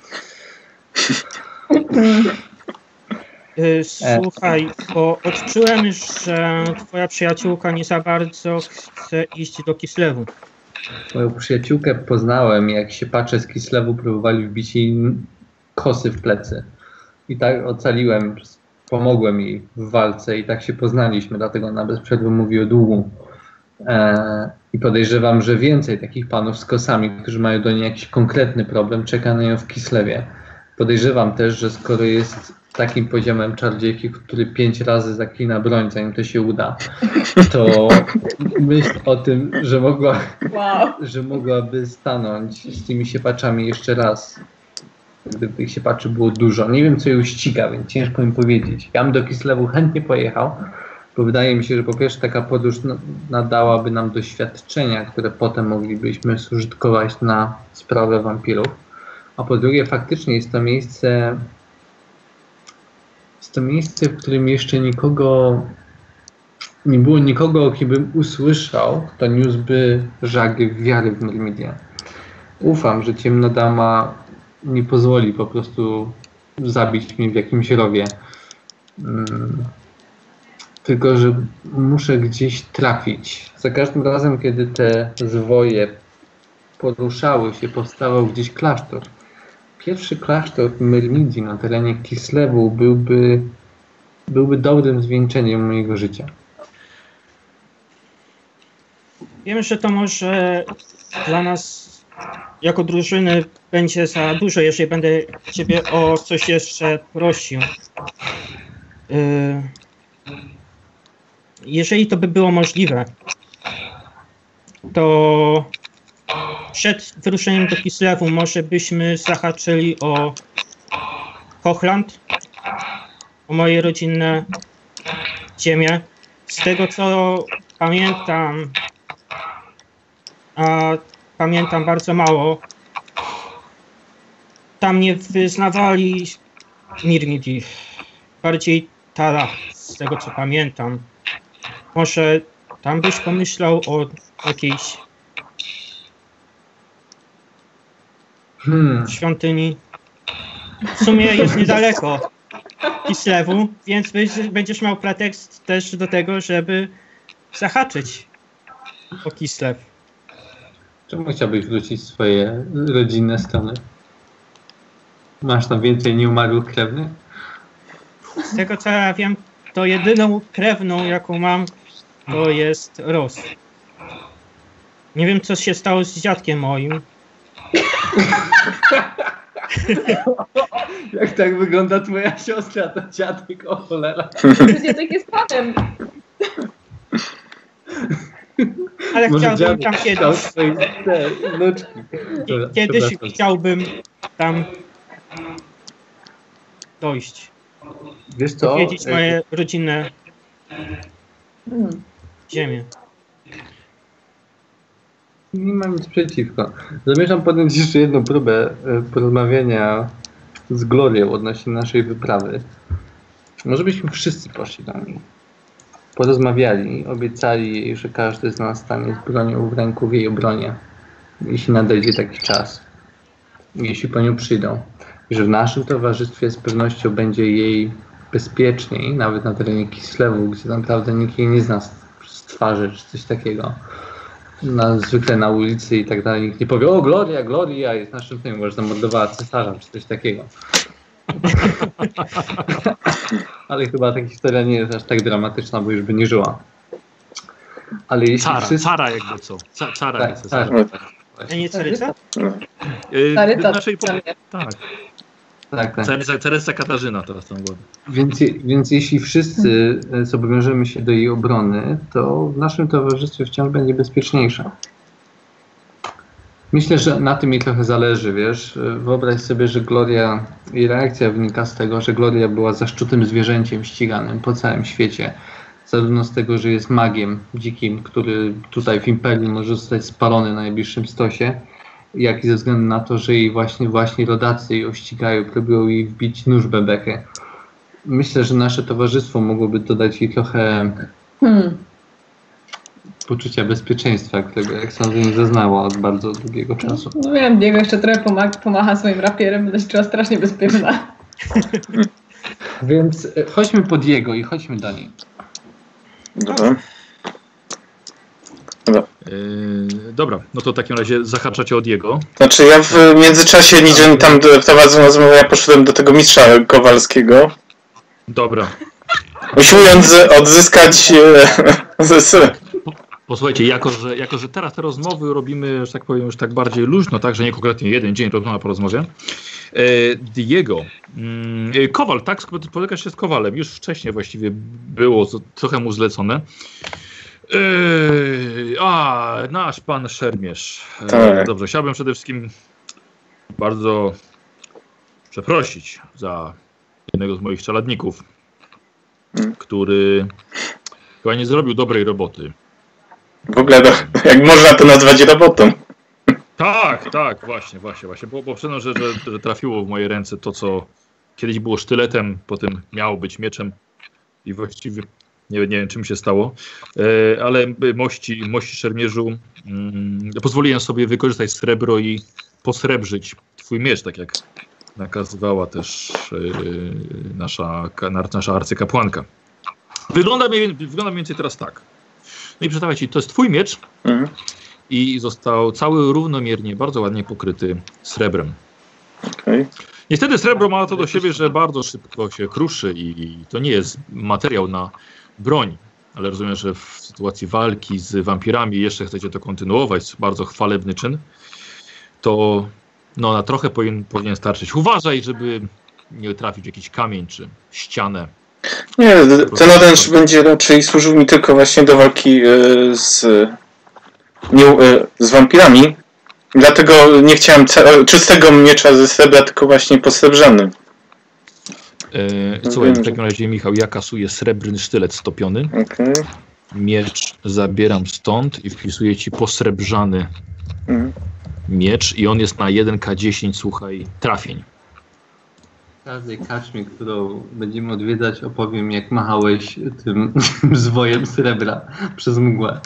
Słuchaj, bo odczułem, że twoja przyjaciółka nie za bardzo chce iść do Kislewu. Moją przyjaciółkę poznałem, jak się patrzę z Kislewu, próbowali wbić jej kosy w plecy. I tak ocaliłem, pomogłem jej w walce i tak się poznaliśmy, dlatego ona bez przerwy mówi o długu. I podejrzewam, że więcej takich panów z kosami, którzy mają do niej jakiś konkretny problem, czeka na nią w Kislewie. Podejrzewam też, że skoro jest takim poziomem czarodziejki, który 5 razy zaklina broń, zanim to się uda, to myśl o tym, że mogłaby stanąć z tymi siepaczami jeszcze raz, gdyby tych siepaczy było dużo. Nie wiem, co ją ściga, więc ciężko mi powiedzieć. Ja bym do Kislewu chętnie pojechał, bo wydaje mi się, że po pierwsze taka podróż nadałaby nam doświadczenia, które potem moglibyśmy zużytkować na sprawę wampirów. A po drugie, faktycznie jest to miejsce, w którym jeszcze nie było nikogo, o kim bym usłyszał, kto niósłby żagę wiary w Myrmidię. Ufam, że ciemna dama nie pozwoli po prostu zabić mnie w jakimś rowie. Tylko że muszę gdzieś trafić. Za każdym razem, kiedy te zwoje poruszały się, powstawał gdzieś klasztor. Pierwszy klasztor Myrmidii na terenie Kislewu byłby dobrym zwieńczeniem mojego życia. Wiem, że to może dla nas jako drużyny będzie za dużo, jeżeli będę ciebie o coś jeszcze prosił. Jeżeli to by było możliwe, to przed wyruszeniem do Kislewu może byśmy zahaczyli o Hochland, o moje rodzinne ziemię. Z tego co pamiętam, a pamiętam bardzo mało, tam nie wyznawali Myrmidii, bardziej Tara, z tego co pamiętam. Może tam byś pomyślał o jakiejś świątyni. W sumie jest niedaleko Kislewu, więc będziesz miał pretekst też do tego, żeby zahaczyć o Kislew. Czemu chciałbyś wrócić w swoje rodzinne strony? Masz tam więcej nieumarłych krewnych? Z tego co ja wiem, to jedyną krewną, jaką mam, to jest Ros. Nie wiem, co się stało z dziadkiem moim. Jak tak wygląda twoja siostra, to dziadek, o cholera. Dziadek jest panem. Ale Może chciałbym dziadek tam kiedyś. swoje wnuczki. Kiedyś Przepraszam. chciałbym tam dojść. Wiesz co? Odwiedzić moje rodzinne ziemię. Nie mam nic przeciwko. Zamierzam podjąć jeszcze jedną próbę porozmawiania z Glorią odnośnie naszej wyprawy. Może byśmy wszyscy poszli do niej. Porozmawiali, obiecali jej, że każdy z nas stanie z bronią w ręku w jej obronie. Jeśli nadejdzie taki czas. Jeśli po nią przyjdą. I że w naszym towarzystwie z pewnością będzie jej bezpieczniej, nawet na terenie Kislewu, gdzie naprawdę nikt jej nie zna z twarzy, czy coś takiego. Zwykle na ulicy i tak dalej. Nikt nie powie, o Gloria, Gloria jest naszym tym, może zamordowała cesarza, czy coś takiego. Ale chyba ta historia nie jest aż tak dramatyczna, bo już by nie żyła. Ale jeśli Cara jakby co. Cara Tak, jest cesarza. A nie Caryca? Caryca. Tak. Teresa Katarzyna teraz tam była. Więc jeśli wszyscy zobowiążemy się do jej obrony, to w naszym towarzystwie wciąż będzie bezpieczniejsza. Myślę, że na tym jej trochę zależy, wiesz. Wyobraź sobie, że Gloria, jej reakcja wynika z tego, że Gloria była zaszczutym zwierzęciem ściganym po całym świecie. Zarówno z tego, że jest magiem dzikim, który tutaj w Imperium może zostać spalony na najbliższym stosie, jak i ze względu na to, że jej właśnie rodacy ją ścigają, próbują jej wbić nóż w bebekę. Myślę, że nasze towarzystwo mogłoby dodać jej trochę poczucia bezpieczeństwa, którego, jak sądzę, nie zaznała od bardzo długiego czasu. No wiem, Diego jeszcze trochę pomacha swoim rapierem, będę się czuła strasznie bezpieczna. Więc chodźmy po Diego i chodźmy do niej. Dobra. Dobra, no to w takim razie zahaczacie od jego. Znaczy ja w międzyczasie, niż oni tam prowadzą rozmowę, ja poszedłem do tego mistrza Kowalskiego. Dobra. Usiłując odzyskać Posłuchajcie, jako że teraz te rozmowy robimy, że tak powiem, już tak bardziej luźno, tak, że nie konkretnie jeden dzień rozmowa po rozmowie. Diego. Kowal, tak? Spotykasz się z Kowalem. Już wcześniej właściwie było trochę mu zlecone. Nasz pan Szermierz. Tak. Dobrze, chciałbym przede wszystkim bardzo przeprosić za jednego z moich czeladników, który chyba nie zrobił dobrej roboty. w ogóle, jak można to nazwać robotą. Tak, właśnie, bo przyznam, że trafiło w moje ręce to, co kiedyś było sztyletem, potem miało być mieczem i właściwie nie wiem, czym się stało, ale mości szermierzu pozwoliłem sobie wykorzystać srebro i posrebrzyć twój miecz, tak jak nakazywała też nasza arcykapłanka. Wygląda mniej więcej teraz tak. No i przedstawię ci, to jest twój miecz i został cały równomiernie, bardzo ładnie pokryty srebrem. Okay. Niestety srebro ma to do siebie, że bardzo szybko się kruszy i to nie jest materiał na broń. Ale rozumiem, że w sytuacji walki z wampirami jeszcze chcecie to kontynuować, bardzo chwalebny czyn, to no, na trochę powinien starczyć. Uważaj, żeby nie trafić w jakiś kamień czy ścianę. Nie, ten oręż będzie raczej służył mi tylko właśnie do walki z wampirami. Dlatego nie chciałem czystego miecza ze srebra, tylko właśnie posrebrzany. Słuchaj, w takim razie, Michał, ja kasuję srebrny sztylet stopiony. Okay. Miecz zabieram stąd i wpisuję ci posrebrzany miecz i on jest na 1K10, słuchaj, trafień. W każdej kaczmie, którą będziemy odwiedzać, opowiem, jak machałeś tym zwojem srebra przez mgłę.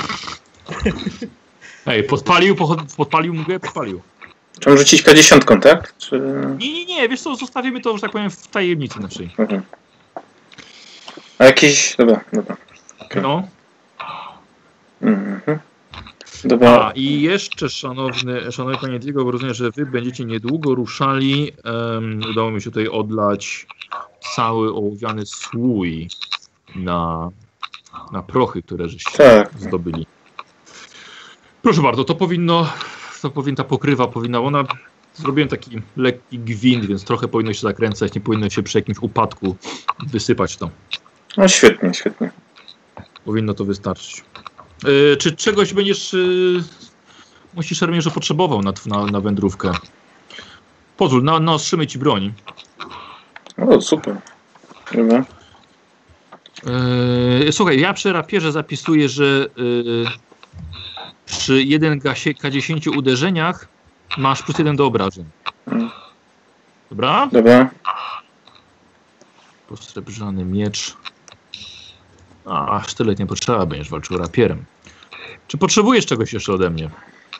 Ej, podpalił mgłę, podpalił. Trzeba rzucić K10, tak? Czy... Nie, wiesz co, zostawimy to, że tak powiem, w tajemnicy naszej. A jakieś... Dobra. Okay. No. Dobra. A i jeszcze, szanowny panie Diego, bo rozumiem, że wy będziecie niedługo ruszali. Udało mi się tutaj odlać cały ołowiany słój na prochy, które żeście zdobyli. Proszę bardzo, ta pokrywa powinna, zrobiłem taki lekki gwint, więc trochę powinno się zakręcać, nie powinno się przy jakimś upadku wysypać to. No świetnie. Powinno to wystarczyć. Czy czegoś będziesz, musisz szermierzu potrzebował na wędrówkę? Pozwól, naostrzymy ci broń. O, super. Dobra. Słuchaj, ja przy rapierze zapisuję, że przy 1K10 uderzeniach masz +1 do obrażeń. Dobra? Dobra. Posrebrzany miecz. A sztylet nie potrzeba, będziesz walczył rapierem. Czy potrzebujesz czegoś jeszcze ode mnie?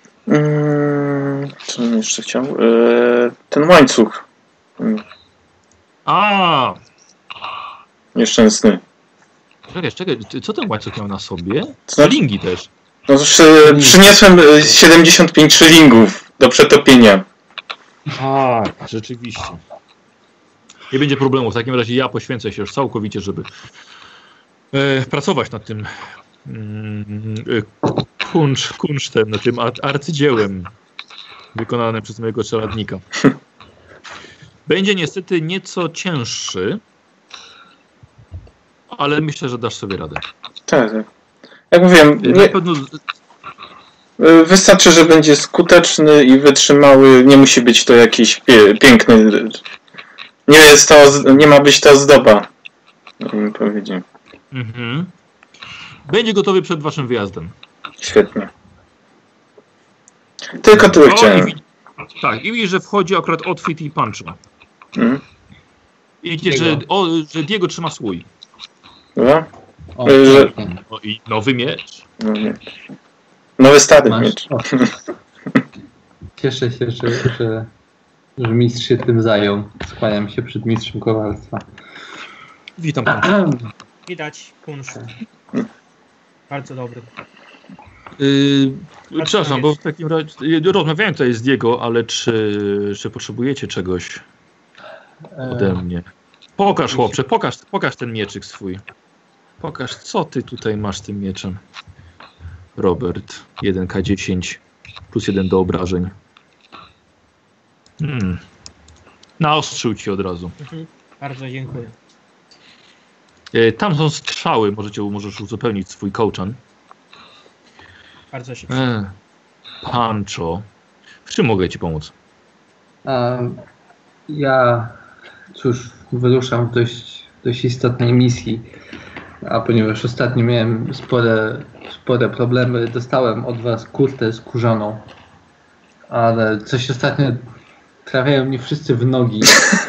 Co bym jeszcze chciał? Ten łańcuch. Nieszczęsny. Czekaj, co ten łańcuch miał na sobie? Znaczy... Lingi też. No, przyniosłem 75 szylingów do przetopienia. Rzeczywiście. Nie będzie problemu. W takim razie ja poświęcę się już całkowicie, żeby pracować nad tym kunsztem, nad tym arcydziełem wykonanym przez mojego czeladnika. Będzie niestety nieco cięższy, ale myślę, że dasz sobie radę. Tak. Jak mówiłem, na pewno... wystarczy, że będzie skuteczny i wytrzymały. Nie musi być to jakiś piękny. Nie ma być to ozdoba. Bym powiedział. Będzie gotowy przed waszym wyjazdem. Świetnie. Tylko tyle chciałem. Tak, i widzisz, że wchodzi akurat Outfit i Pancho. I widzicie, że Diego trzyma słój. Dobra? I nowy miecz. Nowy stary miecz. Cieszę się, że mistrz się tym zajął. Skłaniam się przed mistrzem kowalstwa. Witam pana. Widać kunszt. Bardzo dobry. Przepraszam, bo w takim razie rozmawiałem tutaj z Diego, ale czy potrzebujecie czegoś ode mnie? Pokaż, chłopcze, pokaż ten mieczyk swój. Pokaż, co ty tutaj masz tym mieczem. Robert, 1K10, +1 do obrażeń. Naostrzył ci od razu. Bardzo dziękuję. Tam są strzały, możesz uzupełnić swój kołczan. Bardzo się Pancho, w czym mogę ci pomóc? Ja cóż, wyruszam w dość istotnej misji, a ponieważ ostatnio miałem spore problemy, dostałem od was kurtę skórzaną, ale coś ostatnio trafiają mnie wszyscy w nogi.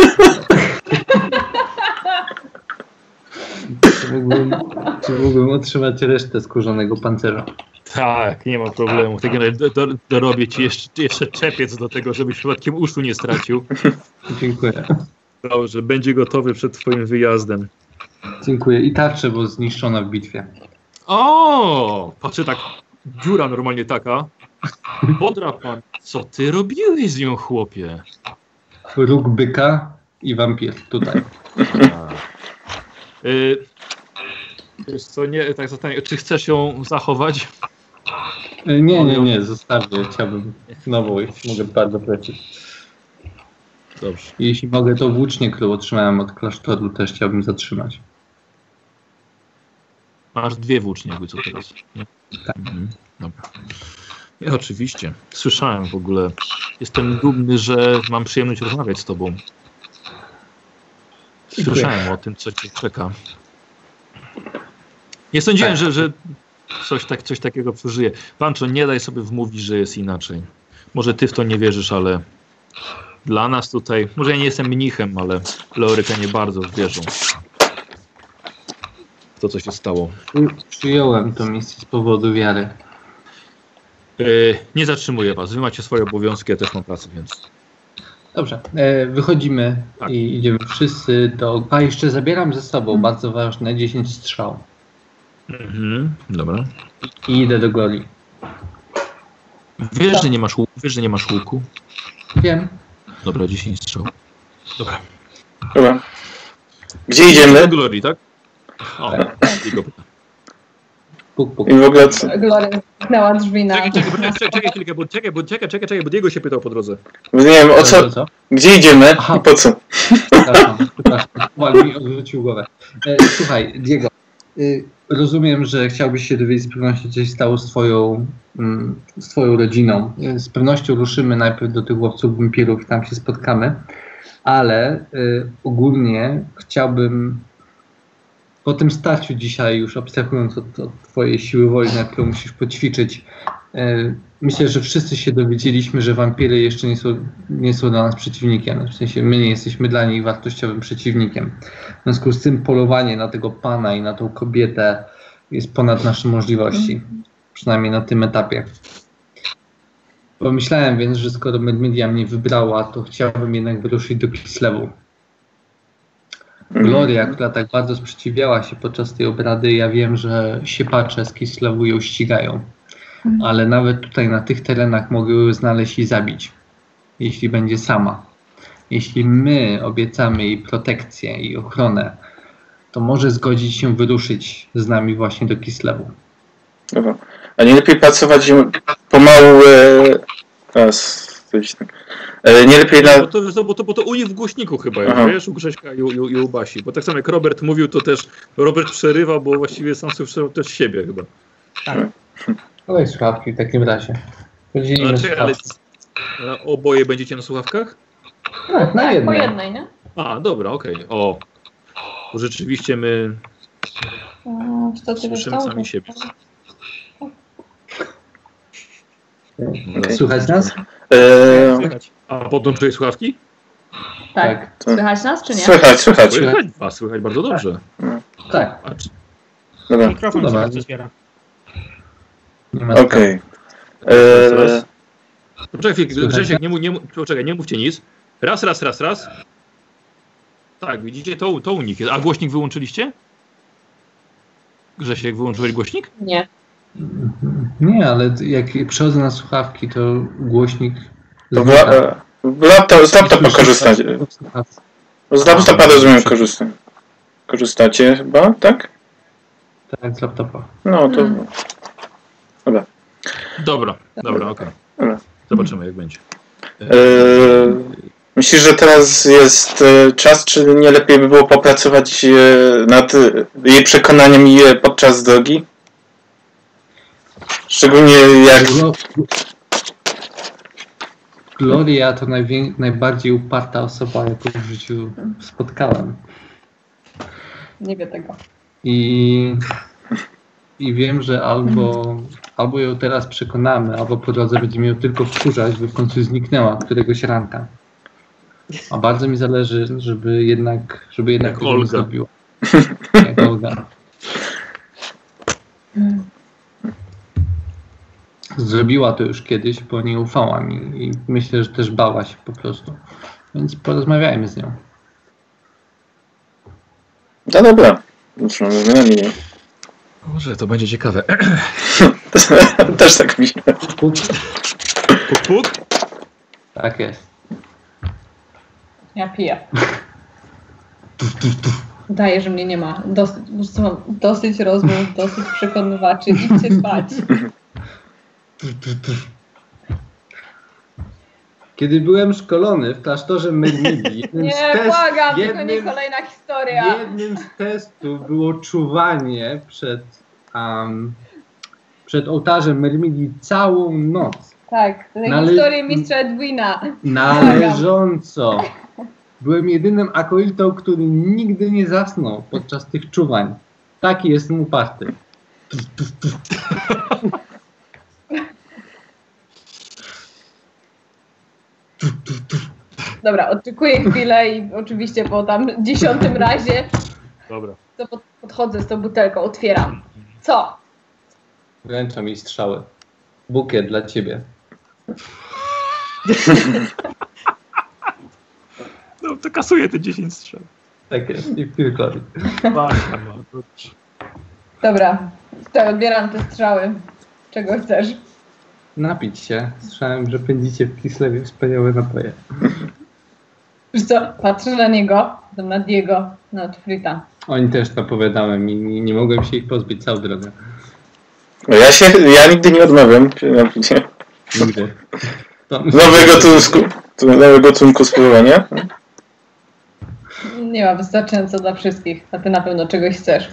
Czy mógłbym otrzymać resztę skórzanego pancerza? Tak, nie ma problemu. Tak, dorobię ci jeszcze czepiec do tego, żebyś przypadkiem uszu nie stracił. Dziękuję. Dobrze, będzie gotowy przed twoim wyjazdem. Dziękuję. I tarczę, bo zniszczona w bitwie. O, patrzę tak, dziura normalnie taka. Podrapan, co ty robiłeś z nią, chłopie? Róg byka i wampir tutaj. Wiesz co, nie, tak zastanawiam, czy chcesz ją zachować? Nie, zostawię. Chciałbym nową, jeśli mogę bardzo prosić. Dobrze. Jeśli mogę, to włócznie, którą otrzymałem od klasztoru, też chciałbym zatrzymać. Masz 2 włócznie, jakby co teraz. Nie? Tak. Dobra. Ja oczywiście. Słyszałem w ogóle. Jestem dumny, że mam przyjemność rozmawiać z tobą. Słyszałem o tym, co cię czeka. Nie sądziłem, że coś takiego przeżyje. Pancho, nie daj sobie wmówić, że jest inaczej. Może ty w to nie wierzysz, ale dla nas tutaj, może ja nie jestem mnichem, ale Leorykanie bardzo wierzą w to, co się stało. Przyjąłem tę misję z powodu wiary. Nie zatrzymuję was. Wy macie swoje obowiązki, ja też mam pracę, więc... Dobrze, wychodzimy Tak. i idziemy wszyscy do... A jeszcze zabieram ze sobą, bardzo ważne, 10 strzał. Dobra. I idę do Goli. Wiesz, że nie masz łuku? Wiesz, że nie masz łuku? Wiem. Dobra, 10 strzał. Dobra. Dobra. Gdzie idziemy? Do Glorii, tak? O, jego pyta. Puk, puk. I w ogóle co? Gloria zamknęła drzwi na... Czekaj chwilkę, bo Diego się pytał po drodze. Nie wiem o co. Gdzie idziemy i po co? Przepraszam. Wal mi odwrócił głowę. Słuchaj, Diego, rozumiem, że chciałbyś się dowiedzieć z pewnością, co się stało z twoją rodziną. Z pewnością ruszymy najpierw do tych łowców wampirów i tam się spotkamy, ale ogólnie chciałbym po tym starciu dzisiaj, już abstrahując od twojej siły woli, na którą musisz poćwiczyć, myślę, że wszyscy się dowiedzieliśmy, że wampiry jeszcze nie są dla nas przeciwnikiem. W sensie my nie jesteśmy dla nich wartościowym przeciwnikiem. W związku z tym polowanie na tego pana i na tą kobietę jest ponad nasze możliwości. Przynajmniej na tym etapie. Pomyślałem więc, że skoro Medmedia mnie wybrała, to chciałbym jednak wyruszyć do Kislewu. Gloria, która tak bardzo sprzeciwiała się podczas tej obrady, ja wiem, że siepacze z Kislewu ją ścigają. Ale nawet tutaj na tych terenach mogę ją znaleźć i zabić. Jeśli będzie sama. Jeśli my obiecamy jej protekcję i ochronę, to może zgodzić się wyruszyć z nami właśnie do Kislewu. Dobra. A nie lepiej pracować pomału... nie lepiej na... Bo to u nich w głośniku chyba jest, wiesz, u Grześka i u Basi. Bo tak samo jak Robert mówił, to też Robert przerywa, bo właściwie sam słyszał też siebie chyba. Tak. Dawaj słuchawki w takim razie. Znaczy, ale oboje będziecie na słuchawkach? Tak, na Po jednej. jednej, nie? A, dobra, okej. O, bo rzeczywiście my Co ty słyszymy sami siebie. Słychać nas? Słychać. A podłączyłeś słuchawki? Tak. Słychać nas, czy nie? Słychać. Słychać bardzo dobrze. Tak. Patrz. Dobra. Mikrofon Dobra. się bardzo zbiera. Nie ma Okej. Poczekaj, Grzesiek, nie mówcie nic. Raz. Tak, widzicie, to u nich jest. A głośnik wyłączyliście? Grzesiek, wyłączyłeś głośnik? Nie. Nie, ale jak przychodzę na słuchawki, to głośnik... To z laptopa korzystacie. Z laptopa rozumiem korzystacie chyba, tak? Tak, z laptopa. No to... Dobra, okej. Dobra. Zobaczymy, jak będzie. Myślisz, że teraz jest czas, czy nie lepiej by było popracować nad jej przekonaniem podczas drogi? Szczególnie jak... Gloria to najbardziej uparta osoba, jaką w życiu spotkałem. Nie wie tego. I wiem, że albo ją teraz przekonamy, albo po drodze będziemy ją tylko wkurzać, by w końcu zniknęła któregoś ranka. A bardzo mi zależy, żeby jednak Jak tego Olga. nie zrobiła. Jak Olga. Zrobiła to już kiedyś, bo nie ufała mi i myślę, że też bała się po prostu. Więc porozmawiajmy z nią. No dobra. Już mamy zmianami, nie? Może to będzie ciekawe. Też tak mi się... Puk. Puk, puk? Tak jest. Ja piję. Daję, że mnie nie ma. Mam dosyć rozmów, dosyć przekonywaczy. Idźcie spać. Kiedy byłem szkolony w klasztorze Mermidi, Nie, błagam, tylko nie kolejna historia. jednym z testów było czuwanie przed ołtarzem Mermidi całą noc. Tak, to historię mistrza Edwina. Należąco. Byłem jedynym akolitą, który nigdy nie zasnął podczas tych czuwań. Taki jestem uparty. Dobra, oczekuję chwilę i oczywiście po tam 10. razie Dobra. to podchodzę z tą butelką, otwieram. Co? Wręczam jej strzały. Bukiet dla ciebie. No to kasuję te 10 strzał. Tak jest. I pilkoli. Dobra, to odbieram te strzały. Czego chcesz? Napić się. Słyszałem, że pędzicie w Kislewie wspaniałe napoje. Wiesz co, patrzę na niego, potem na Diego, na Otfrita. Oni też napowiadałem i nie mogłem się ich pozbyć całą drogę. No ja nigdy nie odmawiam na picie. Nigdy. Nowego trunku spróbowania. Nie ma wystarczająco dla wszystkich, a ty na pewno czegoś chcesz.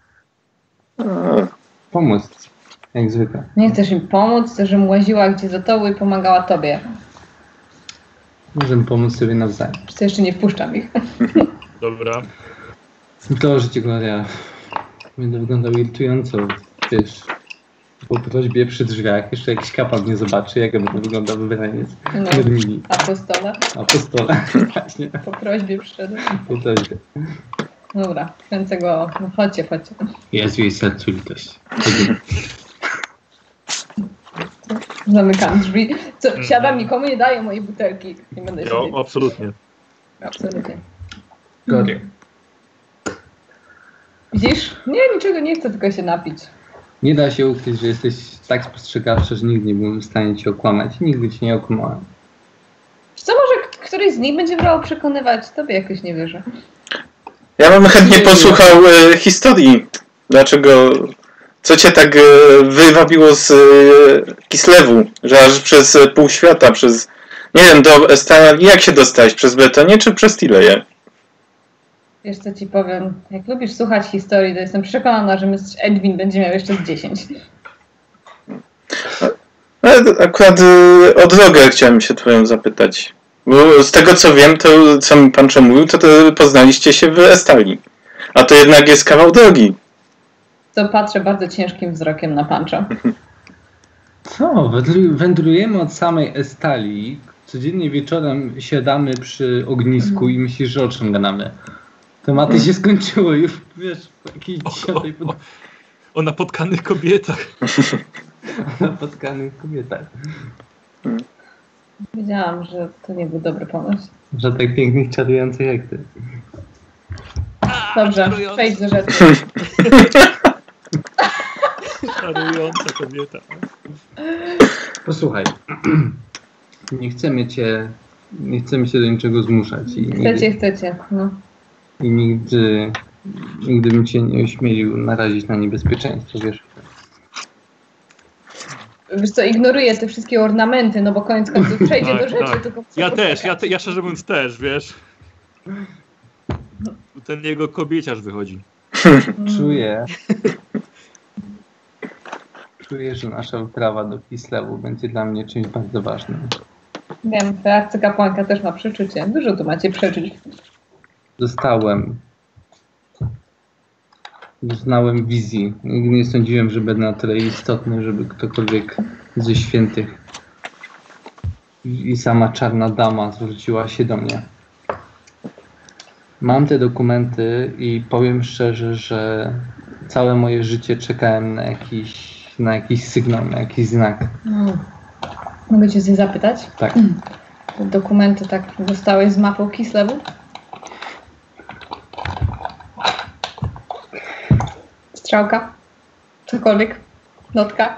Pomóc. Jak zwykle. Nie chcesz im pomóc, chcesz, żebym łaziła gdzie za tobą i pomagała tobie. Możemy pomóc sobie nawzajem. Przecież jeszcze nie wpuszczam ich. Dobra. To życie Gloria będę wyglądał irytująco. Wiesz, po prośbie przy drzwiach jeszcze jakiś kapłan nie zobaczy, jak będę wyglądał wybraniec. No. Apostola. Apostola. Właśnie. Po prośbie przyszedł. Po prośbie. Dobra, kręcę go. No, chodźcie. Jest w jej sercu litość. Zamykam drzwi. Co, siadam, nikomu nie daję mojej butelki. Nie będę siedzieć. No, absolutnie. Absolutnie. Gloria. Widzisz? Nie, niczego nie chcę, tylko się napić. Nie da się ukryć, że jesteś tak spostrzegawczy, że nigdy nie byłem w stanie cię okłamać. Nigdy cię nie okłamałem. Co, może któryś z nich będzie brał przekonywać? Tobie jakoś nie wierzę. Ja bym chętnie posłuchał historii. Co cię tak wywabiło z Kislewu, że aż przez pół świata, nie wiem, do Estalii, jak się dostałeś? Przez Bretonię czy przez Tileję? Wiesz co ci powiem, jak lubisz słuchać historii, to jestem przekonana, że mistrz Edwin będzie miał jeszcze z 10. Akurat o drogę chciałem się twoją zapytać. Bo z tego co wiem, to co mi pan mówił, to poznaliście się w Estalii. A to jednak jest kawał drogi. To patrzę bardzo ciężkim wzrokiem na Pancho. Co? Wędrujemy od samej Estalii. Codziennie wieczorem siadamy przy ognisku i myślisz, że o czym gadamy. Tematy się skończyły już, wiesz, w jakiejś 10. O napotkanych kobietach. O napotkanych kobietach. Wiedziałam, że to nie był dobry pomysł. Że tak pięknych, czarujących jak ty. Dobrze, czarujący. przejdź do rzeczy. Czarująca kobieta. Posłuchaj. Nie chcemy cię do niczego zmuszać. Chcecie, no. I nigdy bym cię nie ośmielił narazić na niebezpieczeństwo, wiesz. Wiesz co, ignoruję te wszystkie ornamenty, no bo koniec końców przejdzie do rzeczy, tylko... Ja też, ja szczerze mówiąc też, wiesz. Ten jego kobieciarz wychodzi. Czuję, że nasza wyprawa do Kislewu będzie dla mnie czymś bardzo ważnym. Wiem, ta arcykapłanka też ma przeczucie. Dużo tu macie przeczuć. Doznałem wizji. Nigdy nie sądziłem, że będę na tyle istotny, żeby ktokolwiek ze świętych i sama czarna dama zwróciła się do mnie. Mam te dokumenty i powiem szczerze, że całe moje życie czekałem na jakiś sygnał, na jakiś znak. Mogę cię zapytać? Tak. Te dokumenty tak dostałeś z mapą Kislewu? Strzałka? Cokolwiek? Notka?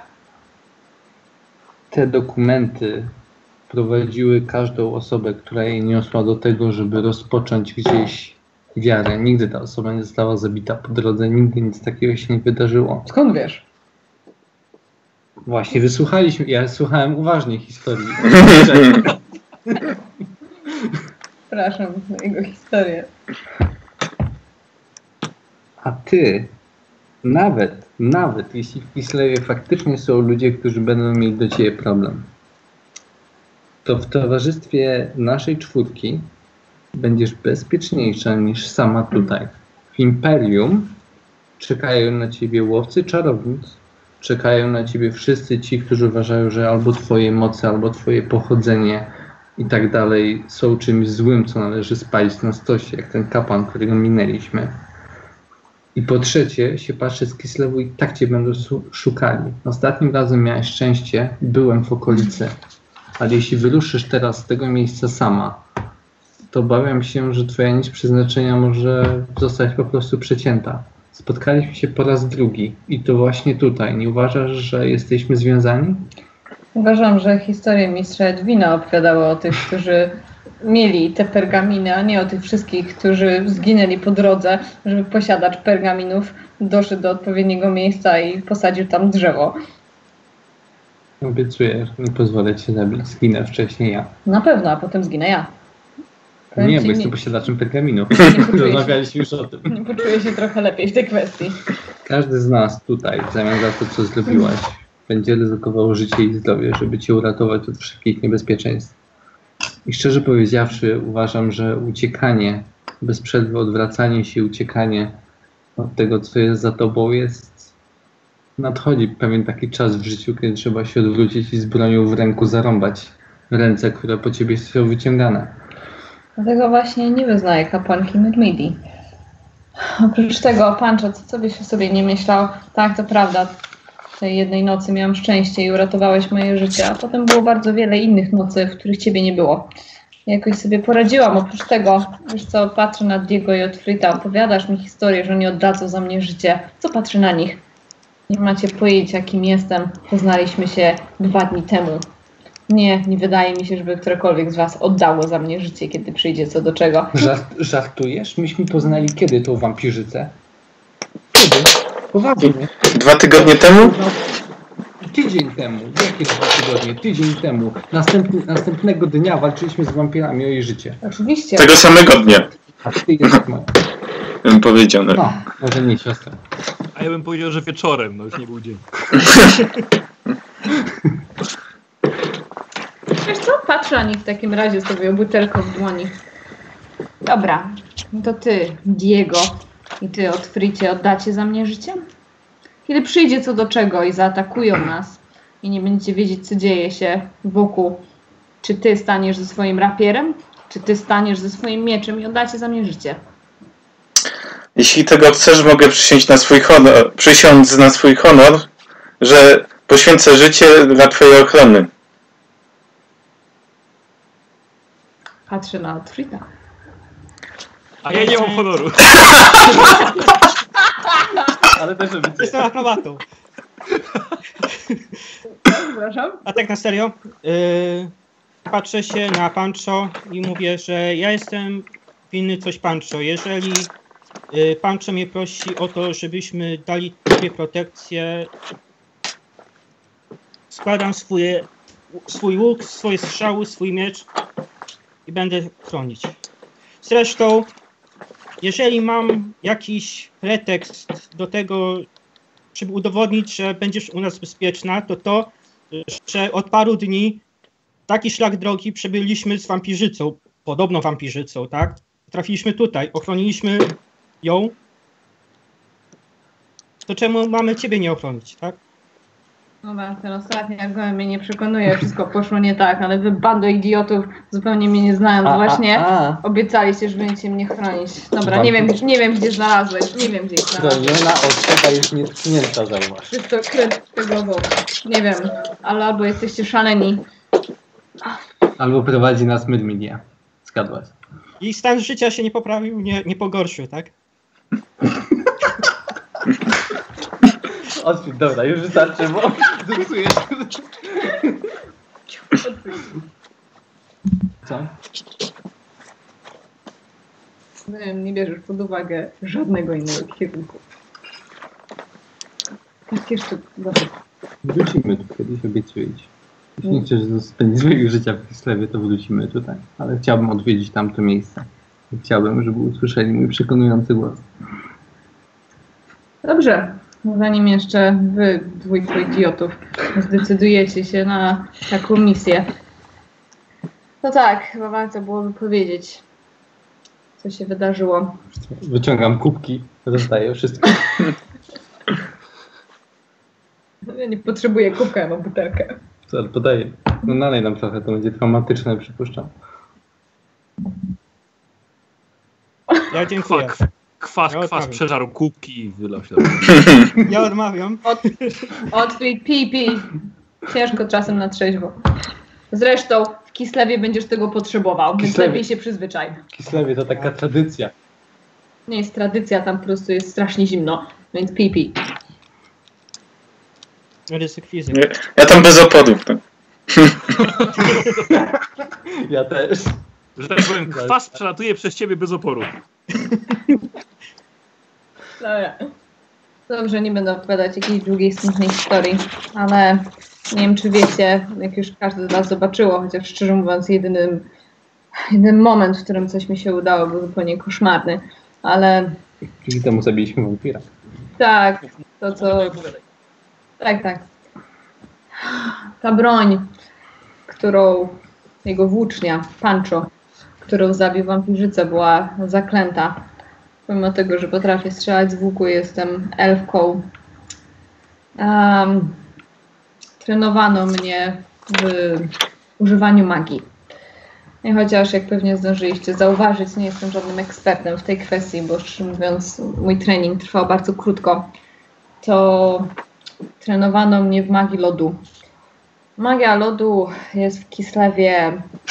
Te dokumenty prowadziły każdą osobę, która je niosła do tego, żeby rozpocząć gdzieś wiarę. Nigdy ta osoba nie została zabita po drodze, nigdy nic takiego się nie wydarzyło. Skąd wiesz? Właśnie wysłuchaliśmy, ja słuchałem uważnie historii. Przepraszam za jego historię. A ty, nawet jeśli w Kislewie faktycznie są ludzie, którzy będą mieli do ciebie problem, to w towarzystwie naszej czwórki będziesz bezpieczniejsza niż sama tutaj. W Imperium czekają na ciebie łowcy czarownic, czekają na ciebie wszyscy ci, którzy uważają, że albo twoje moce, albo twoje pochodzenie i tak dalej są czymś złym, co należy spalić na stosie, jak ten kapłan, którego minęliśmy. I po trzecie, się patrzę z Kislewu i tak cię będą szukali. Ostatnim razem miałeś szczęście, byłem w okolicy, ale jeśli wyruszysz teraz z tego miejsca sama, to obawiam się, że twoja nić przeznaczenia może zostać po prostu przecięta. Spotkaliśmy się po raz drugi i to właśnie tutaj. Nie uważasz, że jesteśmy związani? Uważam, że historie mistrza Edwina opowiadały o tych, którzy mieli te pergaminy, a nie o tych wszystkich, którzy zginęli po drodze, żeby posiadacz pergaminów doszedł do odpowiedniego miejsca i posadził tam drzewo. Obiecuję, że nie pozwolę cię zabić. Zginę wcześniej ja. Na pewno, a potem zginę ja. Powiem Nie, ci, bo jestem posiadaczem pergaminów. Rozmawialiśmy już o tym. Nie poczuję się trochę lepiej w tej kwestii. Każdy z nas tutaj, w zamian za to, co zrobiłaś, będzie ryzykował życie i zdrowie, żeby cię uratować od wszystkich niebezpieczeństw. I szczerze powiedziawszy, uważam, że uciekanie, bez przerwy odwracanie się, uciekanie od tego, co jest za tobą, nadchodzi pewien taki czas w życiu, kiedy trzeba się odwrócić i z bronią w ręku zarąbać ręce, które po ciebie są wyciągane. Dlatego właśnie nie wyznaję kapłanki Myrmidii. Oprócz tego, Pancho, co byś sobie nie myślał? Tak, to prawda. Tej jednej nocy miałam szczęście i uratowałeś moje życie, a potem było bardzo wiele innych nocy, w których ciebie nie było. Jakoś sobie poradziłam. Oprócz tego, wiesz co, patrzę na Diego i Otfrita, opowiadasz mi historię, że oni oddadzą za mnie życie. Co patrzę na nich? Nie macie pojęcia, kim jestem. Poznaliśmy się 2 dni temu. Nie wydaje mi się, żeby którekolwiek z was oddało za mnie życie, kiedy przyjdzie co do czego. Żartujesz? Myśmy poznali kiedy tą wampirzycę? Kiedy? Poważnie. 2 tygodnie temu? Tydzień temu. Jakie 2 tygodnie? Tydzień temu. Następnego dnia walczyliśmy z wampirami o jej życie. Oczywiście. Tego samego dnia. A ty jesteś moja. Bym powiedział. No, może nie siostra. A ja bym powiedział, że wieczorem, no już nie był dzień. Wiesz co? Patrzę na nich w takim razie z tobą butelką w dłoni. Dobra, to ty, Diego, i ty, Otfricie, oddacie za mnie życie? Kiedy przyjdzie co do czego i zaatakują nas i nie będziecie wiedzieć, co dzieje się wokół, czy ty staniesz ze swoim rapierem, czy ty staniesz ze swoim mieczem i oddacie za mnie życie? Jeśli tego chcesz, mogę przysiąc na swój honor, że poświęcę życie dla twojej ochrony. Patrzę na Otfrita. A ja nie mam honoru. Ale też Jestem akrobatą. Przepraszam? A tak na serio, patrzę się na Pancho i mówię, że ja jestem winny coś Pancho. Jeżeli Pancho mnie prosi o to, żebyśmy dali tobie protekcję, składam swój łuk, swoje strzały, swój miecz i będę chronić. Zresztą, jeżeli mam jakiś pretekst do tego, żeby udowodnić, że będziesz u nas bezpieczna, to, że od paru dni taki szlak drogi przebyliśmy z wampirzycą, podobną wampirzycą, tak? Trafiliśmy tutaj, ochroniliśmy ją. To czemu mamy ciebie nie ochronić, tak? Dobra, ten ostatni argument mnie nie przekonuje, wszystko poszło nie tak, ale wy bando idiotów, zupełnie mnie nie znając, właśnie obiecaliście, że będziecie mnie chronić. Dobra, nie wiem gdzie znalazłeś, nie wiem gdzie ich znalazłeś. Chroniona osoba jest nietknięta, zauważ. Wszystko kret tego wołu. Nie wiem, ale albo jesteście szaleni. Albo prowadzi nas Myrmidia. Zgadłaś. I stan życia się nie poprawił, nie pogorszył, tak? Odświt, dobra, już wystarczy, bo zepsujesz. Co? Nie bierzesz pod uwagę żadnego innego kierunku. Takie sztuki. Wrócimy tu kiedyś, obiecuję ci. Jeśli nie chcesz spędzić swojego życia w Kislewie, to wrócimy tutaj. Ale chciałbym odwiedzić tamto miejsce. Chciałbym, żeby usłyszeli mój przekonujący głos. Dobrze. Zanim jeszcze wy, dwójko idiotów, zdecydujecie się na taką misję, to tak, chyba warto byłoby powiedzieć, co się wydarzyło. Wyciągam kubki, rozdaję wszystko. Ja nie potrzebuję kubka, ja mam butelkę. Co, ale podaję. No nalej nam trochę, to będzie traumatyczne, przypuszczam. Ja dziękuję. Kwas odmawiam. przeżarł kubki i wylał się. Ja odmawiam. Otwij, pij. Ciężko czasem na trzeźwo. Zresztą w Kislewie będziesz tego potrzebował, więc Kislewie. lepiej się przyzwyczaj. W Kislewie to taka tradycja. Nie jest tradycja, tam po prostu jest strasznie zimno, więc pij. Ryzyk fizyk. Ja tam bez opodów. Tak. Ja też. Że tak powiem, kwas przelatuje przez ciebie bez oporu. Dobra. Dobrze, nie będę opowiadać jakiejś długiej, smutnej historii, ale nie wiem, czy wiecie, jak już każdy z was zobaczyło, chociaż szczerze mówiąc jedyny moment, w którym coś mi się udało, był zupełnie koszmarny, ale Dzięki temu zabiliśmy wampira. tak, to co... Tak. Ta broń, którą jego włócznia, Pancho, którą zabił wampirzycę, była zaklęta. Pomimo tego, że potrafię strzelać z łuku, jestem elfką. Trenowano mnie w używaniu magii. I chociaż, jak pewnie zdążyliście zauważyć, nie jestem żadnym ekspertem w tej kwestii, bo szczerze mówiąc mój trening trwał bardzo krótko, to trenowano mnie w magii lodu. Magia lodu jest w Kislewie...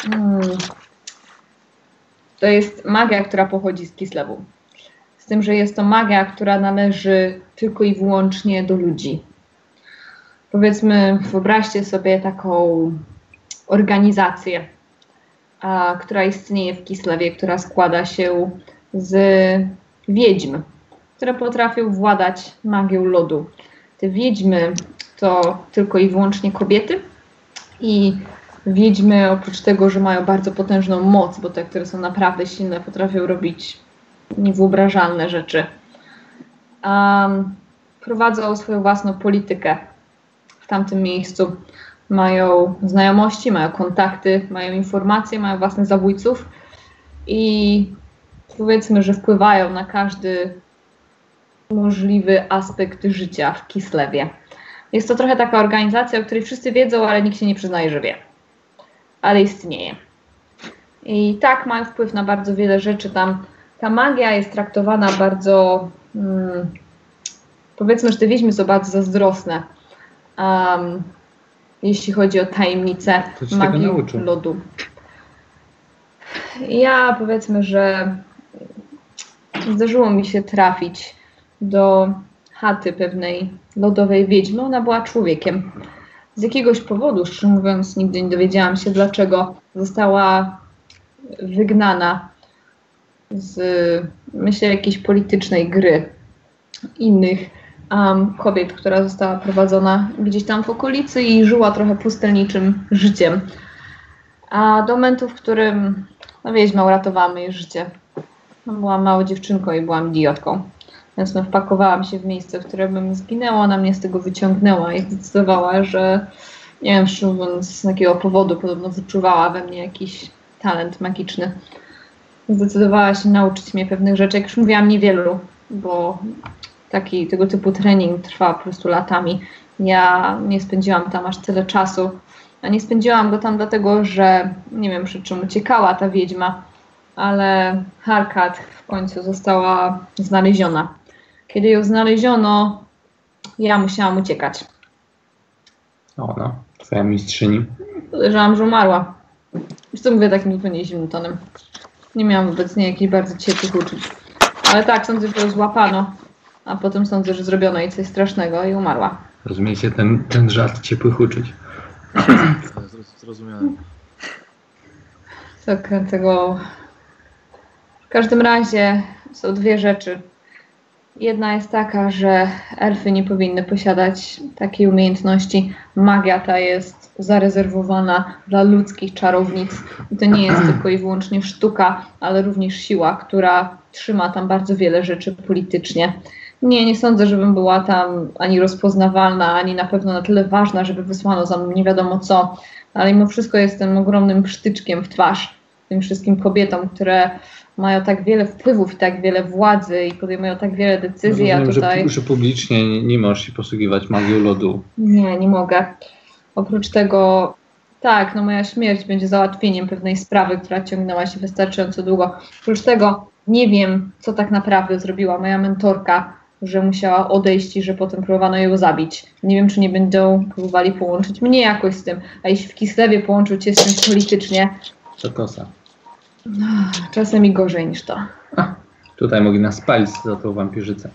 to jest magia, która pochodzi z Kislewu. Z tym, że jest to magia, która należy tylko i wyłącznie do ludzi. Powiedzmy, wyobraźcie sobie taką organizację, która istnieje w Kislewie, która składa się z wiedźm, które potrafią władać magią lodu. Te wiedźmy to tylko i wyłącznie kobiety i wiedźmy, oprócz tego, że mają bardzo potężną moc, bo te, które są naprawdę silne, potrafią robić niewyobrażalne rzeczy. Prowadzą swoją własną politykę w tamtym miejscu. Mają znajomości, mają kontakty, mają informacje, mają własnych zabójców i powiedzmy, że wpływają na każdy możliwy aspekt życia w Kislewie. Jest to trochę taka organizacja, o której wszyscy wiedzą, ale nikt się nie przyznaje, że wie. Ale istnieje. I tak mają wpływ na bardzo wiele rzeczy. Tam ta magia jest traktowana bardzo... powiedzmy, że te wiedźmy są bardzo zazdrosne. Jeśli chodzi o tajemnicę magii lodu. Ja powiedzmy, że zdarzyło mi się trafić do chaty pewnej lodowej wiedźmy. Ona była człowiekiem. Z jakiegoś powodu, szczerze mówiąc, nigdy nie dowiedziałam się, dlaczego została wygnana z, myślę, jakiejś politycznej gry innych kobiet, która została prowadzona gdzieś tam w okolicy i żyła trochę pustelniczym życiem. A do momentu, w którym wiedźma uratowała moje życie. Byłam małą dziewczynką i byłam idiotką. Więc wpakowałam się w miejsce, w którym bym zginęła, ona mnie z tego wyciągnęła i zdecydowała, że nie wiem, szczerze mówiąc, z jakiego powodu podobno wyczuwała we mnie jakiś talent magiczny. Zdecydowała się nauczyć mnie pewnych rzeczy, jak już mówiłam, niewielu, bo tego typu trening trwa po prostu latami. Ja nie spędziłam tam aż tyle czasu, a nie spędziłam go tam dlatego, że nie wiem, przed czym uciekała ta wiedźma, ale Harkat w końcu została znaleziona. Kiedy ją znaleziono, ja musiałam uciekać. O no, twoja mistrzyni. Podejrzewam, że umarła. Już to mówię takim zupełnie zimnym tonem. Nie miałam wobec niej jakichś bardzo ciepłych uczuć. Ale tak, sądzę, że ją złapano a potem sądzę, że zrobiono jej coś strasznego i umarła. Rozumiecie ten żart ciepłych uczuć? Zrozumiałem. Tak, tego... W każdym razie są dwie rzeczy. Jedna jest taka, że elfy nie powinny posiadać takiej umiejętności. Magia ta jest zarezerwowana dla ludzkich czarownic. I to nie jest tylko i wyłącznie sztuka, ale również siła, która trzyma tam bardzo wiele rzeczy politycznie. Nie sądzę, żebym była tam ani rozpoznawalna, ani na pewno na tyle ważna, żeby wysłano za mną nie wiadomo co. Ale mimo wszystko jestem ogromnym psztyczkiem w twarz tym wszystkim kobietom, które mają tak wiele wpływów i tak wiele władzy i podejmują tak wiele decyzji, Rozumiem, a tutaj... że publicznie nie możesz się posługiwać magią lodu. Nie mogę. Oprócz tego, tak, no moja śmierć będzie załatwieniem pewnej sprawy, która ciągnęła się wystarczająco długo. Oprócz tego nie wiem, co tak naprawdę zrobiła moja mentorka, że musiała odejść i że potem próbowano ją zabić. Nie wiem, czy nie będą próbowali połączyć mnie jakoś z tym, a jeśli w Kislewie połączył cię z czymś politycznie, To kosa. czasem i gorzej niż to. Tutaj mogli nas spalić za tą wampirzycę.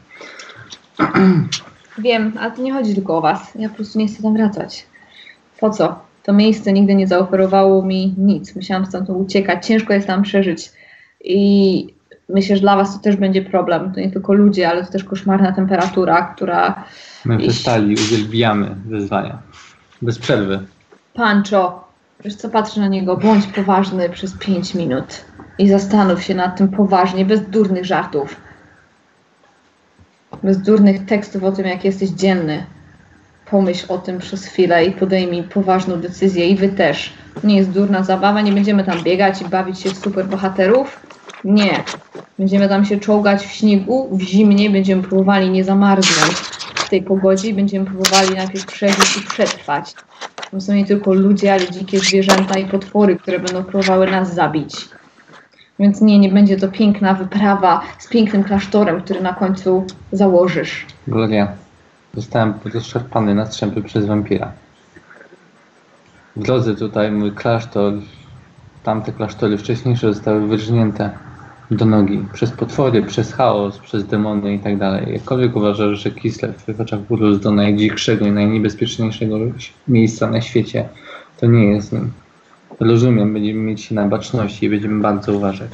Wiem, ale to nie chodzi tylko o was. Ja po prostu nie chcę tam wracać. Po co? To miejsce nigdy nie zaoferowało mi nic. Musiałam stamtąd uciekać. Ciężko jest tam przeżyć. I myślę, że dla was to też będzie problem. To nie tylko ludzie, ale to też koszmarna temperatura, która... My w stali uwielbiamy wyzwania. Bez przerwy. Pancho, wiesz co, patrzę na niego, bądź poważny przez 5 minut i zastanów się nad tym poważnie, bez durnych żartów. Bez durnych tekstów o tym, jak jesteś dzielny. Pomyśl o tym przez chwilę i podejmij poważną decyzję i wy też. Nie jest durna zabawa, nie będziemy tam biegać i bawić się w superbohaterów. Nie. Będziemy tam się czołgać w śniegu, w zimnie, będziemy próbowali nie zamarznąć w tej pogodzie i będziemy próbowali najpierw przeżyć i przetrwać. To są nie tylko ludzie, ale dzikie zwierzęta i potwory, które będą próbowały nas zabić. Więc nie będzie to piękna wyprawa z pięknym klasztorem, który na końcu założysz. Gloria, zostałem rozszarpany na strzępy przez wampira. W drodze tutaj mój klasztor, tamte klasztory wcześniejsze zostały wyrżnięte do nogi przez potwory, przez chaos, przez demony i tak dalej. Jakkolwiek uważasz, że Kislev w twoich oczach urósł do najdzikszego i najniebezpieczniejszego miejsca na świecie, to nie jest nim. Rozumiem, będziemy mieć się na baczności i będziemy bardzo uważać.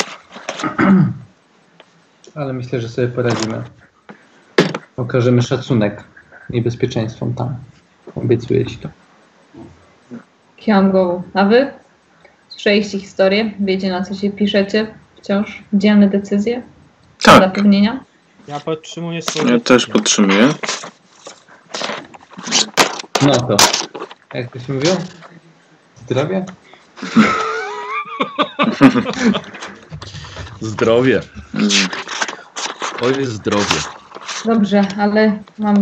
Ale myślę, że sobie poradzimy. Okażemy szacunek niebezpieczeństwom tam. Obiecuję ci to. Kiango, a wy? Słyszeliście historię? Wiecie, na co się piszecie? Wciąż dzielne decyzje? Tak. Zapewnienia? Ja podtrzymuję swoje... Ja też podtrzymuję. No to, jak to się mówiło? Zdrowie? Zdrowie. To jest zdrowie. Dobrze, ale mam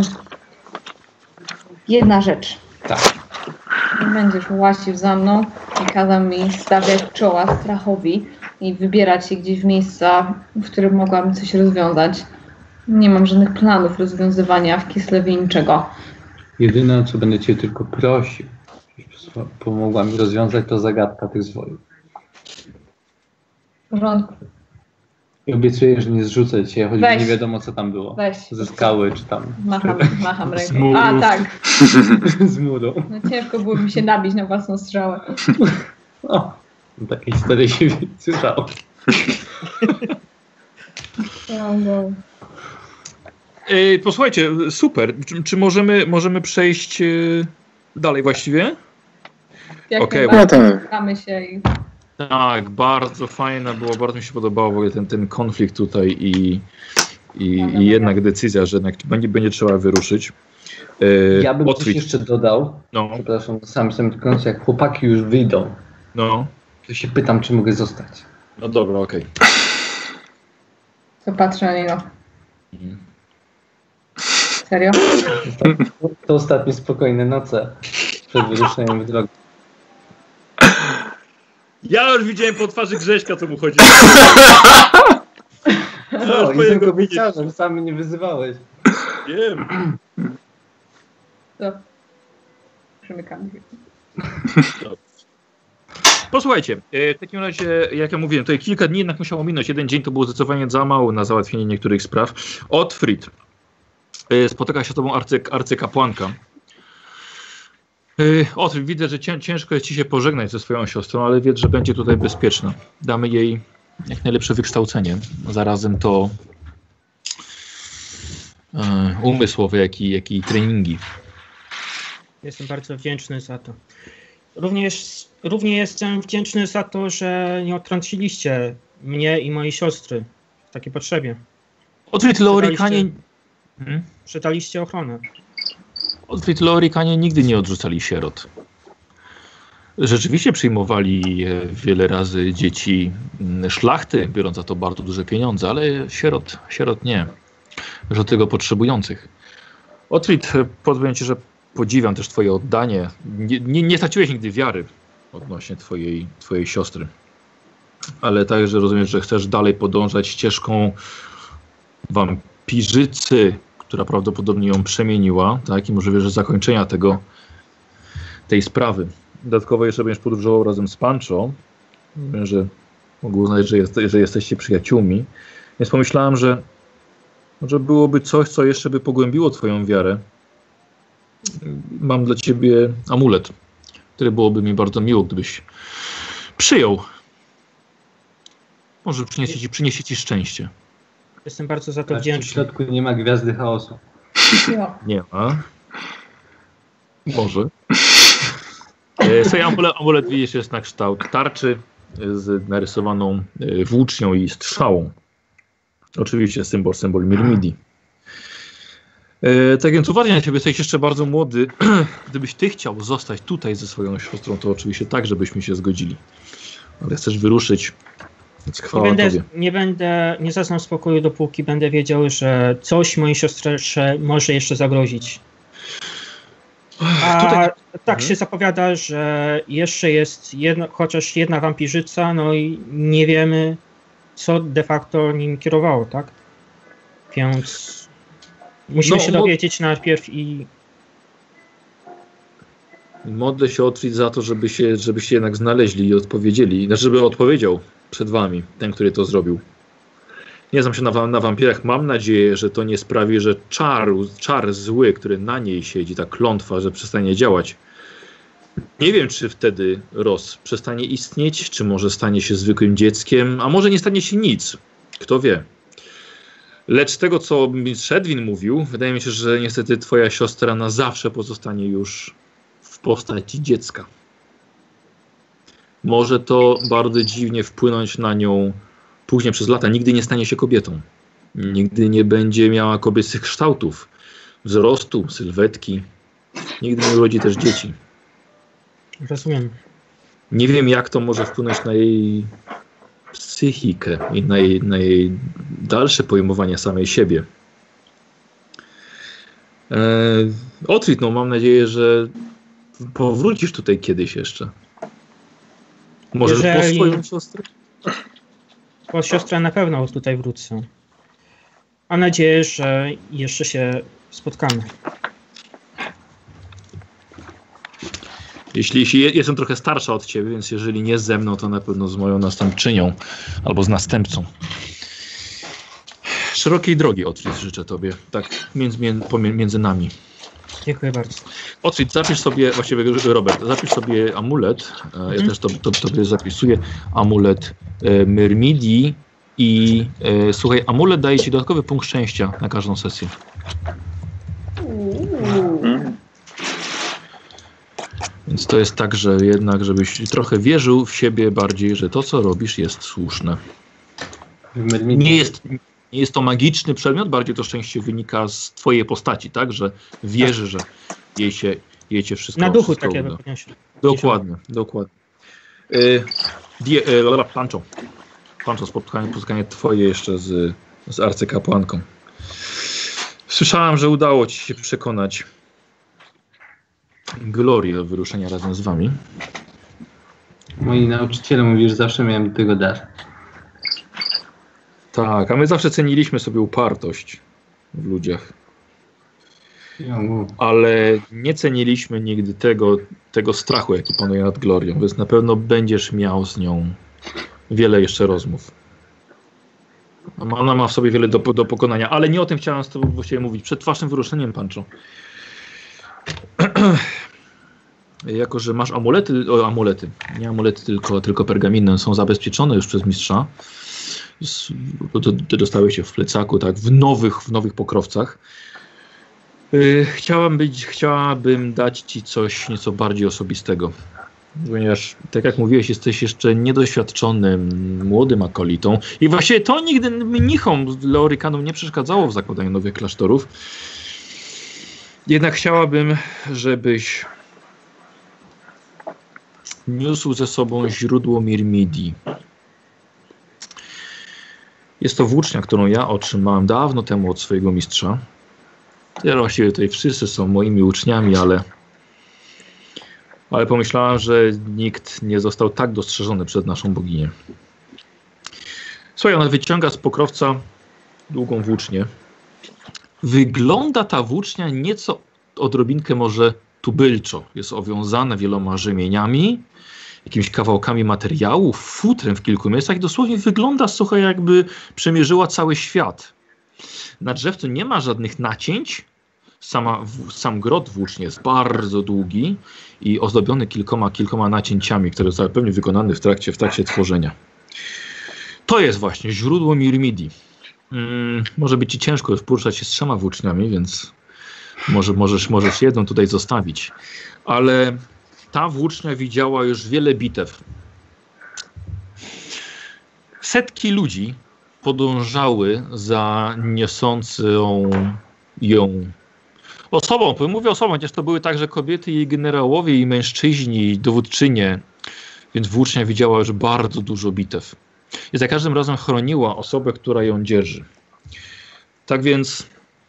jedna rzecz. Tak. Nie będziesz łaził za mną i kazał mi stawiać czoła strachowi i wybierać się gdzieś w miejsca, w których mogłabym coś rozwiązać. Nie mam żadnych planów rozwiązywania w Kislewie niczego. Jedyne, o co będę cię tylko prosił, żebyś pomogła mi rozwiązać, to zagadka tych zwojów. W porządku. I obiecuję, że nie zrzucę cię, choćby Weź. nie wiadomo, co tam było. Weź. Ze skały, czy tam Macham Z ręką. muru. A, tak. z muru. No ciężko było mi się nabić na własną strzałę. O, takiej historii się słyszało. Posłuchajcie, super. Czy możemy przejść dalej właściwie? Jak Okej. najbardziej No tak. spotkamy się i Tak, bardzo fajna była, bardzo mi się podobało w ogóle ten konflikt tutaj i jednak decyzja, że jednak będzie trzeba wyruszyć. Ja bym coś Otwit. jeszcze dodał. No, Przepraszam, sam sobie tylko jak chłopaki już wyjdą, no, to się pytam, czy mogę zostać. no dobra, okej. to patrzę na niego. Serio? To ostatnie spokojne noce przed wyruszeniem w drogę. Ja już widziałem po twarzy Grześka, co mu chodzi. No, i tylko wiedziałem, sam mnie nie wyzywałeś. Wiem. To przymykam drzwi. Posłuchajcie, w takim razie, jak ja mówiłem, tutaj kilka dni jednak musiało minąć. Jeden dzień to było zdecydowanie za mało na załatwienie niektórych spraw. Otfrid spotyka się z tobą arcykapłanka. Otfrid, widzę, że ciężko jest ci się pożegnać ze swoją siostrą, ale wiedz, że będzie tutaj bezpieczna. Damy jej jak najlepsze wykształcenie. Zarazem to umysłowe, jak i treningi. Jestem bardzo wdzięczny za to. Równie jestem wdzięczny za to, że nie odtrąciliście mnie i mojej siostry w takiej potrzebie. Otfrid, Lorikanie... Przydaliście ochronę. Otfrid, Lorikanie nigdy nie odrzucali sierot. Rzeczywiście przyjmowali wiele razy dzieci szlachty, biorąc za to bardzo duże pieniądze, ale sierot nie. Już od tego potrzebujących. Otfrid, powiem ci, że podziwiam też twoje oddanie. Nie straciłeś nigdy wiary odnośnie twojej siostry. Ale także rozumiem, że chcesz dalej podążać ścieżką wampirzycy, która prawdopodobnie ją przemieniła, tak? I możliwe, że zakończenia tej sprawy. Dodatkowo jeszcze będziesz podróżował razem z Pancho, że mogę uznać, że jesteście przyjaciółmi. Więc pomyślałem, że może byłoby coś, co jeszcze by pogłębiło twoją wiarę. Mam dla ciebie amulet, który byłoby mi bardzo miło, gdybyś przyjął. Może przyniesie ci szczęście. Jestem bardzo za to W wdzięczny. środku nie ma gwiazdy chaosu. Nie ma. Może. Sobie amulet widzisz, jest na kształt tarczy z narysowaną włócznią i strzałą. Oczywiście symbol Mirmidii. Tak więc uważaj na siebie, jesteś jeszcze bardzo młody. Gdybyś ty chciał zostać tutaj ze swoją siostrą, to oczywiście tak, żebyśmy się zgodzili. Ale chcesz wyruszyć, więc chwała tobie. Nie zaznam spokoju, dopóki będę wiedział, że coś mojej siostrze może jeszcze zagrozić. A tak się zapowiada, że jeszcze jest chociaż jedna wampirzyca, no i nie wiemy, co de facto nim kierowało, tak? Więc musimy się dowiedzieć najpierw i... Modlę się Otfrid za to, żebyście jednak znaleźli i odpowiedzieli. Znaczy, żeby odpowiedział przed wami ten, który to zrobił. Nie znam się na wampirach. Mam nadzieję, że to nie sprawi, że czar zły, który na niej siedzi, ta klątwa, że przestanie działać. Nie wiem, czy wtedy Ross przestanie istnieć, czy może stanie się zwykłym dzieckiem, a może nie stanie się nic. Kto wie. Lecz z tego, co mistrz Edwin mówił, wydaje mi się, że niestety twoja siostra na zawsze pozostanie już w postaci dziecka. Może to bardzo dziwnie wpłynąć na nią później przez lata. Nigdy nie stanie się kobietą. Nigdy nie będzie miała kobiecych kształtów, wzrostu, sylwetki. Nigdy nie urodzi też dzieci. Rozumiem. Nie wiem, jak to może wpłynąć na jej psychikę i na jej dalsze pojmowanie samej siebie. Otwit, no mam nadzieję, że powrócisz tutaj kiedyś jeszcze. Może po swoją siostrę? Po siostrę na pewno tutaj wrócę. Mam nadzieję, że jeszcze się spotkamy. Jeśli jestem trochę starsza od ciebie, więc jeżeli nie ze mną, to na pewno z moją następczynią albo z następcą. Szerokiej drogi, Otwit, życzę tobie. Tak między nami. Dziękuję bardzo. Otwit, zapisz sobie, właściwie Robert, zapisz sobie amulet. Ja też tobie zapisuję. Amulet Myrmidii i słuchaj, amulet daje ci dodatkowy punkt szczęścia na każdą sesję. Więc to jest tak, że jednak, żebyś trochę wierzył w siebie bardziej, że to, co robisz, jest słuszne. Nie jest to magiczny przedmiot, bardziej to szczęście wynika z twojej postaci, tak? Że wierzy, że jej się wszystko na duchu wszystko tak jakby uda. podniesie. Dokładnie. Pancho, spotkanie twoje jeszcze z arcykapłanką. Słyszałem, że udało ci się przekonać Glorię do wyruszenia razem z wami. Moi nauczyciele mówili, że zawsze miałem do tego dar. Tak, a my zawsze ceniliśmy sobie upartość w ludziach. ale nie ceniliśmy nigdy tego strachu, jaki panuje nad Glorią, więc na pewno będziesz miał z nią wiele jeszcze rozmów. Ona ma w sobie wiele do pokonania, ale nie o tym chciałem z tobą właściwie mówić. Przed waszym wyruszeniem, Pancho. Jako że masz amulety, nie amulety, tylko pergaminę, są zabezpieczone już przez mistrza. Dostałeś się w plecaku, tak, w nowych pokrowcach. Chciałabym dać ci coś nieco bardziej osobistego. Ponieważ, tak jak mówiłeś, jesteś jeszcze niedoświadczonym, młodym akolitą. I właściwie to nigdy mnichom, leorykanom nie przeszkadzało w zakładaniu nowych klasztorów. Jednak chciałabym, żebyś niósł ze sobą źródło Mirmidii. Jest to włócznia, którą ja otrzymałem dawno temu od swojego mistrza. Ja właściwie tutaj wszyscy są moimi uczniami, ale pomyślałem, że nikt nie został tak dostrzeżony przez naszą boginię. Słuchaj, ona wyciąga z pokrowca długą włócznię. Wygląda ta włócznia nieco odrobinkę może tubylczo. Jest owiązana wieloma rzemieniami, jakimiś kawałkami materiału, futrem w kilku miejscach i dosłownie wygląda, słuchaj, jakby przemierzyła cały świat. Na drzewcu nie ma żadnych nacięć. Sam grot włóczni jest bardzo długi i ozdobiony kilkoma nacięciami, które są pewnie wykonane w trakcie tworzenia. To jest właśnie źródło Mirmidii. Może być ci ciężko poruszać się z 3 włóczniami, więc możesz jedną tutaj zostawić. Ale ta włócznia widziała już wiele bitew. Setki ludzi podążały za niosącą ją osobą. Mówię osobą, chociaż to były także kobiety i generałowie, i mężczyźni, i dowódczynie. Więc włócznia widziała już bardzo dużo bitew. I za każdym razem chroniła osobę, która ją dzierży. Tak więc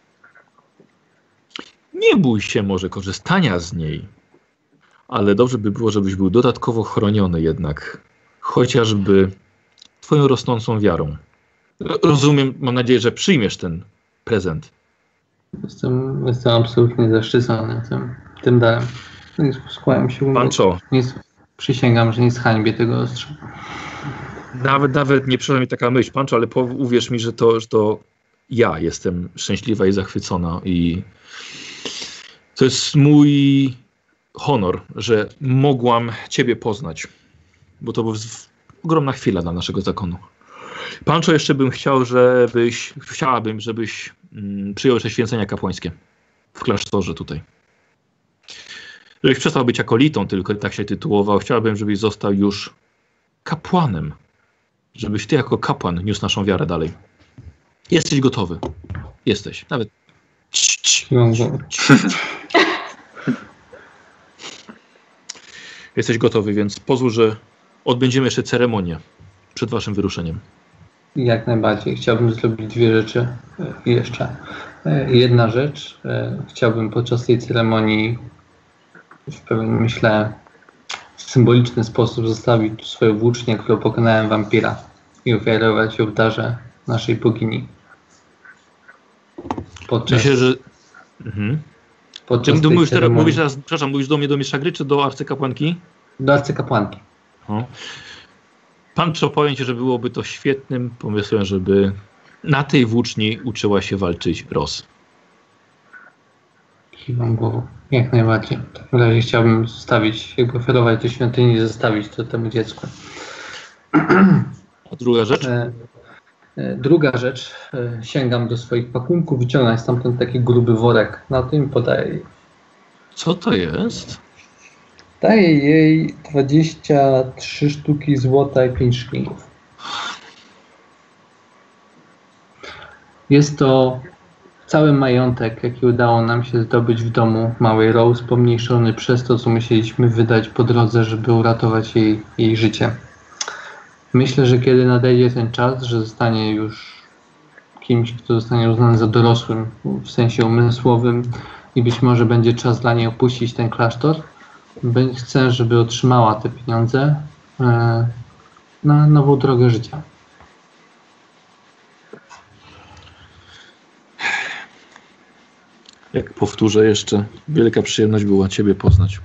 nie bój się może korzystania z niej, ale dobrze by było, żebyś był dodatkowo chroniony jednak, chociażby twoją rosnącą wiarą. Rozumiem, mam nadzieję, że przyjmiesz ten prezent. Jestem absolutnie zaszczycony tym darem. Skłaniam się. Pancho. Przysięgam, że nie zhańbię tego ostrza. Nawet nie przyszła mi taka myśl, Pancho, ale uwierz mi, że to ja jestem szczęśliwa i zachwycona i to jest mój honor, że mogłam ciebie poznać, bo to była ogromna chwila dla naszego zakonu. Pancho, jeszcze bym chciałabym, żebyś przyjął jeszcze święcenia kapłańskie w klasztorze tutaj. Żebyś przestał być akolitą, tylko tak się tytułował. Chciałabym, żebyś został już kapłanem. Żebyś ty jako kapłan niósł naszą wiarę dalej. Jesteś gotowy. Jesteś. Nawet. Jesteś gotowy, więc pozwól, że odbędziemy jeszcze ceremonię przed waszym wyruszeniem. Jak najbardziej. Chciałbym zrobić 2 rzeczy jeszcze. Jedna rzecz. Chciałbym podczas tej ceremonii w pewien, myślę, symboliczny sposób zostawić swoją włócznię, którą pokonałem wampira i ofiarować ją w darze naszej bogini. Myślę, że... Podczas tej mówisz teraz, przepraszam, mówisz do mnie do mistrza gry, czy do arcykapłanki? Do arcykapłanki. Pancho, powiem ci, że byłoby to świetnym pomysłem, żeby na tej włóczni uczyła się walczyć Ros. Kiwam głową. Jak najbardziej. W takim razie chciałbym zostawić, jakby oferować do świątyni i zostawić to temu dziecku. A druga rzecz? Druga rzecz. Sięgam do swoich pakunków, wyciągam stamtąd taki gruby worek. Na tym podaję jej. Co to jest? Daję jej 23 sztuki złota i 5 szklingów. Jest to cały majątek, jaki udało nam się zdobyć w domu małej Rose, pomniejszony przez to, co musieliśmy wydać po drodze, żeby uratować jej życie. Myślę, że kiedy nadejdzie ten czas, że zostanie już kimś, kto zostanie uznany za dorosłym w sensie umysłowym i być może będzie czas dla niej opuścić ten klasztor, chcę, żeby otrzymała te pieniądze na nową drogę życia. Jak powtórzę jeszcze, wielka przyjemność była Ciebie poznać.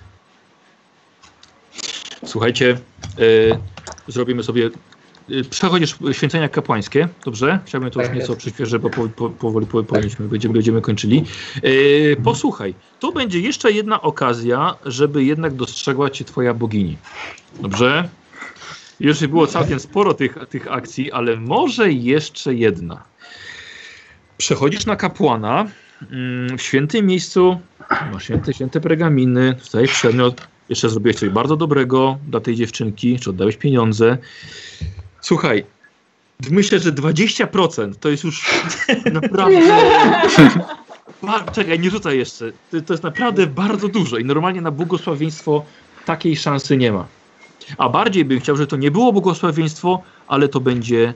Słuchajcie, zrobimy sobie... Przechodzisz święcenia kapłańskie, dobrze? Chciałbym to już nieco przyspieszyć, bo powoli będziemy kończyli. Posłuchaj, to będzie jeszcze jedna okazja, żeby jednak dostrzegła Cię Twoja bogini. Dobrze? Już było całkiem sporo tych akcji, ale może jeszcze jedna. Przechodzisz na kapłana w świętym miejscu, masz święte pergaminy, dostajesz przedmiot, jeszcze zrobiłeś coś bardzo dobrego dla tej dziewczynki, czy oddałeś pieniądze. Słuchaj, myślę, że 20% to jest już naprawdę... Czekaj, nie rzucaj jeszcze. To jest naprawdę bardzo dużo i normalnie na błogosławieństwo takiej szansy nie ma. A bardziej bym chciał, że to nie było błogosławieństwo, ale to będzie...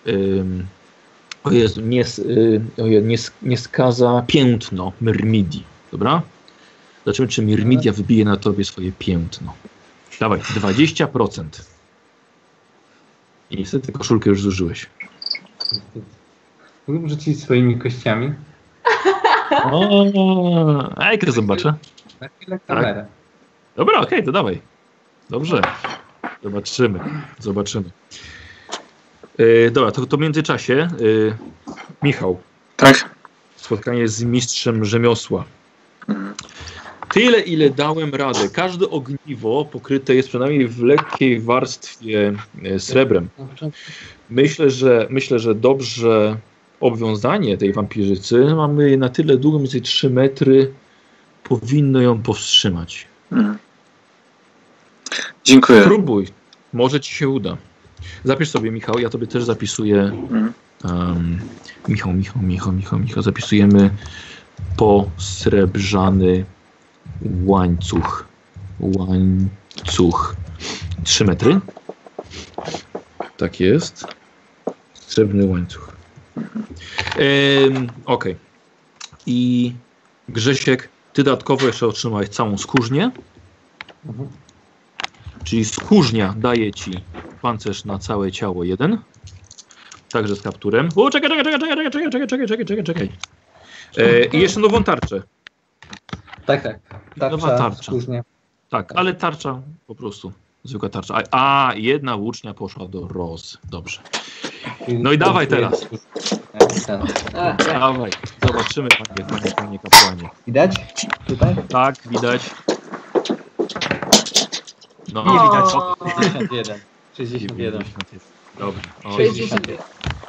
nie skaza piętno Myrmidii. Dobra? Zobaczymy, czy Myrmidia wybije na tobie swoje piętno. Dawaj, 20%. I niestety koszulkę już zużyłeś. Mógłbym rzucić swoimi kościami? A jak to zobaczę? Na chwilę kamerę. Tak. Dobra, okej, to dawaj. Dobrze. Zobaczymy. Dobra, to w międzyczasie Michał. Tak? Spotkanie z mistrzem rzemiosła. Tyle, ile dałem radę. Każde ogniwo pokryte jest przynajmniej w lekkiej warstwie srebrem. Myślę, że dobrze obwiązanie tej wampirzycy mamy na tyle długo, mniej więcej 3 metry, powinno ją powstrzymać. Dziękuję. Spróbuj. Może ci się uda. Zapisz sobie, Michał, ja tobie też zapisuję. Michał, zapisujemy posrebrzany łańcuch. 3 metry. Tak jest. Srebrny łańcuch. Okej. I Grzesiek, ty dodatkowo jeszcze otrzymałeś całą skórznię. Czyli skórznia daje ci pancerz na całe ciało 1. Także z kapturem. O, czekaj. I jeszcze nową tarczę. Tak. Nowa tarcza. Skórznia. Tak, ale tarcza po prostu. Zwykła tarcza. A, jedna włócznia poszła do Roz. Dobrze. No i dawaj teraz. Dawaj. Zobaczymy, panie kapłanie. Widać? Tutaj? Tak, widać. No, nie widać. 61. Dobra. 61.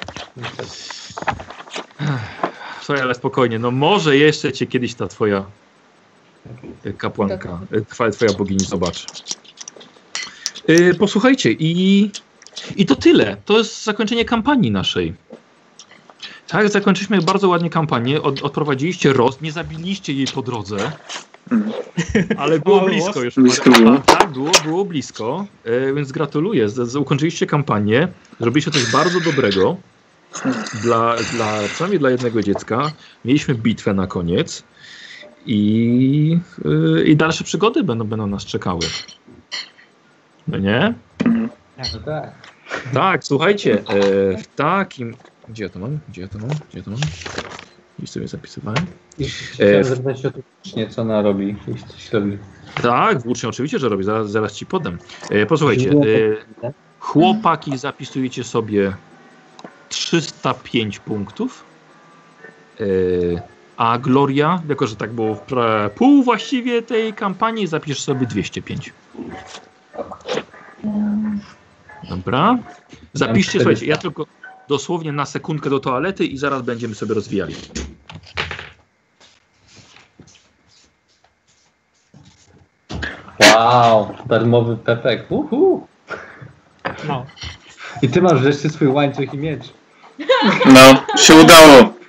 Słuchaj, ale spokojnie. No może jeszcze cię kiedyś ta twoja kapłanka, twoja bogini zobaczy. Posłuchajcie, i to tyle. To jest zakończenie kampanii naszej. Tak, zakończyliśmy bardzo ładnie kampanię. Odprowadziliście Roz, nie zabiliście jej po drodze. Ale było blisko już. Tak, było blisko. Więc gratuluję. Ukończyliście kampanię. Zrobiliście coś bardzo dobrego. Przynajmniej dla jednego dziecka. Mieliśmy bitwę na koniec. I dalsze przygody będą nas czekały. No nie? No tak. Tak, słuchajcie, w takim... Gdzie ja to mam? Gdzieś sobie zapisywałem. Chciałem zapytać o to włócznie, co ona robi, jeśli coś robi. Tak, włócznie oczywiście, że robi, zaraz ci podam. Posłuchajcie, chłopaki zapisujecie sobie 305 punktów, a Gloria, jako że tak było pół właściwie tej kampanii, zapisz sobie 205. Dobra. Zapiszcie, słuchajcie, ja tylko dosłownie na sekundkę do toalety i zaraz będziemy sobie rozwijali. Wow, darmowy pepek. No. I ty masz wreszcie swój łańcuch i miecz. No, się udało.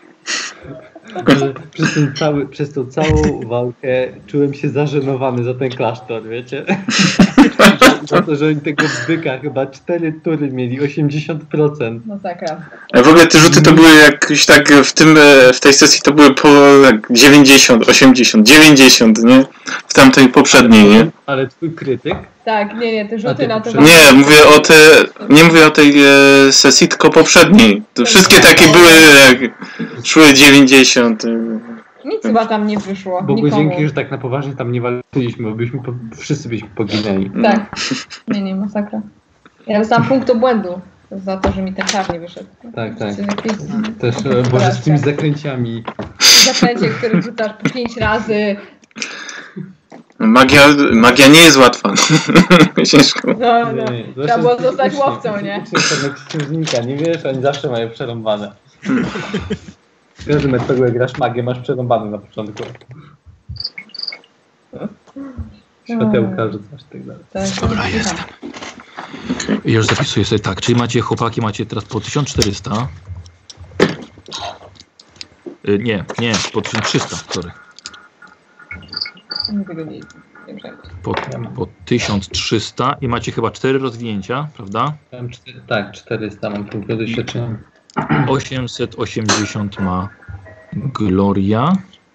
Przez tą całą walkę czułem się zażenowany za ten klasztor, wiecie? Za to, że oni tego byka chyba 4 tury mieli, 80%. Masakra. W ogóle te rzuty to były jakieś tak w tej sesji to były po 90, 80, 90, nie? W tamtej poprzedniej, nie? Ale twój krytyk? Tak, nie, te rzuty na to... Nie, nie mówię o tej sesji, tylko poprzedniej. To wszystkie takie były, jak szły 90. Nic chyba tam nie wyszło. Bogu nikomu. dzięki, że tak na poważnie tam nie walczyliśmy, bo wszyscy byśmy poginęli. Tak. Nie, masakra. Ja dostałam punkt obłędu za to, że mi ten czar nie wyszedł. Tak. Jakieś Też, Boże, z tymi zakręciami. zaklęcie, które rzucasz po 5 razy. Magia nie jest łatwa. Ciężko. No. Nie, Trzeba było zostać łowcą, nie? Księżnika, nie wiesz, oni zawsze mają przerąbane. W każdym RPG, jak grasz magię, masz przerąbane na początku. Światełka rzucasz tak dalej. Dobra, jestem. I już zapisuję sobie tak, czyli macie, chłopaki, macie teraz po 1400. Nie, po 1300, sorry. Tego nie Po 1300 i macie chyba 4 rozwinięcia, prawda? Tak, 400 mam punktu doświadczenia. 880 ma Gloria.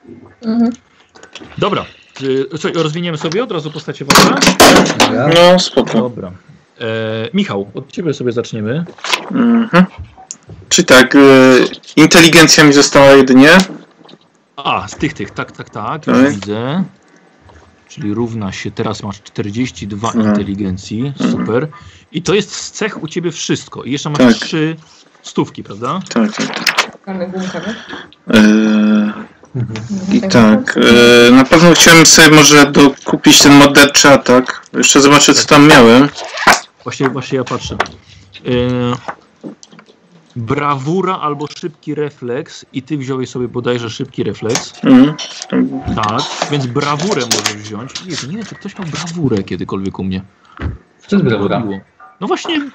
Dobra, co, rozwiniemy sobie od razu postacie wasze? No, spoko. Dobra. Michał, od ciebie sobie zaczniemy. Czy tak, inteligencja mi została jedynie? A, z tych, tak, już widzę. Czyli równa się, teraz masz 42 inteligencji, super. I to jest z cech u ciebie wszystko. I jeszcze masz 3 stówki, prawda? Tak. Mamy gumkę, I tak, na pewno chciałem sobie może dokupić ten morderczy atak. Jeszcze zobaczę, co tam miałem. Właśnie ja patrzę. Brawura albo szybki refleks i ty wziąłeś sobie bodajże szybki refleks. Tak, więc brawurę możesz wziąć. Nie wiem, czy ktoś miał brawurę kiedykolwiek u mnie. Co jest brawura? No właśnie.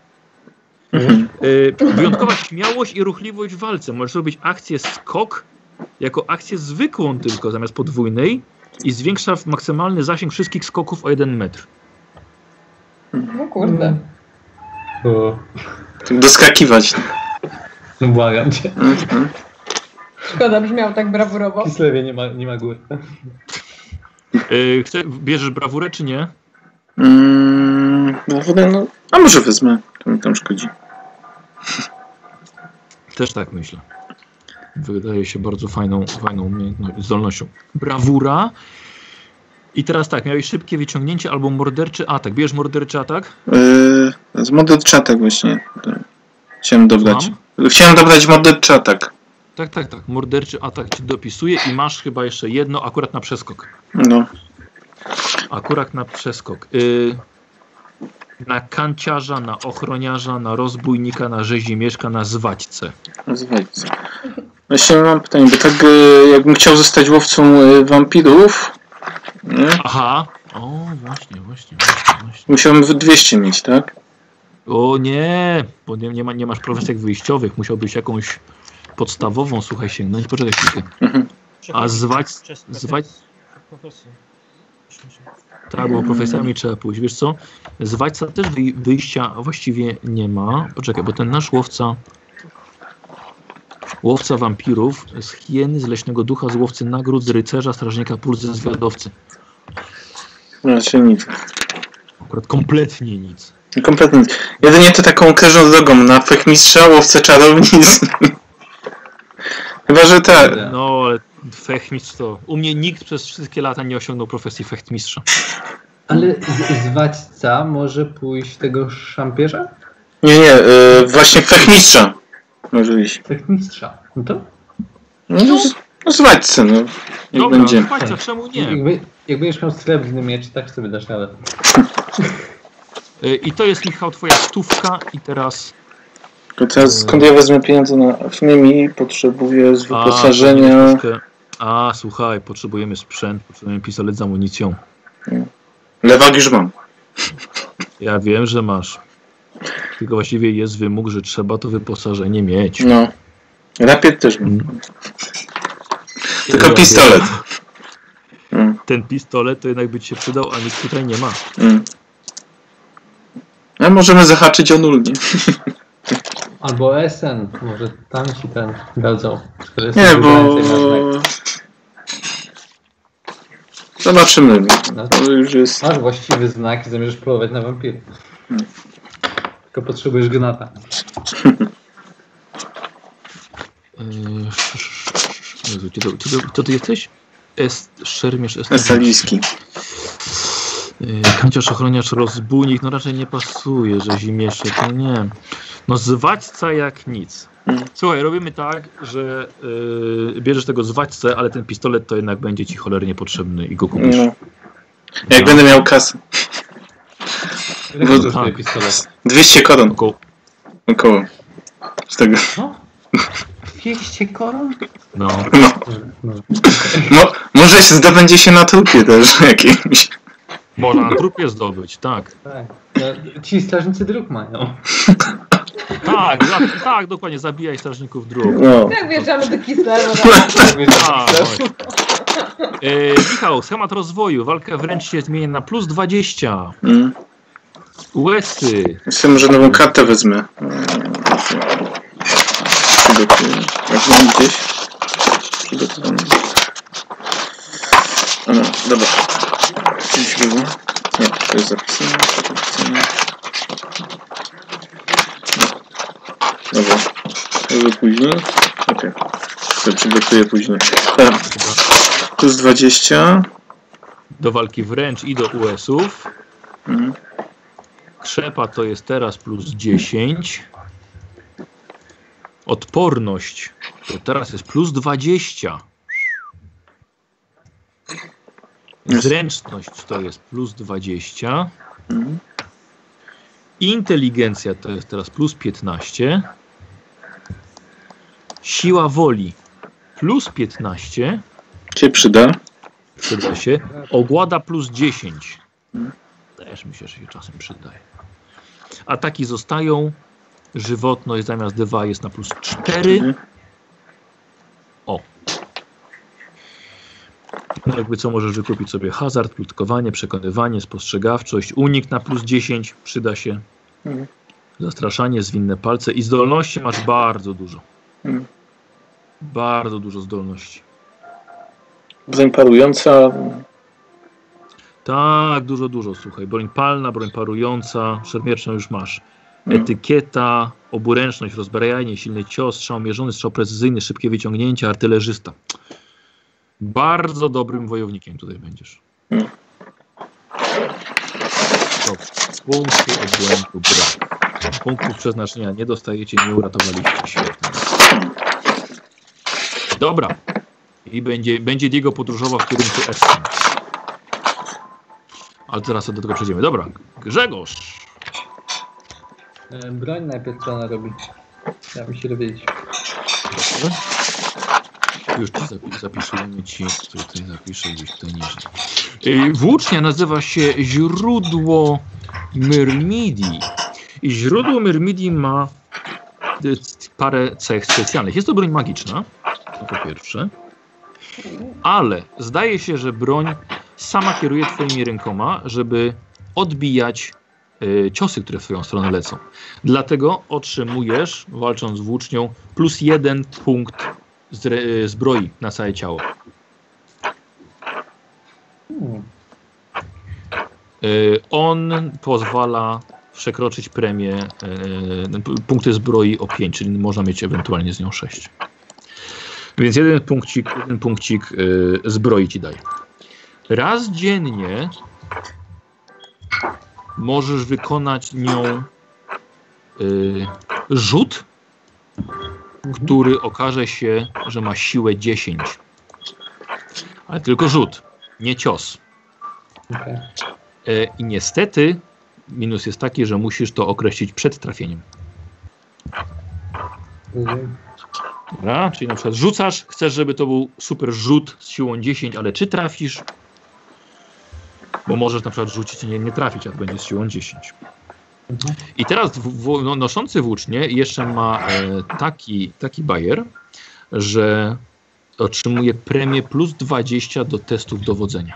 Wyjątkowa śmiałość i ruchliwość w walce. Możesz robić akcję skok jako akcję zwykłą tylko zamiast podwójnej i zwiększa maksymalny zasięg wszystkich skoków o 1 metr. No kurde. Doskakiwać. No błagam cię. Szkoda, brzmiał tak brawurowo. W Kislewie nie ma gór. Bierzesz brawurę czy nie? No, a może wezmę. To mi tam szkodzi. Też tak myślę. Wydaje się bardzo fajną zdolnością. Brawura. I teraz tak, miałeś szybkie wyciągnięcie albo morderczy atak. Bierzesz morderczy atak? Z morderczy atak właśnie. Chciałem dobrać. Chciałem dobrać morderczy atak. Tak. Morderczy atak ci dopisuje i masz chyba jeszcze jedno akurat na przeskok. No. Akurat na przeskok. Na kanciarza, na ochroniarza, na rozbójnika, na rzezimieszka, na zwadźcę. Zwadźcę. Właśnie mam pytanie, bo tak jakbym chciał zostać łowcą wampirów. Nie? Aha. O, właśnie. Musiałbym 200 mieć, tak? O nie, bo nie masz profesek wyjściowych. Musiałbyś jakąś podstawową, słuchaj, sięgnąć. Poczekaj chwilkę. A tak, bo profesjami trzeba pójść. Wiesz co? Zwadźca też wyjścia właściwie nie ma. Poczekaj, bo ten nasz łowca wampirów z hieny, z leśnego ducha, z łowcy nagród, z rycerza, strażnika pól, ze zwiadowcy. Raczej nic. Akurat kompletnie nic. Kompletnie nic. Jedynie to taką krężą drogą na fechmistrza, łowcę czarownic. Chyba, że tak. No, ale fechtmistrz to... U mnie nikt przez wszystkie lata nie osiągnął profesji fechtmistrza. Ale zwadźca może pójść tego szampierza? Nie, właśnie fechmistrza. Może iść. Fechtmistrza. No to? No zwadźce, no. Niech Dobra, będzie. Zwadźca, czemu nie? Jak będziesz miał srebrny miecz, tak sobie dasz radę. I to jest, Michał, twoja stówka i teraz... To teraz skąd ja wezmę pieniądze na... W sumie potrzebuję z wyposażenia... Słuchaj, potrzebujemy sprzęt, potrzebujemy pistolet z amunicją. Lewak już mam. Ja wiem, że masz. Tylko właściwie jest wymóg, że trzeba to wyposażenie mieć. No. Rapiet też mam. Tylko pistolet. Ten pistolet to jednak by ci się przydał, a nikt tutaj nie ma. A możemy zahaczyć o 0, nie? Albo SN, może tam ci ten dadzą. Nie, bo... Zobaczymy. No, to już jest... Masz właściwy znak i zamierzasz polować na wampiry. Tylko potrzebujesz gnata. Jezu, kto ty jesteś? Szermierz Estalijski. Kanciarz, ochroniarz, rozbójnik, no raczej nie pasuje, że zimiesze, to nie. No zwadźca jak nic. Słuchaj, robimy tak, że bierzesz tego zwadźcę, ale ten pistolet to jednak będzie ci cholernie potrzebny i go kupisz. No. Jak będę miał kasę. Ile kosztuje pistolet? 200 koron. Około. Z tego. No? 200 koron? No. Może się zdobędzie się na trupie też jakimś. Można na trupie zdobyć, tak. Tak. Ci strażnicy dróg mają. Tak, dokładnie, zabijaj strażników dróg. No. Jak wjeżdżamy do Kislewu. Michał, schemat rozwoju. Walka wręcz się zmieni na plus 20. Łesy. Jeszcze może nową kartę wezmę. Przygotuję. Jak mam gdzieś? Przygotowane. No, dobra. Gdzieś było? Nie, to jest zapisane. Dobra. Może później? Okej. To przygotuję później. Dobra. Plus 20. Do walki wręcz i do US-ów. Krzepa to jest teraz plus 10. Odporność to teraz jest plus 20. Zręczność to jest plus 20. Inteligencja to jest teraz plus 15. Siła woli plus 15. Cię przyda. Przyda się. Ogłada plus 10. Też myślę, że się czasem przydaje. Ataki zostają. Żywotność zamiast 2 jest na plus 4. O. No jakby co, możesz wykupić sobie hazard, plotkowanie, przekonywanie, spostrzegawczość, unik na plus 10 przyda się. Zastraszanie, zwinne palce i zdolności masz bardzo dużo. Bardzo dużo zdolności. Broń parująca. Tak, dużo, słuchaj. Broń palna, broń parująca, szermierczą już masz. Etykieta, oburęczność, rozbrajanie, silny cios, strzał mierzony, strzał precyzyjny, szybkie wyciągnięcie, artylerzysta. Bardzo dobrym wojownikiem tutaj będziesz. Dobrze. Punktu obłędu brak. Punktów przeznaczenia nie dostajecie, nie uratowaliście. Świetnie. Dobra. I będzie Diego podróżował w kierunku Essen. Ale teraz do tego przejdziemy. Dobra. Grzegorz. Broń najpierw co ona robi. Ja bym się dowiedzieć. Dobrze. Już ci zapisujemy ci, tutaj zapiszę gdzieś tutaj niżej. Włócznia nazywa się Źródło Myrmidii. I Źródło Myrmidii ma parę cech specjalnych. Jest to broń magiczna, to po pierwsze. Ale zdaje się, że broń sama kieruje twoimi rękoma, żeby odbijać ciosy, które w twoją stronę lecą. Dlatego otrzymujesz, walcząc z włócznią, plus 1 punkt zbroi na całe ciało. On pozwala przekroczyć premię, punkty zbroi o 5, czyli można mieć ewentualnie z nią 6. Więc jeden punkcik zbroi ci daje. Raz dziennie możesz wykonać nią rzut, który okaże się, że ma siłę 10. Ale tylko rzut, nie cios. Okay. I niestety minus jest taki, że musisz to określić przed trafieniem. Dobra, czyli na przykład rzucasz, chcesz, żeby to był super rzut z siłą 10, ale czy trafisz? Bo możesz na przykład rzucić i nie trafić, a będzie z siłą 10. I teraz noszący włócznie jeszcze ma taki bajer, że otrzymuje premię plus 20 do testów dowodzenia.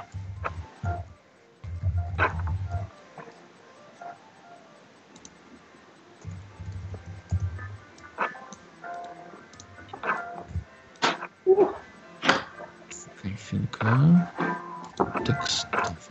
Tekst.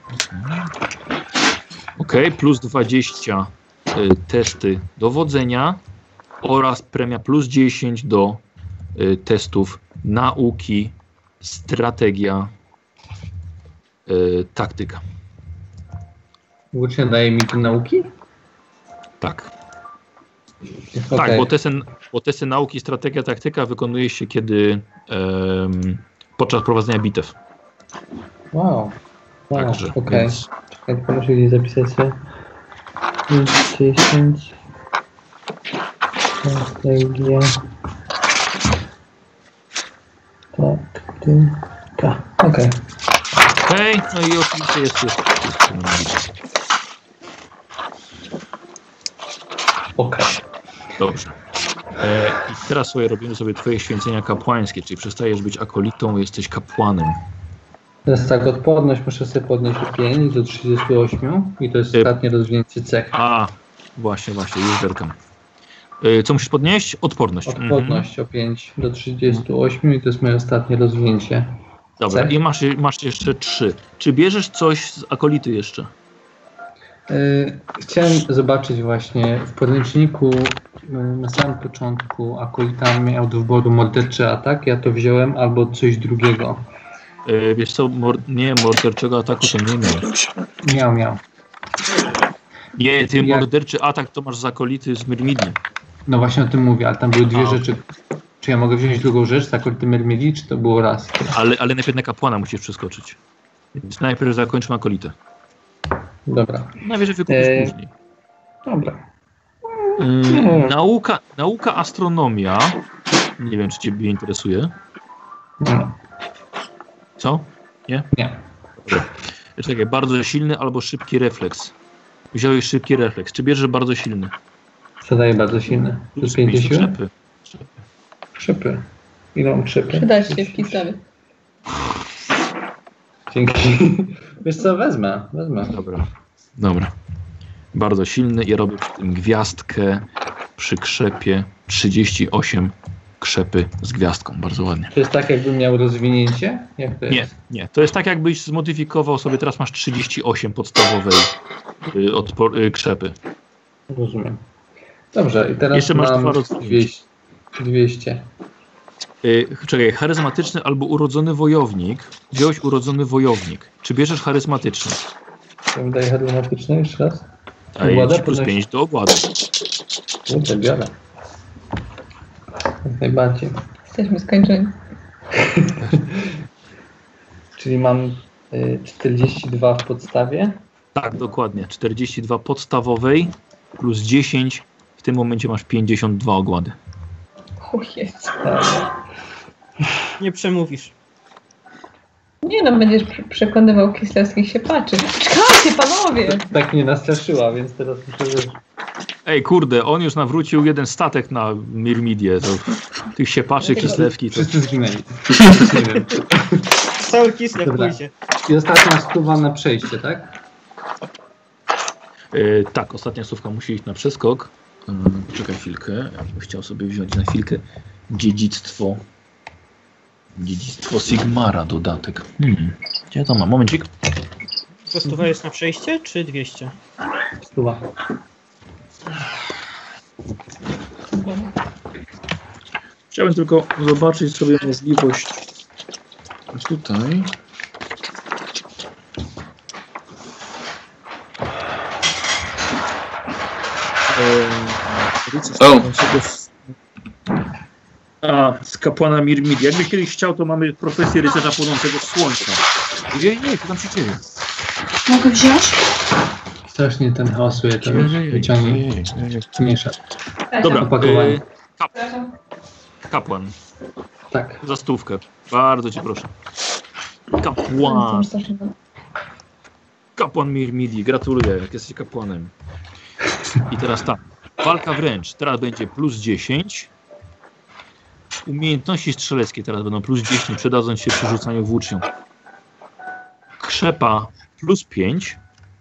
Ok, plus 20 testy dowodzenia oraz premia plus 10 do testów nauki strategia, taktyka. Włócznia daje mi te nauki? Tak. Okay. Tak, bo testy nauki, strategia, taktyka wykonuje się kiedy podczas prowadzenia bitew. Wow. Także, okej. więc... Jak muszę gdzieś zapisać sobie. 10. Strategia. Taktyka. Okej. Okej, no i oczywiście jest jeszcze. Okej. Dobrze. I teraz robimy sobie twoje święcenia kapłańskie, czyli przestajesz być akolitą, jesteś kapłanem. Teraz tak, odporność muszę sobie podnieść o 5 do 38 i to jest ostatnie rozwinięcie cech. A, właśnie, już zerkam. Co musisz podnieść? Odporność. Odporność o 5 do 38 i to jest moje ostatnie rozwinięcie. Dobra, cech. i masz jeszcze 3. Czy bierzesz coś z akolity jeszcze? Chciałem zobaczyć właśnie w podręczniku na samym początku akolita miał do wyboru morderczy atak, ja to wziąłem albo coś drugiego. Wiesz co, morderczego ataku to nie miał. Miał. Nie, ty morderczy atak to masz z akolity z Myrmidii. No właśnie o tym mówię, ale tam były dwie rzeczy. Czy ja mogę wziąć drugą rzecz z akolity Myrmidii, czy to było raz? Ale najpierw na kapłana musisz przeskoczyć. Więc najpierw zakończmy akolitę. Dobra. Najwyżej wykupisz później. Dobra. Nauka astronomia. Nie wiem, czy ciebie interesuje. Nie. Co? Nie? Nie. Dobra. Czekaj, bardzo silny albo szybki refleks. Wziąłeś szybki refleks. Czy bierzesz bardzo silny? Co daje bardzo silny? Plus 50? Krzepy. Krzepy. Ile mam krzepy? Przyda się w Kislewie. Dzięki. Wiesz co, wezmę. Dobra. Bardzo silny i robię przy tym gwiazdkę przy krzepie 38 krzepy z gwiazdką. Bardzo ładnie. To jest tak, jakbym miał rozwinięcie? Jak to jest? Nie. To jest tak, jakbyś zmodyfikował sobie, teraz masz 38 podstawowej krzepy. Rozumiem. Dobrze, i teraz jeszcze masz mam 200. Czekaj, charyzmatyczny albo urodzony wojownik. Wziąłeś urodzony wojownik. Czy bierzesz charyzmatyczny? Ja wydaje charyzmatyczny jeszcze raz? Daję ci plus 5 do ogłady. Kurde, biorę. Jak najbardziej. Jesteśmy skończeni. Czyli mam 42 w podstawie. Tak, dokładnie. 42 podstawowej plus 10. W tym momencie masz 52 ogłady. O Jezu. Tak. Nie przemówisz. Nie no, będziesz przekonywał kislewskich siepaczy. Czekajcie, panowie! Tak mnie nastraszyła, więc teraz muszę wyjść. Ej, kurde, on już nawrócił jeden statek na Myrmidię. To tych siepaczy kislewskich. To... Wszyscy zginęli. Nie wiem. Cały Kislew Dobra. pójdzie. I ostatnia spluwa na przejście, tak? Tak, ostatnia słówka musi iść na przeskok. Czekaj chwilkę. Ja bym chciał sobie wziąć na chwilkę dziedzictwo Sigmara dodatek. Gdzie to mam? Momencik. To 100 jest na przejście, czy 200? Spluwa. Chciałem tylko zobaczyć sobie możliwość tutaj. Z kapłana Myrmidii. Jakbyś kiedyś chciał, to mamy profesję rycerza płonącego słońca. Nie, co tam się dzieje? Mogę wziąć? Strasznie ten hałasuje, to wyciągnij. Mniejsza. Dobra, Opakowanie. Kapłan. Tak. Za 100. Bardzo cię proszę. Kapłan. Kapłan Myrmidii. Gratuluję, jak jesteś kapłanem. I teraz tak. Walka wręcz. Teraz będzie plus 10. Umiejętności strzeleckie teraz będą plus 10. Przydadzą się przy rzucaniu włócznią. Krzepa plus 5.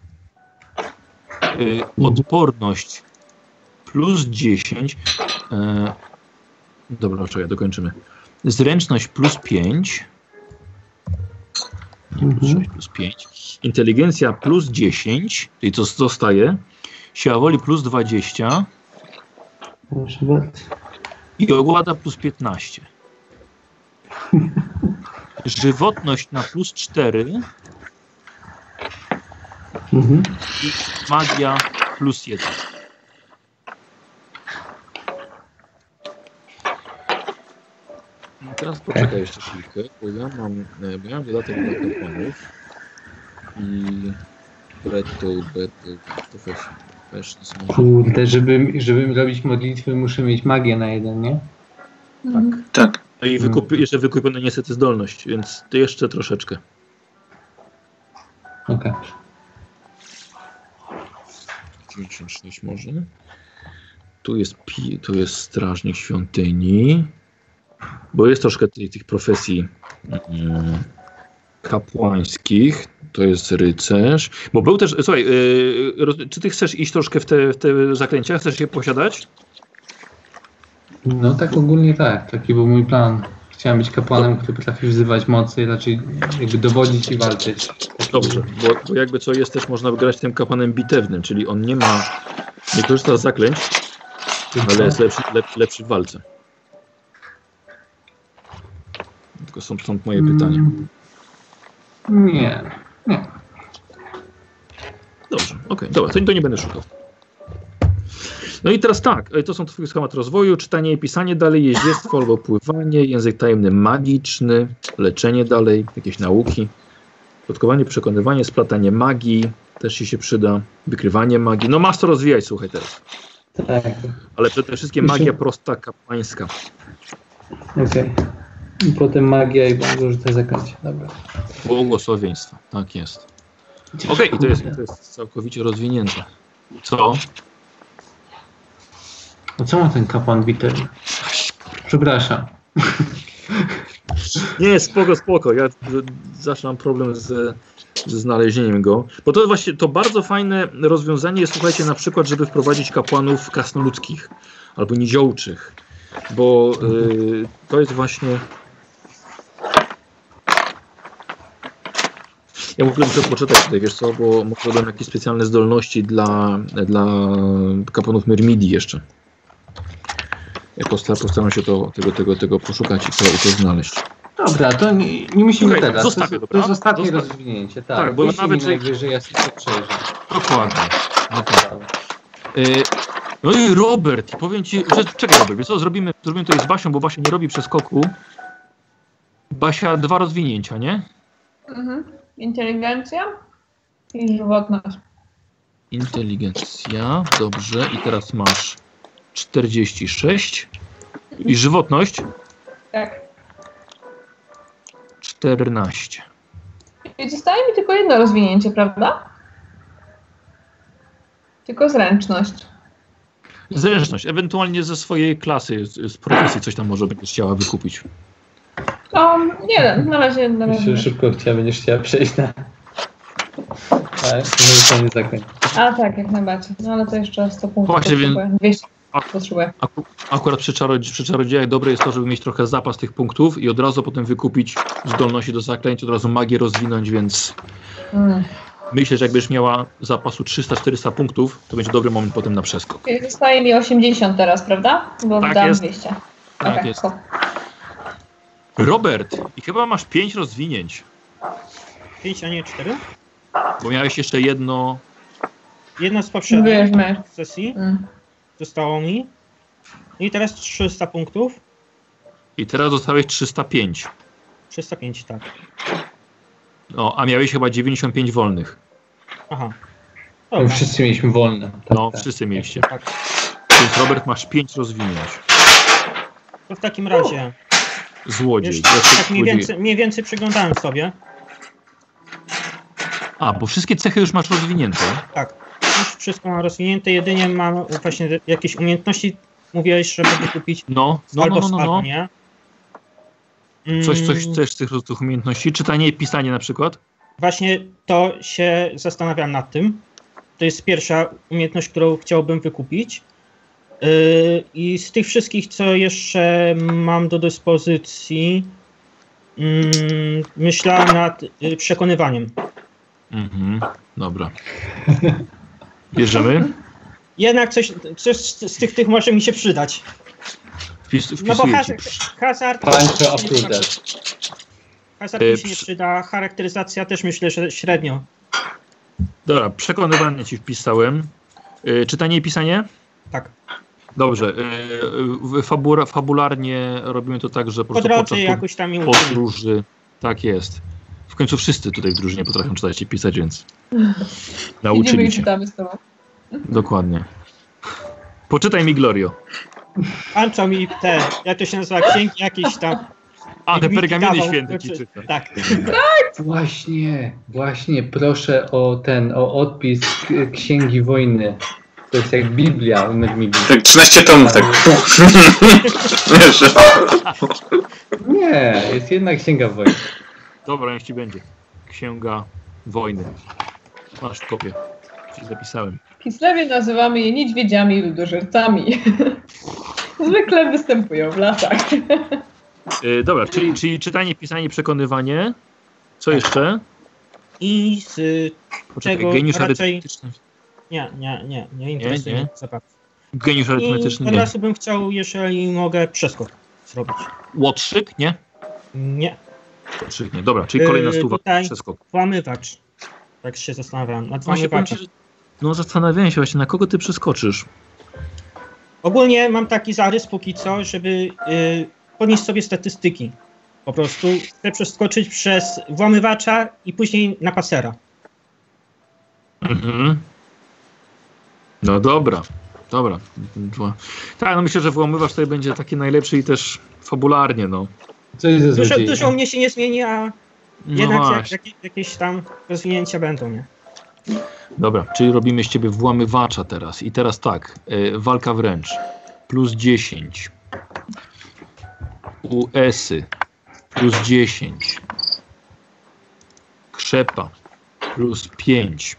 Odporność plus 10. Dobra, czekaj, dokończymy. Zręczność plus 5. Plus 6 plus 5. Inteligencja plus 10. Czyli to zostaje. Siła woli plus 20. Proszę bardzo. I ogłada plus 15. żywotność na +4 i magia +1. Teraz poczekaj jeszcze chwilkę, bo ja mam dodatek dla kapłanów i Kurde, żeby robić modlitwy, muszę mieć magię na 1, nie? Tak. No i jeszcze wykupione niestety zdolność, więc ty jeszcze troszeczkę. Okej. 96 może. Tu jest strażnik świątyni. Bo jest troszkę tych profesji kapłańskich. To jest rycerz. Bo był też... Słuchaj, czy ty chcesz iść troszkę w te zaklęcia? Chcesz je posiadać? No tak ogólnie tak. Taki był mój plan. Chciałem być kapłanem, który potrafi wzywać mocy, raczej jakby dowodzić i walczyć. Dobrze, bo jakby co jest też można grać tym kapłanem bitewnym, czyli on nie korzysta z zaklęć, ale jest lepszy w walce. Tylko stąd moje pytanie. Nie. Dobrze, okej, dobra, to nie będę szukał. No i teraz tak, to są twój schemat rozwoju, czytanie i pisanie dalej, jeździectwo albo pływanie, język tajemny magiczny, leczenie dalej, jakieś nauki, plotkowanie, przekonywanie, splatanie magii, też ci się przyda, wykrywanie magii. No masz to rozwijać, słuchaj teraz. Tak. Ale przede wszystkim magia prosta, kapłańska. Okej. I potem magia i bardzo użyte zaklęcie. Dobra. Błogosławieństwo, tak jest. Okej, i to jest całkowicie rozwinięte. Co? A co ma ten kapłan bitewny? Przepraszam. Nie, spoko. Ja zawsze mam problem ze znalezieniem go. Bo to właśnie, to bardzo fajne rozwiązanie jest, słuchajcie, na przykład, żeby wprowadzić kapłanów krasnoludzkich albo niziołczych. Bo to jest właśnie... Ja w ogóle muszę poczytać tutaj, wiesz co, bo może będą jakieś specjalne zdolności dla kapłanów Myrmidii jeszcze. Ja postaram się tego poszukać i to znaleźć. Dobra, to nie musimy teraz. Zostawię, to jest ostatnie rozwinięcie, tak. Tak, bo nawet najwyżej ja sobie przejrzę. Dokładnie. No i Robert, powiem ci, że czekaj Robert, wiesz co, zrobimy to z Basią, bo Basia nie robi przeskoku. Basia 2 rozwinięcia, nie? Inteligencja i żywotność. Inteligencja, dobrze. I teraz masz 46. I żywotność? Tak. 14. I zostaje mi tylko jedno rozwinięcie, prawda? Tylko zręczność. Zręczność, ewentualnie ze swojej klasy, z profesji coś tam może będziesz chciała wykupić. Nie, na razie. Myślę, że szybko będziesz chciała przejść na... Tak, to nie zakończy. A tak, jak najbardziej. No ale to jeszcze 100 punktów. Właśnie, więc... 200 potrzebuję. Akurat przy czarodziejach dobre jest to, żeby mieć trochę zapas tych punktów i od razu potem wykupić zdolności do zaklęć, od razu magię rozwinąć, więc myślę, że jakbyś miała zapasu 300-400 punktów, to będzie dobry moment potem na przeskok. Czyli zostaje mi 80 teraz, prawda? Bo tak wydałam jest. 200. Tak okay, jest. Cool. Robert, i chyba masz 5 rozwinięć. 5, a nie 4? Bo miałeś jeszcze jedno... Jedno z poprzednich Wiesz, sesji zostało mi. I teraz 300 punktów. I teraz dostałeś 305. 305, tak. No, a miałeś chyba 95 wolnych. Aha. No, wszyscy mieliśmy wolne. Tak, no, tak. wszyscy mieliście. Tak. Więc Robert, masz 5 rozwinięć. To w takim razie... Złodziej. Tak mniej więcej przyglądałem sobie. A, bo wszystkie cechy już masz rozwinięte. Tak. Już wszystko mam rozwinięte. Jedynie mam właśnie jakieś umiejętności. Mówiłeś, żeby wykupić no. Nie? Coś z tych umiejętności? Czytanie i pisanie na przykład? Właśnie to się zastanawiam nad tym. To jest pierwsza umiejętność, którą chciałbym wykupić. I z tych wszystkich, co jeszcze mam do dyspozycji, myślałem nad przekonywaniem. Dobra. Bierzemy? Jednak coś z tych może mi się przydać. Wpisuję no bo hazard Hazard się nie przyda, charakteryzacja też myślę, że średnio. Dobra, przekonywanie ci wpisałem. Czytanie i pisanie? Tak. Dobrze. Fabularnie robimy to tak, że po prostu drodze jakoś tam podróży. Tak jest. W końcu wszyscy tutaj w drużynie potrafią czytać i pisać, więc nauczyli się. Czytamy z tobą. Dokładnie. Poczytaj mi, Glorio. Ancho mi te, jak to się nazywa, księgi jakieś tam. A, te pergaminy dawał, święte ci czyta. Tak. Właśnie, proszę o odpis Księgi Wojny. To jest jak Biblia u Medmigi. Tak, 13 tomów, tak. Wiesz. Nie, jest jedna Księga Wojny. Dobra, niech ci będzie. Księga Wojny. Masz kopię. Ci zapisałem. W Kislewie nazywamy je niedźwiedziami i ludożercami. Zwykle występują w lasach. Dobra, czyli czytanie, pisanie, przekonywanie. Co jeszcze? I z czego geniusz raczej... arytmetyczny. Nie interesuje mnie za bardzo. Geniusz arytmetyczny I od nie. razu bym chciał, jeżeli mogę, przeskok zrobić. Łotrzyk, nie? Nie. Łotrzyk nie. Dobra, czyli kolejna stuwa. Tutaj Przeskok. włamywacz. Tak się zastanawiam. Nad Właśnie powiem włamywaczem. ci, no zastanawiałem się właśnie, na kogo ty przeskoczysz. Ogólnie mam taki zarys póki co, żeby podnieść sobie statystyki. Po prostu chcę przeskoczyć przez włamywacza i później na pasera. Mhm. No dobra. Tak, no myślę, że włamywacz tutaj będzie taki najlepszy i też fabularnie, no. Coś zazwyczaj. Dużo u mnie się nie zmieni, a jednak No właśnie. jakieś tam rozwinięcia będą, nie? Dobra, czyli robimy z ciebie włamywacza teraz. I teraz tak, walka wręcz. Plus 10. US-y. Plus 10. Krzepa. Plus 5.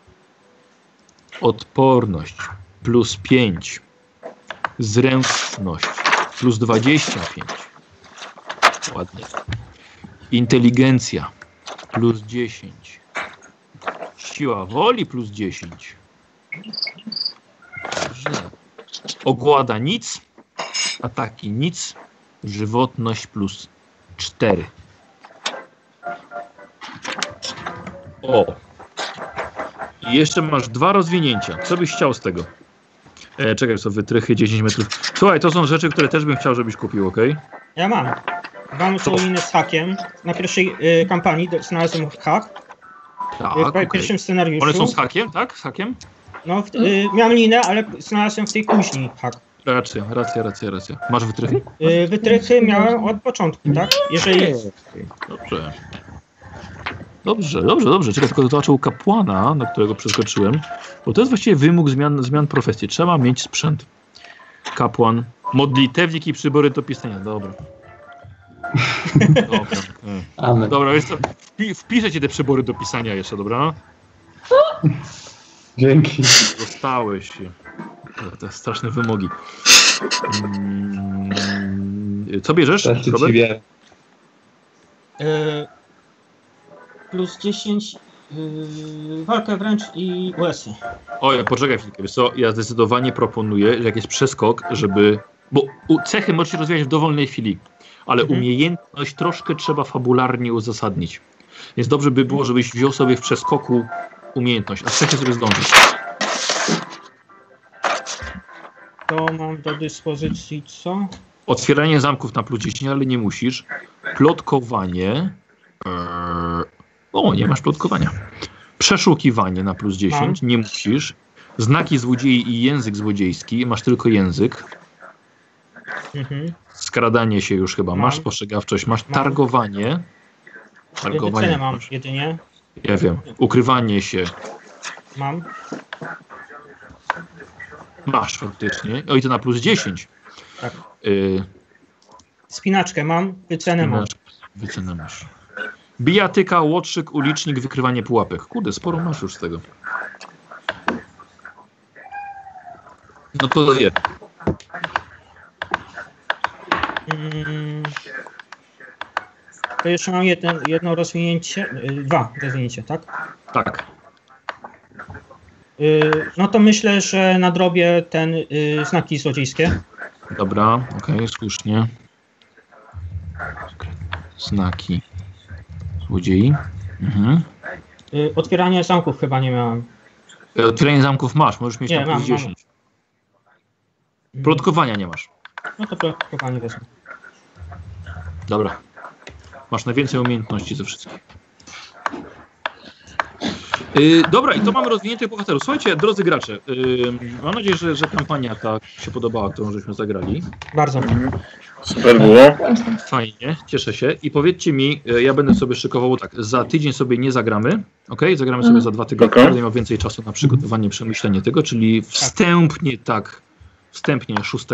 Odporność. Plus 5. Zręczność. Plus 25. Ładnie. Inteligencja. Plus 10. Siła woli plus 10. Dobrze. Ogłada nic. Ataki nic. Żywotność plus 4. O. I jeszcze masz 2 rozwinięcia. Co byś chciał z tego? Czekaj, co wytrychy 10 metrów. Słuchaj, to są rzeczy, które też bym chciał, żebyś kupił, ok? Ja mam. Mam inne z hakiem. Na pierwszej kampanii znalazłem hak. Tak, W pierwszym scenariuszu. One są z hakiem, tak? Z hakiem? No, miałem linę, ale znalazłem w tej kuźni hak. Racja. Masz wytrychy? Wytrychy miałem od początku, tak? Jeżeli... Dobrze. Czekaj, tylko zobaczę u kapłana, na którego przeskoczyłem, bo to jest właściwie wymóg zmian profesji. Trzeba mieć sprzęt. Kapłan, modlitewnik i przybory do pisania. Dobra. Amen. Dobra, wiesz co, wpiszę ci te przybory do pisania jeszcze, dobra? Dzięki. Dostałeś się. Te straszne wymogi. Co bierzesz, Robert? Plus 10 walkę wręcz i US-y. Oj, poczekaj chwilkę, wiesz co, ja zdecydowanie proponuję, że jak jest przeskok, żeby... Bo cechy możecie rozwijać w dowolnej chwili, ale umiejętność troszkę trzeba fabularnie uzasadnić. Więc dobrze by było, żebyś wziął sobie w przeskoku umiejętność, a cechy sobie zdążysz. To mam do dyspozycji co? Otwieranie zamków na plus 10, ale nie musisz. Plotkowanie. O, nie masz plotkowania. Przeszukiwanie na plus 10, nie musisz. Znaki złodziei i język złodziejski, masz tylko język. Skradanie się już chyba masz, spostrzegawczość masz. Targowanie. Wycenę mam jedynie. Ja wiem. Ukrywanie się. Mam. Masz faktycznie. O, i to na plus 10. Tak. Spinaczkę mam, wycenę mam. Wycenę masz. Bijatyka, łotrzyk, ulicznik, wykrywanie pułapek. Kurde, sporo masz już z tego. No to je. To jeszcze mam jedno rozwinięcie, 2 rozwinięcia, tak? Tak. No to myślę, że nadrobię znaki złodziejskie. Dobra, okej, słusznie. Znaki złodziei. Mhm. Otwieranie zamków chyba nie miałem. Otwieranie zamków masz, możesz mieć Nie, tam plus mam. 10. Plotkowania nie masz. No to plotkowanie wezmę. Dobra. Masz najwięcej umiejętności ze wszystkich. Dobra, i to mamy rozwiniętych bohaterów. Słuchajcie, drodzy gracze, mam nadzieję, że kampania ta się podobała, którą żeśmy zagrali. Bardzo. Super było. Fajnie, cieszę się. I powiedzcie mi, ja będę sobie szykował tak, za tydzień sobie nie zagramy, ok? Zagramy sobie za 2 tygodnie, Okay. będę miał więcej czasu na przygotowanie, przemyślenie tego, czyli wstępnie 6.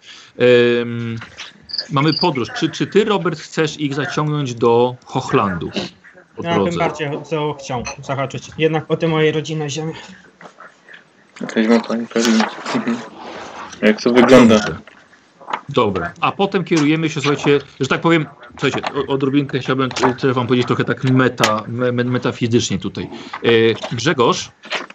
Mamy podróż. Czy ty, Robert, chcesz ich zaciągnąć do Hochlandu? Ja bym bardziej chciał zahaczyć. Jednak o te moje rodzinne ziemie. Jakaś ma pani pewnie. Jak to wygląda? Dobra, a potem kierujemy się, słuchajcie, że tak powiem, słuchajcie, odrobinkę chciałbym wam powiedzieć trochę tak metafizycznie tutaj. Grzegorz,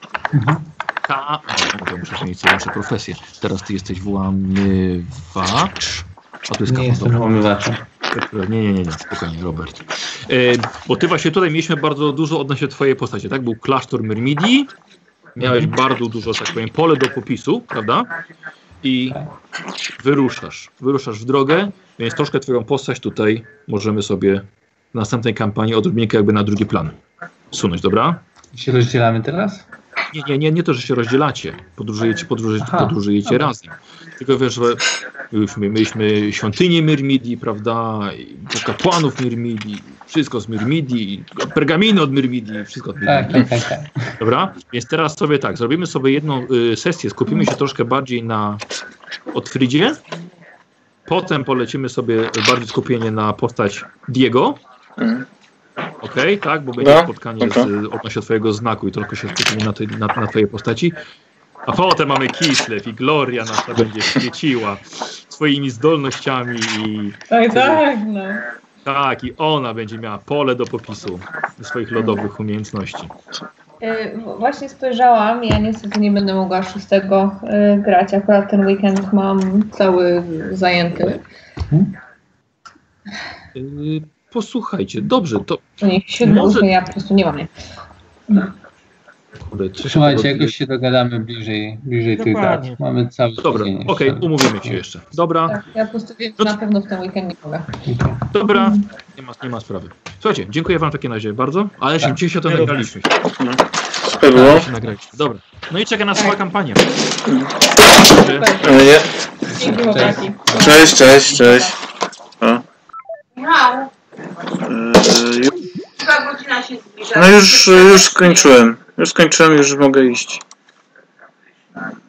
muszę zmienić sobie nasze profesje. Teraz ty jesteś włamywacz. A to jest Nie jestem włamywaczem. Nie, spokojnie, Robert. Bo ty właśnie tutaj mieliśmy bardzo dużo odnośnie twojej postaci, tak? Był klasztor Myrmidii, miałeś bardzo dużo, tak powiem, pole do popisu, prawda? I wyruszasz w drogę, więc troszkę twoją postać tutaj możemy sobie w następnej kampanii odrobinkę jakby na drugi plan sunąć, dobra? Się rozdzielamy teraz? Nie to, że się rozdzielacie. Podróżujecie razem. Tylko wiesz, że mieliśmy świątynię Myrmidii, prawda? Kapłanów Myrmidii, wszystko z Myrmidii, pergaminy od Myrmidii, wszystko od Myrmidii. Tak. Dobra? Więc teraz sobie tak, zrobimy sobie jedną sesję, skupimy się troszkę bardziej na Otfridzie. Potem polecimy sobie bardziej skupienie na postać Diego. Okej, tak, bo będzie spotkanie odnośnie twojego znaku i trochę się skupimy na twojej postaci. A potem mamy Kislev i Gloria nasza będzie świeciła swoimi zdolnościami i... No. Tak, i ona będzie miała pole do popisu swoich lodowych umiejętności. Właśnie spojrzałam, ja niestety nie będę mogła 6 grać, akurat ten weekend mam cały zajęty. Posłuchajcie, dobrze, to... Nie, 7, może... ja po prostu nie mam. Słuchajcie, jakoś się dogadamy bliżej tych dat. Mamy cały Dobra, okej, umówimy się jeszcze. Dobra. Tak, ja po prostu wiem, że na pewno w ten weekend nie mogę. Dobra, nie ma sprawy. Słuchajcie, dziękuję wam w takim razie bardzo, ale dzisiaj się to nagraliśmy. Super było. Dobra, no i czeka nas nowa kampania. Dzięki, chłopaki. Cześć. No już skończyłem. Już mogę iść.